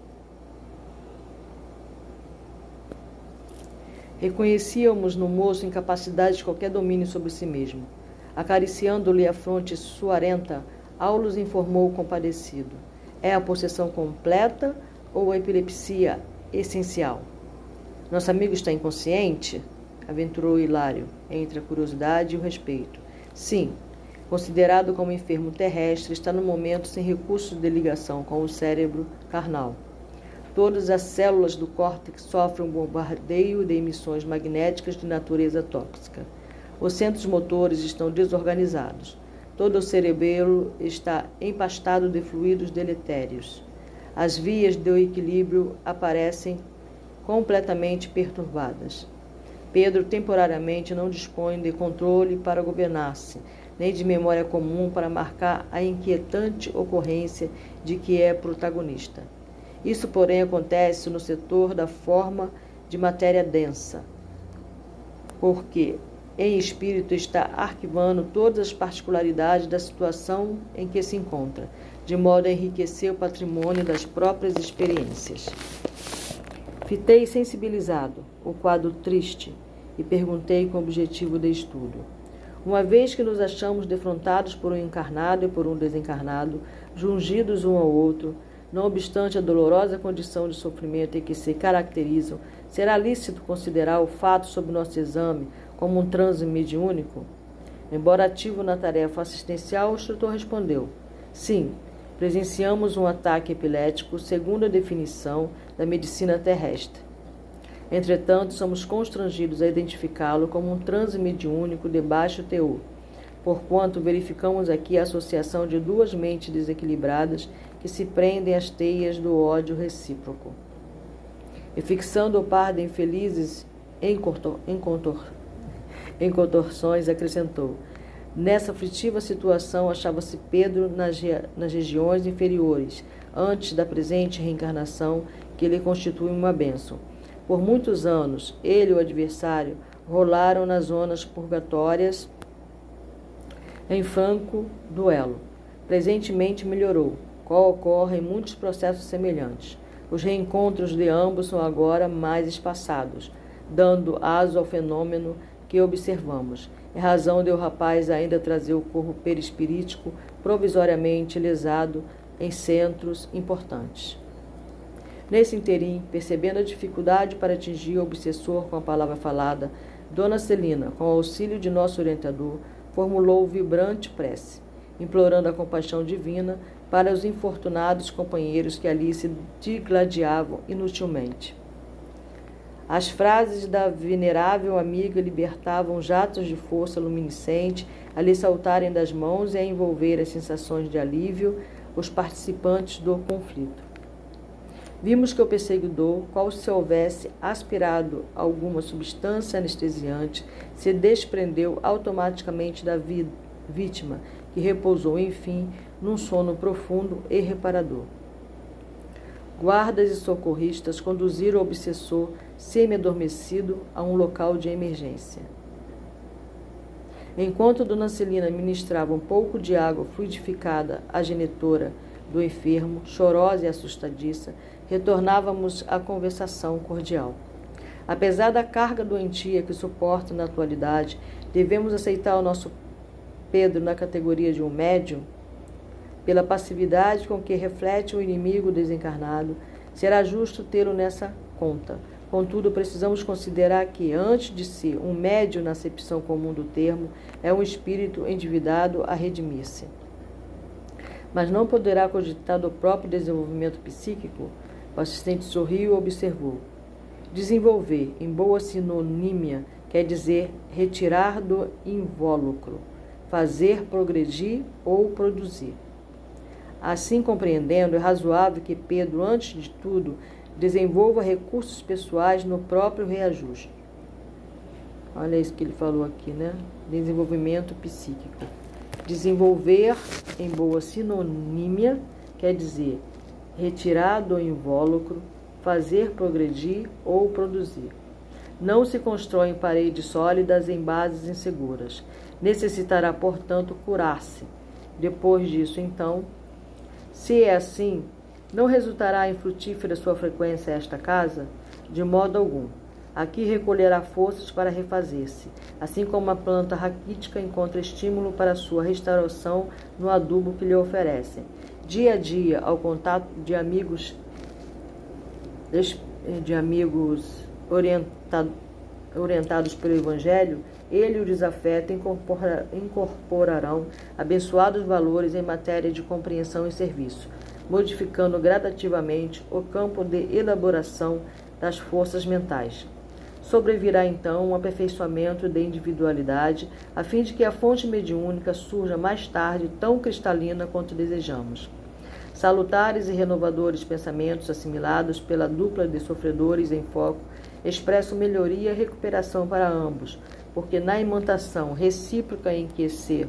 Reconhecíamos no moço incapacidade de qualquer domínio sobre si mesmo. Acariciando-lhe a fronte suarenta, Aulus informou compadecido. É a possessão completa ou a epilepsia essencial? Nosso amigo está inconsciente? Aventurou Hilário, entre a curiosidade e o respeito. Sim, considerado como enfermo terrestre, está no momento sem recursos de ligação com o cérebro carnal. Todas as células do córtex sofrem um bombardeio de emissões magnéticas de natureza tóxica. Os centros motores estão desorganizados. Todo o cerebelo está empastado de fluidos deletérios. As vias do equilíbrio aparecem completamente perturbadas. Pedro temporariamente não dispõe de controle para governar-se, nem de memória comum para marcar a inquietante ocorrência de que é protagonista. Isso, porém, acontece no setor da forma de matéria densa, porque em espírito está arquivando todas as particularidades da situação em que se encontra, de modo a enriquecer o patrimônio das próprias experiências. Fitei sensibilizado o quadro triste e perguntei com objetivo de estudo. Uma vez que nos achamos defrontados por um encarnado e por um desencarnado, jungidos um ao outro, não obstante a dolorosa condição de sofrimento em que se caracterizam, será lícito considerar o fato sob nosso exame como um transe mediúnico? Embora ativo na tarefa assistencial, o instrutor respondeu: sim, presenciamos um ataque epilético segundo a definição da medicina terrestre. Entretanto, somos constrangidos a identificá-lo como um transe mediúnico de baixo teor, porquanto verificamos aqui a associação de duas mentes desequilibradas que se prendem às teias do ódio recíproco. E fixando o par de infelizes em, contor- em, contor- em contorções, acrescentou: nessa aflitiva situação achava-se Pedro nas, re- nas regiões inferiores, antes da presente reencarnação, que lhe constituem uma bênção. Por muitos anos, ele e o adversário rolaram nas zonas purgatórias em franco duelo. Presentemente melhorou, qual ocorre em muitos processos semelhantes. Os reencontros de ambos são agora mais espaçados, dando aso ao fenômeno que observamos. É razão de o rapaz ainda trazer o corpo perispirítico provisoriamente lesado em centros importantes. Nesse interim, percebendo a dificuldade para atingir o obsessor com a palavra falada, Dona Celina, com o auxílio de nosso orientador, formulou vibrante prece, implorando a compaixão divina para os infortunados companheiros que ali se digladiavam inutilmente. As frases da venerável amiga libertavam jatos de força luminescente a lhe saltarem das mãos e a envolver as sensações de alívio os participantes do conflito. Vimos que o perseguidor, qual se houvesse aspirado alguma substância anestesiante, se desprendeu automaticamente da vítima, que repousou, enfim, num sono profundo e reparador. Guardas e socorristas conduziram o obsessor semi-adormecido a um local de emergência. Enquanto Dona Celina ministrava um pouco de água fluidificada à genitora do enfermo, chorosa e assustadiça, retornávamos à conversação cordial. Apesar da carga doentia que suporta na atualidade, devemos aceitar o nosso Pedro na categoria de um médium? Pela passividade com que reflete o inimigo desencarnado, será justo tê-lo nessa conta. Contudo, precisamos considerar que, antes de ser um médium na acepção comum do termo, é um espírito endividado a redimir-se. Mas não poderá cogitar do próprio desenvolvimento psíquico? O assistente sorriu e observou. Desenvolver, em boa sinonímia, quer dizer retirar do invólucro, fazer progredir ou produzir. Assim compreendendo, é razoável que Pedro, antes de tudo, desenvolva recursos pessoais no próprio reajuste. Olha isso que ele falou aqui, né? Desenvolvimento psíquico. Desenvolver, em boa sinonímia, quer dizer retirar do invólucro, fazer progredir ou produzir. Não se constroem paredes sólidas em bases inseguras. Necessitará, portanto, curar-se. Depois disso, então, se é assim, não resultará infrutífera sua frequência a esta casa? De modo algum. Aqui recolherá forças para refazer-se, assim como a planta raquítica encontra estímulo para sua restauração no adubo que lhe oferecem. Dia a dia, ao contato de amigos, de amigos orientado, orientados pelo Evangelho, ele e o desafeto incorporarão abençoados valores em matéria de compreensão e serviço, modificando gradativamente o campo de elaboração das forças mentais. Sobrevirá então um aperfeiçoamento da individualidade, a fim de que a fonte mediúnica surja mais tarde tão cristalina quanto desejamos. Salutares e renovadores pensamentos assimilados pela dupla de sofredores em foco expressam melhoria e recuperação para ambos, porque na imantação recíproca em que se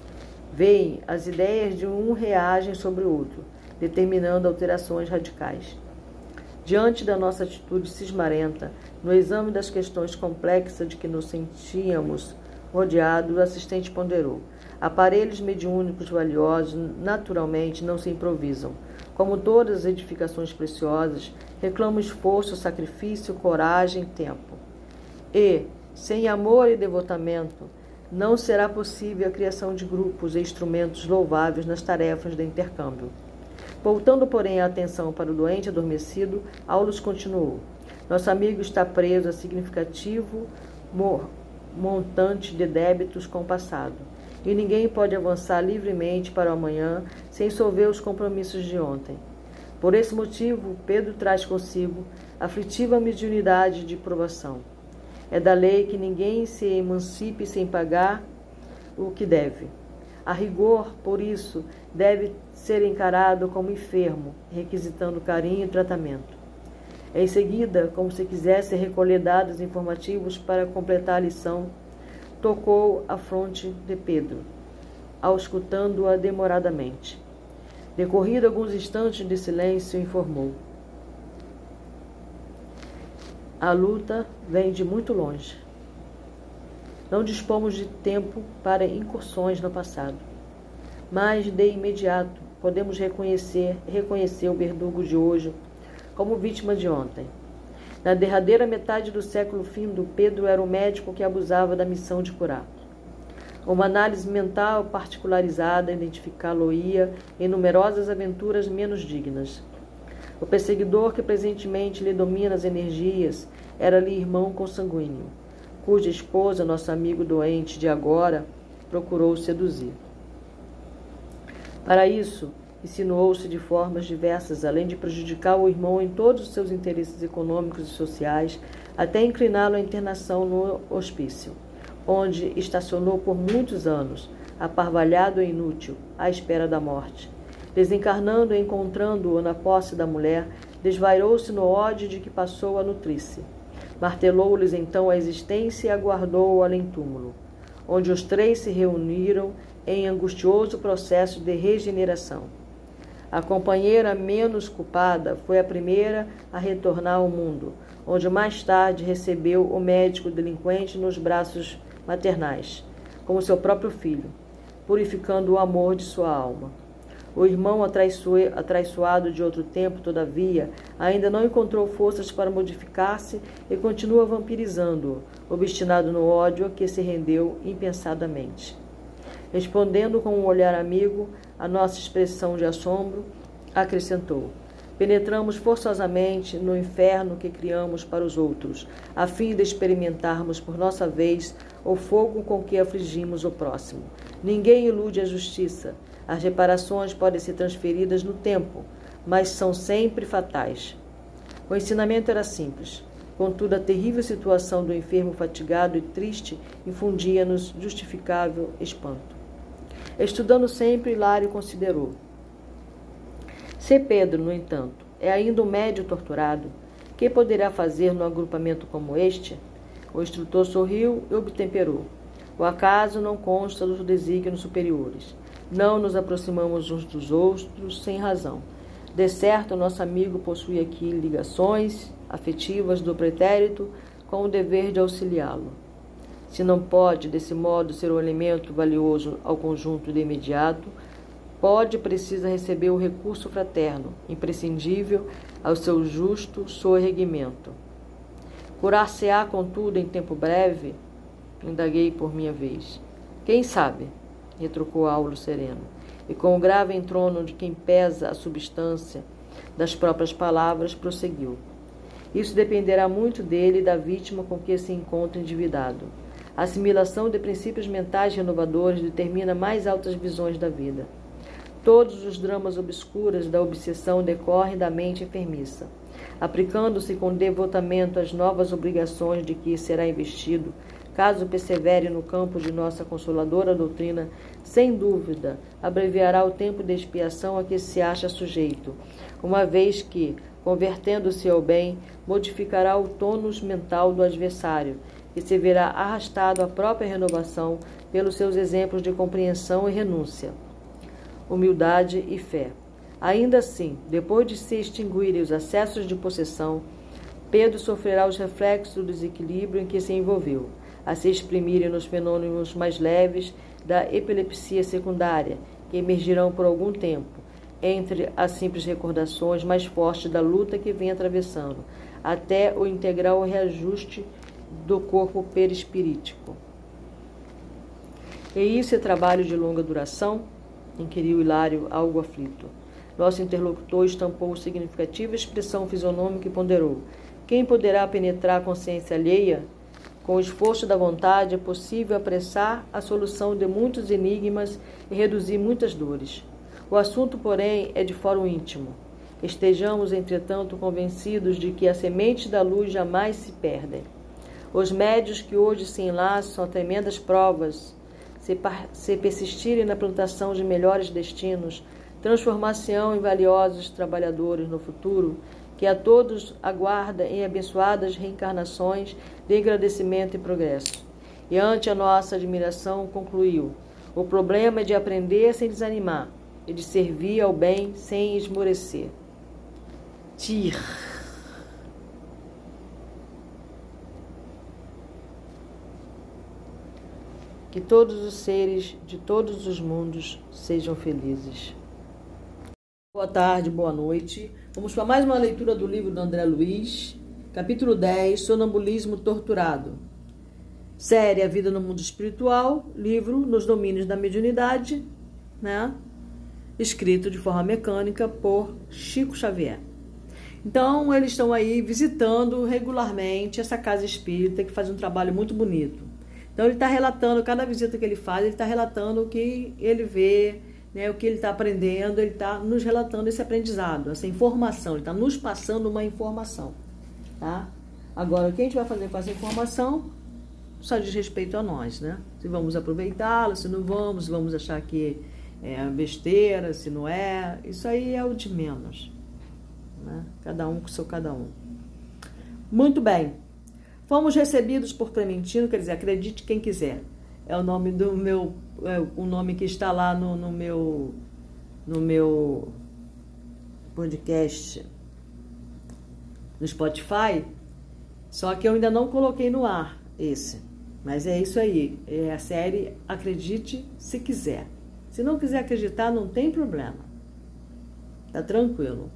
veem, as ideias de um reagem sobre o outro, determinando alterações radicais. Diante da nossa atitude cismarenta, no exame das questões complexas de que nos sentíamos rodeados, o assistente ponderou. Aparelhos mediúnicos valiosos, naturalmente, não se improvisam. Como todas as edificações preciosas, reclamam esforço, sacrifício, coragem, tempo. E, sem amor e devotamento, não será possível a criação de grupos e instrumentos louváveis nas tarefas de intercâmbio. Voltando, porém, a atenção para o doente adormecido, Aulus continuou. Nosso amigo está preso a significativo montante de débitos com o passado, e ninguém pode avançar livremente para o amanhã sem solver os compromissos de ontem. Por esse motivo, Pedro traz consigo aflitiva mediunidade de provação. É da lei que ninguém se emancipe sem pagar o que deve. A rigor, por isso, deve ser encarado como enfermo, requisitando carinho e tratamento. Em seguida, como se quisesse recolher dados informativos para completar a lição, tocou a fronte de Pedro, auscultando-a demoradamente. Decorrido alguns instantes de silêncio, informou. A luta vem de muito longe. Não dispomos de tempo para incursões no passado, mas de imediato podemos reconhecer, reconhecer o verdugo de hoje como vítima de ontem. Na derradeira metade do século findo, Pedro era o médico que abusava da missão de curar. Uma análise mental particularizada identificá-lo-ia em numerosas aventuras menos dignas. O perseguidor que presentemente lhe domina as energias era-lhe irmão consanguíneo, cuja esposa, nosso amigo doente de agora, procurou seduzir. Para isso, insinuou-se de formas diversas, além de prejudicar o irmão em todos os seus interesses econômicos e sociais, até incliná-lo à internação no hospício, onde estacionou por muitos anos, aparvalhado e inútil, à espera da morte. Desencarnando e encontrando-o na posse da mulher, desvairou-se no ódio de que passou a nutrir-se. Martelou-lhes então a existência e aguardou-o além-túmulo, onde os três se reuniram em angustioso processo de regeneração. A companheira menos culpada foi a primeira a retornar ao mundo, onde mais tarde recebeu o médico delinquente nos braços maternais, como seu próprio filho, purificando o amor de sua alma. O irmão atraiçoado de outro tempo, todavia, ainda não encontrou forças para modificar-se e continua vampirizando-o, obstinado no ódio a que se rendeu impensadamente. Respondendo com um olhar amigo à nossa expressão de assombro, acrescentou: penetramos forçosamente no inferno que criamos para os outros, a fim de experimentarmos por nossa vez o fogo com que afligimos o próximo. Ninguém ilude a justiça. As reparações podem ser transferidas no tempo, mas são sempre fatais. O ensinamento era simples. Contudo, a terrível situação do enfermo fatigado e triste infundia-nos justificável espanto. Estudando sempre, Hilário considerou: se Pedro, no entanto, é ainda um médio torturado, que poderá fazer num agrupamento como este? O instrutor sorriu e obtemperou: o acaso não consta dos desígnios superiores. Não nos aproximamos uns dos outros sem razão. De certo, nosso amigo possui aqui ligações afetivas do pretérito com o dever de auxiliá-lo. Se não pode, desse modo, ser um elemento valioso ao conjunto de imediato, pode e precisa receber o recurso fraterno, imprescindível ao seu justo soerguimento. Curar-se-á, contudo, em tempo breve? Indaguei por minha vez. Quem sabe? Retrucou Aulo sereno, e com o grave entrono de quem pesa a substância das próprias palavras, prosseguiu: isso dependerá muito dele e da vítima com que se encontra endividado. A assimilação de princípios mentais renovadores determina mais altas visões da vida. Todos os dramas obscuros da obsessão decorrem da mente enfermiça. Aplicando-se com devotamento às novas obrigações de que será investido, caso persevere no campo de nossa consoladora doutrina, sem dúvida abreviará o tempo de expiação a que se acha sujeito, uma vez que, convertendo-se ao bem, modificará o tônus mental do adversário, que se verá arrastado à própria renovação pelos seus exemplos de compreensão e renúncia, humildade e fé. Ainda assim, depois de se extinguirem os acessos de possessão, Pedro sofrerá os reflexos do desequilíbrio em que se envolveu, a se exprimirem nos fenômenos mais leves da epilepsia secundária, que emergirão por algum tempo, entre as simples recordações mais fortes da luta que vem atravessando, até o integral reajuste do corpo perispirítico. E isso é trabalho de longa duração? Inquiriu Hilário, algo aflito. Nosso interlocutor estampou significativa expressão fisonômica e ponderou: quem poderá penetrar a consciência alheia? Com o esforço da vontade é possível apressar a solução de muitos enigmas e reduzir muitas dores. O assunto, porém, é de fórum íntimo. Estejamos, entretanto, convencidos de que as sementes da luz jamais se perdem. Os médios que hoje se enlaçam a tremendas provas, se, se persistirem na plantação de melhores destinos, transformar-se-ão em valiosos trabalhadores no futuro, que a todos aguarda em abençoadas reencarnações de agradecimento e progresso. E ante a nossa admiração concluiu: o problema é de aprender sem desanimar e de servir ao bem sem esmorecer. Tir. Que todos os seres de todos os mundos sejam felizes. Boa tarde, boa noite. Vamos para mais uma leitura do livro do André Luiz, capítulo dez, Sonambulismo Torturado. Série A Vida no Mundo Espiritual, livro Nos Domínios da Mediunidade, né? Escrito de forma mecânica por Chico Xavier. Então, eles estão aí visitando regularmente essa casa espírita que faz um trabalho muito bonito. Então, ele está relatando, cada visita que ele faz, ele está relatando o que ele vê, né, o que ele está aprendendo, ele está nos relatando esse aprendizado, essa informação, ele está nos passando uma informação. Tá? Agora, o que a gente vai fazer com essa informação só diz respeito a nós, né? Se vamos aproveitá-la, se não vamos, se vamos achar que é besteira, se não é, isso aí é o de menos. Né? Cada um com seu cada um. Muito bem. Fomos recebidos por Clementino, quer dizer, acredite quem quiser. É o nome do meu, é o nome que está lá no, no meu, no meu podcast no Spotify. Só que eu ainda não coloquei no ar esse. Mas é isso aí. É a série Acredite se quiser. Se não quiser acreditar, não tem problema. Tá tranquilo.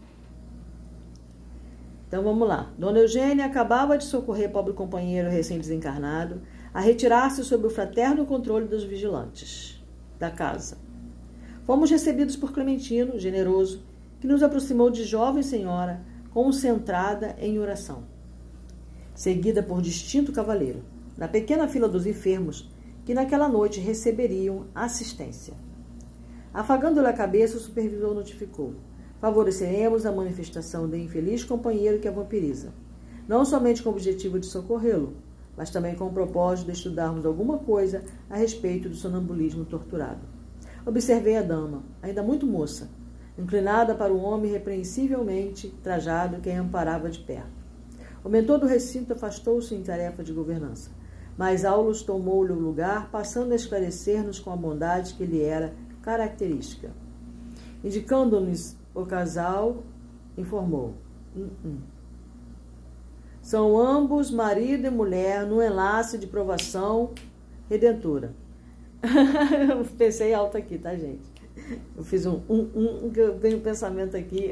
Então vamos lá. Dona Eugênia acabava de socorrer pobre companheiro recém-desencarnado a retirar-se sob o fraterno controle dos vigilantes da casa. Fomos recebidos por Clementino, generoso, que nos aproximou de jovem senhora concentrada em oração, seguida por distinto cavaleiro, na pequena fila dos enfermos que naquela noite receberiam assistência. Afagando-lhe a cabeça, o supervisor notificou: favoreceremos a manifestação do infeliz companheiro que a vampiriza, não somente com o objetivo de socorrê-lo, mas também com o propósito de estudarmos alguma coisa a respeito do sonambulismo torturado. Observei a dama, ainda muito moça, inclinada para o homem repreensivelmente trajado que a amparava de perto. O mentor do recinto afastou-se em tarefa de governança, mas Aulus tomou-lhe o lugar, passando a esclarecer-nos com a bondade que lhe era característica. Indicando-nos o casal, informou: hum, hum. São ambos marido e mulher no enlace de provação redentora. Eu pensei alto aqui, tá, gente? Eu fiz um um, um, que eu tenho um pensamento aqui.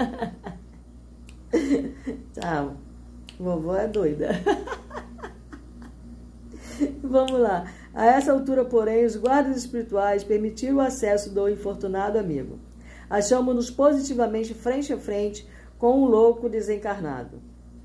Tá, vovó é doida. Vamos lá. A essa altura, porém, os guardas espirituais permitiram o acesso do infortunado amigo. Achamos-nos positivamente frente a frente com um louco desencarnado.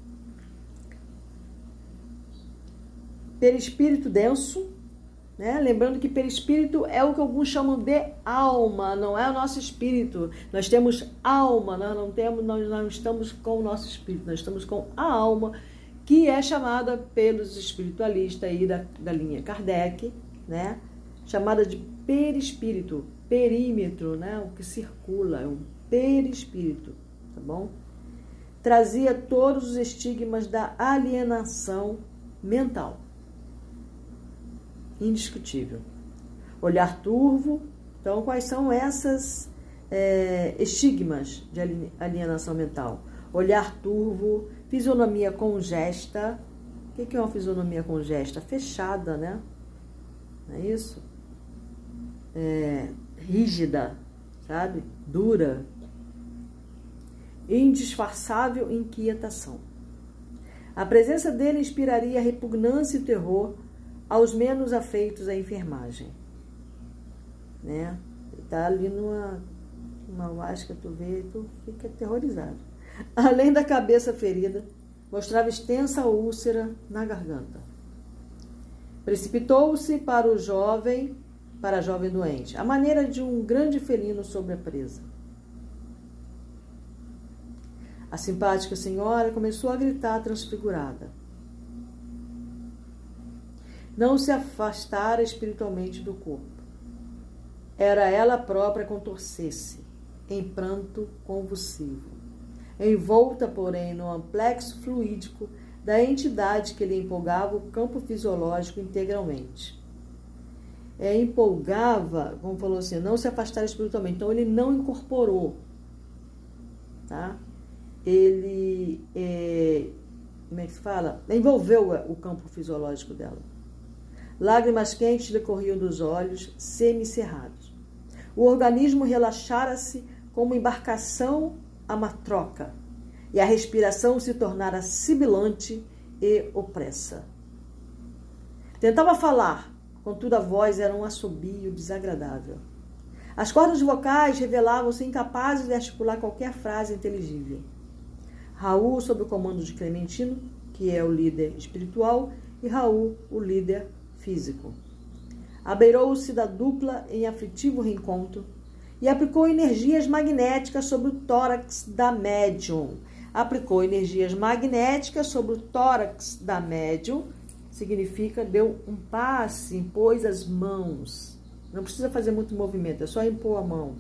Perispírito denso, né? Lembrando que perispírito é o que alguns chamam de alma, não é o nosso espírito. Nós temos alma, nós não temos, nós não estamos com o nosso espírito, nós estamos com a alma, que é chamada pelos espiritualistas aí da, da linha Kardec, né? Chamada de perispírito, perímetro, né? O que circula, é um perispírito, tá bom? Trazia todos os estigmas da alienação mental. Indiscutível. Olhar turvo. Então, quais são essas é, estigmas de alienação mental? Olhar turvo, fisionomia congesta. O que é uma fisionomia congesta? Fechada, né? Não é isso? É, rígida, sabe? Dura. Indisfarçável inquietação. A presença dele inspiraria repugnância e terror aos menos afeitos à enfermagem. Né? Ele está ali numa uma vasca, tu vê e tu fica aterrorizado. Além da cabeça ferida, mostrava extensa úlcera na garganta. Precipitou-se para o jovem, para a jovem doente, à maneira de um grande felino sobre a presa. A simpática senhora começou a gritar transfigurada. Não se afastara espiritualmente do corpo. Era ela própria contorcer-se, em pranto convulsivo, envolta, porém, no amplexo fluídico da entidade que lhe empolgava o campo fisiológico integralmente. É, empolgava, como falou assim, não se afastar espiritualmente. Então, ele não incorporou, tá? Ele, é, como é que se fala? Envolveu o campo fisiológico dela. Lágrimas quentes decorriam dos olhos, semicerrados. O organismo relaxara-se como embarcação a matroca, e a respiração se tornara sibilante e opressa. Tentava falar, contudo a voz era um assobio desagradável. As cordas vocais revelavam-se incapazes de articular qualquer frase inteligível. Raul, sob o comando de Clementino, que é o líder espiritual, e Raul, o líder físico. Abeirou-se da dupla em aflitivo reencontro e aplicou energias magnéticas sobre o tórax da médium. Aplicou energias magnéticas sobre o tórax da médium, significa deu um passe, impôs as mãos. Não precisa fazer muito movimento, é só impor a mão,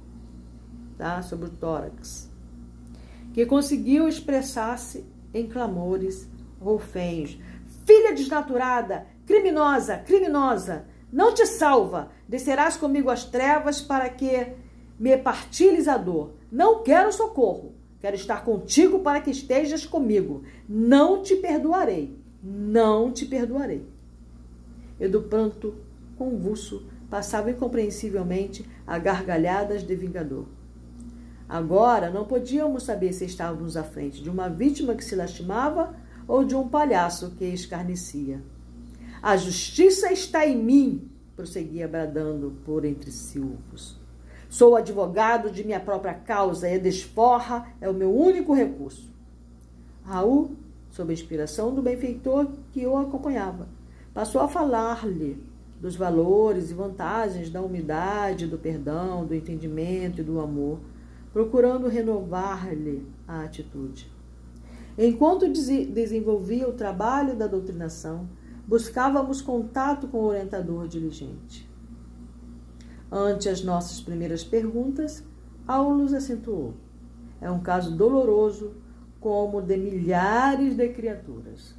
tá? Sobre o tórax. Que conseguiu expressar-se em clamores roufenhos. Filha desnaturada, criminosa, criminosa, não te salva, descerás comigo às trevas para que me partilhes a dor. Não quero socorro, quero estar contigo para que estejas comigo. Não te perdoarei, não te perdoarei. E do pranto convulso passava incompreensivelmente a gargalhadas de vingador. Agora não podíamos saber se estávamos à frente de uma vítima que se lastimava ou de um palhaço que escarnecia. A justiça está em mim, prosseguia bradando por entre silvos. Sou advogado de minha própria causa e a desforra é o meu único recurso. Raul, sob a inspiração do benfeitor que o acompanhava, passou a falar-lhe dos valores e vantagens da humildade, do perdão, do entendimento e do amor, procurando renovar-lhe a atitude. Enquanto desenvolvia o trabalho da doutrinação, buscávamos contato com o orientador diligente. Ante as nossas primeiras perguntas, Aulus acentuou. É um caso doloroso, como o de milhares de criaturas.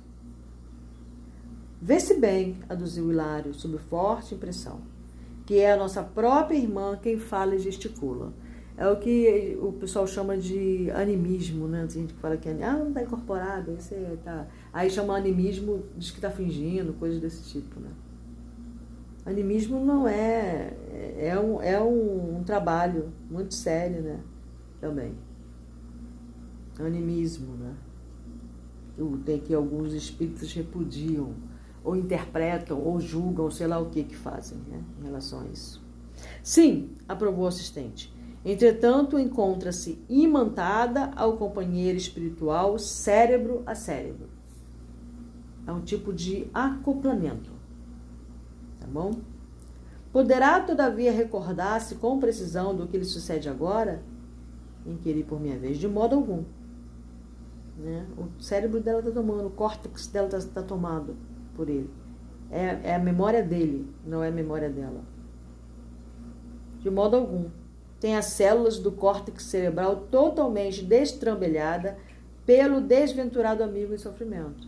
Vê-se bem, aduziu Hilário, sob forte impressão, que é a nossa própria irmã quem fala e gesticula. É o que o pessoal chama de animismo, né? Tem gente que fala que ah, não está incorporado, aí, você tá... aí chama animismo, diz que está fingindo, coisas desse tipo, né? Animismo não é... É um, é um, um trabalho muito sério, né? Também. Animismo, né? Tem que alguns espíritos repudiam, ou interpretam, ou julgam, sei lá o que que fazem, né? Em relação a isso. Sim, aprovou o assistente. Entretanto, encontra-se imantada ao companheiro espiritual cérebro a cérebro. É um tipo de acoplamento. Tá bom? Poderá, todavia, recordar-se com precisão do que lhe sucede agora? Inquiri por minha vez. De modo algum. Né? O cérebro dela está tomando, o córtex dela está tá tomado por ele. É, é a memória dele, não é a memória dela. De modo algum. Tem as células do córtex cerebral totalmente destrambelhada pelo desventurado amigo em sofrimento.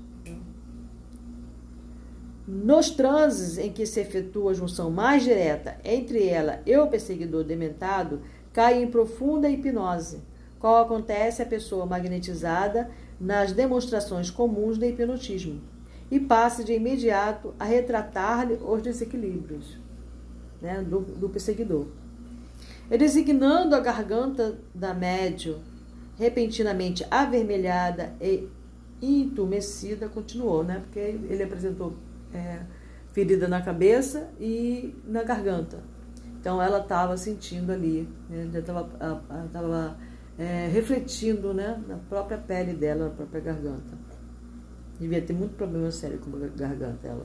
Nos transes em que se efetua a junção mais direta entre ela e o perseguidor dementado, cai em profunda hipnose, qual acontece à pessoa magnetizada nas demonstrações comuns de hipnotismo, e passa de imediato a retratar-lhe os desequilíbrios, né, do, do perseguidor. E designando a garganta da médium, repentinamente avermelhada e entumecida, continuou, né? Porque ele apresentou é, ferida na cabeça e na garganta. Então ela estava sentindo ali, né? Já estava é, refletindo, né? Na própria pele dela, na própria garganta. Devia ter muito problema sério com a garganta, ela.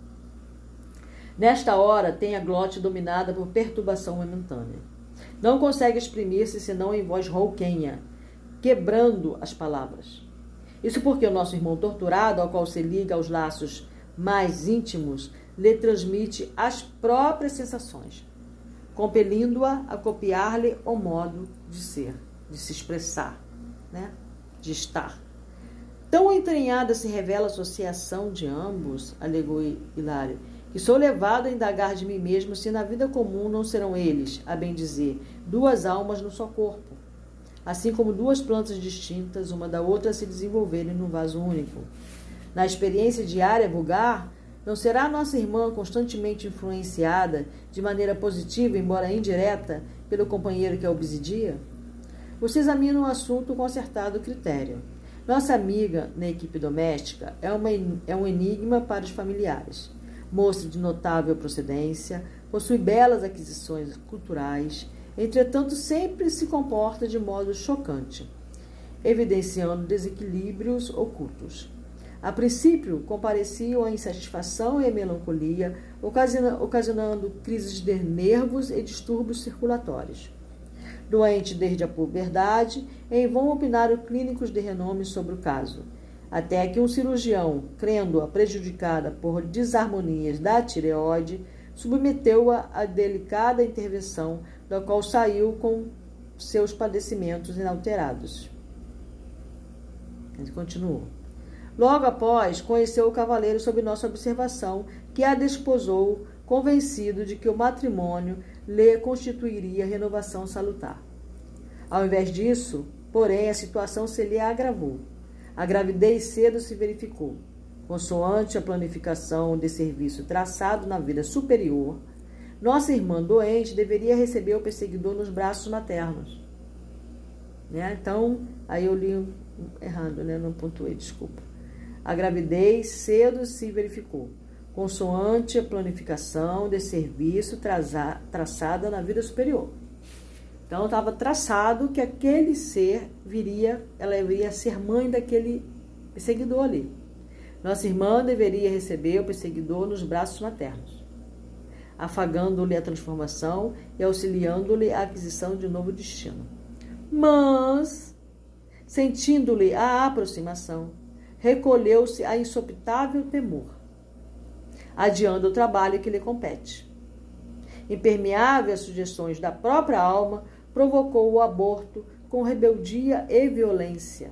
Nesta hora, tem a glote dominada por perturbação momentânea. Não consegue exprimir-se senão em voz rouquenha, quebrando as palavras. Isso porque o nosso irmão torturado, ao qual se liga aos laços mais íntimos, lhe transmite as próprias sensações, compelindo-a a copiar-lhe o modo de ser, de se expressar, né? De estar. Tão entranhada se revela a associação de ambos, alegou Hilário, que sou levado a indagar de mim mesmo se na vida comum não serão eles, a bem dizer, duas almas no só corpo, assim como duas plantas distintas, uma da outra, se desenvolverem num vaso único. Na experiência diária vulgar, Não será nossa irmã constantemente influenciada, de maneira positiva, embora indireta, pelo companheiro que a obsidia? Você examina o assunto com acertado critério. Nossa amiga na equipe doméstica é, uma, é um enigma para os familiares. Moça de notável procedência, possui belas aquisições culturais, entretanto sempre se comporta de modo chocante, evidenciando desequilíbrios ocultos. A princípio, compareciam a insatisfação e a melancolia, ocasionando crises de nervos e distúrbios circulatórios. Doente desde a puberdade, em vão opinaram clínicos de renome sobre o caso, até que um cirurgião, crendo-a prejudicada por desarmonias da tireoide, submeteu-a a delicada intervenção, da qual saiu com seus padecimentos inalterados. Ele continuou. Logo após, conheceu o cavaleiro sob nossa observação, que a desposou, convencido de que o matrimônio lhe constituiria renovação salutar. Ao invés disso, porém, a situação se lhe agravou. A gravidez cedo se verificou. Consoante a planificação de serviço traçado na vida superior, nossa irmã doente deveria receber o perseguidor nos braços maternos. Né? Então, aí eu li errado, né? Não pontuei, desculpa. A gravidez cedo se verificou, consoante a planificação de serviço traza, traçada na vida superior. Então, estava traçado que aquele ser viria, ela iria ser mãe daquele perseguidor ali. Nossa irmã deveria receber o perseguidor nos braços maternos, afagando-lhe a transformação e auxiliando-lhe a aquisição de um novo destino. Mas, sentindo-lhe a aproximação, recolheu-se a insopitável temor, adiando o trabalho que lhe compete. Impermeável às sugestões da própria alma, provocou o aborto com rebeldia e violência.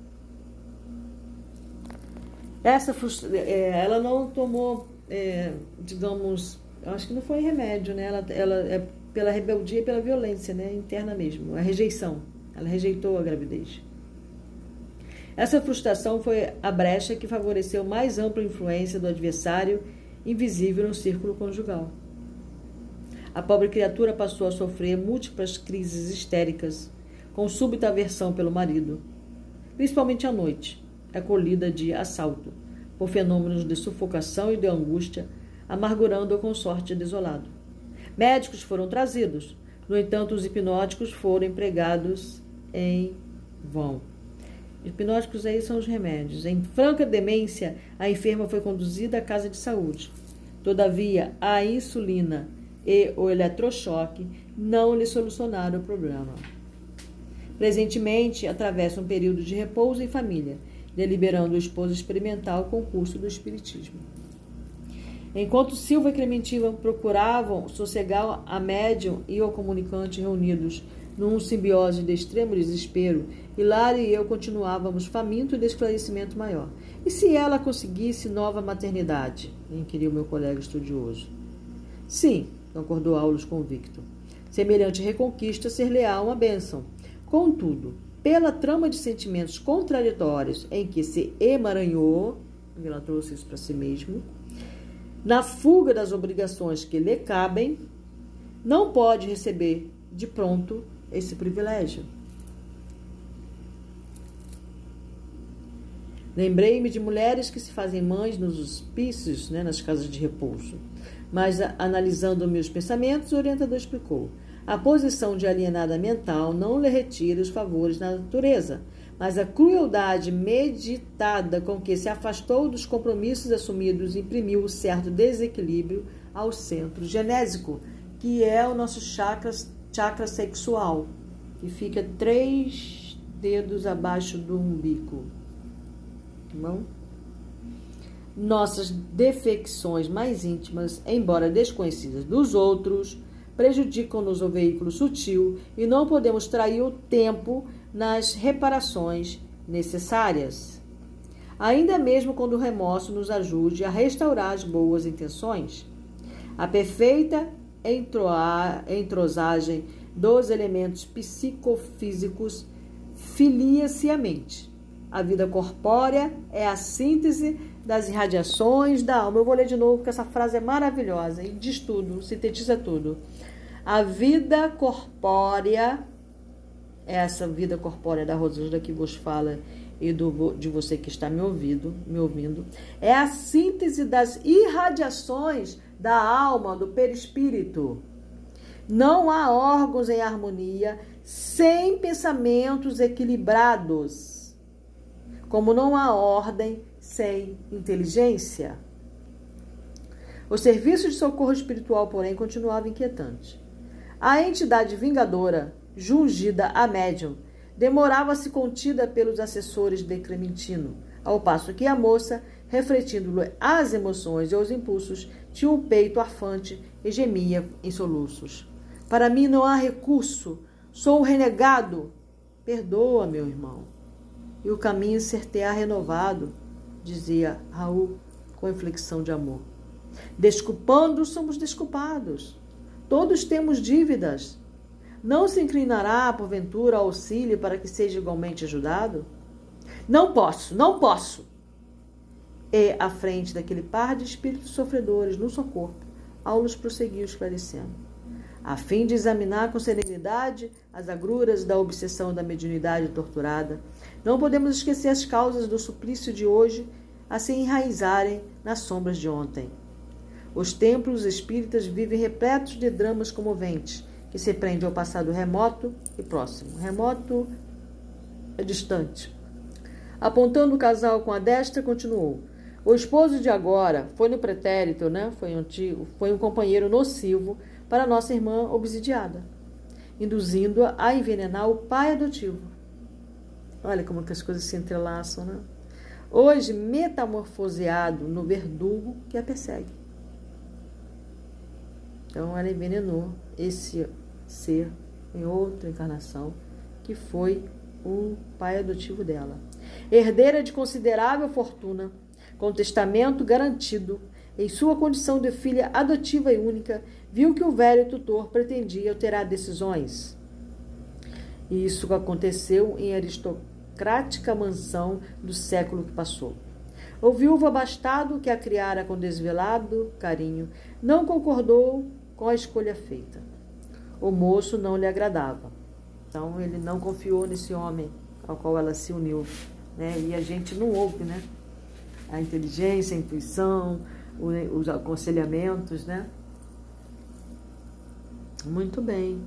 Essa ela não tomou, é, digamos, eu acho que não foi remédio, né? Ela, ela é pela rebeldia e pela violência, né? Interna mesmo, a rejeição. Ela rejeitou a gravidez. Essa frustração foi a brecha que favoreceu mais ampla influência do adversário invisível no círculo conjugal. A pobre criatura passou a sofrer múltiplas crises histéricas, com súbita aversão pelo marido, principalmente à noite, acolhida de assalto, por fenômenos de sufocação e de angústia, amargurando o consorte desolado. Médicos foram trazidos, no entanto, os hipnóticos foram empregados em vão. Hipnóticos aí são os remédios. Em franca demência, a enferma foi conduzida à casa de saúde. Todavia, a insulina e o eletrochoque não lhe solucionaram o problema. Presentemente, atravessa um período de repouso em família, deliberando o esposo experimentar o concurso do espiritismo. Enquanto Silva e Clementina procuravam sossegar a médium e o comunicante reunidos num simbiose de extremo desespero, Hilária e eu continuávamos famintos de esclarecimento maior. E se ela conseguisse nova maternidade? Inquiriu meu colega estudioso. Sim, concordou Aulus convicto. Semelhante reconquista ser-lhe-á uma bênção. Contudo, pela trama de sentimentos contraditórios em que se emaranhou, ela trouxe isso para si mesmo, na fuga das obrigações que lhe cabem, não pode receber de pronto esse privilégio. Lembrei-me de mulheres que se fazem mães nos hospícios, né, nas casas de repouso. Mas, a, analisando meus pensamentos, o orientador explicou. A posição de alienada mental não lhe retira os favores da natureza, mas a crueldade meditada com que se afastou dos compromissos assumidos imprimiu um certo desequilíbrio ao centro genésico, que é o nosso chakra, chakra sexual, que fica três dedos abaixo do umbigo. Não? Nossas defecções mais íntimas, embora desconhecidas dos outros, prejudicam-nos o veículo sutil e não podemos trair o tempo nas reparações necessárias. Ainda mesmo quando o remorso nos ajude a restaurar as boas intenções. A perfeita entrosagem dos elementos psicofísicos filia-se à mente. A vida corpórea é a síntese das irradiações da alma. Eu vou ler de novo, porque essa frase é maravilhosa e diz tudo, sintetiza tudo. A vida corpórea, essa vida corpórea da Rosângela que vos fala e do, de você que está me ouvindo, me ouvindo, é a síntese das irradiações da alma, do perispírito. Não há órgãos em harmonia sem pensamentos equilibrados, como não há ordem sem inteligência. O serviço de socorro espiritual, porém, continuava inquietante. A entidade vingadora, jungida a médium, demorava-se contida pelos assessores de Clementino, ao passo que a moça, refletindo-lhe as emoções e os impulsos, tinha o peito arfante e gemia em soluços. Para mim não há recurso, sou um renegado. Perdoa, meu irmão. E o caminho ser-te-á renovado, dizia Raul com inflexão de amor. Desculpando, somos desculpados. Todos temos dívidas. Não se inclinará, porventura, ao auxílio para que seja igualmente ajudado? Não posso, não posso. E, à frente daquele par de espíritos sofredores no seu corpo, Aulus prosseguiu esclarecendo. A fim de examinar com serenidade as agruras da obsessão da mediunidade torturada, não podemos esquecer as causas do suplício de hoje a se enraizarem nas sombras de ontem. Os templos espíritas vivem repletos de dramas comoventes, que se prendem ao passado remoto e próximo. Remoto é distante. Apontando o casal com a destra, continuou. O esposo de agora foi no pretérito, né? Foi um, tio, foi um companheiro nocivo para nossa irmã obsidiada, induzindo-a a envenenar o pai adotivo. Olha como que as coisas se entrelaçam, né? Hoje metamorfoseado no verdugo que a persegue. Então ela envenenou esse ser em outra encarnação, que foi o pai adotivo dela. Herdeira de considerável fortuna, com testamento garantido, em sua condição de filha adotiva e única, viu que o velho tutor pretendia alterar decisões. E isso aconteceu em aristocrática mansão do século que passou. O viúvo abastado, que a criara com desvelado carinho, não concordou com a escolha feita. O moço não lhe agradava. Então, ele não confiou nesse homem ao qual ela se uniu, né? E a gente não ouve, né? A inteligência, a intuição, os aconselhamentos, né? Muito bem.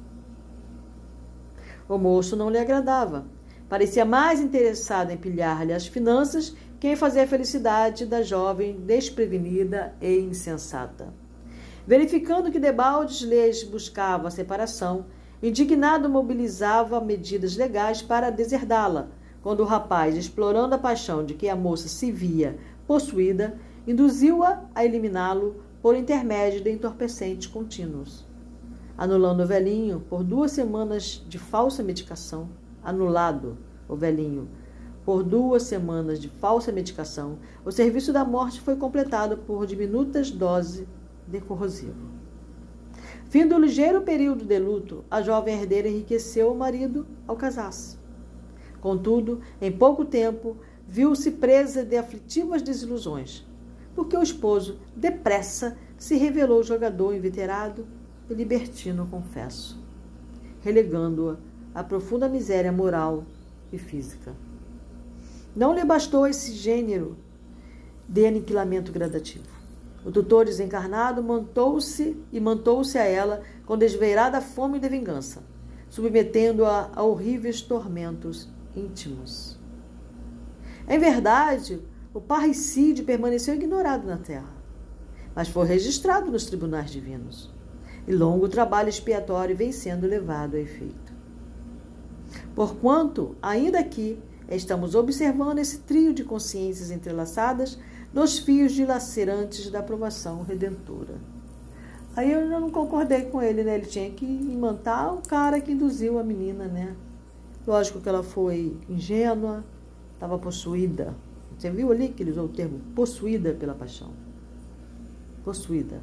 O moço não lhe agradava. Parecia mais interessado em pilhar-lhe as finanças que em fazer a felicidade da jovem desprevenida e insensata. Verificando que debaldes lhes buscava a separação, indignado mobilizava medidas legais para deserdá-la, quando o rapaz, explorando a paixão de que a moça se via possuída, induziu-a a eliminá-lo por intermédio de entorpecentes contínuos. Anulando o velhinho por duas semanas de falsa medicação, anulado o velhinho por duas semanas de falsa medicação, o serviço da morte foi completado por diminutas doses de corrosivo. Fim do ligeiro período de luto, a jovem herdeira enriqueceu o marido ao casar-se. Contudo, em pouco tempo, viu-se presa de aflitivas desilusões, porque o esposo, depressa, se revelou jogador inveterado e libertino, confesso, relegando-a à profunda miséria moral e física. Não lhe bastou esse gênero de aniquilamento gradativo. O tutor desencarnado mantou-se e mantou-se a ela com desveirada fome de vingança, submetendo-a a horríveis tormentos íntimos. Em verdade, o parricídio permaneceu ignorado na terra, mas foi registrado nos tribunais divinos, e longo trabalho expiatório vem sendo levado a efeito. Porquanto, ainda aqui, estamos observando esse trio de consciências entrelaçadas nos fios dilacerantes da aprovação redentora. Aí eu não concordei com ele, né? Ele tinha que imantar o cara que induziu a menina, né? Lógico que ela foi ingênua, estava possuída. Você viu ali que ele usou o termo possuída pela paixão? Possuída.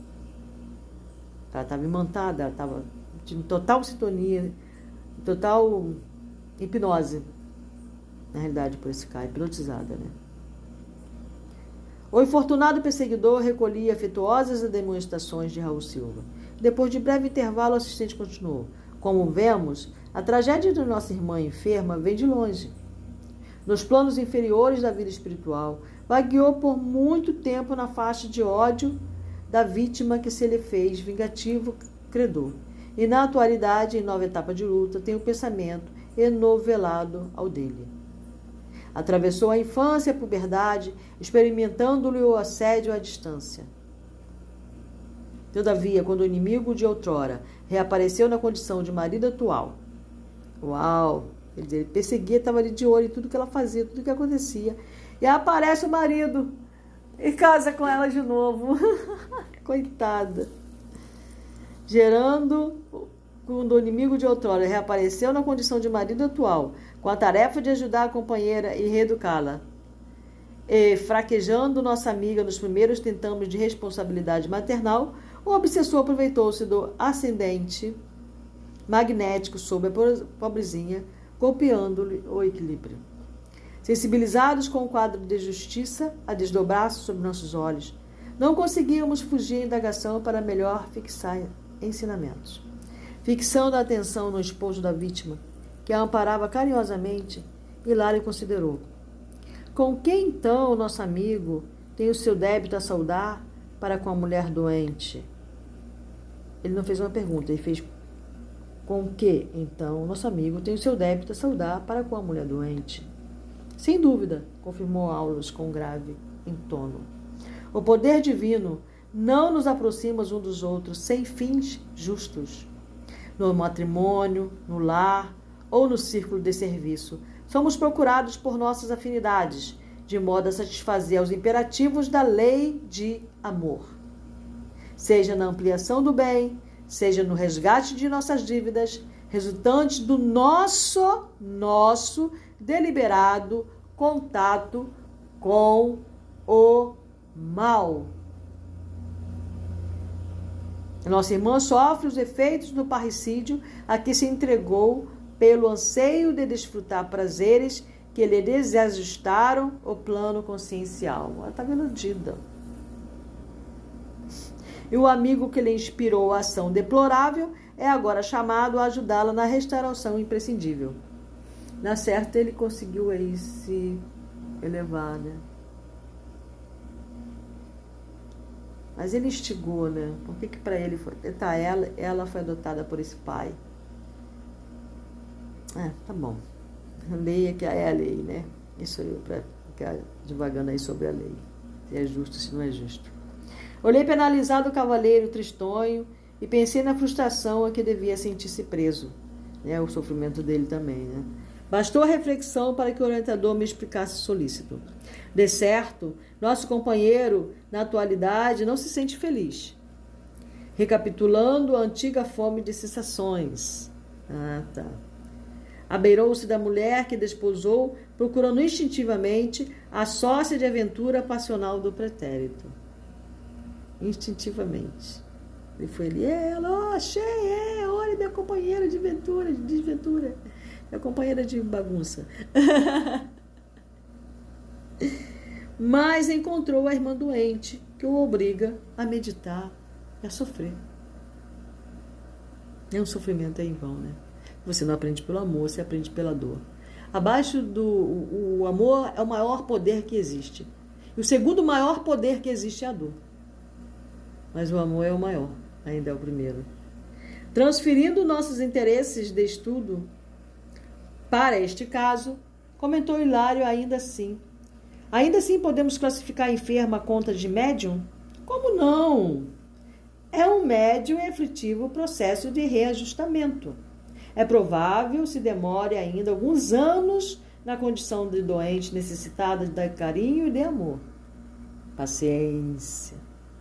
Ela estava imantada, ela estava em total sintonia, em total hipnose, na realidade, por esse cara, hipnotizada, né? O infortunado perseguidor recolhia afetuosas demonstrações de Raul Silva. Depois de breve intervalo, o assistente continuou. Como vemos, a tragédia de nossa irmã enferma vem de longe. Nos planos inferiores da vida espiritual, vagueou por muito tempo na faixa de ódio da vítima que se lhe fez vingativo credor. E na atualidade, em nova etapa de luta, tem o pensamento enovelado ao dele. Atravessou a infância e a puberdade, experimentando-lhe o assédio à distância. Todavia, quando o inimigo de outrora reapareceu na condição de marido atual, uau, ele perseguia, estava ali de olho em tudo que ela fazia, tudo que acontecia, e aparece o marido e casa com ela de novo. Coitada. Gerando, quando o inimigo de outrora reapareceu na condição de marido atual, com a tarefa de ajudar a companheira e reeducá-la, e fraquejando nossa amiga nos primeiros tentames de responsabilidade maternal, o obsessor aproveitou-se do ascendente magnético sobre a pobrezinha, golpeando-lhe o equilíbrio. Sensibilizados com o quadro de justiça a desdobrar-se sobre nossos olhos, não conseguíamos fugir à indagação para melhor fixar ensinamentos. Fixando a atenção no esposo da vítima, que a amparava carinhosamente, Hilário considerou: com quem então o nosso amigo tem o seu débito a saldar para com a mulher doente? Ele não fez uma pergunta, ele fez: com que então o nosso amigo tem o seu débito a saldar para com a mulher doente? Sem dúvida, confirmou Aulus com grave entono. O poder divino não nos aproxima uns dos outros sem fins justos. No matrimônio, no lar ou no círculo de serviço, somos procurados por nossas afinidades, de modo a satisfazer aos imperativos da lei de amor. Seja na ampliação do bem, seja no resgate de nossas dívidas, resultantes do nosso, nosso deliberado contato com o mal. Nossa irmã sofre os efeitos do parricídio a que se entregou pelo anseio de desfrutar prazeres que lhe desajustaram o plano consciencial. Ela estava iludida. E o amigo que lhe inspirou a ação deplorável é agora chamado a ajudá-la na restauração imprescindível. Na certa, ele conseguiu aí se elevar, né? Mas ele instigou, né? Por que que para ele foi? Tá, ela, ela foi adotada por esse pai. É, tá bom. Leia que é a lei, né? Isso aí, para ficar divagando aí sobre a lei. Se é justo, se não é justo. Olhei penalizado o cavaleiro tristonho e pensei na frustração a que devia sentir-se preso, né? O sofrimento dele também, né? Bastou a reflexão para que o orientador me explicasse solícito. De certo, nosso companheiro, na atualidade, não se sente feliz. Recapitulando a antiga fome de sensações. Ah, tá. Abeirou-se da mulher que desposou, procurando instintivamente a sócia de aventura passional do pretérito. Instintivamente. Ele foi ali, é, ela, ó, achei, é, olha, minha companheira de aventura, de desventura. Minha companheira de bagunça. Mas encontrou a irmã doente, que o obriga a meditar e a sofrer. É um sofrimento em vão, né? Você não aprende pelo amor, você aprende pela dor. Abaixo do... O, o amor é o maior poder que existe. E o segundo maior poder que existe é a dor. Mas o amor é o maior, ainda é o primeiro. Transferindo nossos interesses de estudo para este caso, comentou Hilário, ainda assim. Ainda assim podemos classificar a enferma a conta de médium? Como não? É um médium e aflitivo processo de reajustamento. É provável se demore ainda alguns anos na condição de doente necessitada de carinho e de amor. Paciência.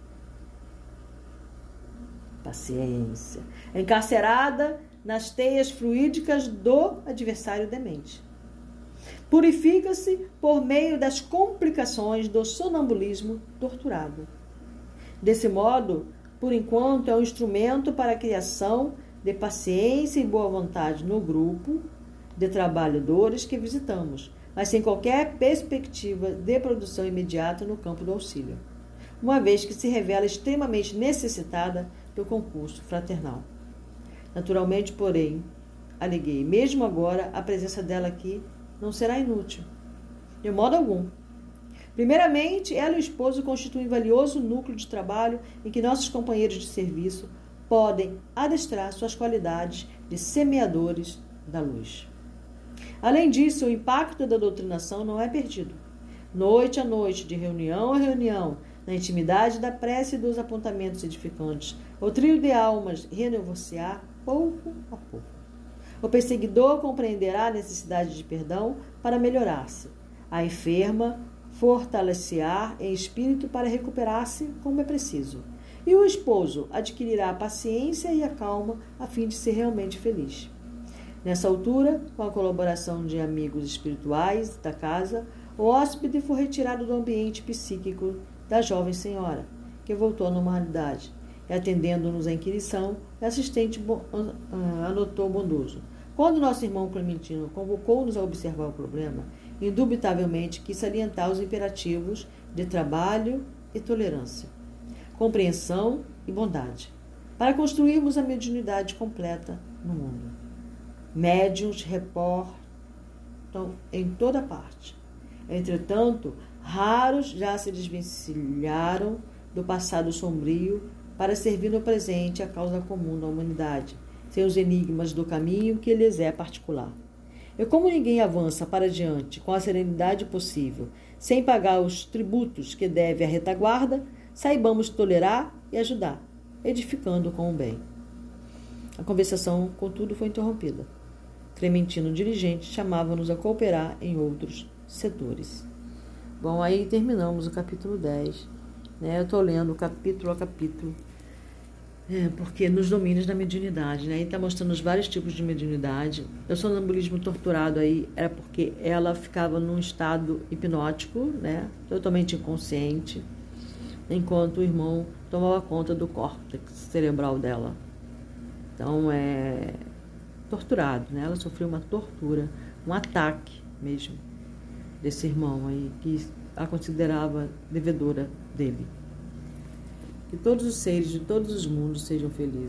Paciência. Encarcerada nas teias fluídicas do adversário demente. Purifica-se por meio das complicações do sonambulismo torturado. Desse modo, por enquanto, é um instrumento para a criação de paciência e boa vontade no grupo de trabalhadores que visitamos, mas sem qualquer perspectiva de produção imediata no campo do auxílio, uma vez que se revela extremamente necessitada do concurso fraternal. Naturalmente, porém, aleguei, mesmo agora, a presença dela aqui não será inútil, de modo algum. Primeiramente, ela e o esposo constituem um valioso núcleo de trabalho em que nossos companheiros de serviço podem adestrar suas qualidades de semeadores da luz. Além disso, o impacto da doutrinação não é perdido. Noite a noite, de reunião a reunião, na intimidade da prece e dos apontamentos edificantes, o trio de almas renegociar pouco a pouco. O perseguidor compreenderá a necessidade de perdão para melhorar-se. A enferma fortalecer em espírito para recuperar-se como é preciso. E o esposo adquirirá a paciência e a calma a fim de ser realmente feliz. Nessa altura, com a colaboração de amigos espirituais da casa, o hóspede foi retirado do ambiente psíquico da jovem senhora, que voltou à normalidade, e atendendo-nos à inquirição, o assistente anotou bondoso. Quando nosso irmão Clementino convocou-nos a observar o problema, indubitavelmente quis salientar os imperativos de trabalho e tolerância, compreensão e bondade, para construirmos a mediunidade completa no mundo. Médiuns reportam em toda parte. Entretanto, raros já se desvencilharam do passado sombrio para servir no presente a causa comum da humanidade, sem os enigmas do caminho que lhes é particular. E como ninguém avança para diante com a serenidade possível, sem pagar os tributos que deve à retaguarda, saibamos tolerar e ajudar, edificando com o bem. A conversação, contudo, foi interrompida. Clementino, dirigente, chamava-nos a cooperar em outros setores. Bom, aí terminamos o capítulo dez. Né? Eu estou lendo capítulo a capítulo, é, porque nos domínios da mediunidade, né? E está mostrando os vários tipos de mediunidade. O sonambulismo torturado aí era porque ela ficava num estado hipnótico, né? Totalmente inconsciente, enquanto o irmão tomava conta do córtex cerebral dela. Então, é torturado, né? Ela sofreu uma tortura, um ataque mesmo desse irmão aí, que a considerava devedora dele. Que todos os seres de todos os mundos sejam felizes.